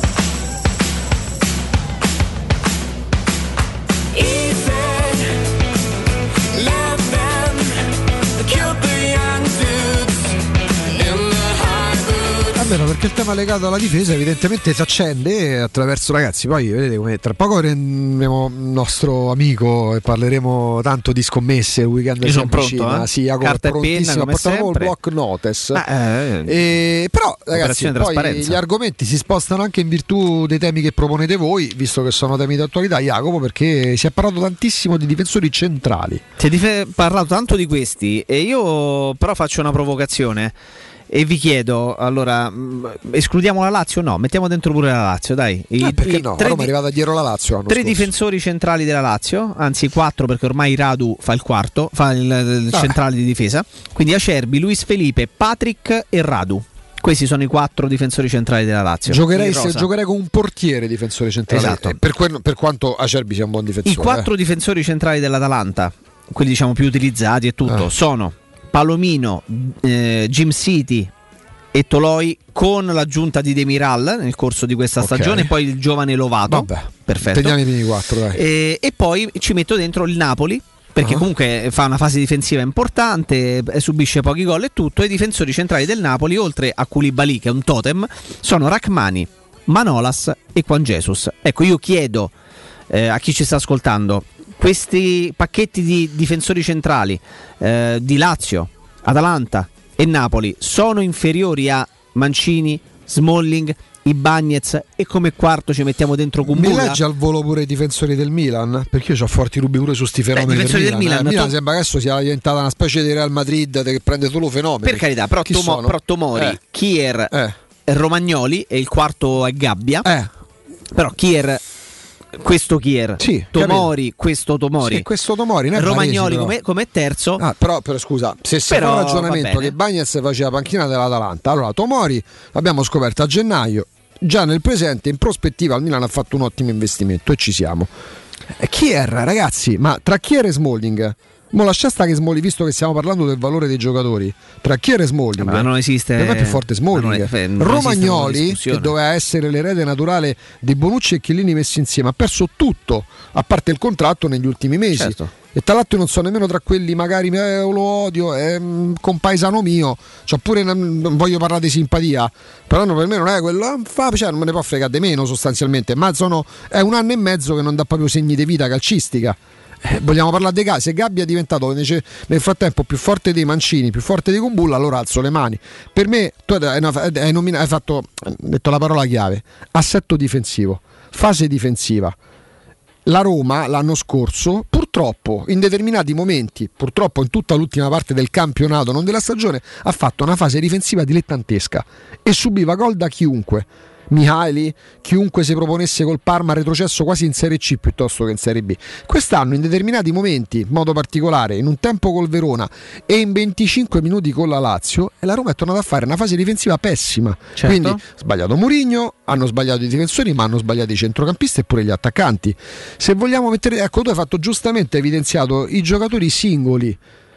Speaker 4: Vero, perché il tema legato alla difesa evidentemente si accende attraverso, ragazzi, poi vedete come tra poco avremo il nostro amico e parleremo tanto di scommesse, il weekend
Speaker 3: Io
Speaker 4: si
Speaker 3: sono
Speaker 4: avvicina,
Speaker 3: pronto, eh?
Speaker 4: sì, Jacopo,
Speaker 3: Carta e penna,
Speaker 4: prontissimo,
Speaker 3: come
Speaker 4: portiamo il
Speaker 3: sempre.
Speaker 4: block notice.
Speaker 3: Ah, eh,
Speaker 4: e, però ragazzi,
Speaker 3: operazione
Speaker 4: poi
Speaker 3: trasparenza.
Speaker 4: gli argomenti si spostano anche in virtù dei temi che proponete voi, visto che sono temi d'attualità, Jacopo, perché si è parlato tantissimo di difensori centrali.
Speaker 3: Si è dif- parlato tanto di questi e io però faccio una provocazione e vi chiedo, allora, mh, escludiamo la Lazio? No, mettiamo dentro pure la Lazio, dai. I,
Speaker 4: Eh, perché
Speaker 3: i
Speaker 4: no?
Speaker 3: tre
Speaker 4: Roma è
Speaker 3: di-
Speaker 4: arrivata dietro la Lazio l'anno
Speaker 3: Tre
Speaker 4: scorso.
Speaker 3: difensori centrali della Lazio, anzi quattro perché ormai Radu fa il quarto, fa il, il centrale di difesa. Quindi Acerbi, Luis Felipe, Patrick e Radu. Questi sono i quattro difensori centrali della Lazio.
Speaker 4: Giocherei,
Speaker 3: In
Speaker 4: se,
Speaker 3: rosa.
Speaker 4: giocherei con un portiere difensore centrale.
Speaker 3: Esatto.
Speaker 4: Eh, Per, que- per quanto Acerbi sia un buon difensore.
Speaker 3: I quattro
Speaker 4: eh.
Speaker 3: difensori centrali dell'Atalanta, quelli diciamo più utilizzati e tutto,
Speaker 4: Ah.
Speaker 3: sono Palomino, eh, Jim City e Toloi, con l'aggiunta di Demiral nel corso di questa
Speaker 4: Ok.
Speaker 3: stagione, e poi il giovane Lovato.
Speaker 4: Vabbè,
Speaker 3: Perfetto.
Speaker 4: teniamo i primi quattro, dai.
Speaker 3: E, e poi ci metto dentro il Napoli perché
Speaker 4: uh-huh.
Speaker 3: comunque fa una fase difensiva importante, subisce pochi gol e tutto. I difensori centrali del Napoli, oltre a Koulibaly che è un totem, sono Rachmani, Manolas e Juan Jesus. Ecco, io chiedo eh, a chi ci sta ascoltando, questi pacchetti di difensori centrali eh, di Lazio, Atalanta e Napoli sono inferiori a Mancini, Smalling, Ibañez, e come quarto ci mettiamo dentro Kumbulla?
Speaker 4: Mi legge al volo pure i difensori del Milan, perché io ho forti dubbi pure su sti fenomeni.
Speaker 3: Beh,
Speaker 4: del Milan,
Speaker 3: del Milan,
Speaker 4: eh. Milan
Speaker 3: to-
Speaker 4: sembra che adesso sia diventata una specie di Real Madrid che prende solo fenomeni.
Speaker 3: Per carità, però,
Speaker 4: Chi
Speaker 3: Tomo-
Speaker 4: sono?
Speaker 3: però Tomori,
Speaker 4: eh.
Speaker 3: Kier,
Speaker 4: eh.
Speaker 3: Romagnoli e il quarto è Gabbia.
Speaker 4: Eh.
Speaker 3: Però Kier, questo Kier,
Speaker 4: sì,
Speaker 3: Tomori,
Speaker 4: capito.
Speaker 3: questo Tomori,
Speaker 4: sì, questo Tomori,
Speaker 3: Romagnoli
Speaker 4: palesi,
Speaker 3: come, come terzo.
Speaker 4: Ah, però, però scusa, se si
Speaker 3: però,
Speaker 4: fa un ragionamento che Bagnez faceva panchina dell'Atalanta, allora Tomori l'abbiamo scoperto a gennaio, già nel presente, in prospettiva il Milan ha fatto un ottimo investimento e ci siamo. E Kier, ragazzi, ma tra Kier e Smalling, mo lascia sta che Smalling, visto che stiamo parlando del valore dei giocatori, tra Kier e Smalling,
Speaker 3: ma non esiste,
Speaker 4: per me è più forte Smalling.
Speaker 3: Non è, non
Speaker 4: Romagnoli, che doveva essere l'erede naturale di Bonucci e Chiellini messi insieme, ha perso tutto a parte il contratto negli ultimi mesi.
Speaker 3: Certo.
Speaker 4: E tra l'altro non so nemmeno tra quelli, magari eh, lo odio, è un compaesano mio, c'ho pure, non voglio parlare di simpatia, però no, per me non è quello, fa, cioè, non me ne può fregare di meno sostanzialmente, ma sono, è un anno e mezzo che non dà proprio segni di vita calcistica. Eh, vogliamo parlare dei casi, se Gabbia è diventato invece nel frattempo più forte dei Mancini, più forte di Kumbulla, allora alzo le mani. Per me tu hai, hai, nomina, hai fatto, hai detto la parola chiave, assetto difensivo, fase difensiva. La Roma l'anno scorso, purtroppo, in determinati momenti, purtroppo in tutta l'ultima parte del campionato, non della stagione, ha fatto una fase difensiva dilettantesca e subiva gol da chiunque. Mihaili, chiunque si proponesse col Parma, retrocesso quasi in Serie C piuttosto che in Serie B. Quest'anno in determinati momenti, in modo particolare, in un tempo col Verona e in venticinque minuti con la Lazio, e la Roma è tornata a fare una fase difensiva pessima.
Speaker 3: Certo.
Speaker 4: Quindi sbagliato Mourinho, hanno sbagliato i difensori, ma hanno sbagliato i centrocampisti e pure gli attaccanti. Se vogliamo mettere, ecco, tu hai fatto giustamente evidenziato i giocatori singoli.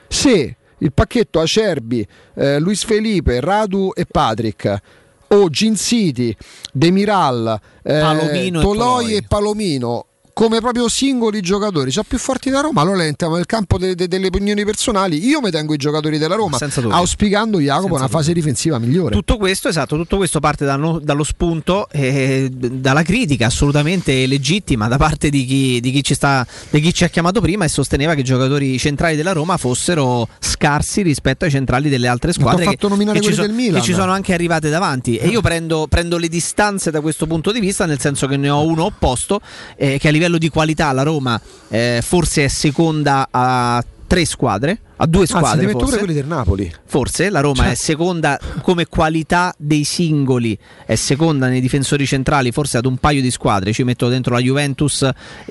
Speaker 4: Se il pacchetto Acerbi, eh, Luis Felipe, Radu e Patrick, o Gin City, Demiral, eh,
Speaker 3: Palomino e
Speaker 4: Toloi
Speaker 3: Toloi.
Speaker 4: e Palomino come proprio singoli giocatori, cioè più forti da Roma, allora entriamo nel campo de- de- delle opinioni personali. Io mi tengo i giocatori della Roma, auspicando Jacopo
Speaker 3: Senza
Speaker 4: una fase
Speaker 3: dubbio.
Speaker 4: difensiva migliore.
Speaker 3: Tutto questo, esatto, tutto questo parte da no, dallo spunto, eh, dalla critica assolutamente legittima da parte di chi, di chi ci sta, di chi ci ha chiamato prima e sosteneva che i giocatori centrali della Roma fossero scarsi rispetto ai centrali delle altre squadre,
Speaker 4: Ma t'ho fatto
Speaker 3: che,
Speaker 4: nominare
Speaker 3: che, ci
Speaker 4: quelli
Speaker 3: so-
Speaker 4: del Milan.
Speaker 3: che ci sono anche arrivate davanti. E io prendo, prendo le distanze da questo punto di vista, nel senso che ne ho uno opposto, eh, che a livello di qualità la Roma eh, forse è seconda a tre squadre, a due squadre.
Speaker 4: Anzi,
Speaker 3: forse.
Speaker 4: quelli del Napoli.
Speaker 3: Forse la Roma
Speaker 4: Cioè.
Speaker 3: è seconda come qualità dei singoli, è seconda nei difensori centrali, forse ad un paio di squadre, ci metto dentro la Juventus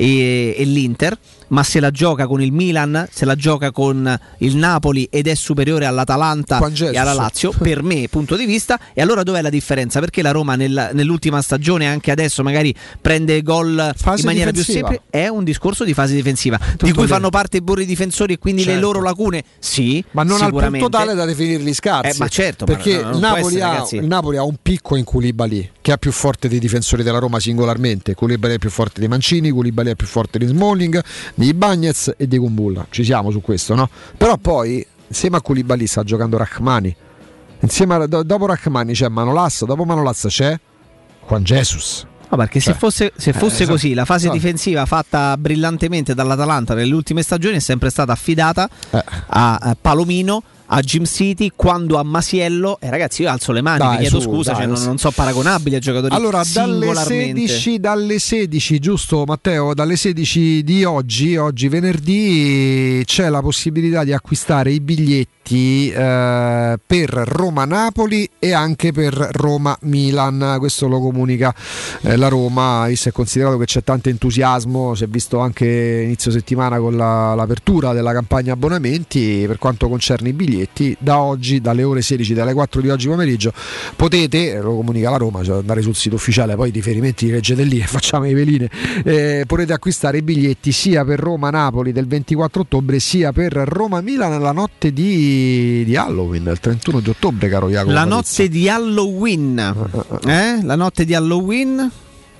Speaker 3: e, e l'Inter, ma se la gioca con il Milan, se la gioca con il Napoli ed è superiore all'Atalanta e alla Lazio, per me punto di vista. E allora dov'è la differenza? Perché la Roma nel, nell'ultima stagione, anche adesso magari prende gol
Speaker 4: Fase
Speaker 3: in maniera
Speaker 4: difensiva.
Speaker 3: più semplice? È un discorso di fase difensiva,
Speaker 4: Tutto
Speaker 3: di cui
Speaker 4: vero.
Speaker 3: fanno parte pure i difensori e quindi
Speaker 4: Certo.
Speaker 3: le loro lacune. Sì,
Speaker 4: Ma non al
Speaker 3: sicuramente.
Speaker 4: punto tale da definirli scarsi.
Speaker 3: Eh, ma certo,
Speaker 4: perché
Speaker 3: ma non
Speaker 4: il,
Speaker 3: può
Speaker 4: Napoli
Speaker 3: essere,
Speaker 4: ha,
Speaker 3: ragazzi.
Speaker 4: il Napoli ha un picco in Koulibaly, che è più forte dei difensori della Roma singolarmente. Koulibaly è più forte di Mancini, Koulibaly è più forte di Smalling, di Ibañez e di Kumbulla. Ci siamo su questo, no? Però poi insieme a Koulibaly sta giocando Rachmani. Insieme a, do- dopo Rachmani c'è Manolas, dopo Manolas c'è Juan Jesus.
Speaker 3: No, perché
Speaker 4: Cioè,
Speaker 3: se fosse, se
Speaker 4: eh,
Speaker 3: fosse
Speaker 4: esatto,
Speaker 3: così, la fase
Speaker 4: esatto.
Speaker 3: difensiva fatta brillantemente dall'Atalanta nelle ultime stagioni è sempre stata affidata
Speaker 4: Eh.
Speaker 3: a, a Palomino, a Jim City, quando a Masiello. E eh, ragazzi, io alzo le mani,
Speaker 4: Dai,
Speaker 3: vi chiedo
Speaker 4: su,
Speaker 3: scusa,
Speaker 4: dai,
Speaker 3: cioè, non,
Speaker 4: su.
Speaker 3: non so paragonabili a giocatori
Speaker 4: Allora, dalle
Speaker 3: singolarmente.
Speaker 4: sedici, dalle sedici, giusto Matteo? Dalle sedici di oggi, oggi venerdì, c'è la possibilità di acquistare i biglietti eh, per Roma-Napoli e anche per Roma-Milan. Questo lo comunica eh, la Roma, visto e considerato che c'è tanto entusiasmo, si è visto anche inizio settimana con la, l'apertura della campagna abbonamenti. Per quanto concerne i biglietti, da oggi, dalle ore sedici, dalle quattro di oggi pomeriggio, potete, lo comunica la Roma, cioè andare sul sito ufficiale, poi i riferimenti li leggete lì e facciamo i veline, eh, potete acquistare i biglietti sia per Roma-Napoli del ventiquattro ottobre sia per Roma-Milan la notte di, di Halloween, il trentuno di ottobre, caro Jacopo.
Speaker 3: La
Speaker 4: Patrizio.
Speaker 3: notte di Halloween, eh? La notte di Halloween.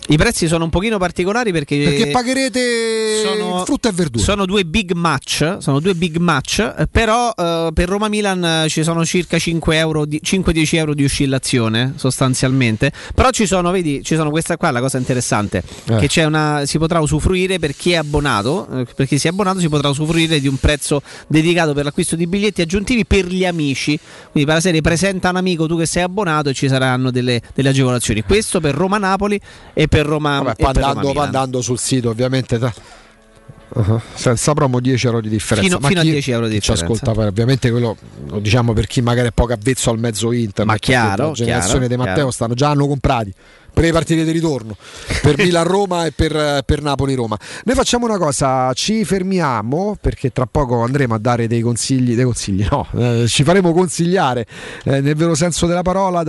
Speaker 3: I prezzi sono un pochino particolari perché,
Speaker 4: perché pagherete
Speaker 3: sono,
Speaker 4: frutta e verdura.
Speaker 3: Sono due big match, sono due big match, però eh, per Roma Milan ci sono circa cinque euro di, cinque dieci euro di oscillazione sostanzialmente. Però ci sono, vedi, ci sono questa qua, la cosa interessante, eh. che c'è una, si potrà usufruire per chi è abbonato, eh, per chi si è abbonato si potrà usufruire di un prezzo dedicato per l'acquisto di biglietti aggiuntivi per gli amici. Quindi per la serie presenta un amico tu che sei abbonato e ci saranno delle, delle agevolazioni. Questo per Roma Napoli e per Roma,
Speaker 4: Vabbè,
Speaker 3: e per
Speaker 4: andando,
Speaker 3: Roma
Speaker 4: andando sul sito ovviamente ta- uh-huh. senza promo dieci euro di differenza,
Speaker 3: fino,
Speaker 4: ma
Speaker 3: fino
Speaker 4: chi,
Speaker 3: a dieci euro di
Speaker 4: chi
Speaker 3: differenza.
Speaker 4: ci ascolta, ovviamente quello lo diciamo per chi magari è poco avvezzo al mezzo internet,
Speaker 3: ma chiaro,
Speaker 4: la generazione
Speaker 3: chiaro,
Speaker 4: dei Matteo
Speaker 3: chiaro.
Speaker 4: stanno già hanno comprati per le partite di ritorno per Milan-Roma e per, per Napoli-Roma. Noi facciamo una cosa, ci fermiamo perché tra poco andremo a dare dei consigli, dei consigli no, eh, ci faremo consigliare eh, nel vero senso della parola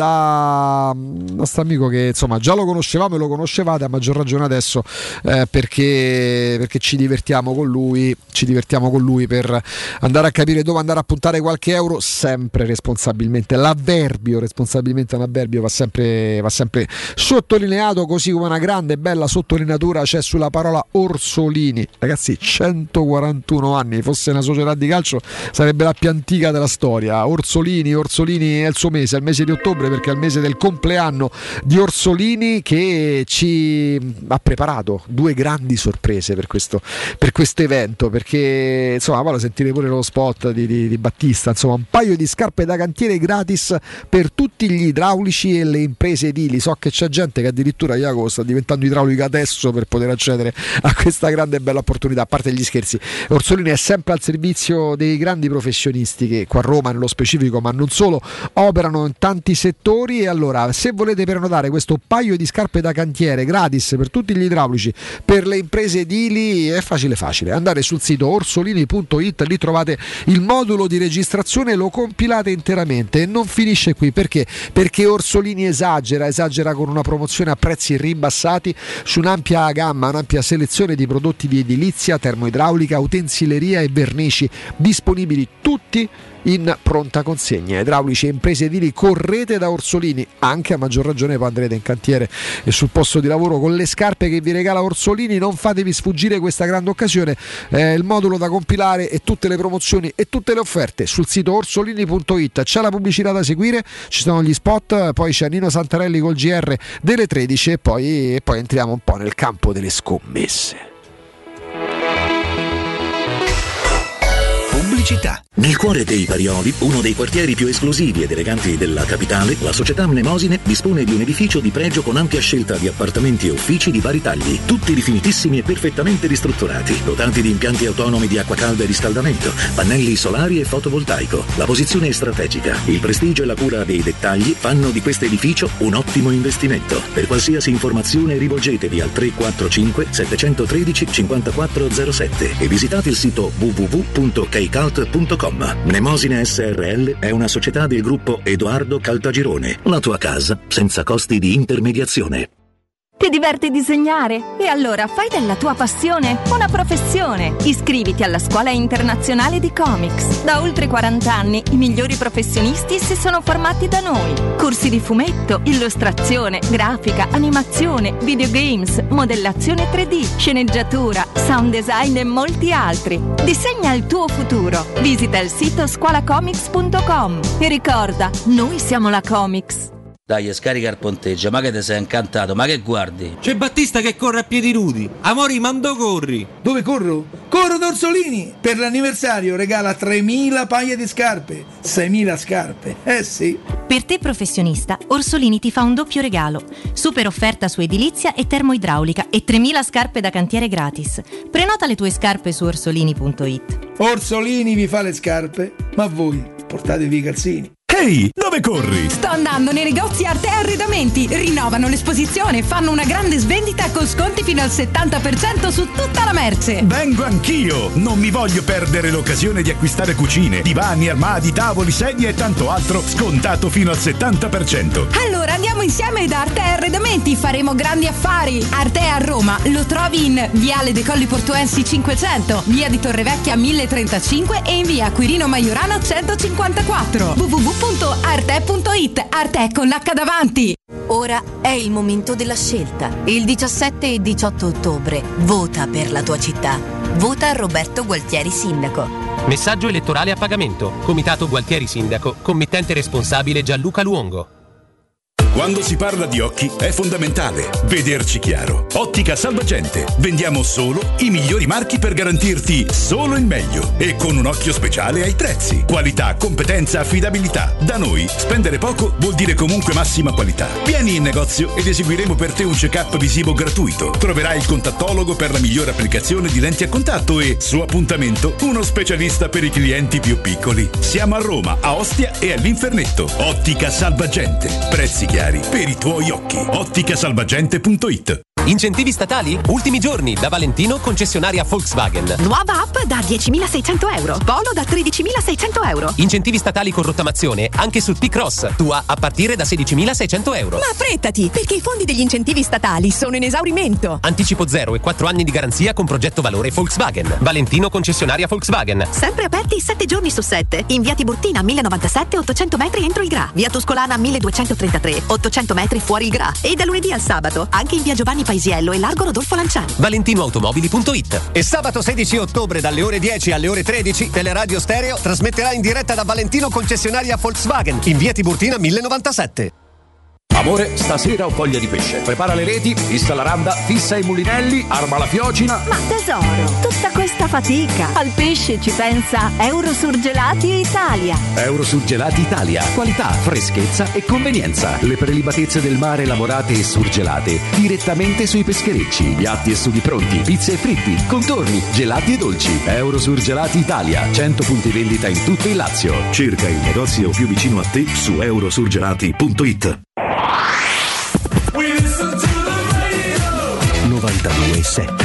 Speaker 4: da un nostro amico che insomma già lo conoscevamo e lo conoscevate a maggior ragione adesso eh, perché, perché ci divertiamo con lui, ci divertiamo con lui per andare a capire dove andare a puntare qualche euro, sempre responsabilmente. L'avverbio, responsabilmente un avverbio va sempre, va sempre sottolineato, così come una grande bella sottolineatura c'è sulla parola Orsolini. Ragazzi, centoquarantuno anni, fosse una società di calcio sarebbe la più antica della storia. Orsolini, Orsolini è il suo mese, è il mese di ottobre perché è il mese del compleanno di Orsolini, che ci ha preparato due grandi sorprese per questo per questo evento, perché insomma poi lo sentire pure lo spot di, di, di Battista, insomma un paio di scarpe da cantiere gratis per tutti gli idraulici e le imprese edili. So che c'è gente che addirittura Jacopo sta diventando idraulica adesso per poter accedere a questa grande e bella opportunità. A parte gli scherzi, Orsolini è sempre al servizio dei grandi professionisti che qua a Roma nello specifico, ma non solo, operano in tanti settori. E allora, se volete prenotare questo paio di scarpe da cantiere gratis per tutti gli idraulici, per le imprese edili, è facile facile, andare sul sito orsolini punto it, lì trovate il modulo di registrazione, lo compilate interamente e non finisce qui. Perché? Perché Orsolini esagera, esagera con una promozione a prezzi ribassati su un'ampia gamma, un'ampia selezione di prodotti di edilizia, termoidraulica, utensileria e vernici, disponibili tutti in pronta consegna. Idraulici e imprese edili, correte da Orsolini, anche a maggior ragione poi andrete in cantiere e sul posto di lavoro con le scarpe che vi regala Orsolini. Non fatevi sfuggire questa grande occasione, eh, il modulo da compilare e tutte le promozioni e tutte le offerte sul sito orsolini punto it. C'è la pubblicità da seguire, ci sono gli spot, poi c'è Nino Santarelli col G R delle tredici e poi, e poi entriamo un po' nel campo delle scommesse.
Speaker 5: Pubblicità. Nel cuore dei Parioli, uno dei quartieri più esclusivi ed eleganti della capitale, la società Mnemosine dispone di un edificio di pregio con ampia scelta di appartamenti e uffici di vari tagli, tutti rifinitissimi e perfettamente ristrutturati, dotati di impianti autonomi di acqua calda e riscaldamento, pannelli solari e fotovoltaico. La posizione è strategica, il prestigio e la cura dei dettagli fanno di questo edificio un ottimo investimento. Per qualsiasi informazione rivolgetevi al tre quattro cinque sette uno tre cinque quattro zero sette e visitate il sito w w w punto keycult punto com. Mnemosine S R L è una società del gruppo Edoardo Caltagirone. La tua casa senza costi di intermediazione.
Speaker 17: Ti diverti disegnare? E allora fai della tua passione una professione. Iscriviti alla Scuola Internazionale di Comics. Da oltre quaranta anni i migliori professionisti si sono formati da noi. Corsi di fumetto, illustrazione, grafica, animazione, videogames, modellazione tre D, sceneggiatura, sound design e molti altri. Disegna il tuo futuro. Visita il sito scuola comics punto com e ricorda, noi siamo la Comics.
Speaker 10: Dai, scarica il ponteggio, ma che ti sei incantato, ma che guardi?
Speaker 12: C'è Battista che corre a piedi nudi. Amori, mando corri.
Speaker 20: Dove corro? Corro da Orsolini. Per l'anniversario regala tremila paia di scarpe. seimila scarpe. Eh sì.
Speaker 22: Per te professionista, Orsolini ti fa un doppio regalo. Super offerta su edilizia e termoidraulica e tremila scarpe da cantiere gratis. Prenota le tue scarpe su orsolini punto it.
Speaker 20: Orsolini vi fa le scarpe, ma voi portatevi i calzini.
Speaker 9: Ehi, dove corri?
Speaker 17: Sto andando nei negozi Arte Arredamenti. Rinnovano l'esposizione e fanno una grande svendita con sconti fino al settanta per cento su tutta la merce.
Speaker 9: Vengo anch'io! Non mi voglio perdere l'occasione di acquistare cucine, divani, armadi, tavoli, sedie e tanto altro scontato fino al settanta per cento.
Speaker 17: Allora andiamo insieme da Arte Arredamenti, faremo grandi affari. Arte a Roma lo trovi in Viale dei Colli Portuensi cinquecento, Via di Torrevecchia mille trentacinque e in Via Quirino Maiorano centocinquantaquattro. w w w punto arte punto it. Arte con l'H davanti.
Speaker 11: Ora è il momento della scelta. Il diciassette e diciotto ottobre vota per la tua città. Vota Roberto Gualtieri Sindaco.
Speaker 21: Messaggio elettorale a pagamento. Comitato Gualtieri Sindaco. Committente responsabile Gianluca Luongo.
Speaker 9: Quando si parla di occhi è fondamentale vederci chiaro. Ottica Salvagente. Vendiamo solo i migliori marchi per garantirti solo il meglio e con un occhio speciale ai prezzi. Qualità, competenza, affidabilità. Da noi spendere poco vuol dire comunque massima qualità. Vieni in negozio ed eseguiremo per te un check-up visivo gratuito. Troverai il contattologo per la migliore applicazione di lenti a contatto e, su appuntamento, uno specialista per i clienti più piccoli. Siamo a Roma, a Ostia e all'Infernetto. Ottica Salvagente. Prezzi chiari per i tuoi occhi. ottica salvagente punto it.
Speaker 21: Incentivi statali? Ultimi giorni da Valentino, concessionaria Volkswagen.
Speaker 6: Nuova app da diecimilaseicento euro. Polo da tredicimilaseicento euro.
Speaker 21: Incentivi statali con rottamazione anche sul T-Cross. Tua a partire da sedicimilaseicento euro.
Speaker 6: Ma affrettati, perché i fondi degli incentivi statali sono in esaurimento.
Speaker 21: Anticipo zero e quattro anni di garanzia con progetto valore Volkswagen. Valentino, concessionaria Volkswagen.
Speaker 6: Sempre aperti sette giorni su sette. In via Tiburtina mille novantasette, ottocento metri entro il Gra. Via Tuscolana milleduecentotrentatré, ottocento metri fuori il Gra. E da lunedì al sabato anche in via Giovanni Paisiello e largo Rodolfo Lanciani.
Speaker 21: valentinoautomobili punto it.
Speaker 13: E sabato sedici ottobre dalle ore dieci alle ore tredici Teleradio Stereo trasmetterà in diretta da Valentino, concessionaria Volkswagen, in via Tiburtina mille novantasette.
Speaker 14: Amore, stasera ho voglia di pesce. Prepara le reti, fissa la randa, fissa i mulinelli, arma la fiocina.
Speaker 15: Ma tesoro, tutta questa fatica. Al pesce ci pensa Eurosurgelati Italia.
Speaker 14: Eurosurgelati Italia. Qualità, freschezza e convenienza. Le prelibatezze del mare lavorate e surgelate direttamente sui pescherecci. Piatti e sughi pronti, pizze e fritti, contorni, gelati e dolci. Eurosurgelati Italia. cento punti vendita in tutto il Lazio. Cerca il negozio più vicino a te su eurosurgelati punto it.
Speaker 24: novantadue sette.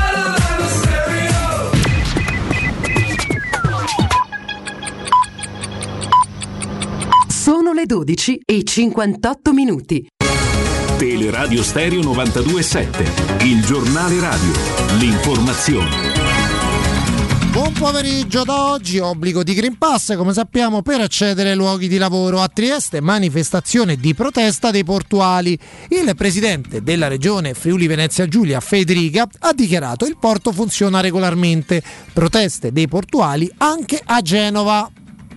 Speaker 23: Sono le dodici e cinquantotto minuti.
Speaker 26: Teleradio Stereo novantadue sette, il giornale radio, l'informazione.
Speaker 25: Buon pomeriggio da oggi, obbligo di Green Pass come sappiamo per accedere ai luoghi di lavoro. A Trieste manifestazione di protesta dei portuali. Il presidente della regione Friuli Venezia Giulia Federica ha dichiarato il porto funziona regolarmente. Proteste dei portuali anche a Genova.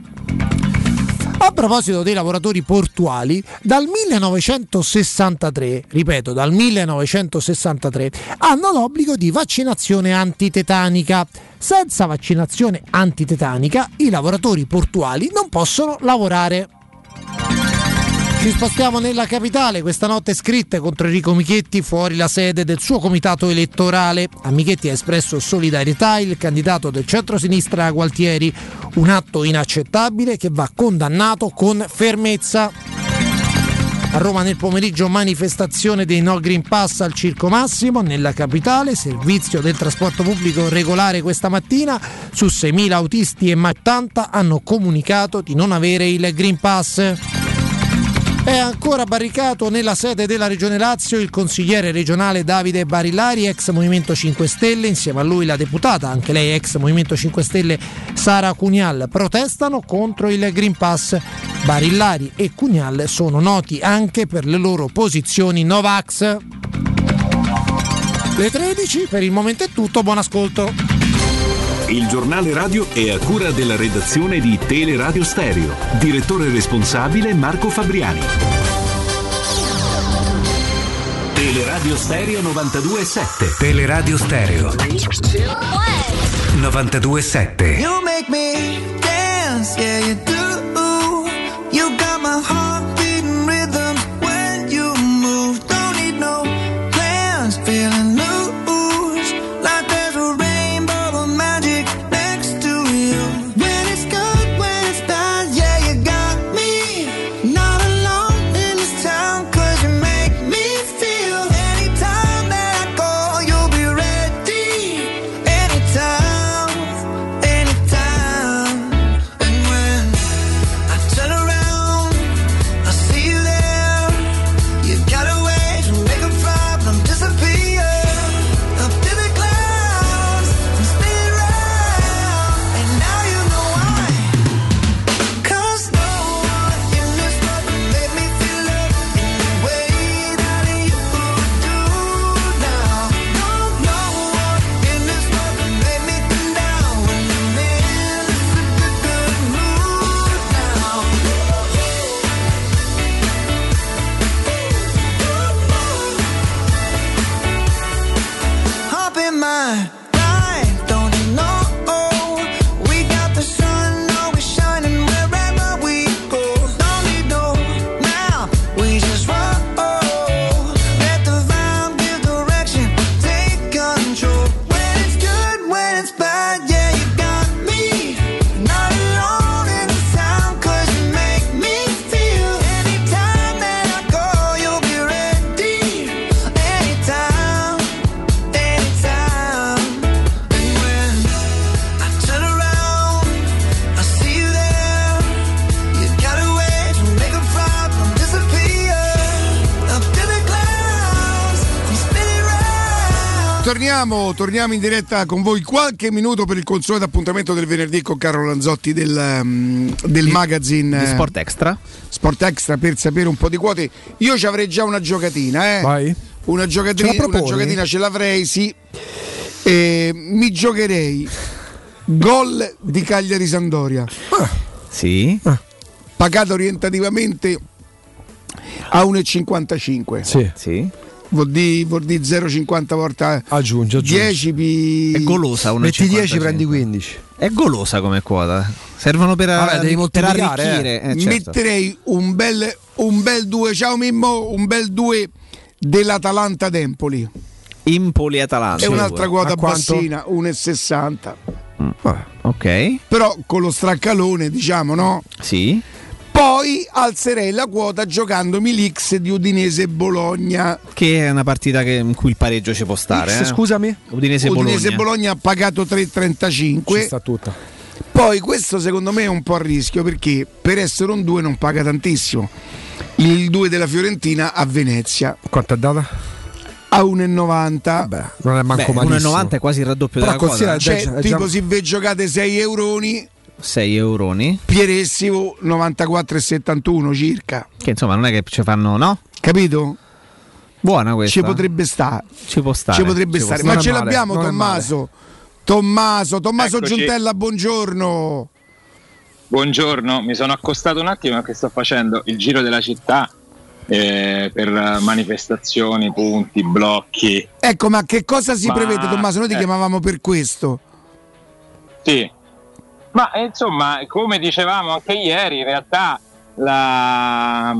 Speaker 25: A proposito dei lavoratori portuali, dal millenovecentosessantatré, ripeto, dal millenovecentosessantatré, hanno l'obbligo di vaccinazione antitetanica. Senza vaccinazione antitetanica, i lavoratori portuali non possono lavorare. Ci spostiamo nella capitale, questa notte scritte contro Enrico Michetti fuori la sede del suo comitato elettorale. A Michetti ha espresso solidarietà il candidato del centrosinistra Gualtieri, un atto inaccettabile che va condannato con fermezza. A Roma nel pomeriggio manifestazione dei No Green Pass al Circo Massimo, nella capitale, servizio del trasporto pubblico regolare questa mattina, su seimila autisti e ottanta hanno comunicato di non avere il Green Pass. È ancora barricato nella sede della Regione Lazio il consigliere regionale Davide Barillari, ex Movimento cinque Stelle, insieme a lui la deputata, anche lei ex Movimento cinque Stelle, Sara Cunial, protestano contro il Green Pass. Barillari e Cunial sono noti anche per le loro posizioni Novax. Le tredici, per il momento è tutto, buon ascolto.
Speaker 26: Il giornale radio è a cura della redazione di Teleradio Stereo. Direttore responsabile Marco Fabriani. Teleradio Stereo novantadue sette.
Speaker 1: Teleradio Stereo novantadue sette.
Speaker 7: You make me dance, yeah you do. You got my heart beating rhythm when you move. Don't need no plans, feeling loose, like there's a rainbow of magic next to you. When it's good, when it's bad, yeah you got me. Not alone in this town, cause you make me feel. Anytime that I call, you'll be ready. Anytime, anytime. And when
Speaker 2: torniamo, torniamo in diretta con voi qualche minuto per il consueto appuntamento del venerdì con Carlo Lanzotti del, um, del di, magazine
Speaker 3: di Sport Extra.
Speaker 2: Sport Extra per sapere un po' di quote. Io ci avrei già una giocatina, eh.
Speaker 4: Vai.
Speaker 2: Una giocatina, ce una giocatina ce l'avrei, sì. E mi giocherei gol di Cagliari Sampdoria.
Speaker 3: Ah. Sì. Ah.
Speaker 2: Pagato orientativamente a uno e cinquantacinque.
Speaker 4: Sì.
Speaker 3: Sì.
Speaker 2: Vuol dire, vuol dire zero virgola cinquanta volte
Speaker 4: aggiungi, aggiungi.
Speaker 2: dieci pi...
Speaker 3: È golosa.
Speaker 4: Metti dieci, prendi quindici.
Speaker 3: È golosa come quota. Servono per,
Speaker 4: Vabbè, devi
Speaker 3: per arricchire.
Speaker 2: Eh.
Speaker 3: Eh, certo.
Speaker 2: Metterei un bel un bel due, ciao Mimmo, un bel due dell'Atalanta d'Empoli.
Speaker 3: Impoli Atalanta.
Speaker 2: È un'altra quota
Speaker 4: a
Speaker 2: bassina, uno virgola sessanta.
Speaker 3: Mm. Ok.
Speaker 2: Però con lo straccalone, diciamo, no?
Speaker 3: Sì.
Speaker 2: Poi alzerei la quota giocandomi l'X di Udinese Bologna,
Speaker 3: che è una partita che, in cui il pareggio ci può stare.
Speaker 4: X,
Speaker 3: eh?
Speaker 4: Scusami,
Speaker 2: Udinese Bologna. Udinese Bologna ha pagato tre virgola trentacinque.
Speaker 4: Ci sta tutta.
Speaker 2: Poi questo secondo me è un po' a rischio, perché per essere un due non paga tantissimo. Il due della Fiorentina a Venezia.
Speaker 4: Quanto è data?
Speaker 2: A uno virgola novanta.
Speaker 4: Beh, non è manco
Speaker 3: Beh,
Speaker 4: malissimo.
Speaker 3: uno virgola novanta è quasi il raddoppio
Speaker 4: però
Speaker 3: della quota.
Speaker 2: Cioè,
Speaker 4: già,
Speaker 2: tipo
Speaker 4: già...
Speaker 2: se vi giocate sei euroni,
Speaker 3: sei euroni.
Speaker 2: Pieressimo novantaquattro virgola settantuno circa.
Speaker 3: Che insomma non è che ci fanno, no?
Speaker 2: Capito?
Speaker 3: Buona questa.
Speaker 2: Ci potrebbe stare.
Speaker 3: Ci può stare.
Speaker 2: Ci potrebbe
Speaker 3: ci
Speaker 2: stare.
Speaker 3: Può
Speaker 2: Ma
Speaker 3: stare.
Speaker 2: ce l'abbiamo Tommaso. Tommaso, Tommaso
Speaker 8: Eccoci.
Speaker 2: Giuntella, buongiorno.
Speaker 8: Buongiorno, mi sono accostato un attimo perché sto facendo il giro della città eh, per manifestazioni, punti, blocchi.
Speaker 2: Ecco, ma che cosa si
Speaker 8: ma,
Speaker 2: prevede, Tommaso? Noi ti
Speaker 8: eh.
Speaker 2: chiamavamo per questo.
Speaker 8: Sì, ma eh, insomma, come dicevamo anche ieri, in realtà la,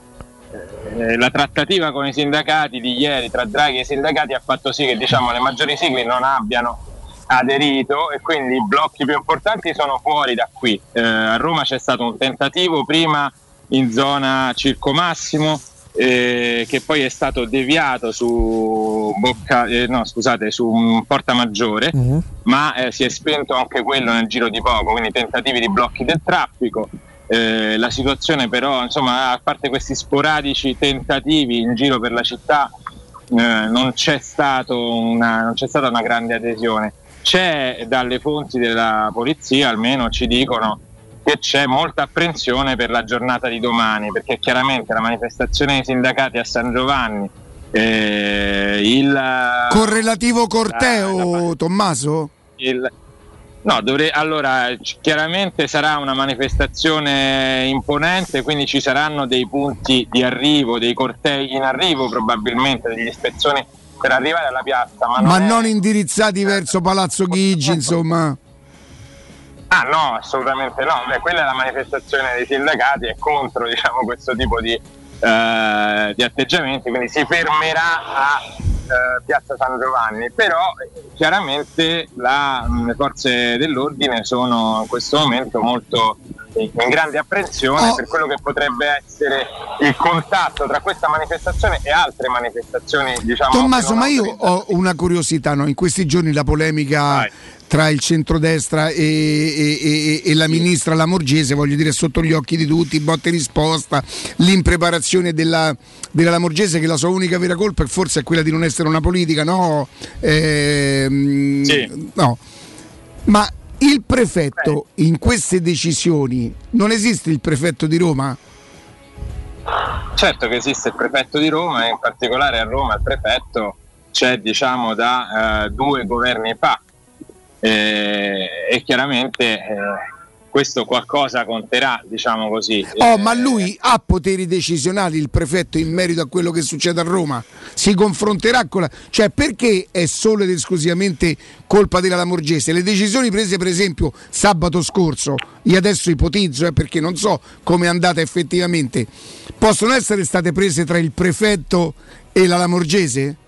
Speaker 8: eh, la trattativa con i sindacati di ieri tra Draghi e i sindacati ha fatto sì che, diciamo, le maggiori sigle non abbiano aderito e quindi i blocchi più importanti sono fuori da qui. Eh, a Roma c'è stato un tentativo prima in zona Circo Massimo eh, che poi è stato deviato su Bocca, eh, no scusate su Porta Maggiore, uh-huh. ma eh, si è spento anche quello nel giro di poco, quindi tentativi di blocchi del traffico. Eh, la situazione però, insomma, a parte questi sporadici tentativi in giro per la città, eh, non c'è stato una, non c'è stata una grande adesione. C'è, dalle fonti della polizia almeno ci dicono che c'è molta apprensione per la giornata di domani, perché chiaramente la manifestazione dei sindacati a San Giovanni, eh, il
Speaker 2: correlativo corteo, la, la, Tommaso?
Speaker 8: Il, no, dovre, allora chiaramente sarà una manifestazione imponente, quindi ci saranno dei punti di arrivo, dei cortei in arrivo probabilmente, degli ispezioni per arrivare alla piazza, ma non,
Speaker 2: ma
Speaker 8: è...
Speaker 2: non indirizzati verso Palazzo Chigi, insomma.
Speaker 8: Ah no, assolutamente no. Beh, quella è la manifestazione dei sindacati, è contro, diciamo, questo tipo di, eh, di atteggiamenti, quindi si fermerà a eh, Piazza San Giovanni, però chiaramente la, le forze dell'ordine sono in questo momento molto in grande apprensione oh. per quello che potrebbe essere il contatto tra questa manifestazione e altre manifestazioni, diciamo.
Speaker 2: Tommaso, ma io ho una curiosità, no? In questi giorni la polemica Vai. tra il centrodestra e, e, e, e la ministra Lamorgese, voglio dire, sotto gli occhi di tutti, botte e risposta, l'impreparazione della, della Lamorgese, che la sua unica vera colpa è forse è quella di non essere una politica, no? Eh,
Speaker 8: sì.
Speaker 2: No. Ma il prefetto in queste decisioni, non esiste il prefetto di Roma?
Speaker 8: Certo che esiste il prefetto di Roma, e in particolare a Roma il prefetto c'è, diciamo, da uh, due governi fa, eh, e chiaramente eh, questo qualcosa conterà, diciamo così.
Speaker 2: Oh, ma lui ha poteri decisionali, il prefetto, in merito a quello che succede a Roma? Si confronterà con la... Cioè, perché è solo ed esclusivamente colpa della Lamorgese? Le decisioni prese, per esempio, sabato scorso, io adesso ipotizzo, eh, perché non so come è andata effettivamente, possono essere state prese tra il prefetto e la Lamorgese?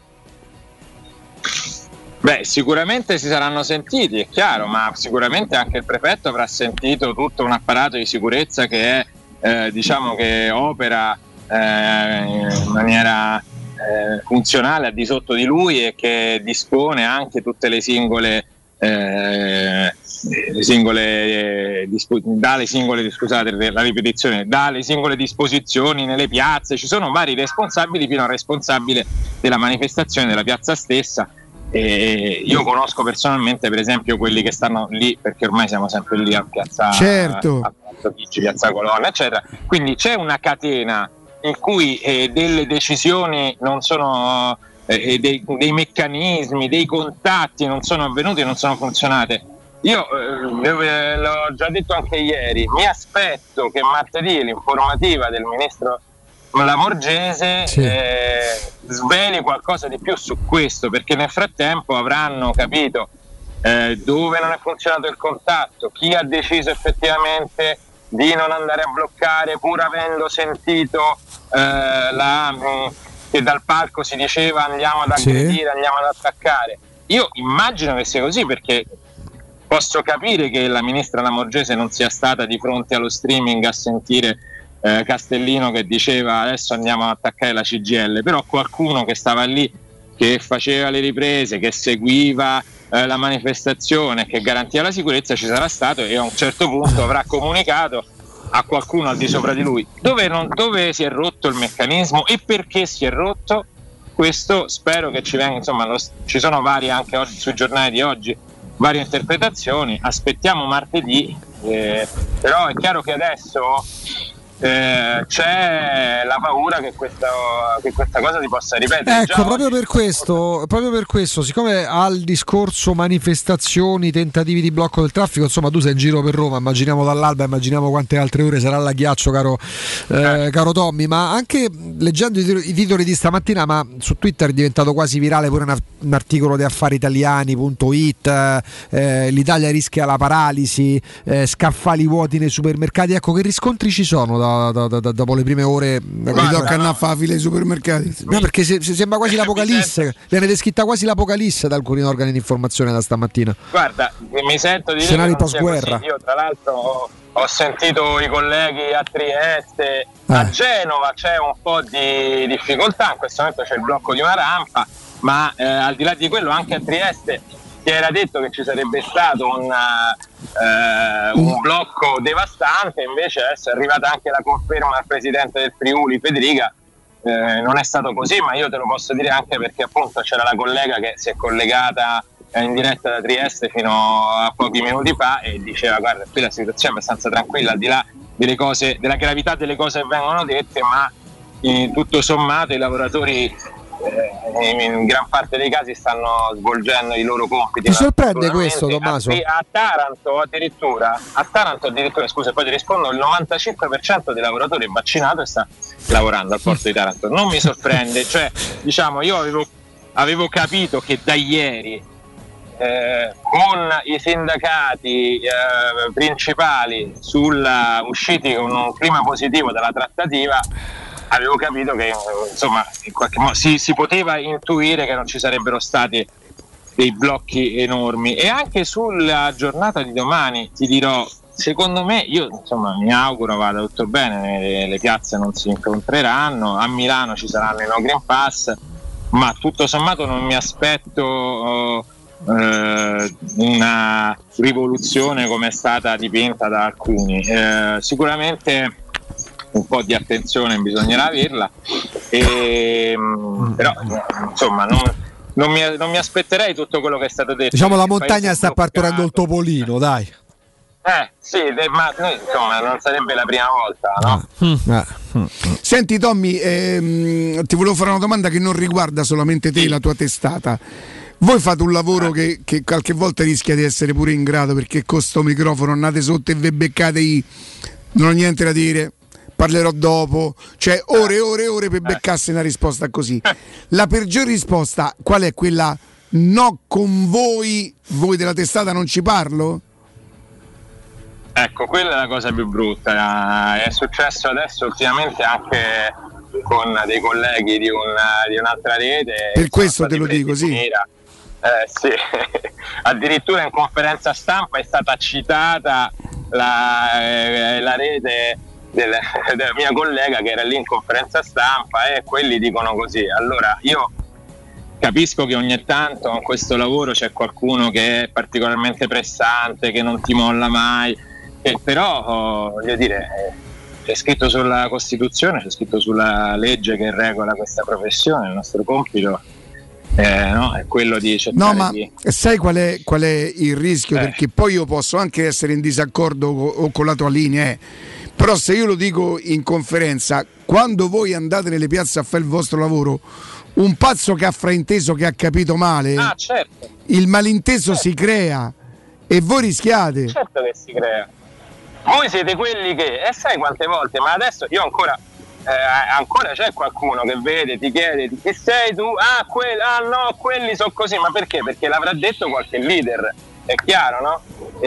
Speaker 8: Beh, sicuramente si saranno sentiti, è chiaro, ma sicuramente anche il prefetto avrà sentito tutto un apparato di sicurezza che è, eh, diciamo, che opera eh, in maniera eh, funzionale al di sotto di lui e che dispone anche tutte le singole eh, le singole eh, dispo- dalle singole scusate la ripetizione dalle singole disposizioni nelle piazze. Ci sono vari responsabili fino al responsabile della manifestazione della piazza stessa, E io conosco personalmente per esempio quelli che stanno lì, perché ormai siamo sempre lì a Piazza,
Speaker 2: certo.
Speaker 8: a Piazza Ticci, Piazza Colonna eccetera, quindi c'è una catena in cui eh, delle decisioni non sono eh, dei, dei meccanismi, dei contatti non sono avvenuti, non sono funzionate. Io eh, l'ho già detto anche ieri, mi aspetto che martedì l'informativa del ministro Lamorgese sì. eh, sveli qualcosa di più su questo, perché nel frattempo avranno capito eh, dove non è funzionato il contatto, chi ha deciso effettivamente di non andare a bloccare pur avendo sentito eh, la, mh, che dal palco si diceva andiamo ad aggredire, sì. andiamo ad attaccare. Io immagino che sia così, perché posso capire che la ministra Lamorgese non sia stata di fronte allo streaming a sentire Eh, Castellino che diceva adesso andiamo ad attaccare la C G I L, però qualcuno che stava lì, che faceva le riprese, che seguiva eh, la manifestazione, che garantiva la sicurezza, ci sarà stato e a un certo punto avrà comunicato a qualcuno al di sopra di lui dove, non, dove si è rotto il meccanismo e perché si è rotto. Questo spero che ci venga, insomma lo, ci sono varie anche oggi sui giornali di oggi varie interpretazioni, aspettiamo martedì, eh, però è chiaro che adesso Eh, c'è la paura che questa, che questa cosa si possa ripetere.
Speaker 4: Ecco, proprio per questo, proprio per questo, siccome al discorso manifestazioni, tentativi di blocco del traffico, insomma, tu sei in giro per Roma, immaginiamo dall'alba, immaginiamo quante altre ore sarà la ghiaccio, caro, eh, eh. caro Tommy, ma anche leggendo i, i titoli di stamattina, ma su Twitter è diventato quasi virale pure una, un articolo di affaritaliani punto it, eh, l'Italia rischia la paralisi, eh, scaffali vuoti nei supermercati. Ecco, che riscontri ci sono da Da, da, da, dopo le prime ore?
Speaker 2: Mi tocca andare a fare file ai supermercati.
Speaker 4: No, perché se, se sembra quasi l'apocalisse, viene descritta quasi l'apocalisse da alcuni organi di informazione da stamattina.
Speaker 8: Guarda, mi sento di
Speaker 4: scenari
Speaker 8: dire
Speaker 4: post guerra.
Speaker 8: Io tra l'altro ho, ho sentito i colleghi a Trieste, eh. a Genova c'è un po' di difficoltà, in questo momento c'è il blocco di una rampa, ma eh, al di là di quello anche a Trieste si era detto che ci sarebbe stato un, uh, un blocco devastante, invece adesso è arrivata anche la conferma del presidente del Friuli, Federica, eh, non è stato così, ma io te lo posso dire anche perché appunto c'era la collega che si è collegata in diretta da Trieste fino a pochi minuti fa e diceva guarda, qui la situazione è abbastanza tranquilla, al di là delle cose, della gravità delle cose che vengono dette, ma in tutto sommato i lavoratori in gran parte dei casi stanno svolgendo i loro compiti.
Speaker 4: Ti sorprende questo, Tommaso?
Speaker 8: A, a Taranto addirittura a Taranto addirittura scusa, poi ti rispondo, il novantacinque per cento dei lavoratori è vaccinato e sta lavorando al porto di Taranto. Non mi sorprende, cioè diciamo io avevo, avevo capito che da ieri eh, con i sindacati eh, principali sulla, usciti con un clima positivo dalla trattativa, avevo capito che insomma in qualche modo si, si poteva intuire che non ci sarebbero stati dei blocchi enormi. E anche sulla giornata di domani ti dirò, secondo me, io insomma mi auguro vada tutto bene, le, le piazze non si incontreranno, a Milano ci saranno i no green pass, ma tutto sommato non mi aspetto eh, una rivoluzione come è stata dipinta da alcuni. Eh, sicuramente un po' di attenzione bisognerà averla, e, però insomma non, non, mi, non mi aspetterei tutto quello che è stato detto.
Speaker 4: Diciamo la montagna sta partorendo il topolino, dai.
Speaker 8: Eh sì, ma noi, insomma non sarebbe la prima volta, no?
Speaker 2: Ah. Ah. Senti Tommy, ehm, ti volevo fare una domanda che non riguarda solamente te e la tua testata. Voi fate un lavoro che, che qualche volta rischia di essere pure ingrato, perché con sto microfono andate sotto e ve beccate i non ho niente da dire, parlerò dopo, cioè ore e ore e ore per beccarsi una risposta così. La peggior risposta qual è? Quella no, con voi, voi della testata non ci parlo?
Speaker 8: Ecco, quella è la cosa più brutta. È successo adesso ultimamente anche con dei colleghi di, una, di un'altra rete.
Speaker 2: Per questo te lo dico, sì.
Speaker 8: Eh, sì. Addirittura in conferenza stampa è stata citata la, eh, la rete Della, della mia collega che era lì in conferenza stampa e quelli dicono così. Allora io capisco che ogni tanto in questo lavoro c'è qualcuno che è particolarmente pressante, che non ti molla mai, che però oh, voglio dire, c'è scritto sulla Costituzione, c'è scritto sulla legge che regola questa professione, il nostro compito eh, no? È quello di cercare
Speaker 2: No, ma
Speaker 8: di...
Speaker 2: sai qual è, qual è il rischio?
Speaker 8: Eh.
Speaker 2: Perché poi io posso anche essere in disaccordo co- o con la tua linea, eh. Però se io lo dico in conferenza, quando voi andate nelle piazze a fare il vostro lavoro, un pazzo che ha frainteso, che ha capito male,
Speaker 8: ah, certo.
Speaker 2: il malinteso
Speaker 8: certo.
Speaker 2: si crea e voi rischiate.
Speaker 8: Certo che si crea. Voi siete quelli che, e sai quante volte, ma adesso io ancora, eh, ancora c'è qualcuno che vede, ti chiede, chi sei tu? Ah, que- ah no, quelli sono così, ma perché? Perché l'avrà detto qualche leader, è chiaro, no?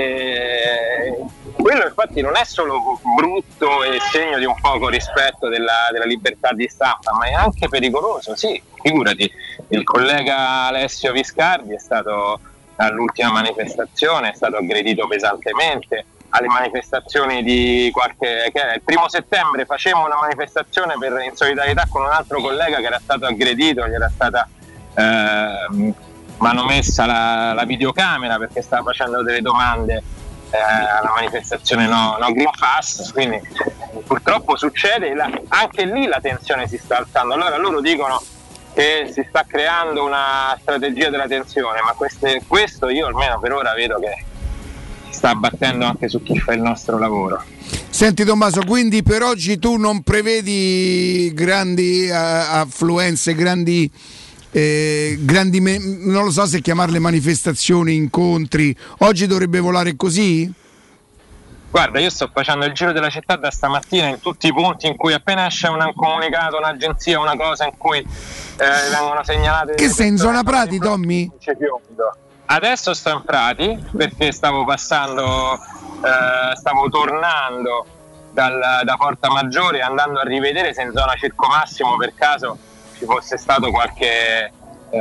Speaker 8: E quello infatti non è solo brutto e segno di un poco rispetto della, della libertà di stampa, ma è anche pericoloso, sì, figurati, il collega Alessio Viscardi è stato all'ultima manifestazione, è stato aggredito pesantemente. Alle manifestazioni di qualche, che era il primo settembre, facevamo una manifestazione per, in solidarietà con un altro collega che era stato aggredito, gli era stata eh, manomessa la, la videocamera perché stava facendo delle domande eh, alla manifestazione no, no Green Pass, quindi purtroppo succede, la, anche lì la tensione si sta alzando. Allora loro dicono che si sta creando una strategia della tensione, ma queste, questo io almeno per ora vedo che sta abbattendo anche su chi fa il nostro lavoro.
Speaker 2: Senti Tommaso, quindi per oggi tu non prevedi grandi uh, affluenze, grandi, eh, grandi me- non lo so se chiamarle manifestazioni, incontri. Oggi dovrebbe volare così?
Speaker 8: Guarda, io sto facendo il giro della città da stamattina in tutti i punti in cui appena esce un comunicato, un'agenzia, una cosa in cui eh, vengono segnalate...
Speaker 2: Che sei in zona Prati, Tommy?
Speaker 8: Adesso sto in Prati perché stavo passando, eh, stavo tornando dal, da Porta Maggiore andando a rivedere se in zona Circo Massimo per caso ci fosse stato qualche,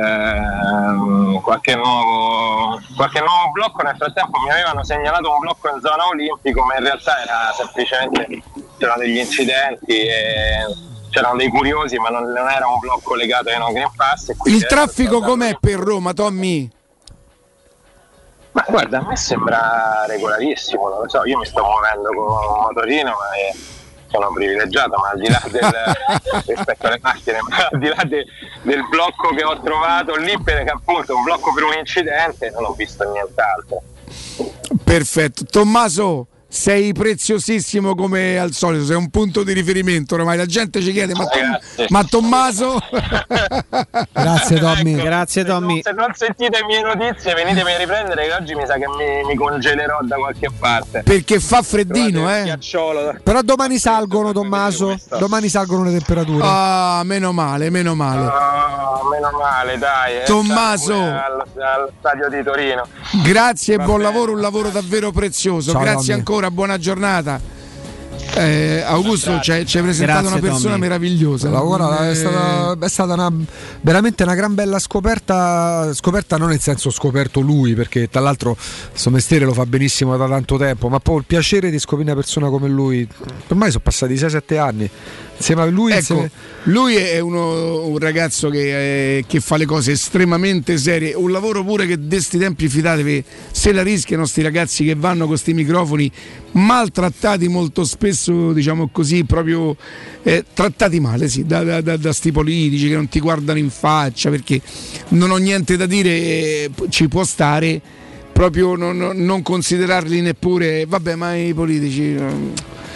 Speaker 8: eh, qualche, nuovo, qualche nuovo blocco. Nel frattempo mi avevano segnalato un blocco in zona Olimpico, ma in realtà era semplicemente, c'erano degli incidenti e c'erano dei curiosi, ma non, non era un blocco legato ai no Green Pass. E
Speaker 2: il traffico com'è per Roma, Tommy?
Speaker 8: Ma guarda, a me sembra regolarissimo, non lo so, io mi sto muovendo con un motorino e sono privilegiato, ma al di là del rispetto alle macchine, ma al di là de, del blocco che ho trovato lì, perché appunto un blocco per un incidente, non ho visto nient'altro.
Speaker 2: Perfetto. Tommaso, sei preziosissimo come al solito, sei un punto di riferimento ormai, la gente ci chiede ma, Tom, ma Tommaso
Speaker 4: grazie Tommy,
Speaker 8: ecco,
Speaker 3: grazie Tommy.
Speaker 8: Se non, se non sentite le mie notizie venitemi a riprendere che oggi mi sa che mi, mi congelerò da qualche parte
Speaker 2: perché fa freddino eh.
Speaker 4: Però domani salgono Tommaso, domani salgono le temperature.
Speaker 2: Ah, meno male, meno male.
Speaker 8: Oh, meno male, dai.
Speaker 2: Tommaso
Speaker 8: al, al stadio di Torino.
Speaker 2: Grazie e
Speaker 8: Va
Speaker 2: buon
Speaker 8: bene.
Speaker 2: lavoro, un lavoro davvero prezioso.
Speaker 4: Ciao,
Speaker 2: grazie
Speaker 4: Tommy.
Speaker 2: ancora, buona giornata. Eh, Augusto ci hai presentato
Speaker 3: Grazie,
Speaker 2: una persona
Speaker 3: Tommy.
Speaker 2: meravigliosa.
Speaker 4: Allora, è stata, è stata una, veramente una gran bella scoperta, scoperta non nel senso scoperto lui, perché tra l'altro questo mestiere lo fa benissimo da tanto tempo, ma poi il piacere di scoprire una persona come lui. Ormai sono passati sei sette anni insieme a lui.
Speaker 2: Ecco,
Speaker 4: insieme...
Speaker 2: lui è uno, un ragazzo che, eh, che fa le cose estremamente serie, un lavoro pure che de sti tempi, fidatevi, se la rischiano sti ragazzi che vanno con sti microfoni maltrattati molto spesso, diciamo così, proprio eh, trattati male, sì, da, da, da, da sti politici che non ti guardano in faccia, perché non ho niente da dire, eh, ci può stare, proprio non, non considerarli neppure, vabbè, ma i politici... No.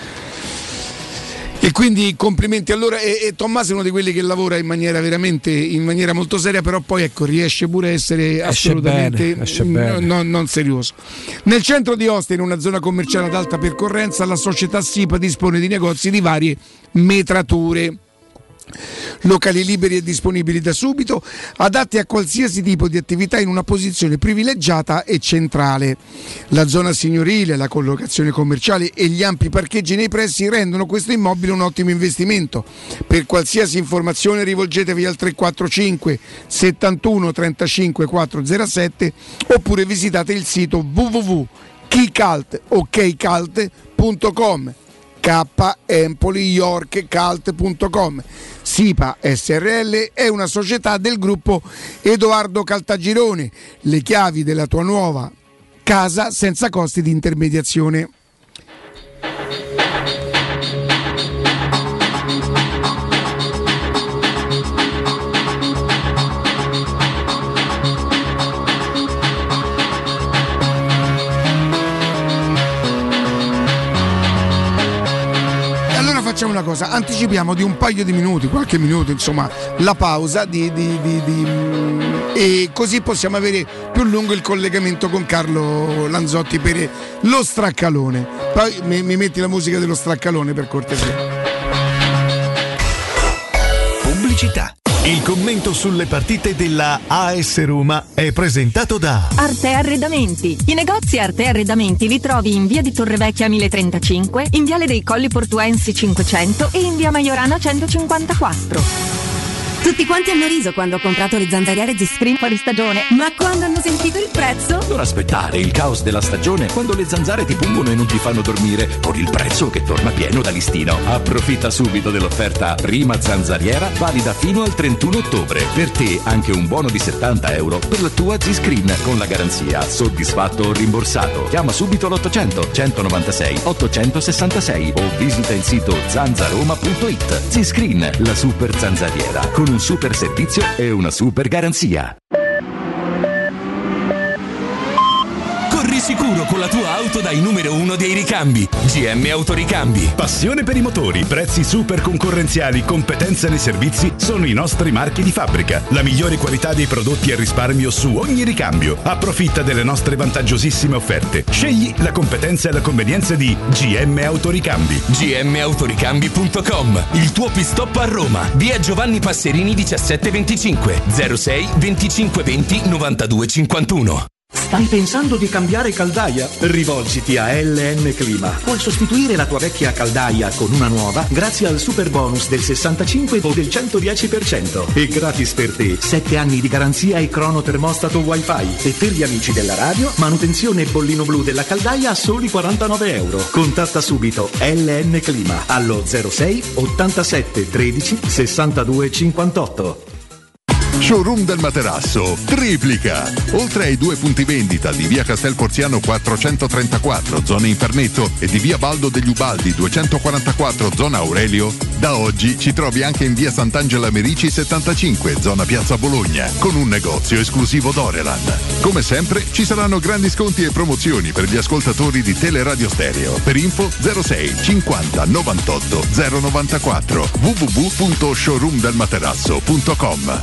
Speaker 2: E quindi complimenti allora, e, e Tommaso è uno di quelli che lavora in maniera veramente in maniera molto seria, però poi ecco riesce pure a essere
Speaker 4: esce
Speaker 2: assolutamente
Speaker 4: bene, esce bene.
Speaker 2: n- non, non serioso. Nel centro di Ostia, in una zona commerciale ad alta percorrenza, la società S I P dispone di negozi di varie metrature. Locali liberi e disponibili da subito, adatti a qualsiasi tipo di attività in una posizione privilegiata e centrale. La zona signorile, la collocazione commerciale e gli ampi parcheggi nei pressi rendono questo immobile un ottimo investimento. Per qualsiasi informazione rivolgetevi al tre quattro cinque settantuno trentacinque quattrocentosette oppure visitate il sito w w w punto keycult o keycult punto com. K Empoli York Cult punto com. S I P A S R L è una società del gruppo Edoardo Caltagirone. Le chiavi della tua nuova casa senza costi di intermediazione. facciamo una cosa, anticipiamo di un paio di minuti, qualche minuto insomma, la pausa di, di, di, di, e così possiamo avere più lungo il collegamento con Carlo Lanzotti per lo straccalone. Poi mi, mi metti la musica dello straccalone per cortesia.
Speaker 5: Pubblicità. Il commento sulle partite della A S Roma è presentato da
Speaker 15: Arte Arredamenti. I negozi Arte Arredamenti li trovi in via di Torrevecchia mille trentacinque, in viale dei Colli Portuensi cinquecento e in via Maiorana centocinquantaquattro.
Speaker 11: Tutti quanti hanno riso quando ho comprato le zanzariere Z-Screen fuori stagione, ma quando hanno sentito il prezzo?
Speaker 14: Non aspettare il caos della stagione quando le zanzare ti pungono e non ti fanno dormire, con il prezzo che torna pieno da listino. Approfitta subito dell'offerta prima zanzariera, valida fino al trentuno ottobre. Per te anche un buono di settanta euro per la tua Z-Screen con la garanzia soddisfatto o rimborsato. Chiama subito l'ottocento centonovantasei ottocentosessantasei o visita il sito zanzaroma punto it. Z-Screen, la super zanzariera, con un super servizio e una super garanzia.
Speaker 5: Corri sicuro con la tua auto dai numero uno dei ricambi. G M Autoricambi. Passione per i motori, prezzi super concorrenziali, competenza nei servizi sono i nostri marchi di fabbrica. La migliore qualità dei prodotti e risparmio su ogni ricambio. Approfitta delle nostre vantaggiosissime offerte. Scegli la competenza e la convenienza di G M Autoricambi. G M Autoricambi punto com. Il tuo pit stop a Roma. Via Giovanni Passerini diciassette venticinque zero sei venticinque venti novantadue cinquantuno.
Speaker 10: Stai pensando di cambiare caldaia? Rivolgiti a L N Clima. Puoi sostituire la tua vecchia caldaia con una nuova grazie al super bonus del sessantacinque o del centodieci per cento. E gratis per te sette anni di garanzia e crono termostato wifi. E per gli amici della radio, manutenzione e bollino blu della caldaia a soli quarantanove euro. Contatta subito L N Clima allo zero sei ottantasette tredici sessantadue cinquantotto.
Speaker 12: Showroom del Materasso triplica. Oltre ai due punti vendita di via Castel Porziano quattrocentotrentaquattro, zona Infernetto, e di via Baldo degli Ubaldi duecentoquarantaquattro, zona Aurelio, da oggi ci trovi anche in via Sant'Angela Merici settantacinque, zona Piazza Bologna, con un negozio esclusivo Dorelan. Come sempre ci saranno grandi sconti e promozioni per gli ascoltatori di Teleradio Stereo. Per info zero sei cinquanta novantotto zero novantaquattro w w w punto showroom del materasso punto com.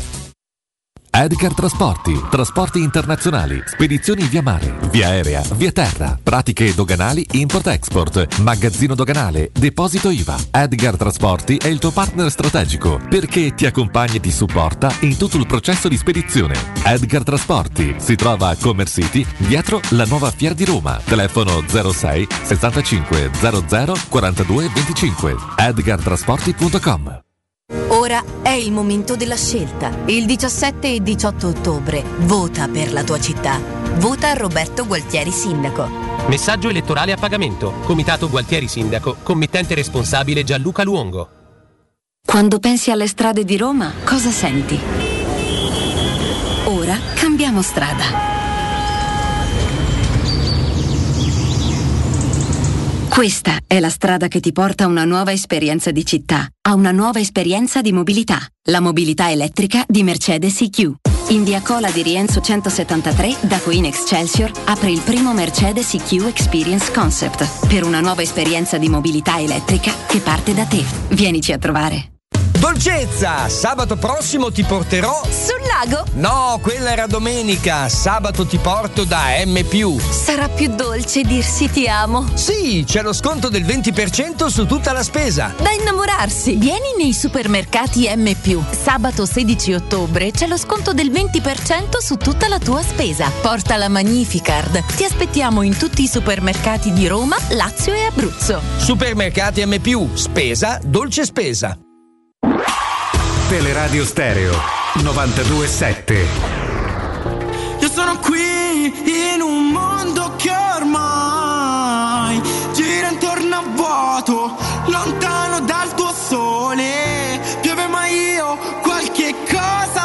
Speaker 16: Edgar Trasporti, trasporti internazionali, spedizioni via mare, via aerea, via terra, pratiche doganali import-export, magazzino doganale, deposito I V A. Edgar Trasporti è il tuo partner strategico perché ti accompagna e ti supporta in tutto il processo di spedizione. Edgar Trasporti si trova a Commerce City, dietro la nuova Fiera di Roma. Telefono zero sei sessantacinque zero zero quarantadue venticinque. edgar trasporti punto com.
Speaker 11: Ora è il momento della scelta. Il diciassette e diciotto ottobre vota per la tua città. Vota Roberto Gualtieri Sindaco.
Speaker 21: Messaggio elettorale a pagamento. Comitato Gualtieri Sindaco. Committente responsabile Gianluca Luongo.
Speaker 11: Quando pensi alle strade di Roma, cosa senti? Ora cambiamo strada. Questa è la strada che ti porta a una nuova esperienza di città, a una nuova esperienza di mobilità. La mobilità elettrica di Mercedes E Q. In via Cola di Rienzo centosettantatré, da Queen Excelsior, apre il primo Mercedes E Q Experience Concept, per una nuova esperienza di mobilità elettrica che parte da te. Vienici a trovare.
Speaker 18: Dolcezza! Sabato prossimo ti porterò...
Speaker 11: Sul lago?
Speaker 18: No, quella era domenica. Sabato ti porto da M più.
Speaker 11: Sarà più dolce dirsi ti amo.
Speaker 18: Sì, c'è lo sconto del venti per cento su tutta la spesa.
Speaker 11: Da innamorarsi. Vieni nei supermercati M più. Sabato sedici ottobre c'è lo sconto del venti per cento su tutta la tua spesa. Porta la Magnificard. Ti aspettiamo in tutti i supermercati di Roma, Lazio e Abruzzo.
Speaker 18: Supermercati M più. Spesa, dolce spesa.
Speaker 1: Teleradio Stereo novantadue sette.
Speaker 7: Io sono qui in un mondo che ormai gira intorno a vuoto, lontano dal tuo sole. Piove ma io qualche cosa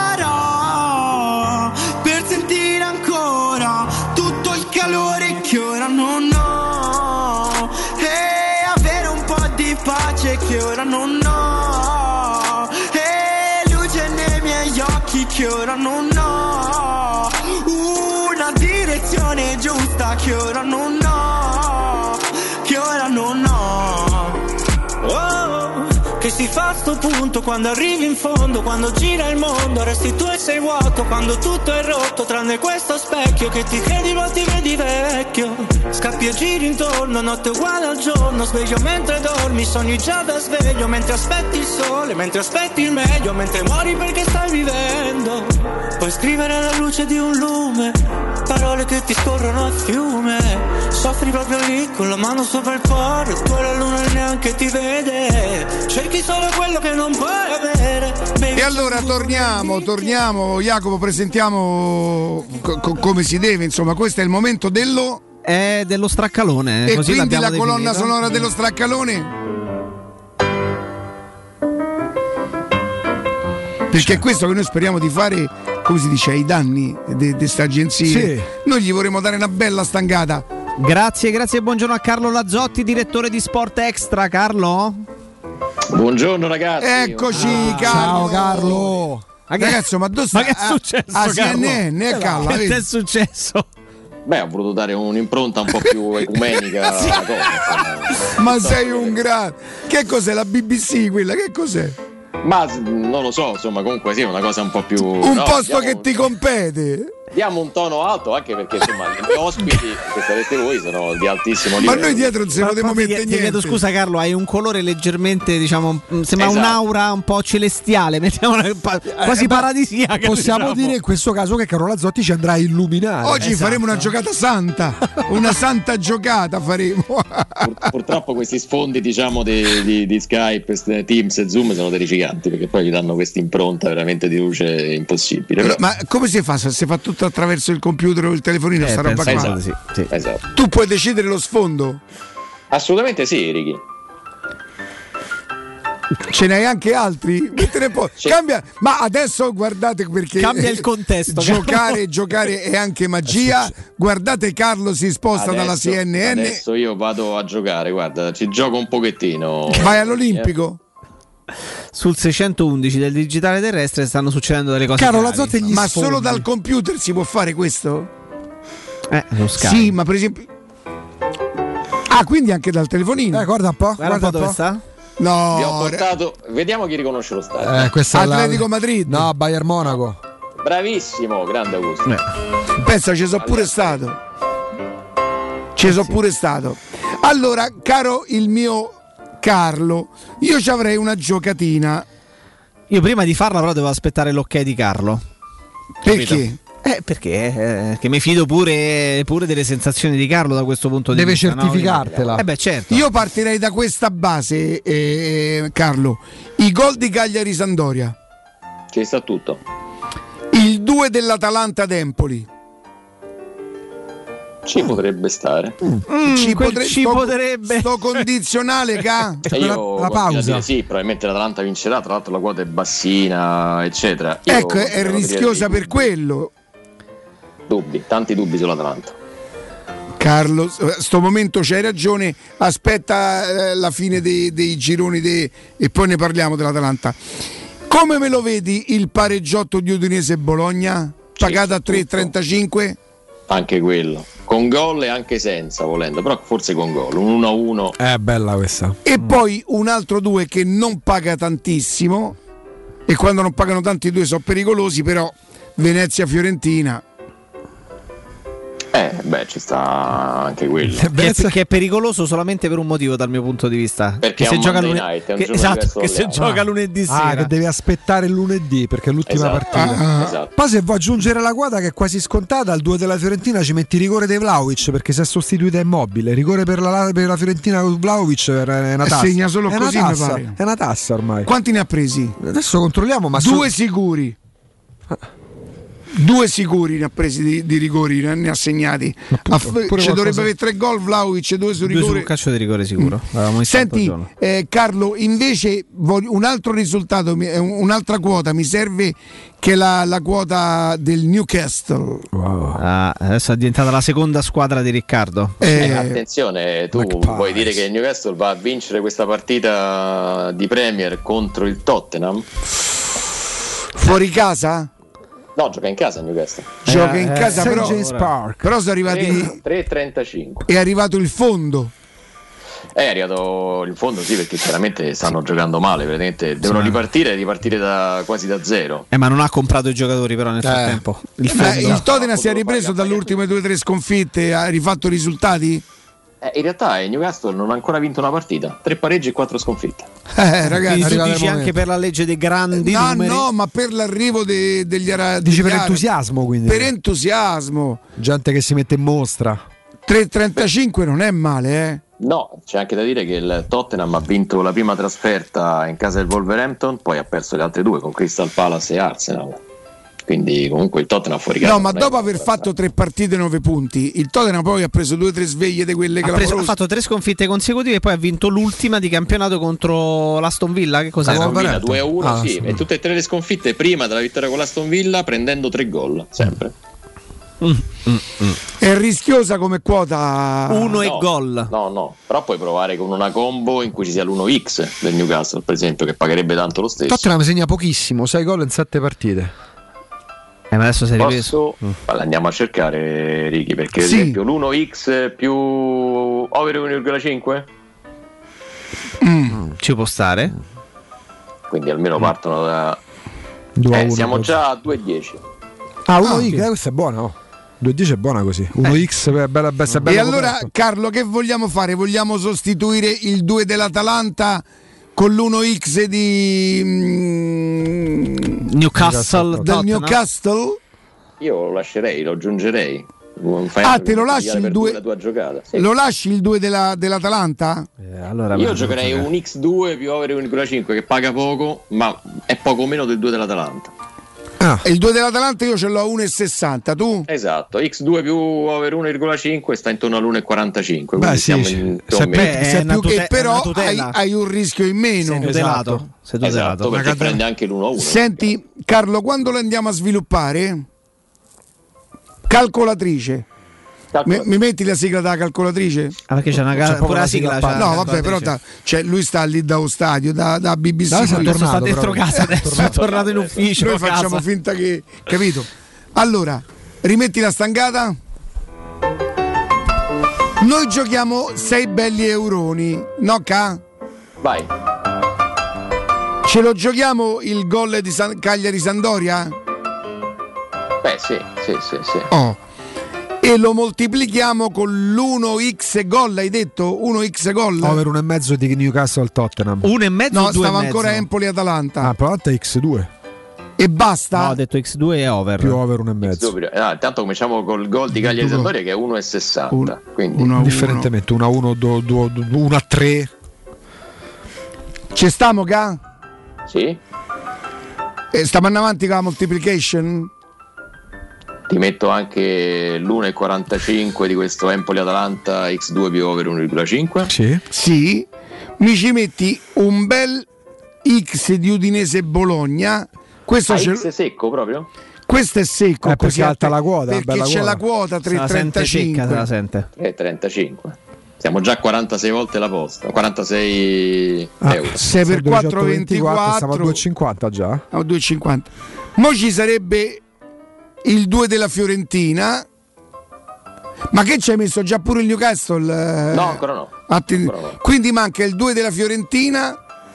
Speaker 7: farò per sentire ancora tutto il calore che ora non ho, e avere un po' di pace che ora non ho, e luce nei miei occhi che ora non ho, una direzione giusta che ora non ho, che ora non ho. Oh.
Speaker 6: si fa sto punto, quando arrivi in fondo, quando gira il mondo, resti tu e sei vuoto, quando tutto è rotto, tranne questo specchio che ti credi ma ti vedi vecchio. Scappi e giri intorno, notte uguale al giorno, sveglio mentre dormi, sogni già da sveglio, mentre aspetti il sole, mentre aspetti il meglio, mentre muori perché stai vivendo. Puoi scrivere alla luce di un lume, parole che ti scorrono a fiume, soffri proprio lì con la mano sopra il cuore, tu e la luna neanche ti vede, cerchi solo quello che non puoi avere.
Speaker 2: E allora torniamo, torniamo, Jacopo, presentiamo co- co- come si deve, insomma, questo è il momento dello...
Speaker 3: È dello straccalone.
Speaker 2: E
Speaker 3: così
Speaker 2: quindi
Speaker 3: l'abbiamo
Speaker 2: la colonna
Speaker 3: definito.
Speaker 2: sonora dello straccalone? Perché è questo che noi speriamo di fare, come si dice, ai danni di queste agenzie.
Speaker 3: Sì.
Speaker 2: Noi gli vorremmo dare una bella stangata.
Speaker 3: Grazie, grazie e buongiorno a Carlo Lazzotti, direttore di Sport Extra. Carlo?
Speaker 9: Buongiorno ragazzi.
Speaker 2: Eccoci,
Speaker 9: Ah,
Speaker 2: Carlo.
Speaker 4: Ciao Carlo.
Speaker 2: Ragazzo, ma dove sta?
Speaker 3: Ma che è successo?
Speaker 2: A, a C N N,
Speaker 3: Carlo?
Speaker 2: a Carlo.
Speaker 3: Che
Speaker 2: vedi?
Speaker 3: ti è successo?
Speaker 9: Beh, ho voluto dare un'impronta un po' più ecumenica alla cosa.
Speaker 2: Ma sei un grande. Che cos'è la B B C quella? Che cos'è?
Speaker 9: Ma non lo so, insomma, comunque sì, è una cosa un po' più.
Speaker 2: Un
Speaker 9: no,
Speaker 2: posto
Speaker 9: diamo,
Speaker 2: che ti compete.
Speaker 9: Diamo un tono alto, anche perché insomma gli ospiti che sarete voi sono di altissimo livello.
Speaker 2: Ma noi dietro non se lo devo mettere
Speaker 3: Ti
Speaker 2: niente.
Speaker 3: chiedo scusa Carlo, hai un colore leggermente, diciamo, mh, sembra
Speaker 9: Esatto.
Speaker 3: un'aura un po' celestiale, mettiamola pa- quasi
Speaker 4: Eh, beh,
Speaker 3: paradisiaca.
Speaker 4: Possiamo
Speaker 3: diciamo.
Speaker 4: dire in questo caso che Carlo Lazzotti ci andrà a illuminare.
Speaker 2: Oggi
Speaker 3: Esatto.
Speaker 2: faremo una giocata santa. Una santa giocata faremo.
Speaker 9: Pur- purtroppo questi sfondi, diciamo, di, di, di Skype, st- Teams e Zoom sono terrificanti, perché poi gli danno questa impronta veramente di luce impossibile. Però-
Speaker 2: Ma come si fa? Se si fa tutto attraverso il computer o il telefonino,
Speaker 3: Eh,
Speaker 2: sta roba
Speaker 3: penso-
Speaker 2: qua?
Speaker 9: esatto,
Speaker 3: sì, sì.
Speaker 9: esatto.
Speaker 2: Tu puoi decidere lo sfondo?
Speaker 9: Assolutamente sì, Ricky.
Speaker 2: Ce n'hai anche altri? Mettene po- Cambia, ma adesso guardate perché
Speaker 3: Cambia il contesto,
Speaker 2: giocare,
Speaker 3: Carlo.
Speaker 2: giocare è anche magia. Guardate, Carlo si sposta dalla C N N.
Speaker 9: Adesso io vado a giocare, guarda, ci gioco un pochettino.
Speaker 2: Vai all'Olimpico.
Speaker 3: Sul seicentoundici del digitale terrestre stanno succedendo delle cose.
Speaker 4: Carlo
Speaker 3: gravi.
Speaker 4: Lazzotti gli
Speaker 2: Ma
Speaker 4: sfondi.
Speaker 2: solo dal computer si può fare questo?
Speaker 3: Eh, lo Sky.
Speaker 2: Sì, ma per esempio. Ah, quindi anche dal telefonino.
Speaker 4: Eh, guarda un po',
Speaker 3: Guarda un
Speaker 4: guarda
Speaker 3: po'
Speaker 4: un
Speaker 3: dove
Speaker 4: po'.
Speaker 3: sta.
Speaker 2: No,
Speaker 9: Vi ho portato, vediamo chi riconosce lo stadio.
Speaker 4: Eh, questa è la-
Speaker 2: Atletico Madrid.
Speaker 4: No, Bayern Monaco.
Speaker 9: Bravissimo, grande Augusto.
Speaker 2: Pensa, ci sono pure stato. Ci sono pure stato. Allora, caro il mio Carlo, io ci avrei una giocatina.
Speaker 3: Io prima di farla però devo aspettare l'ok di Carlo.
Speaker 2: Perché?
Speaker 3: Eh, perché? Eh, che mi fido pure, pure delle sensazioni di Carlo da questo punto di
Speaker 4: Deve
Speaker 3: vista. no?
Speaker 4: certificartela.
Speaker 3: Eh beh, certo.
Speaker 2: Io partirei da questa base, eh, Carlo. I gol di Cagliari-Sandoria.
Speaker 9: Ci sta tutto.
Speaker 2: Il due dell'Atalanta ad Empoli.
Speaker 9: Ci potrebbe stare.
Speaker 3: Mm,
Speaker 2: ci
Speaker 3: quel
Speaker 2: potre-
Speaker 3: ci
Speaker 2: sto,
Speaker 3: potrebbe.
Speaker 2: sto condizionale, ca?
Speaker 9: E io
Speaker 4: la
Speaker 9: continuo a
Speaker 4: pausa.
Speaker 9: dire sì, probabilmente l'Atalanta vincerà, tra l'altro la quota è bassina, eccetera. Io
Speaker 2: Ecco, è
Speaker 9: continuo a dire
Speaker 2: rischiosa
Speaker 9: sì.
Speaker 2: per quello.
Speaker 9: Dubbi, tanti dubbi sull'Atalanta.
Speaker 2: Carlo, sto momento c'hai ragione, aspetta eh, la fine dei, dei gironi dei- e poi ne parliamo dell'Atalanta. Come me lo vedi il pareggiotto di Udinese e Bologna? Pagata a tre virgola trentacinque?
Speaker 9: Anche quello. Con gol e anche senza, volendo, però forse con gol. Un uno a uno.
Speaker 4: È bella questa.
Speaker 2: E poi un altro due che non paga tantissimo, e quando non pagano tanti i due sono pericolosi, però Venezia-Fiorentina.
Speaker 9: Eh, beh, ci sta anche quello.
Speaker 3: Che è, che è pericoloso solamente per un motivo dal mio punto di vista.
Speaker 9: Perché
Speaker 3: Che
Speaker 9: è un Monday
Speaker 3: lune-
Speaker 9: night, è un
Speaker 3: che-
Speaker 9: giorno
Speaker 3: esatto,
Speaker 9: diverso
Speaker 3: che
Speaker 9: dalle
Speaker 3: se
Speaker 9: altre.
Speaker 3: gioca lunedì
Speaker 4: Ah,
Speaker 3: sera.
Speaker 4: che devi aspettare il lunedì perché è l'ultima
Speaker 9: Esatto.
Speaker 4: partita.
Speaker 2: Ah,
Speaker 9: Esatto.
Speaker 4: Poi se vuoi aggiungere la quota che è quasi scontata, al due della Fiorentina ci metti rigore dei Vlahovic perché si è sostituita Immobile. Rigore per la, per la Fiorentina con Vlahovic è una tassa.
Speaker 2: Segna solo
Speaker 4: è
Speaker 2: così,
Speaker 4: una
Speaker 2: mi
Speaker 4: tassa,
Speaker 2: pare.
Speaker 4: è una tassa ormai.
Speaker 2: Quanti ne ha presi?
Speaker 4: Adesso controlliamo, ma
Speaker 2: Due
Speaker 4: so-
Speaker 2: sicuri. Due sicuri ne ha presi di, di rigori, ne ha segnati.
Speaker 4: Appunto,
Speaker 2: Ha-
Speaker 4: pure
Speaker 2: ci
Speaker 4: qualcosa-
Speaker 2: dovrebbe avere tre gol Vlahovic e due su
Speaker 3: Due su
Speaker 2: rigore.
Speaker 3: un calcio di rigore sicuro. Avevamo visto l'altro
Speaker 2: Senti,
Speaker 3: giorno.
Speaker 2: eh, Carlo, invece voglio- un altro risultato, mi- eh, un'altra quota mi serve, che è la, la quota del Newcastle.
Speaker 3: Ah, adesso è diventata la seconda squadra di Riccardo.
Speaker 9: Eh, attenzione, tu
Speaker 4: Magpies.
Speaker 9: vuoi dire che il Newcastle va a vincere questa partita di Premier contro il Tottenham?
Speaker 2: Fuori casa?
Speaker 9: No, gioca in casa il Newcastle.
Speaker 2: Gioca
Speaker 3: Eh,
Speaker 2: in
Speaker 3: eh,
Speaker 2: casa,
Speaker 4: Saint
Speaker 2: però,
Speaker 4: James Park.
Speaker 2: però sono arrivati.
Speaker 9: tre e trentacinque.
Speaker 2: È arrivato il fondo.
Speaker 9: È arrivato in fondo, sì, perché chiaramente stanno giocando male, praticamente devono ripartire ripartire da quasi da zero.
Speaker 3: Eh, ma non ha comprato i giocatori però nel frattempo.
Speaker 2: Eh. Il, eh, il Tottenham si è ripreso dalle ultime due o tre sconfitte, ha rifatto risultati?
Speaker 9: Eh, in realtà il Newcastle non ha ancora vinto una partita, tre pareggi e quattro sconfitte.
Speaker 2: Eh, ragazzi,
Speaker 3: tu dici anche per la legge dei grandi
Speaker 2: no,
Speaker 3: numeri?
Speaker 2: No, ma per l'arrivo de, degli arabi.
Speaker 4: Dici per entusiasmo, quindi.
Speaker 2: Per entusiasmo.
Speaker 4: Gente che si mette in mostra.
Speaker 2: tre virgola trentacinque non è male, eh?
Speaker 9: No, c'è anche da dire che il Tottenham ha vinto la prima trasferta in casa del Wolverhampton, poi ha perso le altre due con Crystal Palace e Arsenal. Quindi comunque il Tottenham fuori casa.
Speaker 2: No, ma dopo aver fatto tre partite e nove punti, il Tottenham poi ha preso due o tre sveglie di quelle che
Speaker 3: ha, preso, ha fatto tre sconfitte consecutive e poi ha vinto l'ultima di campionato contro l'Aston Villa. Che cos'era?
Speaker 9: Aston Villa due a uno, ah, sì,
Speaker 3: sì,
Speaker 9: e tutte e tre le sconfitte prima della vittoria con l'Aston Villa prendendo tre gol, sempre.
Speaker 3: Mm, mm, mm.
Speaker 2: È rischiosa come quota
Speaker 3: uno
Speaker 9: no,
Speaker 3: e gol.
Speaker 9: No, no, però puoi provare con una combo in cui ci sia l'uno X del Newcastle, per esempio, che pagherebbe tanto lo stesso.
Speaker 4: Tottenham segna pochissimo, sei gol in sette partite.
Speaker 3: Eh, ma adesso sei ripreso.
Speaker 9: Mm. Allora, andiamo a cercare, Ricky, perché
Speaker 2: sì.
Speaker 9: ad esempio l'uno X più over uno virgola cinque
Speaker 3: mm. ci può stare.
Speaker 9: Quindi almeno mm. partono da
Speaker 4: due a uno,
Speaker 9: eh, siamo
Speaker 4: così.
Speaker 9: già a due virgola dieci.
Speaker 4: Ah, uno
Speaker 2: ah,
Speaker 4: X,
Speaker 2: okay.
Speaker 4: eh, questa è buona, oh. due virgola dieci è buona così. uno X è bella, bella, bella.
Speaker 2: E allora, Carlo, che vogliamo fare? Vogliamo sostituire il due dell'Atalanta con l'uno X di mm,
Speaker 3: Newcastle,
Speaker 2: del Newcastle?
Speaker 9: Io lo lascerei, lo aggiungerei.
Speaker 2: Ah, te lo lasci il due?
Speaker 9: La tua giocata. Sì.
Speaker 2: Lo lasci il due della, dell'Atalanta?
Speaker 3: Eh, allora
Speaker 9: io giocherei un X due più over uno virgola cinque che paga poco, ma è poco meno del due dell'Atalanta.
Speaker 2: Ah. Il due dell'Atalanta io ce l'ho a uno virgola sessanta, tu?
Speaker 9: Esatto, X due più over uno virgola cinque sta intorno all'uno virgola quarantacinque.
Speaker 4: Beh, sì,
Speaker 9: siamo
Speaker 4: sì.
Speaker 9: in
Speaker 4: Se
Speaker 2: beh, se più
Speaker 3: tute-
Speaker 2: che però hai, hai un rischio in meno.
Speaker 3: Sei tutelato. Sei tutelato.
Speaker 9: Esatto, perché
Speaker 2: Magari...
Speaker 9: prende anche l'uno a uno.
Speaker 2: Senti, Carlo, quando lo andiamo a sviluppare? Calcolatrice. Mi, mi metti la sigla della calcolatrice?
Speaker 3: Ah, perché c'è una gara pure la sigla.
Speaker 2: C'è no, vabbè, però ta, cioè, lui sta lì dallo stadio, da, da B B C.
Speaker 3: No, è tornato, sta dentro
Speaker 2: proprio.
Speaker 3: casa adesso, è tornato, è tornato in ufficio.
Speaker 2: Noi facciamo
Speaker 3: casa.
Speaker 2: finta che. Capito? Allora, rimetti la stangata. Noi giochiamo sei belli euroni, no ca?
Speaker 9: Vai.
Speaker 2: Ce lo giochiamo il gol di San- Cagliari-Sandoria?
Speaker 9: Beh, sì, sì, sì, sì.
Speaker 2: Oh. E lo moltiplichiamo con l'uno X gol, hai detto? uno X gol?
Speaker 4: Over uno e mezzo di Newcastle al Tottenham.
Speaker 3: uno e mezzo?
Speaker 2: No,
Speaker 3: due
Speaker 2: stava
Speaker 3: e mezzo.
Speaker 2: ancora Empoli-Atalanta.
Speaker 4: Ah, Atalanta X due.
Speaker 2: E basta?
Speaker 3: No, ho detto X due e over.
Speaker 4: Più over uno e mezzo.
Speaker 9: Ah, intanto cominciamo col gol di Cagliari Sandoria che è uno virgola sessanta.
Speaker 2: Un,
Speaker 9: quindi
Speaker 2: uno
Speaker 4: indifferentemente uno a uno, uno a tre.
Speaker 2: Ci stiamo, ca?
Speaker 9: Sì.
Speaker 2: E stiamo andando avanti con la multiplication?
Speaker 9: Ti metto anche l'uno virgola quarantacinque di questo Empoli-Atalanta X due più over uno virgola cinque.
Speaker 4: Sì.
Speaker 2: Sì. Mi ci metti un bel X di Udinese-Bologna. Questo
Speaker 9: ah,
Speaker 2: ce...
Speaker 9: X secco proprio?
Speaker 2: Questo è secco,
Speaker 4: eh,
Speaker 2: così
Speaker 4: perché alta la quota,
Speaker 2: perché
Speaker 4: bella
Speaker 2: c'è
Speaker 4: quota.
Speaker 2: la quota tre virgola trentacinque.
Speaker 3: Se la sente.
Speaker 9: tre virgola trentacinque. Siamo già a quarantasei volte la posta, quarantasei
Speaker 4: ah,
Speaker 9: euro.
Speaker 2: sei per quattro, ventiquattro.
Speaker 4: Siamo a due virgola cinquanta già.
Speaker 2: A due virgola cinquanta. Mo ci sarebbe il due della Fiorentina. Ma che ci hai messo già pure il Newcastle?
Speaker 9: No, ancora no.
Speaker 2: Atti...
Speaker 9: Ancora no.
Speaker 2: Quindi manca il due della Fiorentina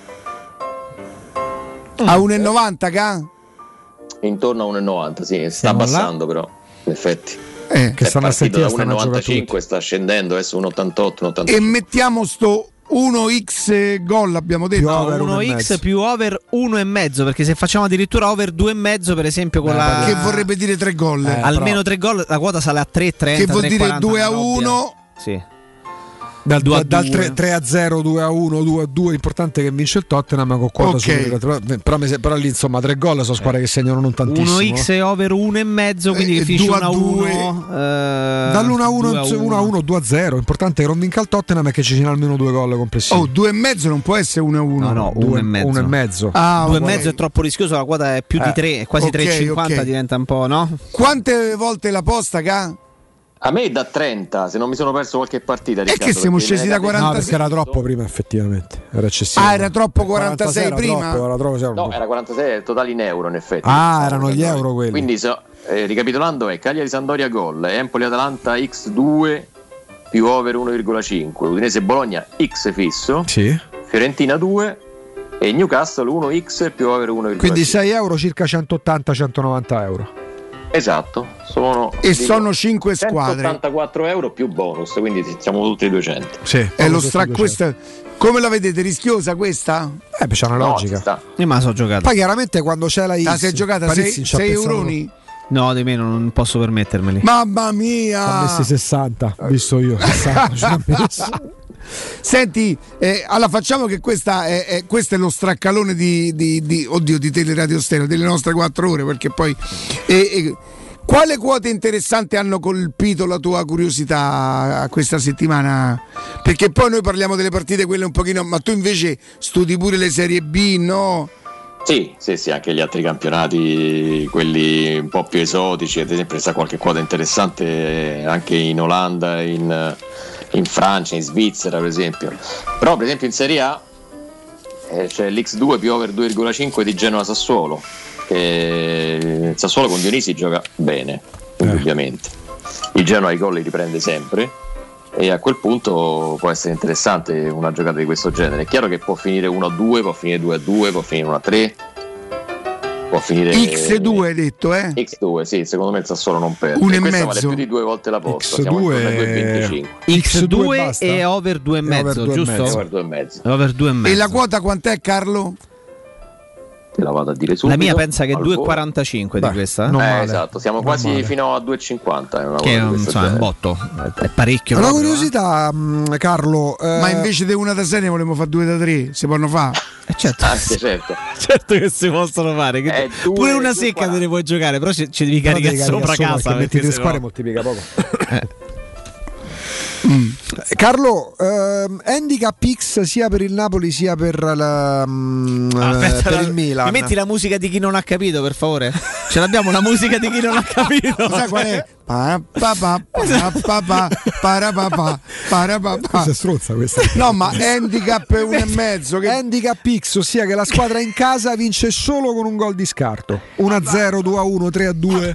Speaker 9: mm.
Speaker 2: a uno virgola novanta, ca?
Speaker 9: Intorno a uno virgola novanta, sì, sta
Speaker 4: Siamo
Speaker 9: abbassando
Speaker 4: là.
Speaker 9: però, in effetti.
Speaker 2: Eh,
Speaker 4: che stanno a sentire,
Speaker 9: da uno virgola novantacinque sta scendendo adesso uno virgola ottantotto, uno virgola
Speaker 2: E
Speaker 9: ottantotto.
Speaker 2: mettiamo sto uno X gol, abbiamo detto.
Speaker 3: No, uno X più over uno e mezzo, perché se facciamo addirittura over due e mezzo, per esempio, con eh, la
Speaker 2: che vorrebbe dire tre gol.
Speaker 3: Eh, almeno tre gol, la quota sale a tre virgola trenta.
Speaker 2: Che vuol dire due a uno.
Speaker 3: Sì.
Speaker 4: Dal, da, dal tre a zero, due a uno, due a due, l'importante è che vince il Tottenham con quota
Speaker 2: okay.
Speaker 4: superiore. Però, però, però lì insomma tre gol sono squadre che segnano non tantissimo.
Speaker 3: uno X e over uno e mezzo, quindi
Speaker 2: eh,
Speaker 3: che finisce
Speaker 2: uno
Speaker 3: a uno. Eh,
Speaker 4: Dall'uno a uno, uno a uno, due a zero. L'importante è che non vinca il Tottenham e che ci siano almeno due gol complessivi.
Speaker 2: Oh, due e mezzo non può essere uno a uno.
Speaker 3: No, no,
Speaker 4: due,
Speaker 3: uno e mezzo.
Speaker 4: Uno e mezzo.
Speaker 2: Ah,
Speaker 3: due
Speaker 2: okay.
Speaker 3: e mezzo è troppo rischioso, la quota è più
Speaker 2: eh,
Speaker 3: di tre, è quasi
Speaker 2: okay,
Speaker 3: tre virgola cinquanta,
Speaker 2: okay.
Speaker 3: diventa un po', no?
Speaker 2: Quante volte la posta, ca?
Speaker 9: A me da trenta, se non mi sono perso qualche partita.
Speaker 2: È che siamo scesi da quarantasei.
Speaker 4: No, perché era troppo prima, effettivamente. Era eccessivo.
Speaker 2: Ah, era troppo quarantasei prima?
Speaker 4: Troppo, era troppo,
Speaker 9: no, era quarantasei totali in euro, in effetti.
Speaker 4: Ah, erano gli euro quelli.
Speaker 9: Quindi, so, eh, ricapitolando, è Cagliari Sandoria gol, Empoli Atalanta X due più over uno virgola cinque, Udinese Bologna X fisso,
Speaker 4: sì.
Speaker 9: Fiorentina due e Newcastle uno x più over uno virgola cinque.
Speaker 4: Quindi sei euro, circa centottanta centonovanta euro.
Speaker 9: Esatto, sono
Speaker 2: e sono cinque squadre,
Speaker 9: centottantaquattro euro più bonus, quindi siamo tutti duecento.
Speaker 4: Sì,
Speaker 2: è lo stra- questa, come la vedete, rischiosa questa?
Speaker 4: Eh, c'è una
Speaker 9: No,
Speaker 4: logica.
Speaker 9: ci sta.
Speaker 3: Io me la so giocata.
Speaker 4: Poi chiaramente quando c'è la X,
Speaker 2: Ah, sei giocata
Speaker 4: Parizzi ci ha
Speaker 2: sei
Speaker 4: pensato-
Speaker 2: euroni?
Speaker 3: No, di meno non posso permettermeli.
Speaker 2: Mamma
Speaker 4: Ha
Speaker 2: mia!
Speaker 4: messi sessanta, visto io. sessanta, ci ha messo.
Speaker 2: Senti, eh, allora facciamo che questa è, è, questo è lo straccalone di, di, di oddio di Teleradio Stereo, delle nostre quattro ore, perché poi eh, eh, quale quote interessanti hanno colpito la tua curiosità questa settimana? Perché poi noi parliamo delle partite quelle un pochino, ma tu invece studi pure le Serie B, no?
Speaker 9: Sì, sì, sì, anche gli altri campionati, quelli un po' più esotici, ad esempio sta qualche quota interessante anche in Olanda, in, in Francia, in Svizzera per esempio. Però per esempio in Serie A eh, c'è l'X due più over due virgola cinque di Genoa Sassuolo, che il Sassuolo con Dionisi gioca bene, indubbiamente. Il Genoa i gol li riprende sempre e a quel punto può essere interessante una giocata di questo genere. È chiaro che può finire uno a due, può finire due a due, può finire uno a tre, può finire
Speaker 2: X due hai detto, eh?
Speaker 9: X due, sì, secondo me il Sassuolo non perde.
Speaker 2: Uno
Speaker 9: e
Speaker 2: e
Speaker 9: questa
Speaker 2: mezzo.
Speaker 9: vale più di due volte la posta,
Speaker 4: X
Speaker 9: siamo
Speaker 4: due
Speaker 9: intorno ai due virgola venticinque.
Speaker 3: X due
Speaker 4: basta?
Speaker 3: e over due e mezzo,
Speaker 4: over due e
Speaker 3: giusto?
Speaker 4: mezzo.
Speaker 9: Over due e mezzo.
Speaker 3: Over due e mezzo.
Speaker 2: E la quota quant'è, Carlo?
Speaker 9: Te la vado a dire subito.
Speaker 3: La mia pensa che è
Speaker 9: al
Speaker 3: due
Speaker 9: volo.
Speaker 3: virgola quarantacinque di
Speaker 4: Beh,
Speaker 3: questa.
Speaker 4: non
Speaker 9: Eh,
Speaker 4: male.
Speaker 9: esatto, siamo
Speaker 4: Non
Speaker 9: quasi
Speaker 4: male.
Speaker 9: fino a due virgola cinquanta. È una
Speaker 3: Che è
Speaker 9: cosa di
Speaker 3: un,
Speaker 9: questo
Speaker 3: insomma, un
Speaker 9: genere.
Speaker 3: botto, è parecchio.
Speaker 4: Una
Speaker 3: proprio,
Speaker 4: curiosità, mh, Carlo. eh,
Speaker 2: Ma invece di una da sei ne volevamo fare due da tre, si possono fare?
Speaker 3: eh. Eh, certo.
Speaker 9: Anche certo.
Speaker 3: Certo che si possono fare. Che
Speaker 9: Eh, due,
Speaker 3: pure una
Speaker 9: due,
Speaker 3: secca
Speaker 9: quaranta.
Speaker 3: te ne puoi giocare, però ci, ci devi
Speaker 4: però
Speaker 3: caricare
Speaker 4: devi
Speaker 3: sopra
Speaker 4: caricare
Speaker 3: casa.
Speaker 4: perché metti
Speaker 3: perché
Speaker 4: tre
Speaker 3: se
Speaker 4: squadre
Speaker 3: no-
Speaker 4: moltiplica poco. Mm. Carlo, ehm, handicap X sia per il Napoli sia per, la, mm,
Speaker 3: Ah, aspetta,
Speaker 4: eh, per
Speaker 3: la-
Speaker 4: il Milan.
Speaker 3: Mi metti la musica di chi non ha capito, per favore? Ce l'abbiamo la musica di chi non ha capito.
Speaker 2: Sai qual è? Pa, pa, pa, pa, pa, pa, parapapà, parapapà.
Speaker 4: Questa è strozza questa.
Speaker 2: No, ma handicap è uno e mezzo. Che...
Speaker 4: Handicap X, ossia che la squadra in casa vince solo con un gol di scarto. uno a zero, due a uno, tre a due.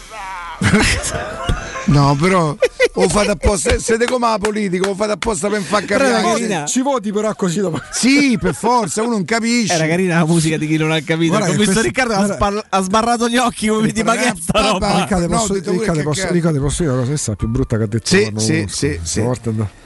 Speaker 2: No, però o fate apposta, siete come la politica, o fate apposta per far
Speaker 3: Però era
Speaker 2: capire.
Speaker 3: carina.
Speaker 4: Ci voti però così dopo.
Speaker 2: Sì, per forza, uno non capisce.
Speaker 3: Era carina la musica di chi non ha capito.
Speaker 4: Guarda
Speaker 3: Ho
Speaker 4: che
Speaker 3: visto
Speaker 4: questo-
Speaker 3: Riccardo ha,
Speaker 4: guarda-
Speaker 3: spar- ha sbarrato gli occhi come vedi, ma che è sta
Speaker 2: Papà.
Speaker 3: roba?
Speaker 4: Riccardo,
Speaker 2: no,
Speaker 4: posso,
Speaker 2: ho detto pure
Speaker 4: Riccardo,
Speaker 2: che
Speaker 4: posso,
Speaker 2: cazzo.
Speaker 4: Riccardo, posso dire una cosa? Questa è la più brutta che ha detto
Speaker 2: Sì,
Speaker 4: quando-
Speaker 2: sì, sì, sì.
Speaker 4: una volta no.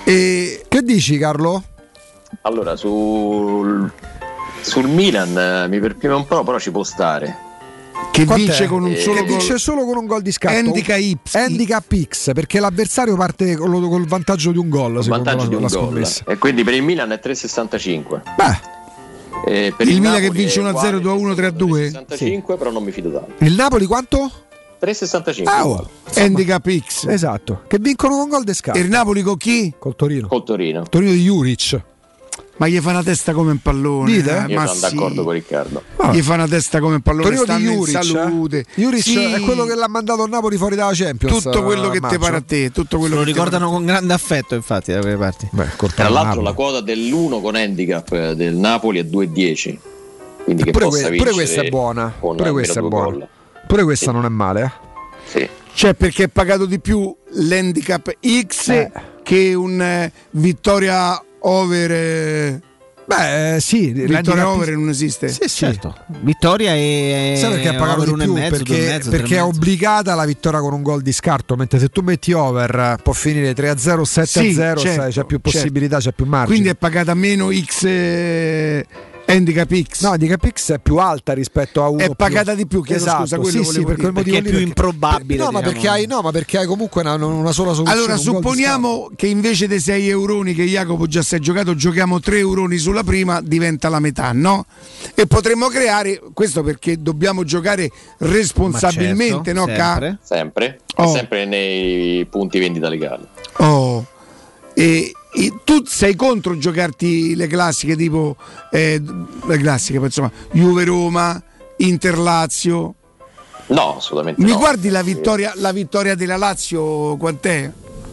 Speaker 2: E
Speaker 4: Che dici, Carlo?
Speaker 9: Allora, sul, sul Milan eh, mi perprime un po', però ci può stare.
Speaker 2: che
Speaker 4: Quant'è?
Speaker 2: vince con un
Speaker 9: Eh,
Speaker 2: solo
Speaker 4: Che vince
Speaker 2: gol.
Speaker 4: solo con un gol di scarto.
Speaker 2: Handicap X.
Speaker 4: Handicap X, perché l'avversario parte con lo- col vantaggio di un gol.
Speaker 9: Il
Speaker 4: secondo
Speaker 9: vantaggio
Speaker 4: la,
Speaker 9: di un
Speaker 4: la
Speaker 9: gol.
Speaker 4: scommessa.
Speaker 9: E quindi per il Milan è tre virgola sessantacinque.
Speaker 4: Beh,
Speaker 9: E per
Speaker 2: Il Milan che
Speaker 9: Napoli
Speaker 2: vince
Speaker 9: è
Speaker 2: uno a zero,
Speaker 9: uguale,
Speaker 2: due a uno, tre a due?
Speaker 9: tre virgola sessantacinque, però non mi fido tanto.
Speaker 4: il Napoli quanto?
Speaker 9: tre virgola sessantacinque.
Speaker 4: Ah, oh.
Speaker 2: Handicap X.
Speaker 4: Esatto, che vincono con gol di scarto.
Speaker 2: E il Napoli con chi?
Speaker 4: Col Torino.
Speaker 9: Col Torino.
Speaker 4: Torino di Juric.
Speaker 2: Ma gli fa una testa come un pallone.
Speaker 4: Dite?
Speaker 2: eh,
Speaker 9: Io
Speaker 2: ma
Speaker 9: sono
Speaker 2: sì.
Speaker 9: d'accordo con Riccardo.
Speaker 2: Gli fa una testa come un pallone.
Speaker 4: Torino di
Speaker 2: Stanno in
Speaker 4: Juric.
Speaker 2: salute.
Speaker 4: eh? Juric
Speaker 2: Sì.
Speaker 4: è quello che l'ha mandato a Napoli fuori dalla Champions.
Speaker 2: Tutto quello che
Speaker 4: a
Speaker 2: te
Speaker 4: maggio.
Speaker 2: pare a te. Tutto quello
Speaker 3: Lo
Speaker 2: che te
Speaker 3: ricordano con grande affetto, infatti, da quelle parti.
Speaker 4: Beh, colpa
Speaker 9: Tra
Speaker 4: del
Speaker 9: l'altro
Speaker 4: Napoli.
Speaker 9: la quota dell'uno con handicap eh, del Napoli è due virgola dieci. Quindi che
Speaker 4: Pure,
Speaker 9: possa
Speaker 4: que-
Speaker 9: vincere
Speaker 4: pure questa è buona.
Speaker 9: con
Speaker 4: Pure
Speaker 9: almeno
Speaker 4: questa è
Speaker 9: due
Speaker 4: buona.
Speaker 9: gol.
Speaker 4: Pure questa non è male, eh?
Speaker 9: Sì.
Speaker 2: Cioè, perché è pagato di più l'handicap X
Speaker 4: Eh.
Speaker 2: che un eh, vittoria over. eh,
Speaker 4: Beh, eh, sì,
Speaker 2: vittoria
Speaker 4: l'handicap-
Speaker 2: over non esiste.
Speaker 4: Sì, sì.
Speaker 3: Certo. Vittoria e
Speaker 4: Sai perché ha pagato
Speaker 3: over
Speaker 4: di
Speaker 3: uno e
Speaker 4: più?
Speaker 3: mezzo, due e
Speaker 4: Perché,
Speaker 3: mezzo, tre e
Speaker 4: perché è
Speaker 3: mezzo.
Speaker 4: obbligata la vittoria con un gol di scarto, mentre se tu metti over può finire tre a zero, sette
Speaker 2: Sì,
Speaker 4: a zero,
Speaker 2: certo,
Speaker 4: sai, c'è più
Speaker 2: certo.
Speaker 4: possibilità, c'è più margine.
Speaker 2: Quindi è pagata meno X eh, handicap X.
Speaker 4: No, handicap X è più alta rispetto a uno
Speaker 2: È
Speaker 4: più-
Speaker 2: pagata di più, chiedo
Speaker 4: esatto,
Speaker 2: scusa, quello
Speaker 4: sì, sì,
Speaker 2: volevo
Speaker 4: per
Speaker 2: dire.
Speaker 4: quel motivo
Speaker 3: Perché è
Speaker 4: lì,
Speaker 3: più improbabile,
Speaker 4: No, ma
Speaker 3: diciamo.
Speaker 4: perché hai no, ma perché hai comunque una, una sola soluzione.
Speaker 2: Allora,
Speaker 4: un gol di
Speaker 2: supponiamo che invece dei sei euroni che Jacopo già si è giocato, giochiamo tre euroni sulla prima, diventa la metà, no? E potremmo creare, questo perché dobbiamo giocare responsabilmente,
Speaker 3: Ma certo,
Speaker 2: no? Ca?
Speaker 3: sempre.
Speaker 9: Sempre.
Speaker 2: Oh.
Speaker 9: Sempre nei punti vendita legali.
Speaker 2: Oh. E, e tu sei contro giocarti le classiche tipo eh, le classiche, poi, insomma, Juve-Roma, Inter-Lazio.
Speaker 9: No, assolutamente
Speaker 2: Mi
Speaker 9: no.
Speaker 2: guardi la vittoria, la vittoria della Lazio quant'è?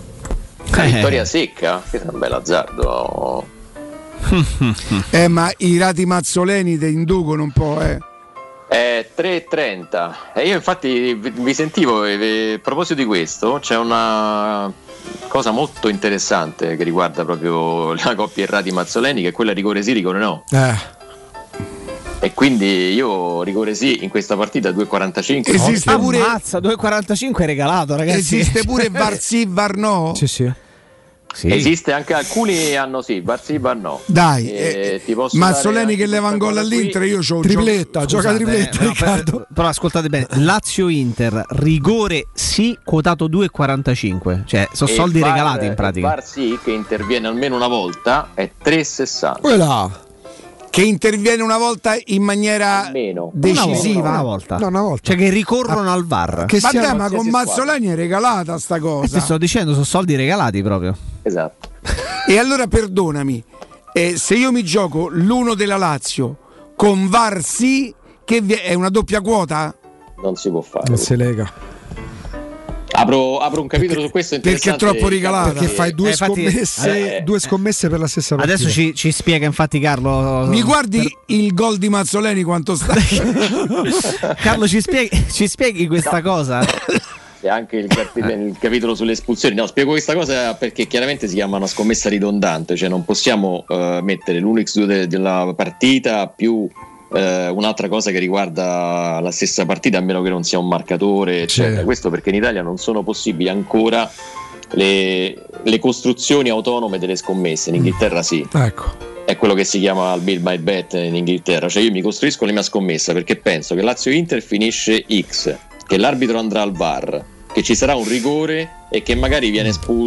Speaker 9: Una
Speaker 3: Eh.
Speaker 9: vittoria secca, che è un bel azzardo.
Speaker 2: Eh, ma i rati mazzoleni ti inducono un po', eh.
Speaker 9: È tre e trenta. E io infatti vi vi sentivo, e a proposito di questo, c'è una cosa molto interessante che riguarda proprio la coppia Errati-Mazzoleni, che è quella rigore sì, rigore no.
Speaker 4: Eh.
Speaker 9: E quindi io rigore sì in questa partita due e quarantacinque.
Speaker 3: Esiste pure Ammazza, due e quarantacinque regalato, ragazzi.
Speaker 2: Esiste pure VAR sì, VAR no?
Speaker 4: Sì, sì.
Speaker 9: Sì. Esiste anche alcuni hanno sì, VAR sì, VAR no.
Speaker 2: Dai,
Speaker 9: eh, ti posso
Speaker 2: Mazzoleni che leva un gol all'Inter, io c'ho
Speaker 4: tripletta,
Speaker 2: gioco.
Speaker 4: gioca tripletta,
Speaker 3: eh, no,
Speaker 4: Riccardo.
Speaker 3: però, però ascoltate bene, Lazio-Inter, rigore sì, quotato due e quarantacinque. Cioè, sono
Speaker 9: e
Speaker 3: soldi
Speaker 9: VAR,
Speaker 3: regalati in pratica.
Speaker 9: VAR sì, che interviene almeno una volta, è tre e sessanta.
Speaker 4: Quella
Speaker 2: che interviene una volta in maniera
Speaker 9: almeno
Speaker 2: decisiva,
Speaker 3: una volta,
Speaker 4: no, una volta.
Speaker 3: Cioè che ricorrono ah, al VAR.
Speaker 2: Che Vabbè, ma con Mazzoleni è regalata sta cosa.
Speaker 3: Eh, ti sto dicendo, sono soldi regalati proprio.
Speaker 9: Esatto.
Speaker 2: E allora perdonami, eh, se io mi gioco l'uno della Lazio con VAR sì, che vi- è una doppia quota?
Speaker 9: Non si può fare.
Speaker 4: Non si lega.
Speaker 9: Apro, apro un capitolo
Speaker 2: perché,
Speaker 9: su questo
Speaker 2: perché è troppo regalata.
Speaker 4: Perché fai due,
Speaker 3: eh, infatti,
Speaker 4: scommesse,
Speaker 9: eh,
Speaker 4: due scommesse per la stessa partita.
Speaker 3: Adesso ci, ci spiega infatti Carlo.
Speaker 2: Mi guardi per... il gol di Mazzoleni quanto sta?
Speaker 3: Carlo ci spieghi, ci spieghi questa no. cosa?
Speaker 9: E anche il, cap- il capitolo sulle espulsioni. No, spiego questa cosa perché chiaramente si chiama una scommessa ridondante, cioè non possiamo uh, mettere l'uno su due della partita più uh, un'altra cosa che riguarda la stessa partita, a meno che non sia un marcatore, eccetera. Sì. Questo perché in Italia non sono possibili ancora le, le costruzioni autonome delle scommesse, in Inghilterra sì.
Speaker 4: Ecco.
Speaker 9: È quello che si chiama il build my bet in Inghilterra, cioè io mi costruisco la mia scommessa perché penso che Lazio-Inter finisce X, che l'arbitro andrà al VAR, che ci sarà un rigore e che magari viene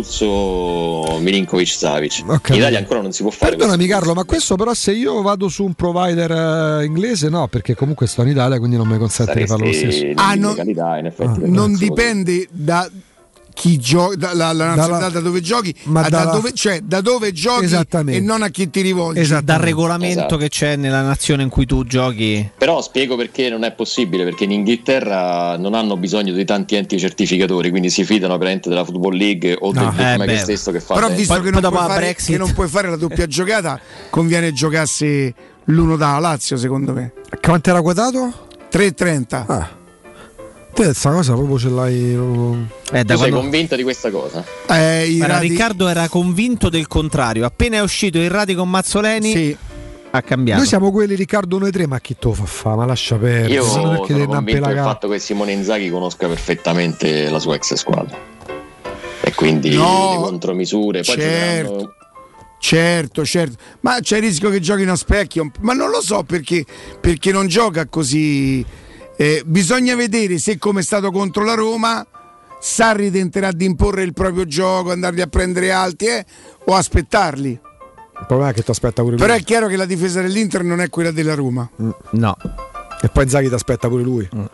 Speaker 9: espulso Milinkovic-Savic. Okay. In Italia ancora non si può fare.
Speaker 4: Perdonami Carlo, ma questo però se io vado su un provider uh, inglese no, perché comunque sto in Italia, quindi non mi consente di farlo lo stesso.
Speaker 2: Ah, non, in effetti, ah, non dipende da chi gioca, da, la, la nazionalità da dove giochi, ma da, dalla... dove, cioè, da dove giochi e non a chi ti rivolgi.
Speaker 3: Dal regolamento esatto. che c'è nella nazione in cui tu giochi.
Speaker 9: Però spiego perché non è possibile, perché in Inghilterra non hanno bisogno di tanti enti certificatori, quindi si fidano veramente della Football League o no. del bookmaker eh, stesso che fa.
Speaker 2: Però visto che non, fare, che non puoi fare la doppia giocata, conviene giocarsi l'uno da Lazio, secondo me.
Speaker 4: Quanto era quotato?
Speaker 2: tre e trenta.
Speaker 4: Ah. Te questa cosa proprio ce l'hai.
Speaker 9: Eh, tu sei quando... convinto di questa cosa?
Speaker 2: Eh,
Speaker 3: Guarda, radi... Riccardo era convinto del contrario. Appena è uscito il Radi con Mazzoleni,
Speaker 2: sì.
Speaker 3: ha cambiato.
Speaker 4: Noi siamo quelli Riccardo uno e tre, ma chi te lo fa fa? Ma lascia perdere.
Speaker 9: Io sono convinto del fatto che Simone Inzaghi conosca perfettamente la sua ex squadra. E quindi
Speaker 2: no,
Speaker 9: le contromisure. Poi
Speaker 2: certo.
Speaker 9: Giocheranno...
Speaker 2: Certo, certo, ma c'è il rischio che giochino a specchio. Ma non lo so perché, perché non gioca così. Eh, bisogna vedere se, come è stato contro la Roma, Sarri tenterà di imporre il proprio gioco, andarli a prendere alti eh, o aspettarli.
Speaker 4: Il problema è che ti aspetta pure lui.
Speaker 2: Però è chiaro che la difesa dell'Inter non è quella della Roma.
Speaker 4: Mm, no. E poi Inzaghi ti aspetta pure lui. Mm.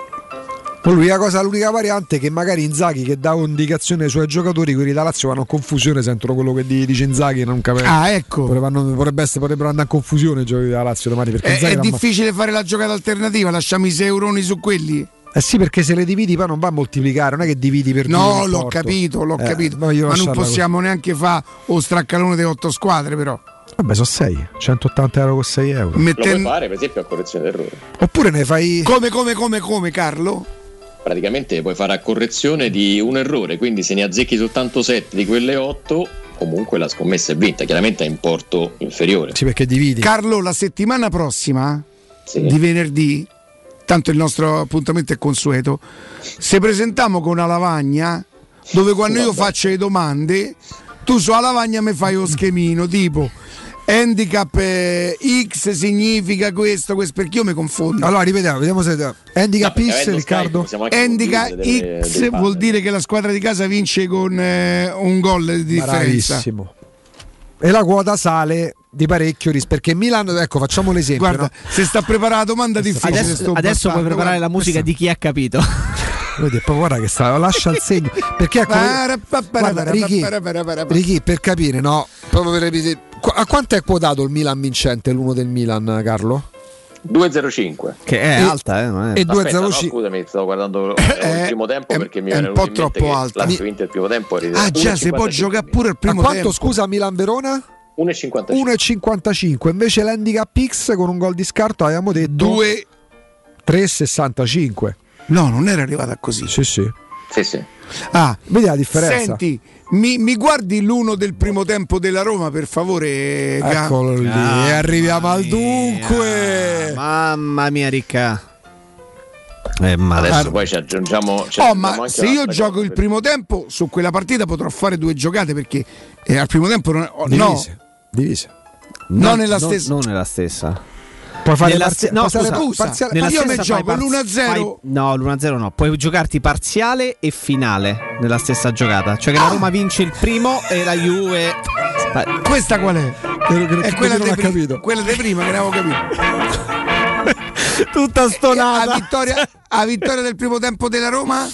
Speaker 4: L'unica cosa, l'unica variante è che magari Inzaghi che dà indicazione ai suoi giocatori, quelli da Lazio vanno in confusione, sentono quello che dice Inzaghi e non capiscono.
Speaker 2: Ah, ecco.
Speaker 4: Potrebbe essere, potrebbero andare in confusione i giocatori della Lazio domani. Perché
Speaker 2: è è difficile ma... fare la giocata alternativa, lasciamo i sei euroni su quelli.
Speaker 4: Eh sì, perché se le dividi poi non va a moltiplicare, non è che dividi per
Speaker 2: no,
Speaker 4: due.
Speaker 2: No, l'ho capito, l'ho eh, capito. Ma non possiamo così. neanche fare o straccalone di otto squadre, però.
Speaker 4: Vabbè, sono sei, centottanta euro con sei euro.
Speaker 9: Metten... Lo puoi fare, per esempio, a correzione d'errore.
Speaker 4: Oppure ne fai.
Speaker 2: Come, come, come, come, Carlo?
Speaker 9: Praticamente puoi fare a correzione di un errore, quindi se ne azzecchi soltanto sette di quelle otto, comunque la scommessa è vinta, chiaramente a importo inferiore.
Speaker 4: Sì, perché dividi.
Speaker 2: Carlo, la settimana prossima,
Speaker 9: sì.
Speaker 2: di venerdì, tanto il nostro appuntamento è consueto, se presentiamo con una lavagna dove quando Vabbè. io faccio le domande, tu sulla lavagna mi fai lo schemino tipo handicap eh, X significa questo, questo, perché io mi confondo.
Speaker 4: Allora ripetiamo, vediamo se handicap no, X, Riccardo.
Speaker 2: Handicap delle, X delle vuol dire che la squadra di casa vince con eh, un gol di differenza.
Speaker 4: Bravissimo. E la quota sale di parecchio perché Milan, ecco, facciamo l'esempio.
Speaker 2: Guarda,
Speaker 4: no?
Speaker 2: se sta preparato, manda difficile.
Speaker 3: Adesso, adesso puoi preparare guarda, la musica questa... di chi ha capito.
Speaker 4: Vedi, poi guarda che sta, lascia il segno. Perché ecco, guarda, Ricky, Ricky, per capire, no? Proprio per a quanto è quotato il Milan vincente, l'uno del Milan, Carlo?
Speaker 9: due virgola zero cinque
Speaker 3: che è e, alta, eh? Non è...
Speaker 4: E due virgola zero cinque
Speaker 9: no, scusami, stavo guardando eh, il primo tempo
Speaker 2: è,
Speaker 9: perché mi
Speaker 2: è
Speaker 9: viene
Speaker 2: un po' troppo alta.
Speaker 9: Lazio Inter il primo tempo
Speaker 2: ah già, si può giocare pure il primo
Speaker 4: a quanto,
Speaker 2: tempo.
Speaker 4: Scusa, Milan-Verona?
Speaker 9: uno virgola cinquantacinque
Speaker 4: uno virgola cinquantacinque Invece l'handicap X con un gol di scarto avevamo detto
Speaker 2: due
Speaker 4: tre virgola sessantacinque
Speaker 2: No, non era arrivata così.
Speaker 4: Sì, sì.
Speaker 9: Sì, sì.
Speaker 2: Ah,
Speaker 4: vedi la differenza.
Speaker 2: Senti, Mi, mi guardi l'uno del primo tempo della Roma, per favore? Ga?
Speaker 4: Eccolo lì,
Speaker 3: Ah,
Speaker 4: e arriviamo al
Speaker 3: mia.
Speaker 4: dunque.
Speaker 3: Mamma mia, Ricca. Eh, ma
Speaker 9: Adesso poi ci aggiungiamo. Ci
Speaker 2: Oh,
Speaker 9: aggiungiamo
Speaker 2: ma
Speaker 9: anche
Speaker 2: se io
Speaker 9: un'altra
Speaker 2: gioco
Speaker 9: cosa,
Speaker 2: il primo tempo su quella partita potrò fare due giocate, perché eh, al primo tempo non, oh, no,
Speaker 4: Divise. Divise.
Speaker 2: non nella
Speaker 3: non-
Speaker 2: stessa.
Speaker 3: non nella stessa.
Speaker 4: Puoi fare
Speaker 3: Nella
Speaker 4: parzi-
Speaker 3: ste- no,
Speaker 4: puoi fare
Speaker 3: scusa,
Speaker 2: scusa,
Speaker 4: parziale-
Speaker 3: nella
Speaker 2: io mi
Speaker 3: stessa
Speaker 2: gioco
Speaker 3: fai
Speaker 2: l'uno a zero.
Speaker 3: fai- No, l'uno a zero no. Puoi giocarti parziale e finale nella stessa giocata. Cioè che la Roma vince il primo e la Juve.
Speaker 2: Questa qual è?
Speaker 4: Credo che-
Speaker 2: È
Speaker 4: che
Speaker 2: quella
Speaker 4: non
Speaker 2: di
Speaker 4: ha
Speaker 2: pri-
Speaker 4: capito.
Speaker 2: quella di prima che ne avevo capito.
Speaker 3: Tutta stonata.
Speaker 2: La vittoria, la vittoria del primo tempo della Roma?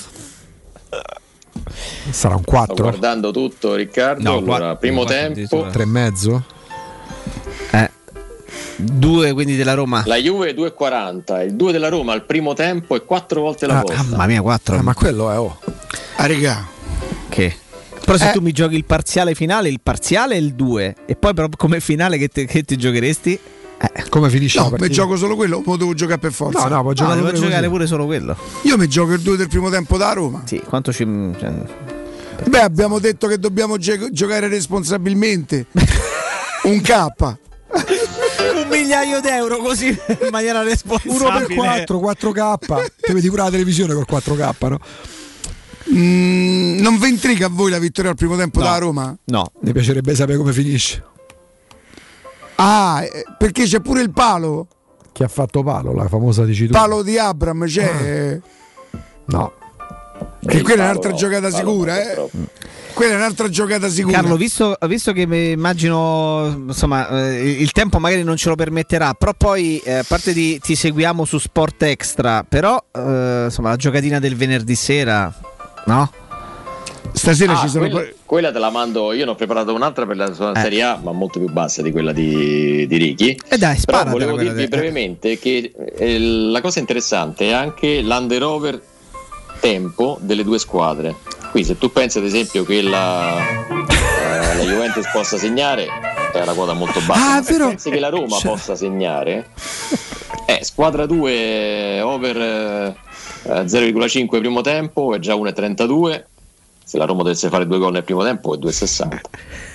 Speaker 4: Sarà un
Speaker 9: Sto
Speaker 4: quattro?
Speaker 9: guardando tutto, Riccardo.
Speaker 3: No,
Speaker 9: allora,
Speaker 3: qua-
Speaker 9: primo
Speaker 3: qua-
Speaker 9: tempo,
Speaker 4: Tre e mezzo?
Speaker 3: Eh. Due quindi della Roma.
Speaker 9: la Juve due e quaranta, il due della Roma al primo tempo e quattro volte la
Speaker 4: Ah,
Speaker 9: posta.
Speaker 3: Mamma mia, quattro.
Speaker 4: Ah, ma quello è oh.
Speaker 2: Ah, regà.
Speaker 3: Che? Però se
Speaker 2: Eh.
Speaker 3: tu mi giochi il parziale finale, il parziale è il due. E poi però come finale che, te- che ti giocheresti? Eh.
Speaker 4: Come finisce
Speaker 2: No,
Speaker 4: la
Speaker 2: mi
Speaker 4: partita?
Speaker 2: gioco solo quello, o devo giocare per forza?
Speaker 4: No, no, puoi
Speaker 3: No,
Speaker 4: giocare
Speaker 3: devo
Speaker 4: pure
Speaker 3: giocare
Speaker 4: così.
Speaker 3: pure solo quello.
Speaker 2: Io mi gioco il due del primo tempo da Roma.
Speaker 3: Sì, quanto ci. Cioè,
Speaker 2: Beh, abbiamo detto che dobbiamo gio- giocare responsabilmente. Un K.
Speaker 3: un migliaio d'euro così in maniera responsabile.
Speaker 4: Uno per quattro, quattro K. Ti vedi pure la televisione col quattro K, no?
Speaker 2: Mm, non vi intriga a voi la vittoria al primo tempo
Speaker 3: No.
Speaker 2: da Roma?
Speaker 3: No.
Speaker 4: Mi piacerebbe sapere come finisce.
Speaker 2: Ah, eh, perché c'è pure il palo.
Speaker 4: Chi ha fatto palo, la famosa dici tu?
Speaker 2: Palo di Abram, c'è.
Speaker 4: No.
Speaker 2: Che
Speaker 9: il
Speaker 2: quella è
Speaker 9: palo
Speaker 2: un'altra
Speaker 9: no,
Speaker 2: giocata
Speaker 9: il palo
Speaker 2: sicura,
Speaker 9: no,
Speaker 2: eh.
Speaker 9: purtroppo.
Speaker 2: Quella è un'altra giocata sicura.
Speaker 3: Carlo, visto, visto che mi immagino, insomma, eh, il tempo magari non ce lo permetterà, però poi, eh, a parte di ti seguiamo su Sport Extra, però, eh, insomma, la giocatina del venerdì sera, no?
Speaker 2: Stasera
Speaker 9: Ah,
Speaker 2: ci sono.
Speaker 9: quella, quella te la mando. Io ne ho preparato un'altra per la sua
Speaker 3: Eh.
Speaker 9: Serie A, ma molto più bassa di quella di, di Ricky.
Speaker 3: E dai,
Speaker 9: Però
Speaker 3: sparatela
Speaker 9: volevo
Speaker 3: quella
Speaker 9: dirvi
Speaker 3: te-
Speaker 9: brevemente che eh, la cosa interessante è anche l'under over tempo delle due squadre. Qui se tu pensi ad esempio che la, eh, la Juventus possa segnare, è una quota molto bassa.
Speaker 2: Ah,
Speaker 9: ma se
Speaker 2: vero.
Speaker 9: pensi che la Roma
Speaker 2: Cioè-
Speaker 9: possa segnare, eh, squadra due over eh, zero virgola cinque primo tempo è già uno virgola trentadue. Se la Roma dovesse fare due gol nel primo tempo è due virgola sessanta.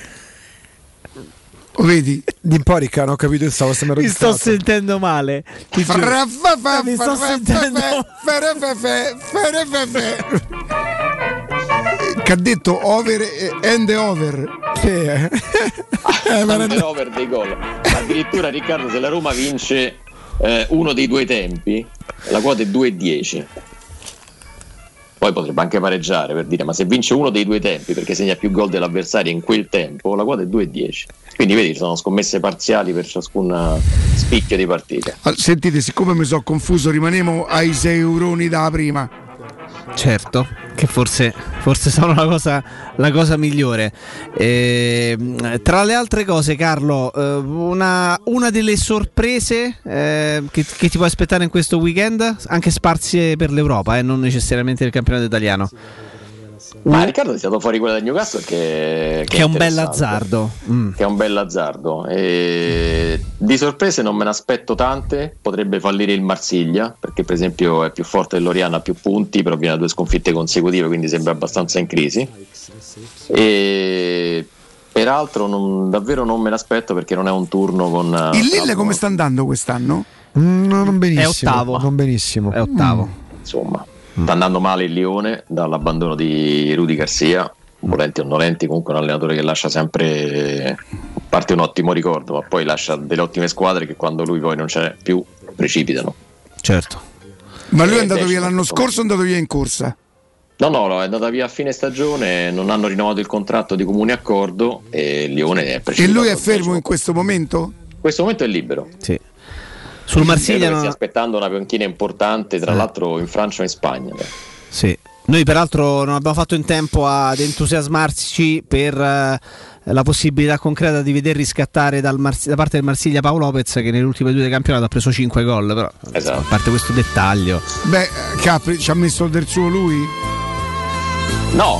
Speaker 2: Lo vedi?
Speaker 4: Di un po' Ricca, non ho capito, stavo sembrando
Speaker 3: Mi sto sentendo male. Ti giuro.
Speaker 2: Fra-
Speaker 3: Mi sto sentendo.
Speaker 2: Che ha detto over e- and over.
Speaker 4: Eh,
Speaker 9: Under over dei gol. Addirittura Riccardo, se la Roma vince eh, uno dei due tempi, la quota è due virgola dieci. Poi potrebbe anche pareggiare, per dire, ma se vince uno dei due tempi perché segna più gol dell'avversario in quel tempo, la quota è due virgola dieci. Quindi vedi, sono scommesse parziali per ciascun spicchio di partita.
Speaker 2: Ah, sentite, siccome mi sono confuso, rimaniamo ai sei euroni dalla prima.
Speaker 3: Certo, che forse, forse sono la cosa, la cosa migliore. E, tra le altre cose, Carlo, eh, una, una delle sorprese eh, che, che ti puoi aspettare in questo weekend, anche sparse per l'Europa, eh, non necessariamente nel campionato italiano.
Speaker 9: Ma Riccardo è stato fuori quella del Newcastle che,
Speaker 3: Che è un bel
Speaker 9: interessante.
Speaker 3: azzardo. Mm.
Speaker 9: Che è un bel azzardo. E di sorprese non me ne aspetto tante. Potrebbe fallire il Marsiglia, perché per esempio è più forte dell'Oriana, ha più punti, però viene da due sconfitte consecutive, quindi sembra abbastanza in crisi. E peraltro non, davvero non me ne aspetto, perché non è un turno con
Speaker 2: Il Lille come sta andando quest'anno?
Speaker 4: Mm, no, non benissimo.
Speaker 3: È ottavo.
Speaker 4: Non benissimo.
Speaker 3: È ottavo.
Speaker 9: Insomma, sta andando male il Lione dall'abbandono di Rudy Garcia. Volenti o nolenti, comunque un allenatore che lascia sempre, a parte un ottimo ricordo, ma poi lascia delle ottime squadre che quando lui poi non c'è più precipitano.
Speaker 3: Certo.
Speaker 2: Ma lui è
Speaker 9: Eh,
Speaker 2: andato
Speaker 9: decimo,
Speaker 2: via l'anno
Speaker 9: insomma.
Speaker 2: scorso o è andato via in corsa?
Speaker 9: No, no, no, è andata via a fine stagione, non hanno rinnovato il contratto di comune accordo e il Lione è
Speaker 2: E
Speaker 9: precipitato.
Speaker 2: lui è fermo in questo momento?
Speaker 9: In questo momento è libero.
Speaker 3: Sì. Sul Marsiglia
Speaker 9: Credo che
Speaker 3: non...
Speaker 9: stia aspettando una panchina importante, tra
Speaker 3: Eh.
Speaker 9: l'altro in Francia o in Spagna.
Speaker 3: Sì. Noi peraltro non abbiamo fatto in tempo ad entusiasmarci per eh, la possibilità concreta di veder riscattare dal Mars- da parte del Marsiglia Paolo Lopez, che nelle ultime due del campionato ha preso cinque gol, però
Speaker 9: Esatto.
Speaker 3: a parte questo dettaglio.
Speaker 2: Beh, eh, Capri ci ha messo del suo lui?
Speaker 9: No,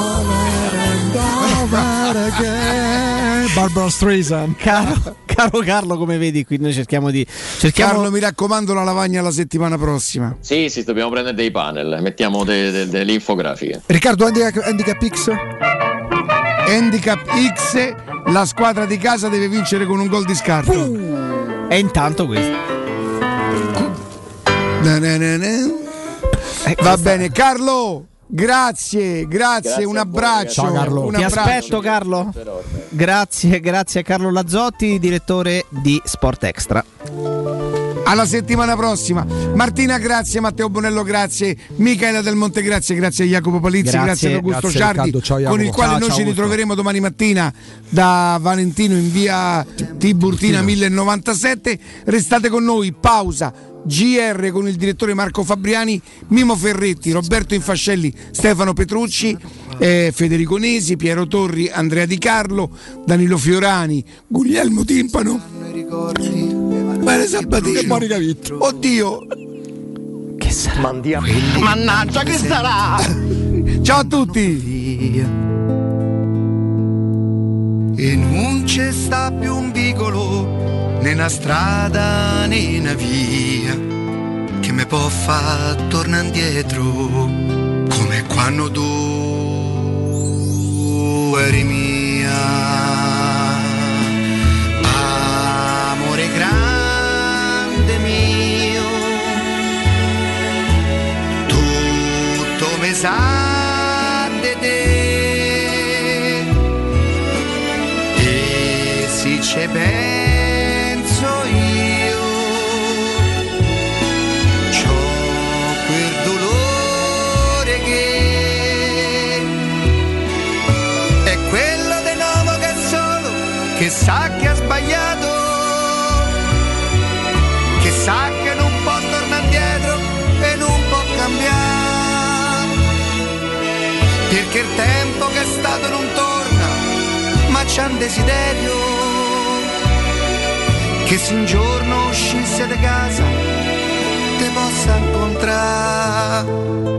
Speaker 4: Barbara Streisand.
Speaker 3: Caro, caro Carlo, come vedi qui noi cerchiamo di cerchiamo
Speaker 2: Carlo, mi raccomando, la lavagna la settimana prossima.
Speaker 9: sì, sì, dobbiamo prendere dei panel, mettiamo de- de- delle infografiche.
Speaker 4: Riccardo, handicap, handicap X?
Speaker 2: Handicap X, la squadra di casa deve vincere con un gol di scarto. Uh.
Speaker 3: E intanto questo.
Speaker 2: Na na na na. Eh, Va bene, Carlo. Grazie, grazie, grazie un abbraccio.
Speaker 3: Ciao Carlo.
Speaker 2: Un
Speaker 3: Ti
Speaker 2: abbraccio.
Speaker 3: aspetto Carlo. Grazie, grazie a Carlo Lazzotti, direttore di Sport Extra.
Speaker 2: Alla settimana prossima. Martina, grazie. Matteo Bonello, grazie. Michaela Del Monte, grazie. Grazie a Jacopo Palizzi, grazie, grazie ad Augusto
Speaker 4: grazie,
Speaker 2: Ciardi,
Speaker 4: ciao,
Speaker 2: con il quale
Speaker 4: ciao,
Speaker 2: noi
Speaker 4: ciao,
Speaker 2: ci ritroveremo ciao. domani mattina da Valentino in via Tiburtina mille novantasette. Restate con noi, pausa. G R con il direttore Marco Fabriani, Mimo Ferretti, Roberto Infascelli, Stefano Petrucci, eh, Federico Nesi, Piero Torri, Andrea Di Carlo, Danilo Fiorani, Guglielmo Timpano, Bene Sabatino, oddio,
Speaker 3: che sarà?
Speaker 13: Mandiamo. Mannaggia, che sarà?
Speaker 2: Ciao a tutti.
Speaker 17: E non c'è sta più un vicolo, né una strada né una via che mi può far tornare indietro come quando tu eri mia. Amore grande mio, tutto mi sa di te e si c'è bene che sa che ha sbagliato, che sa che non può tornare indietro e non può cambiare, perché il tempo che è stato non torna, ma c'è un desiderio che se un giorno uscisse di casa te possa incontrare.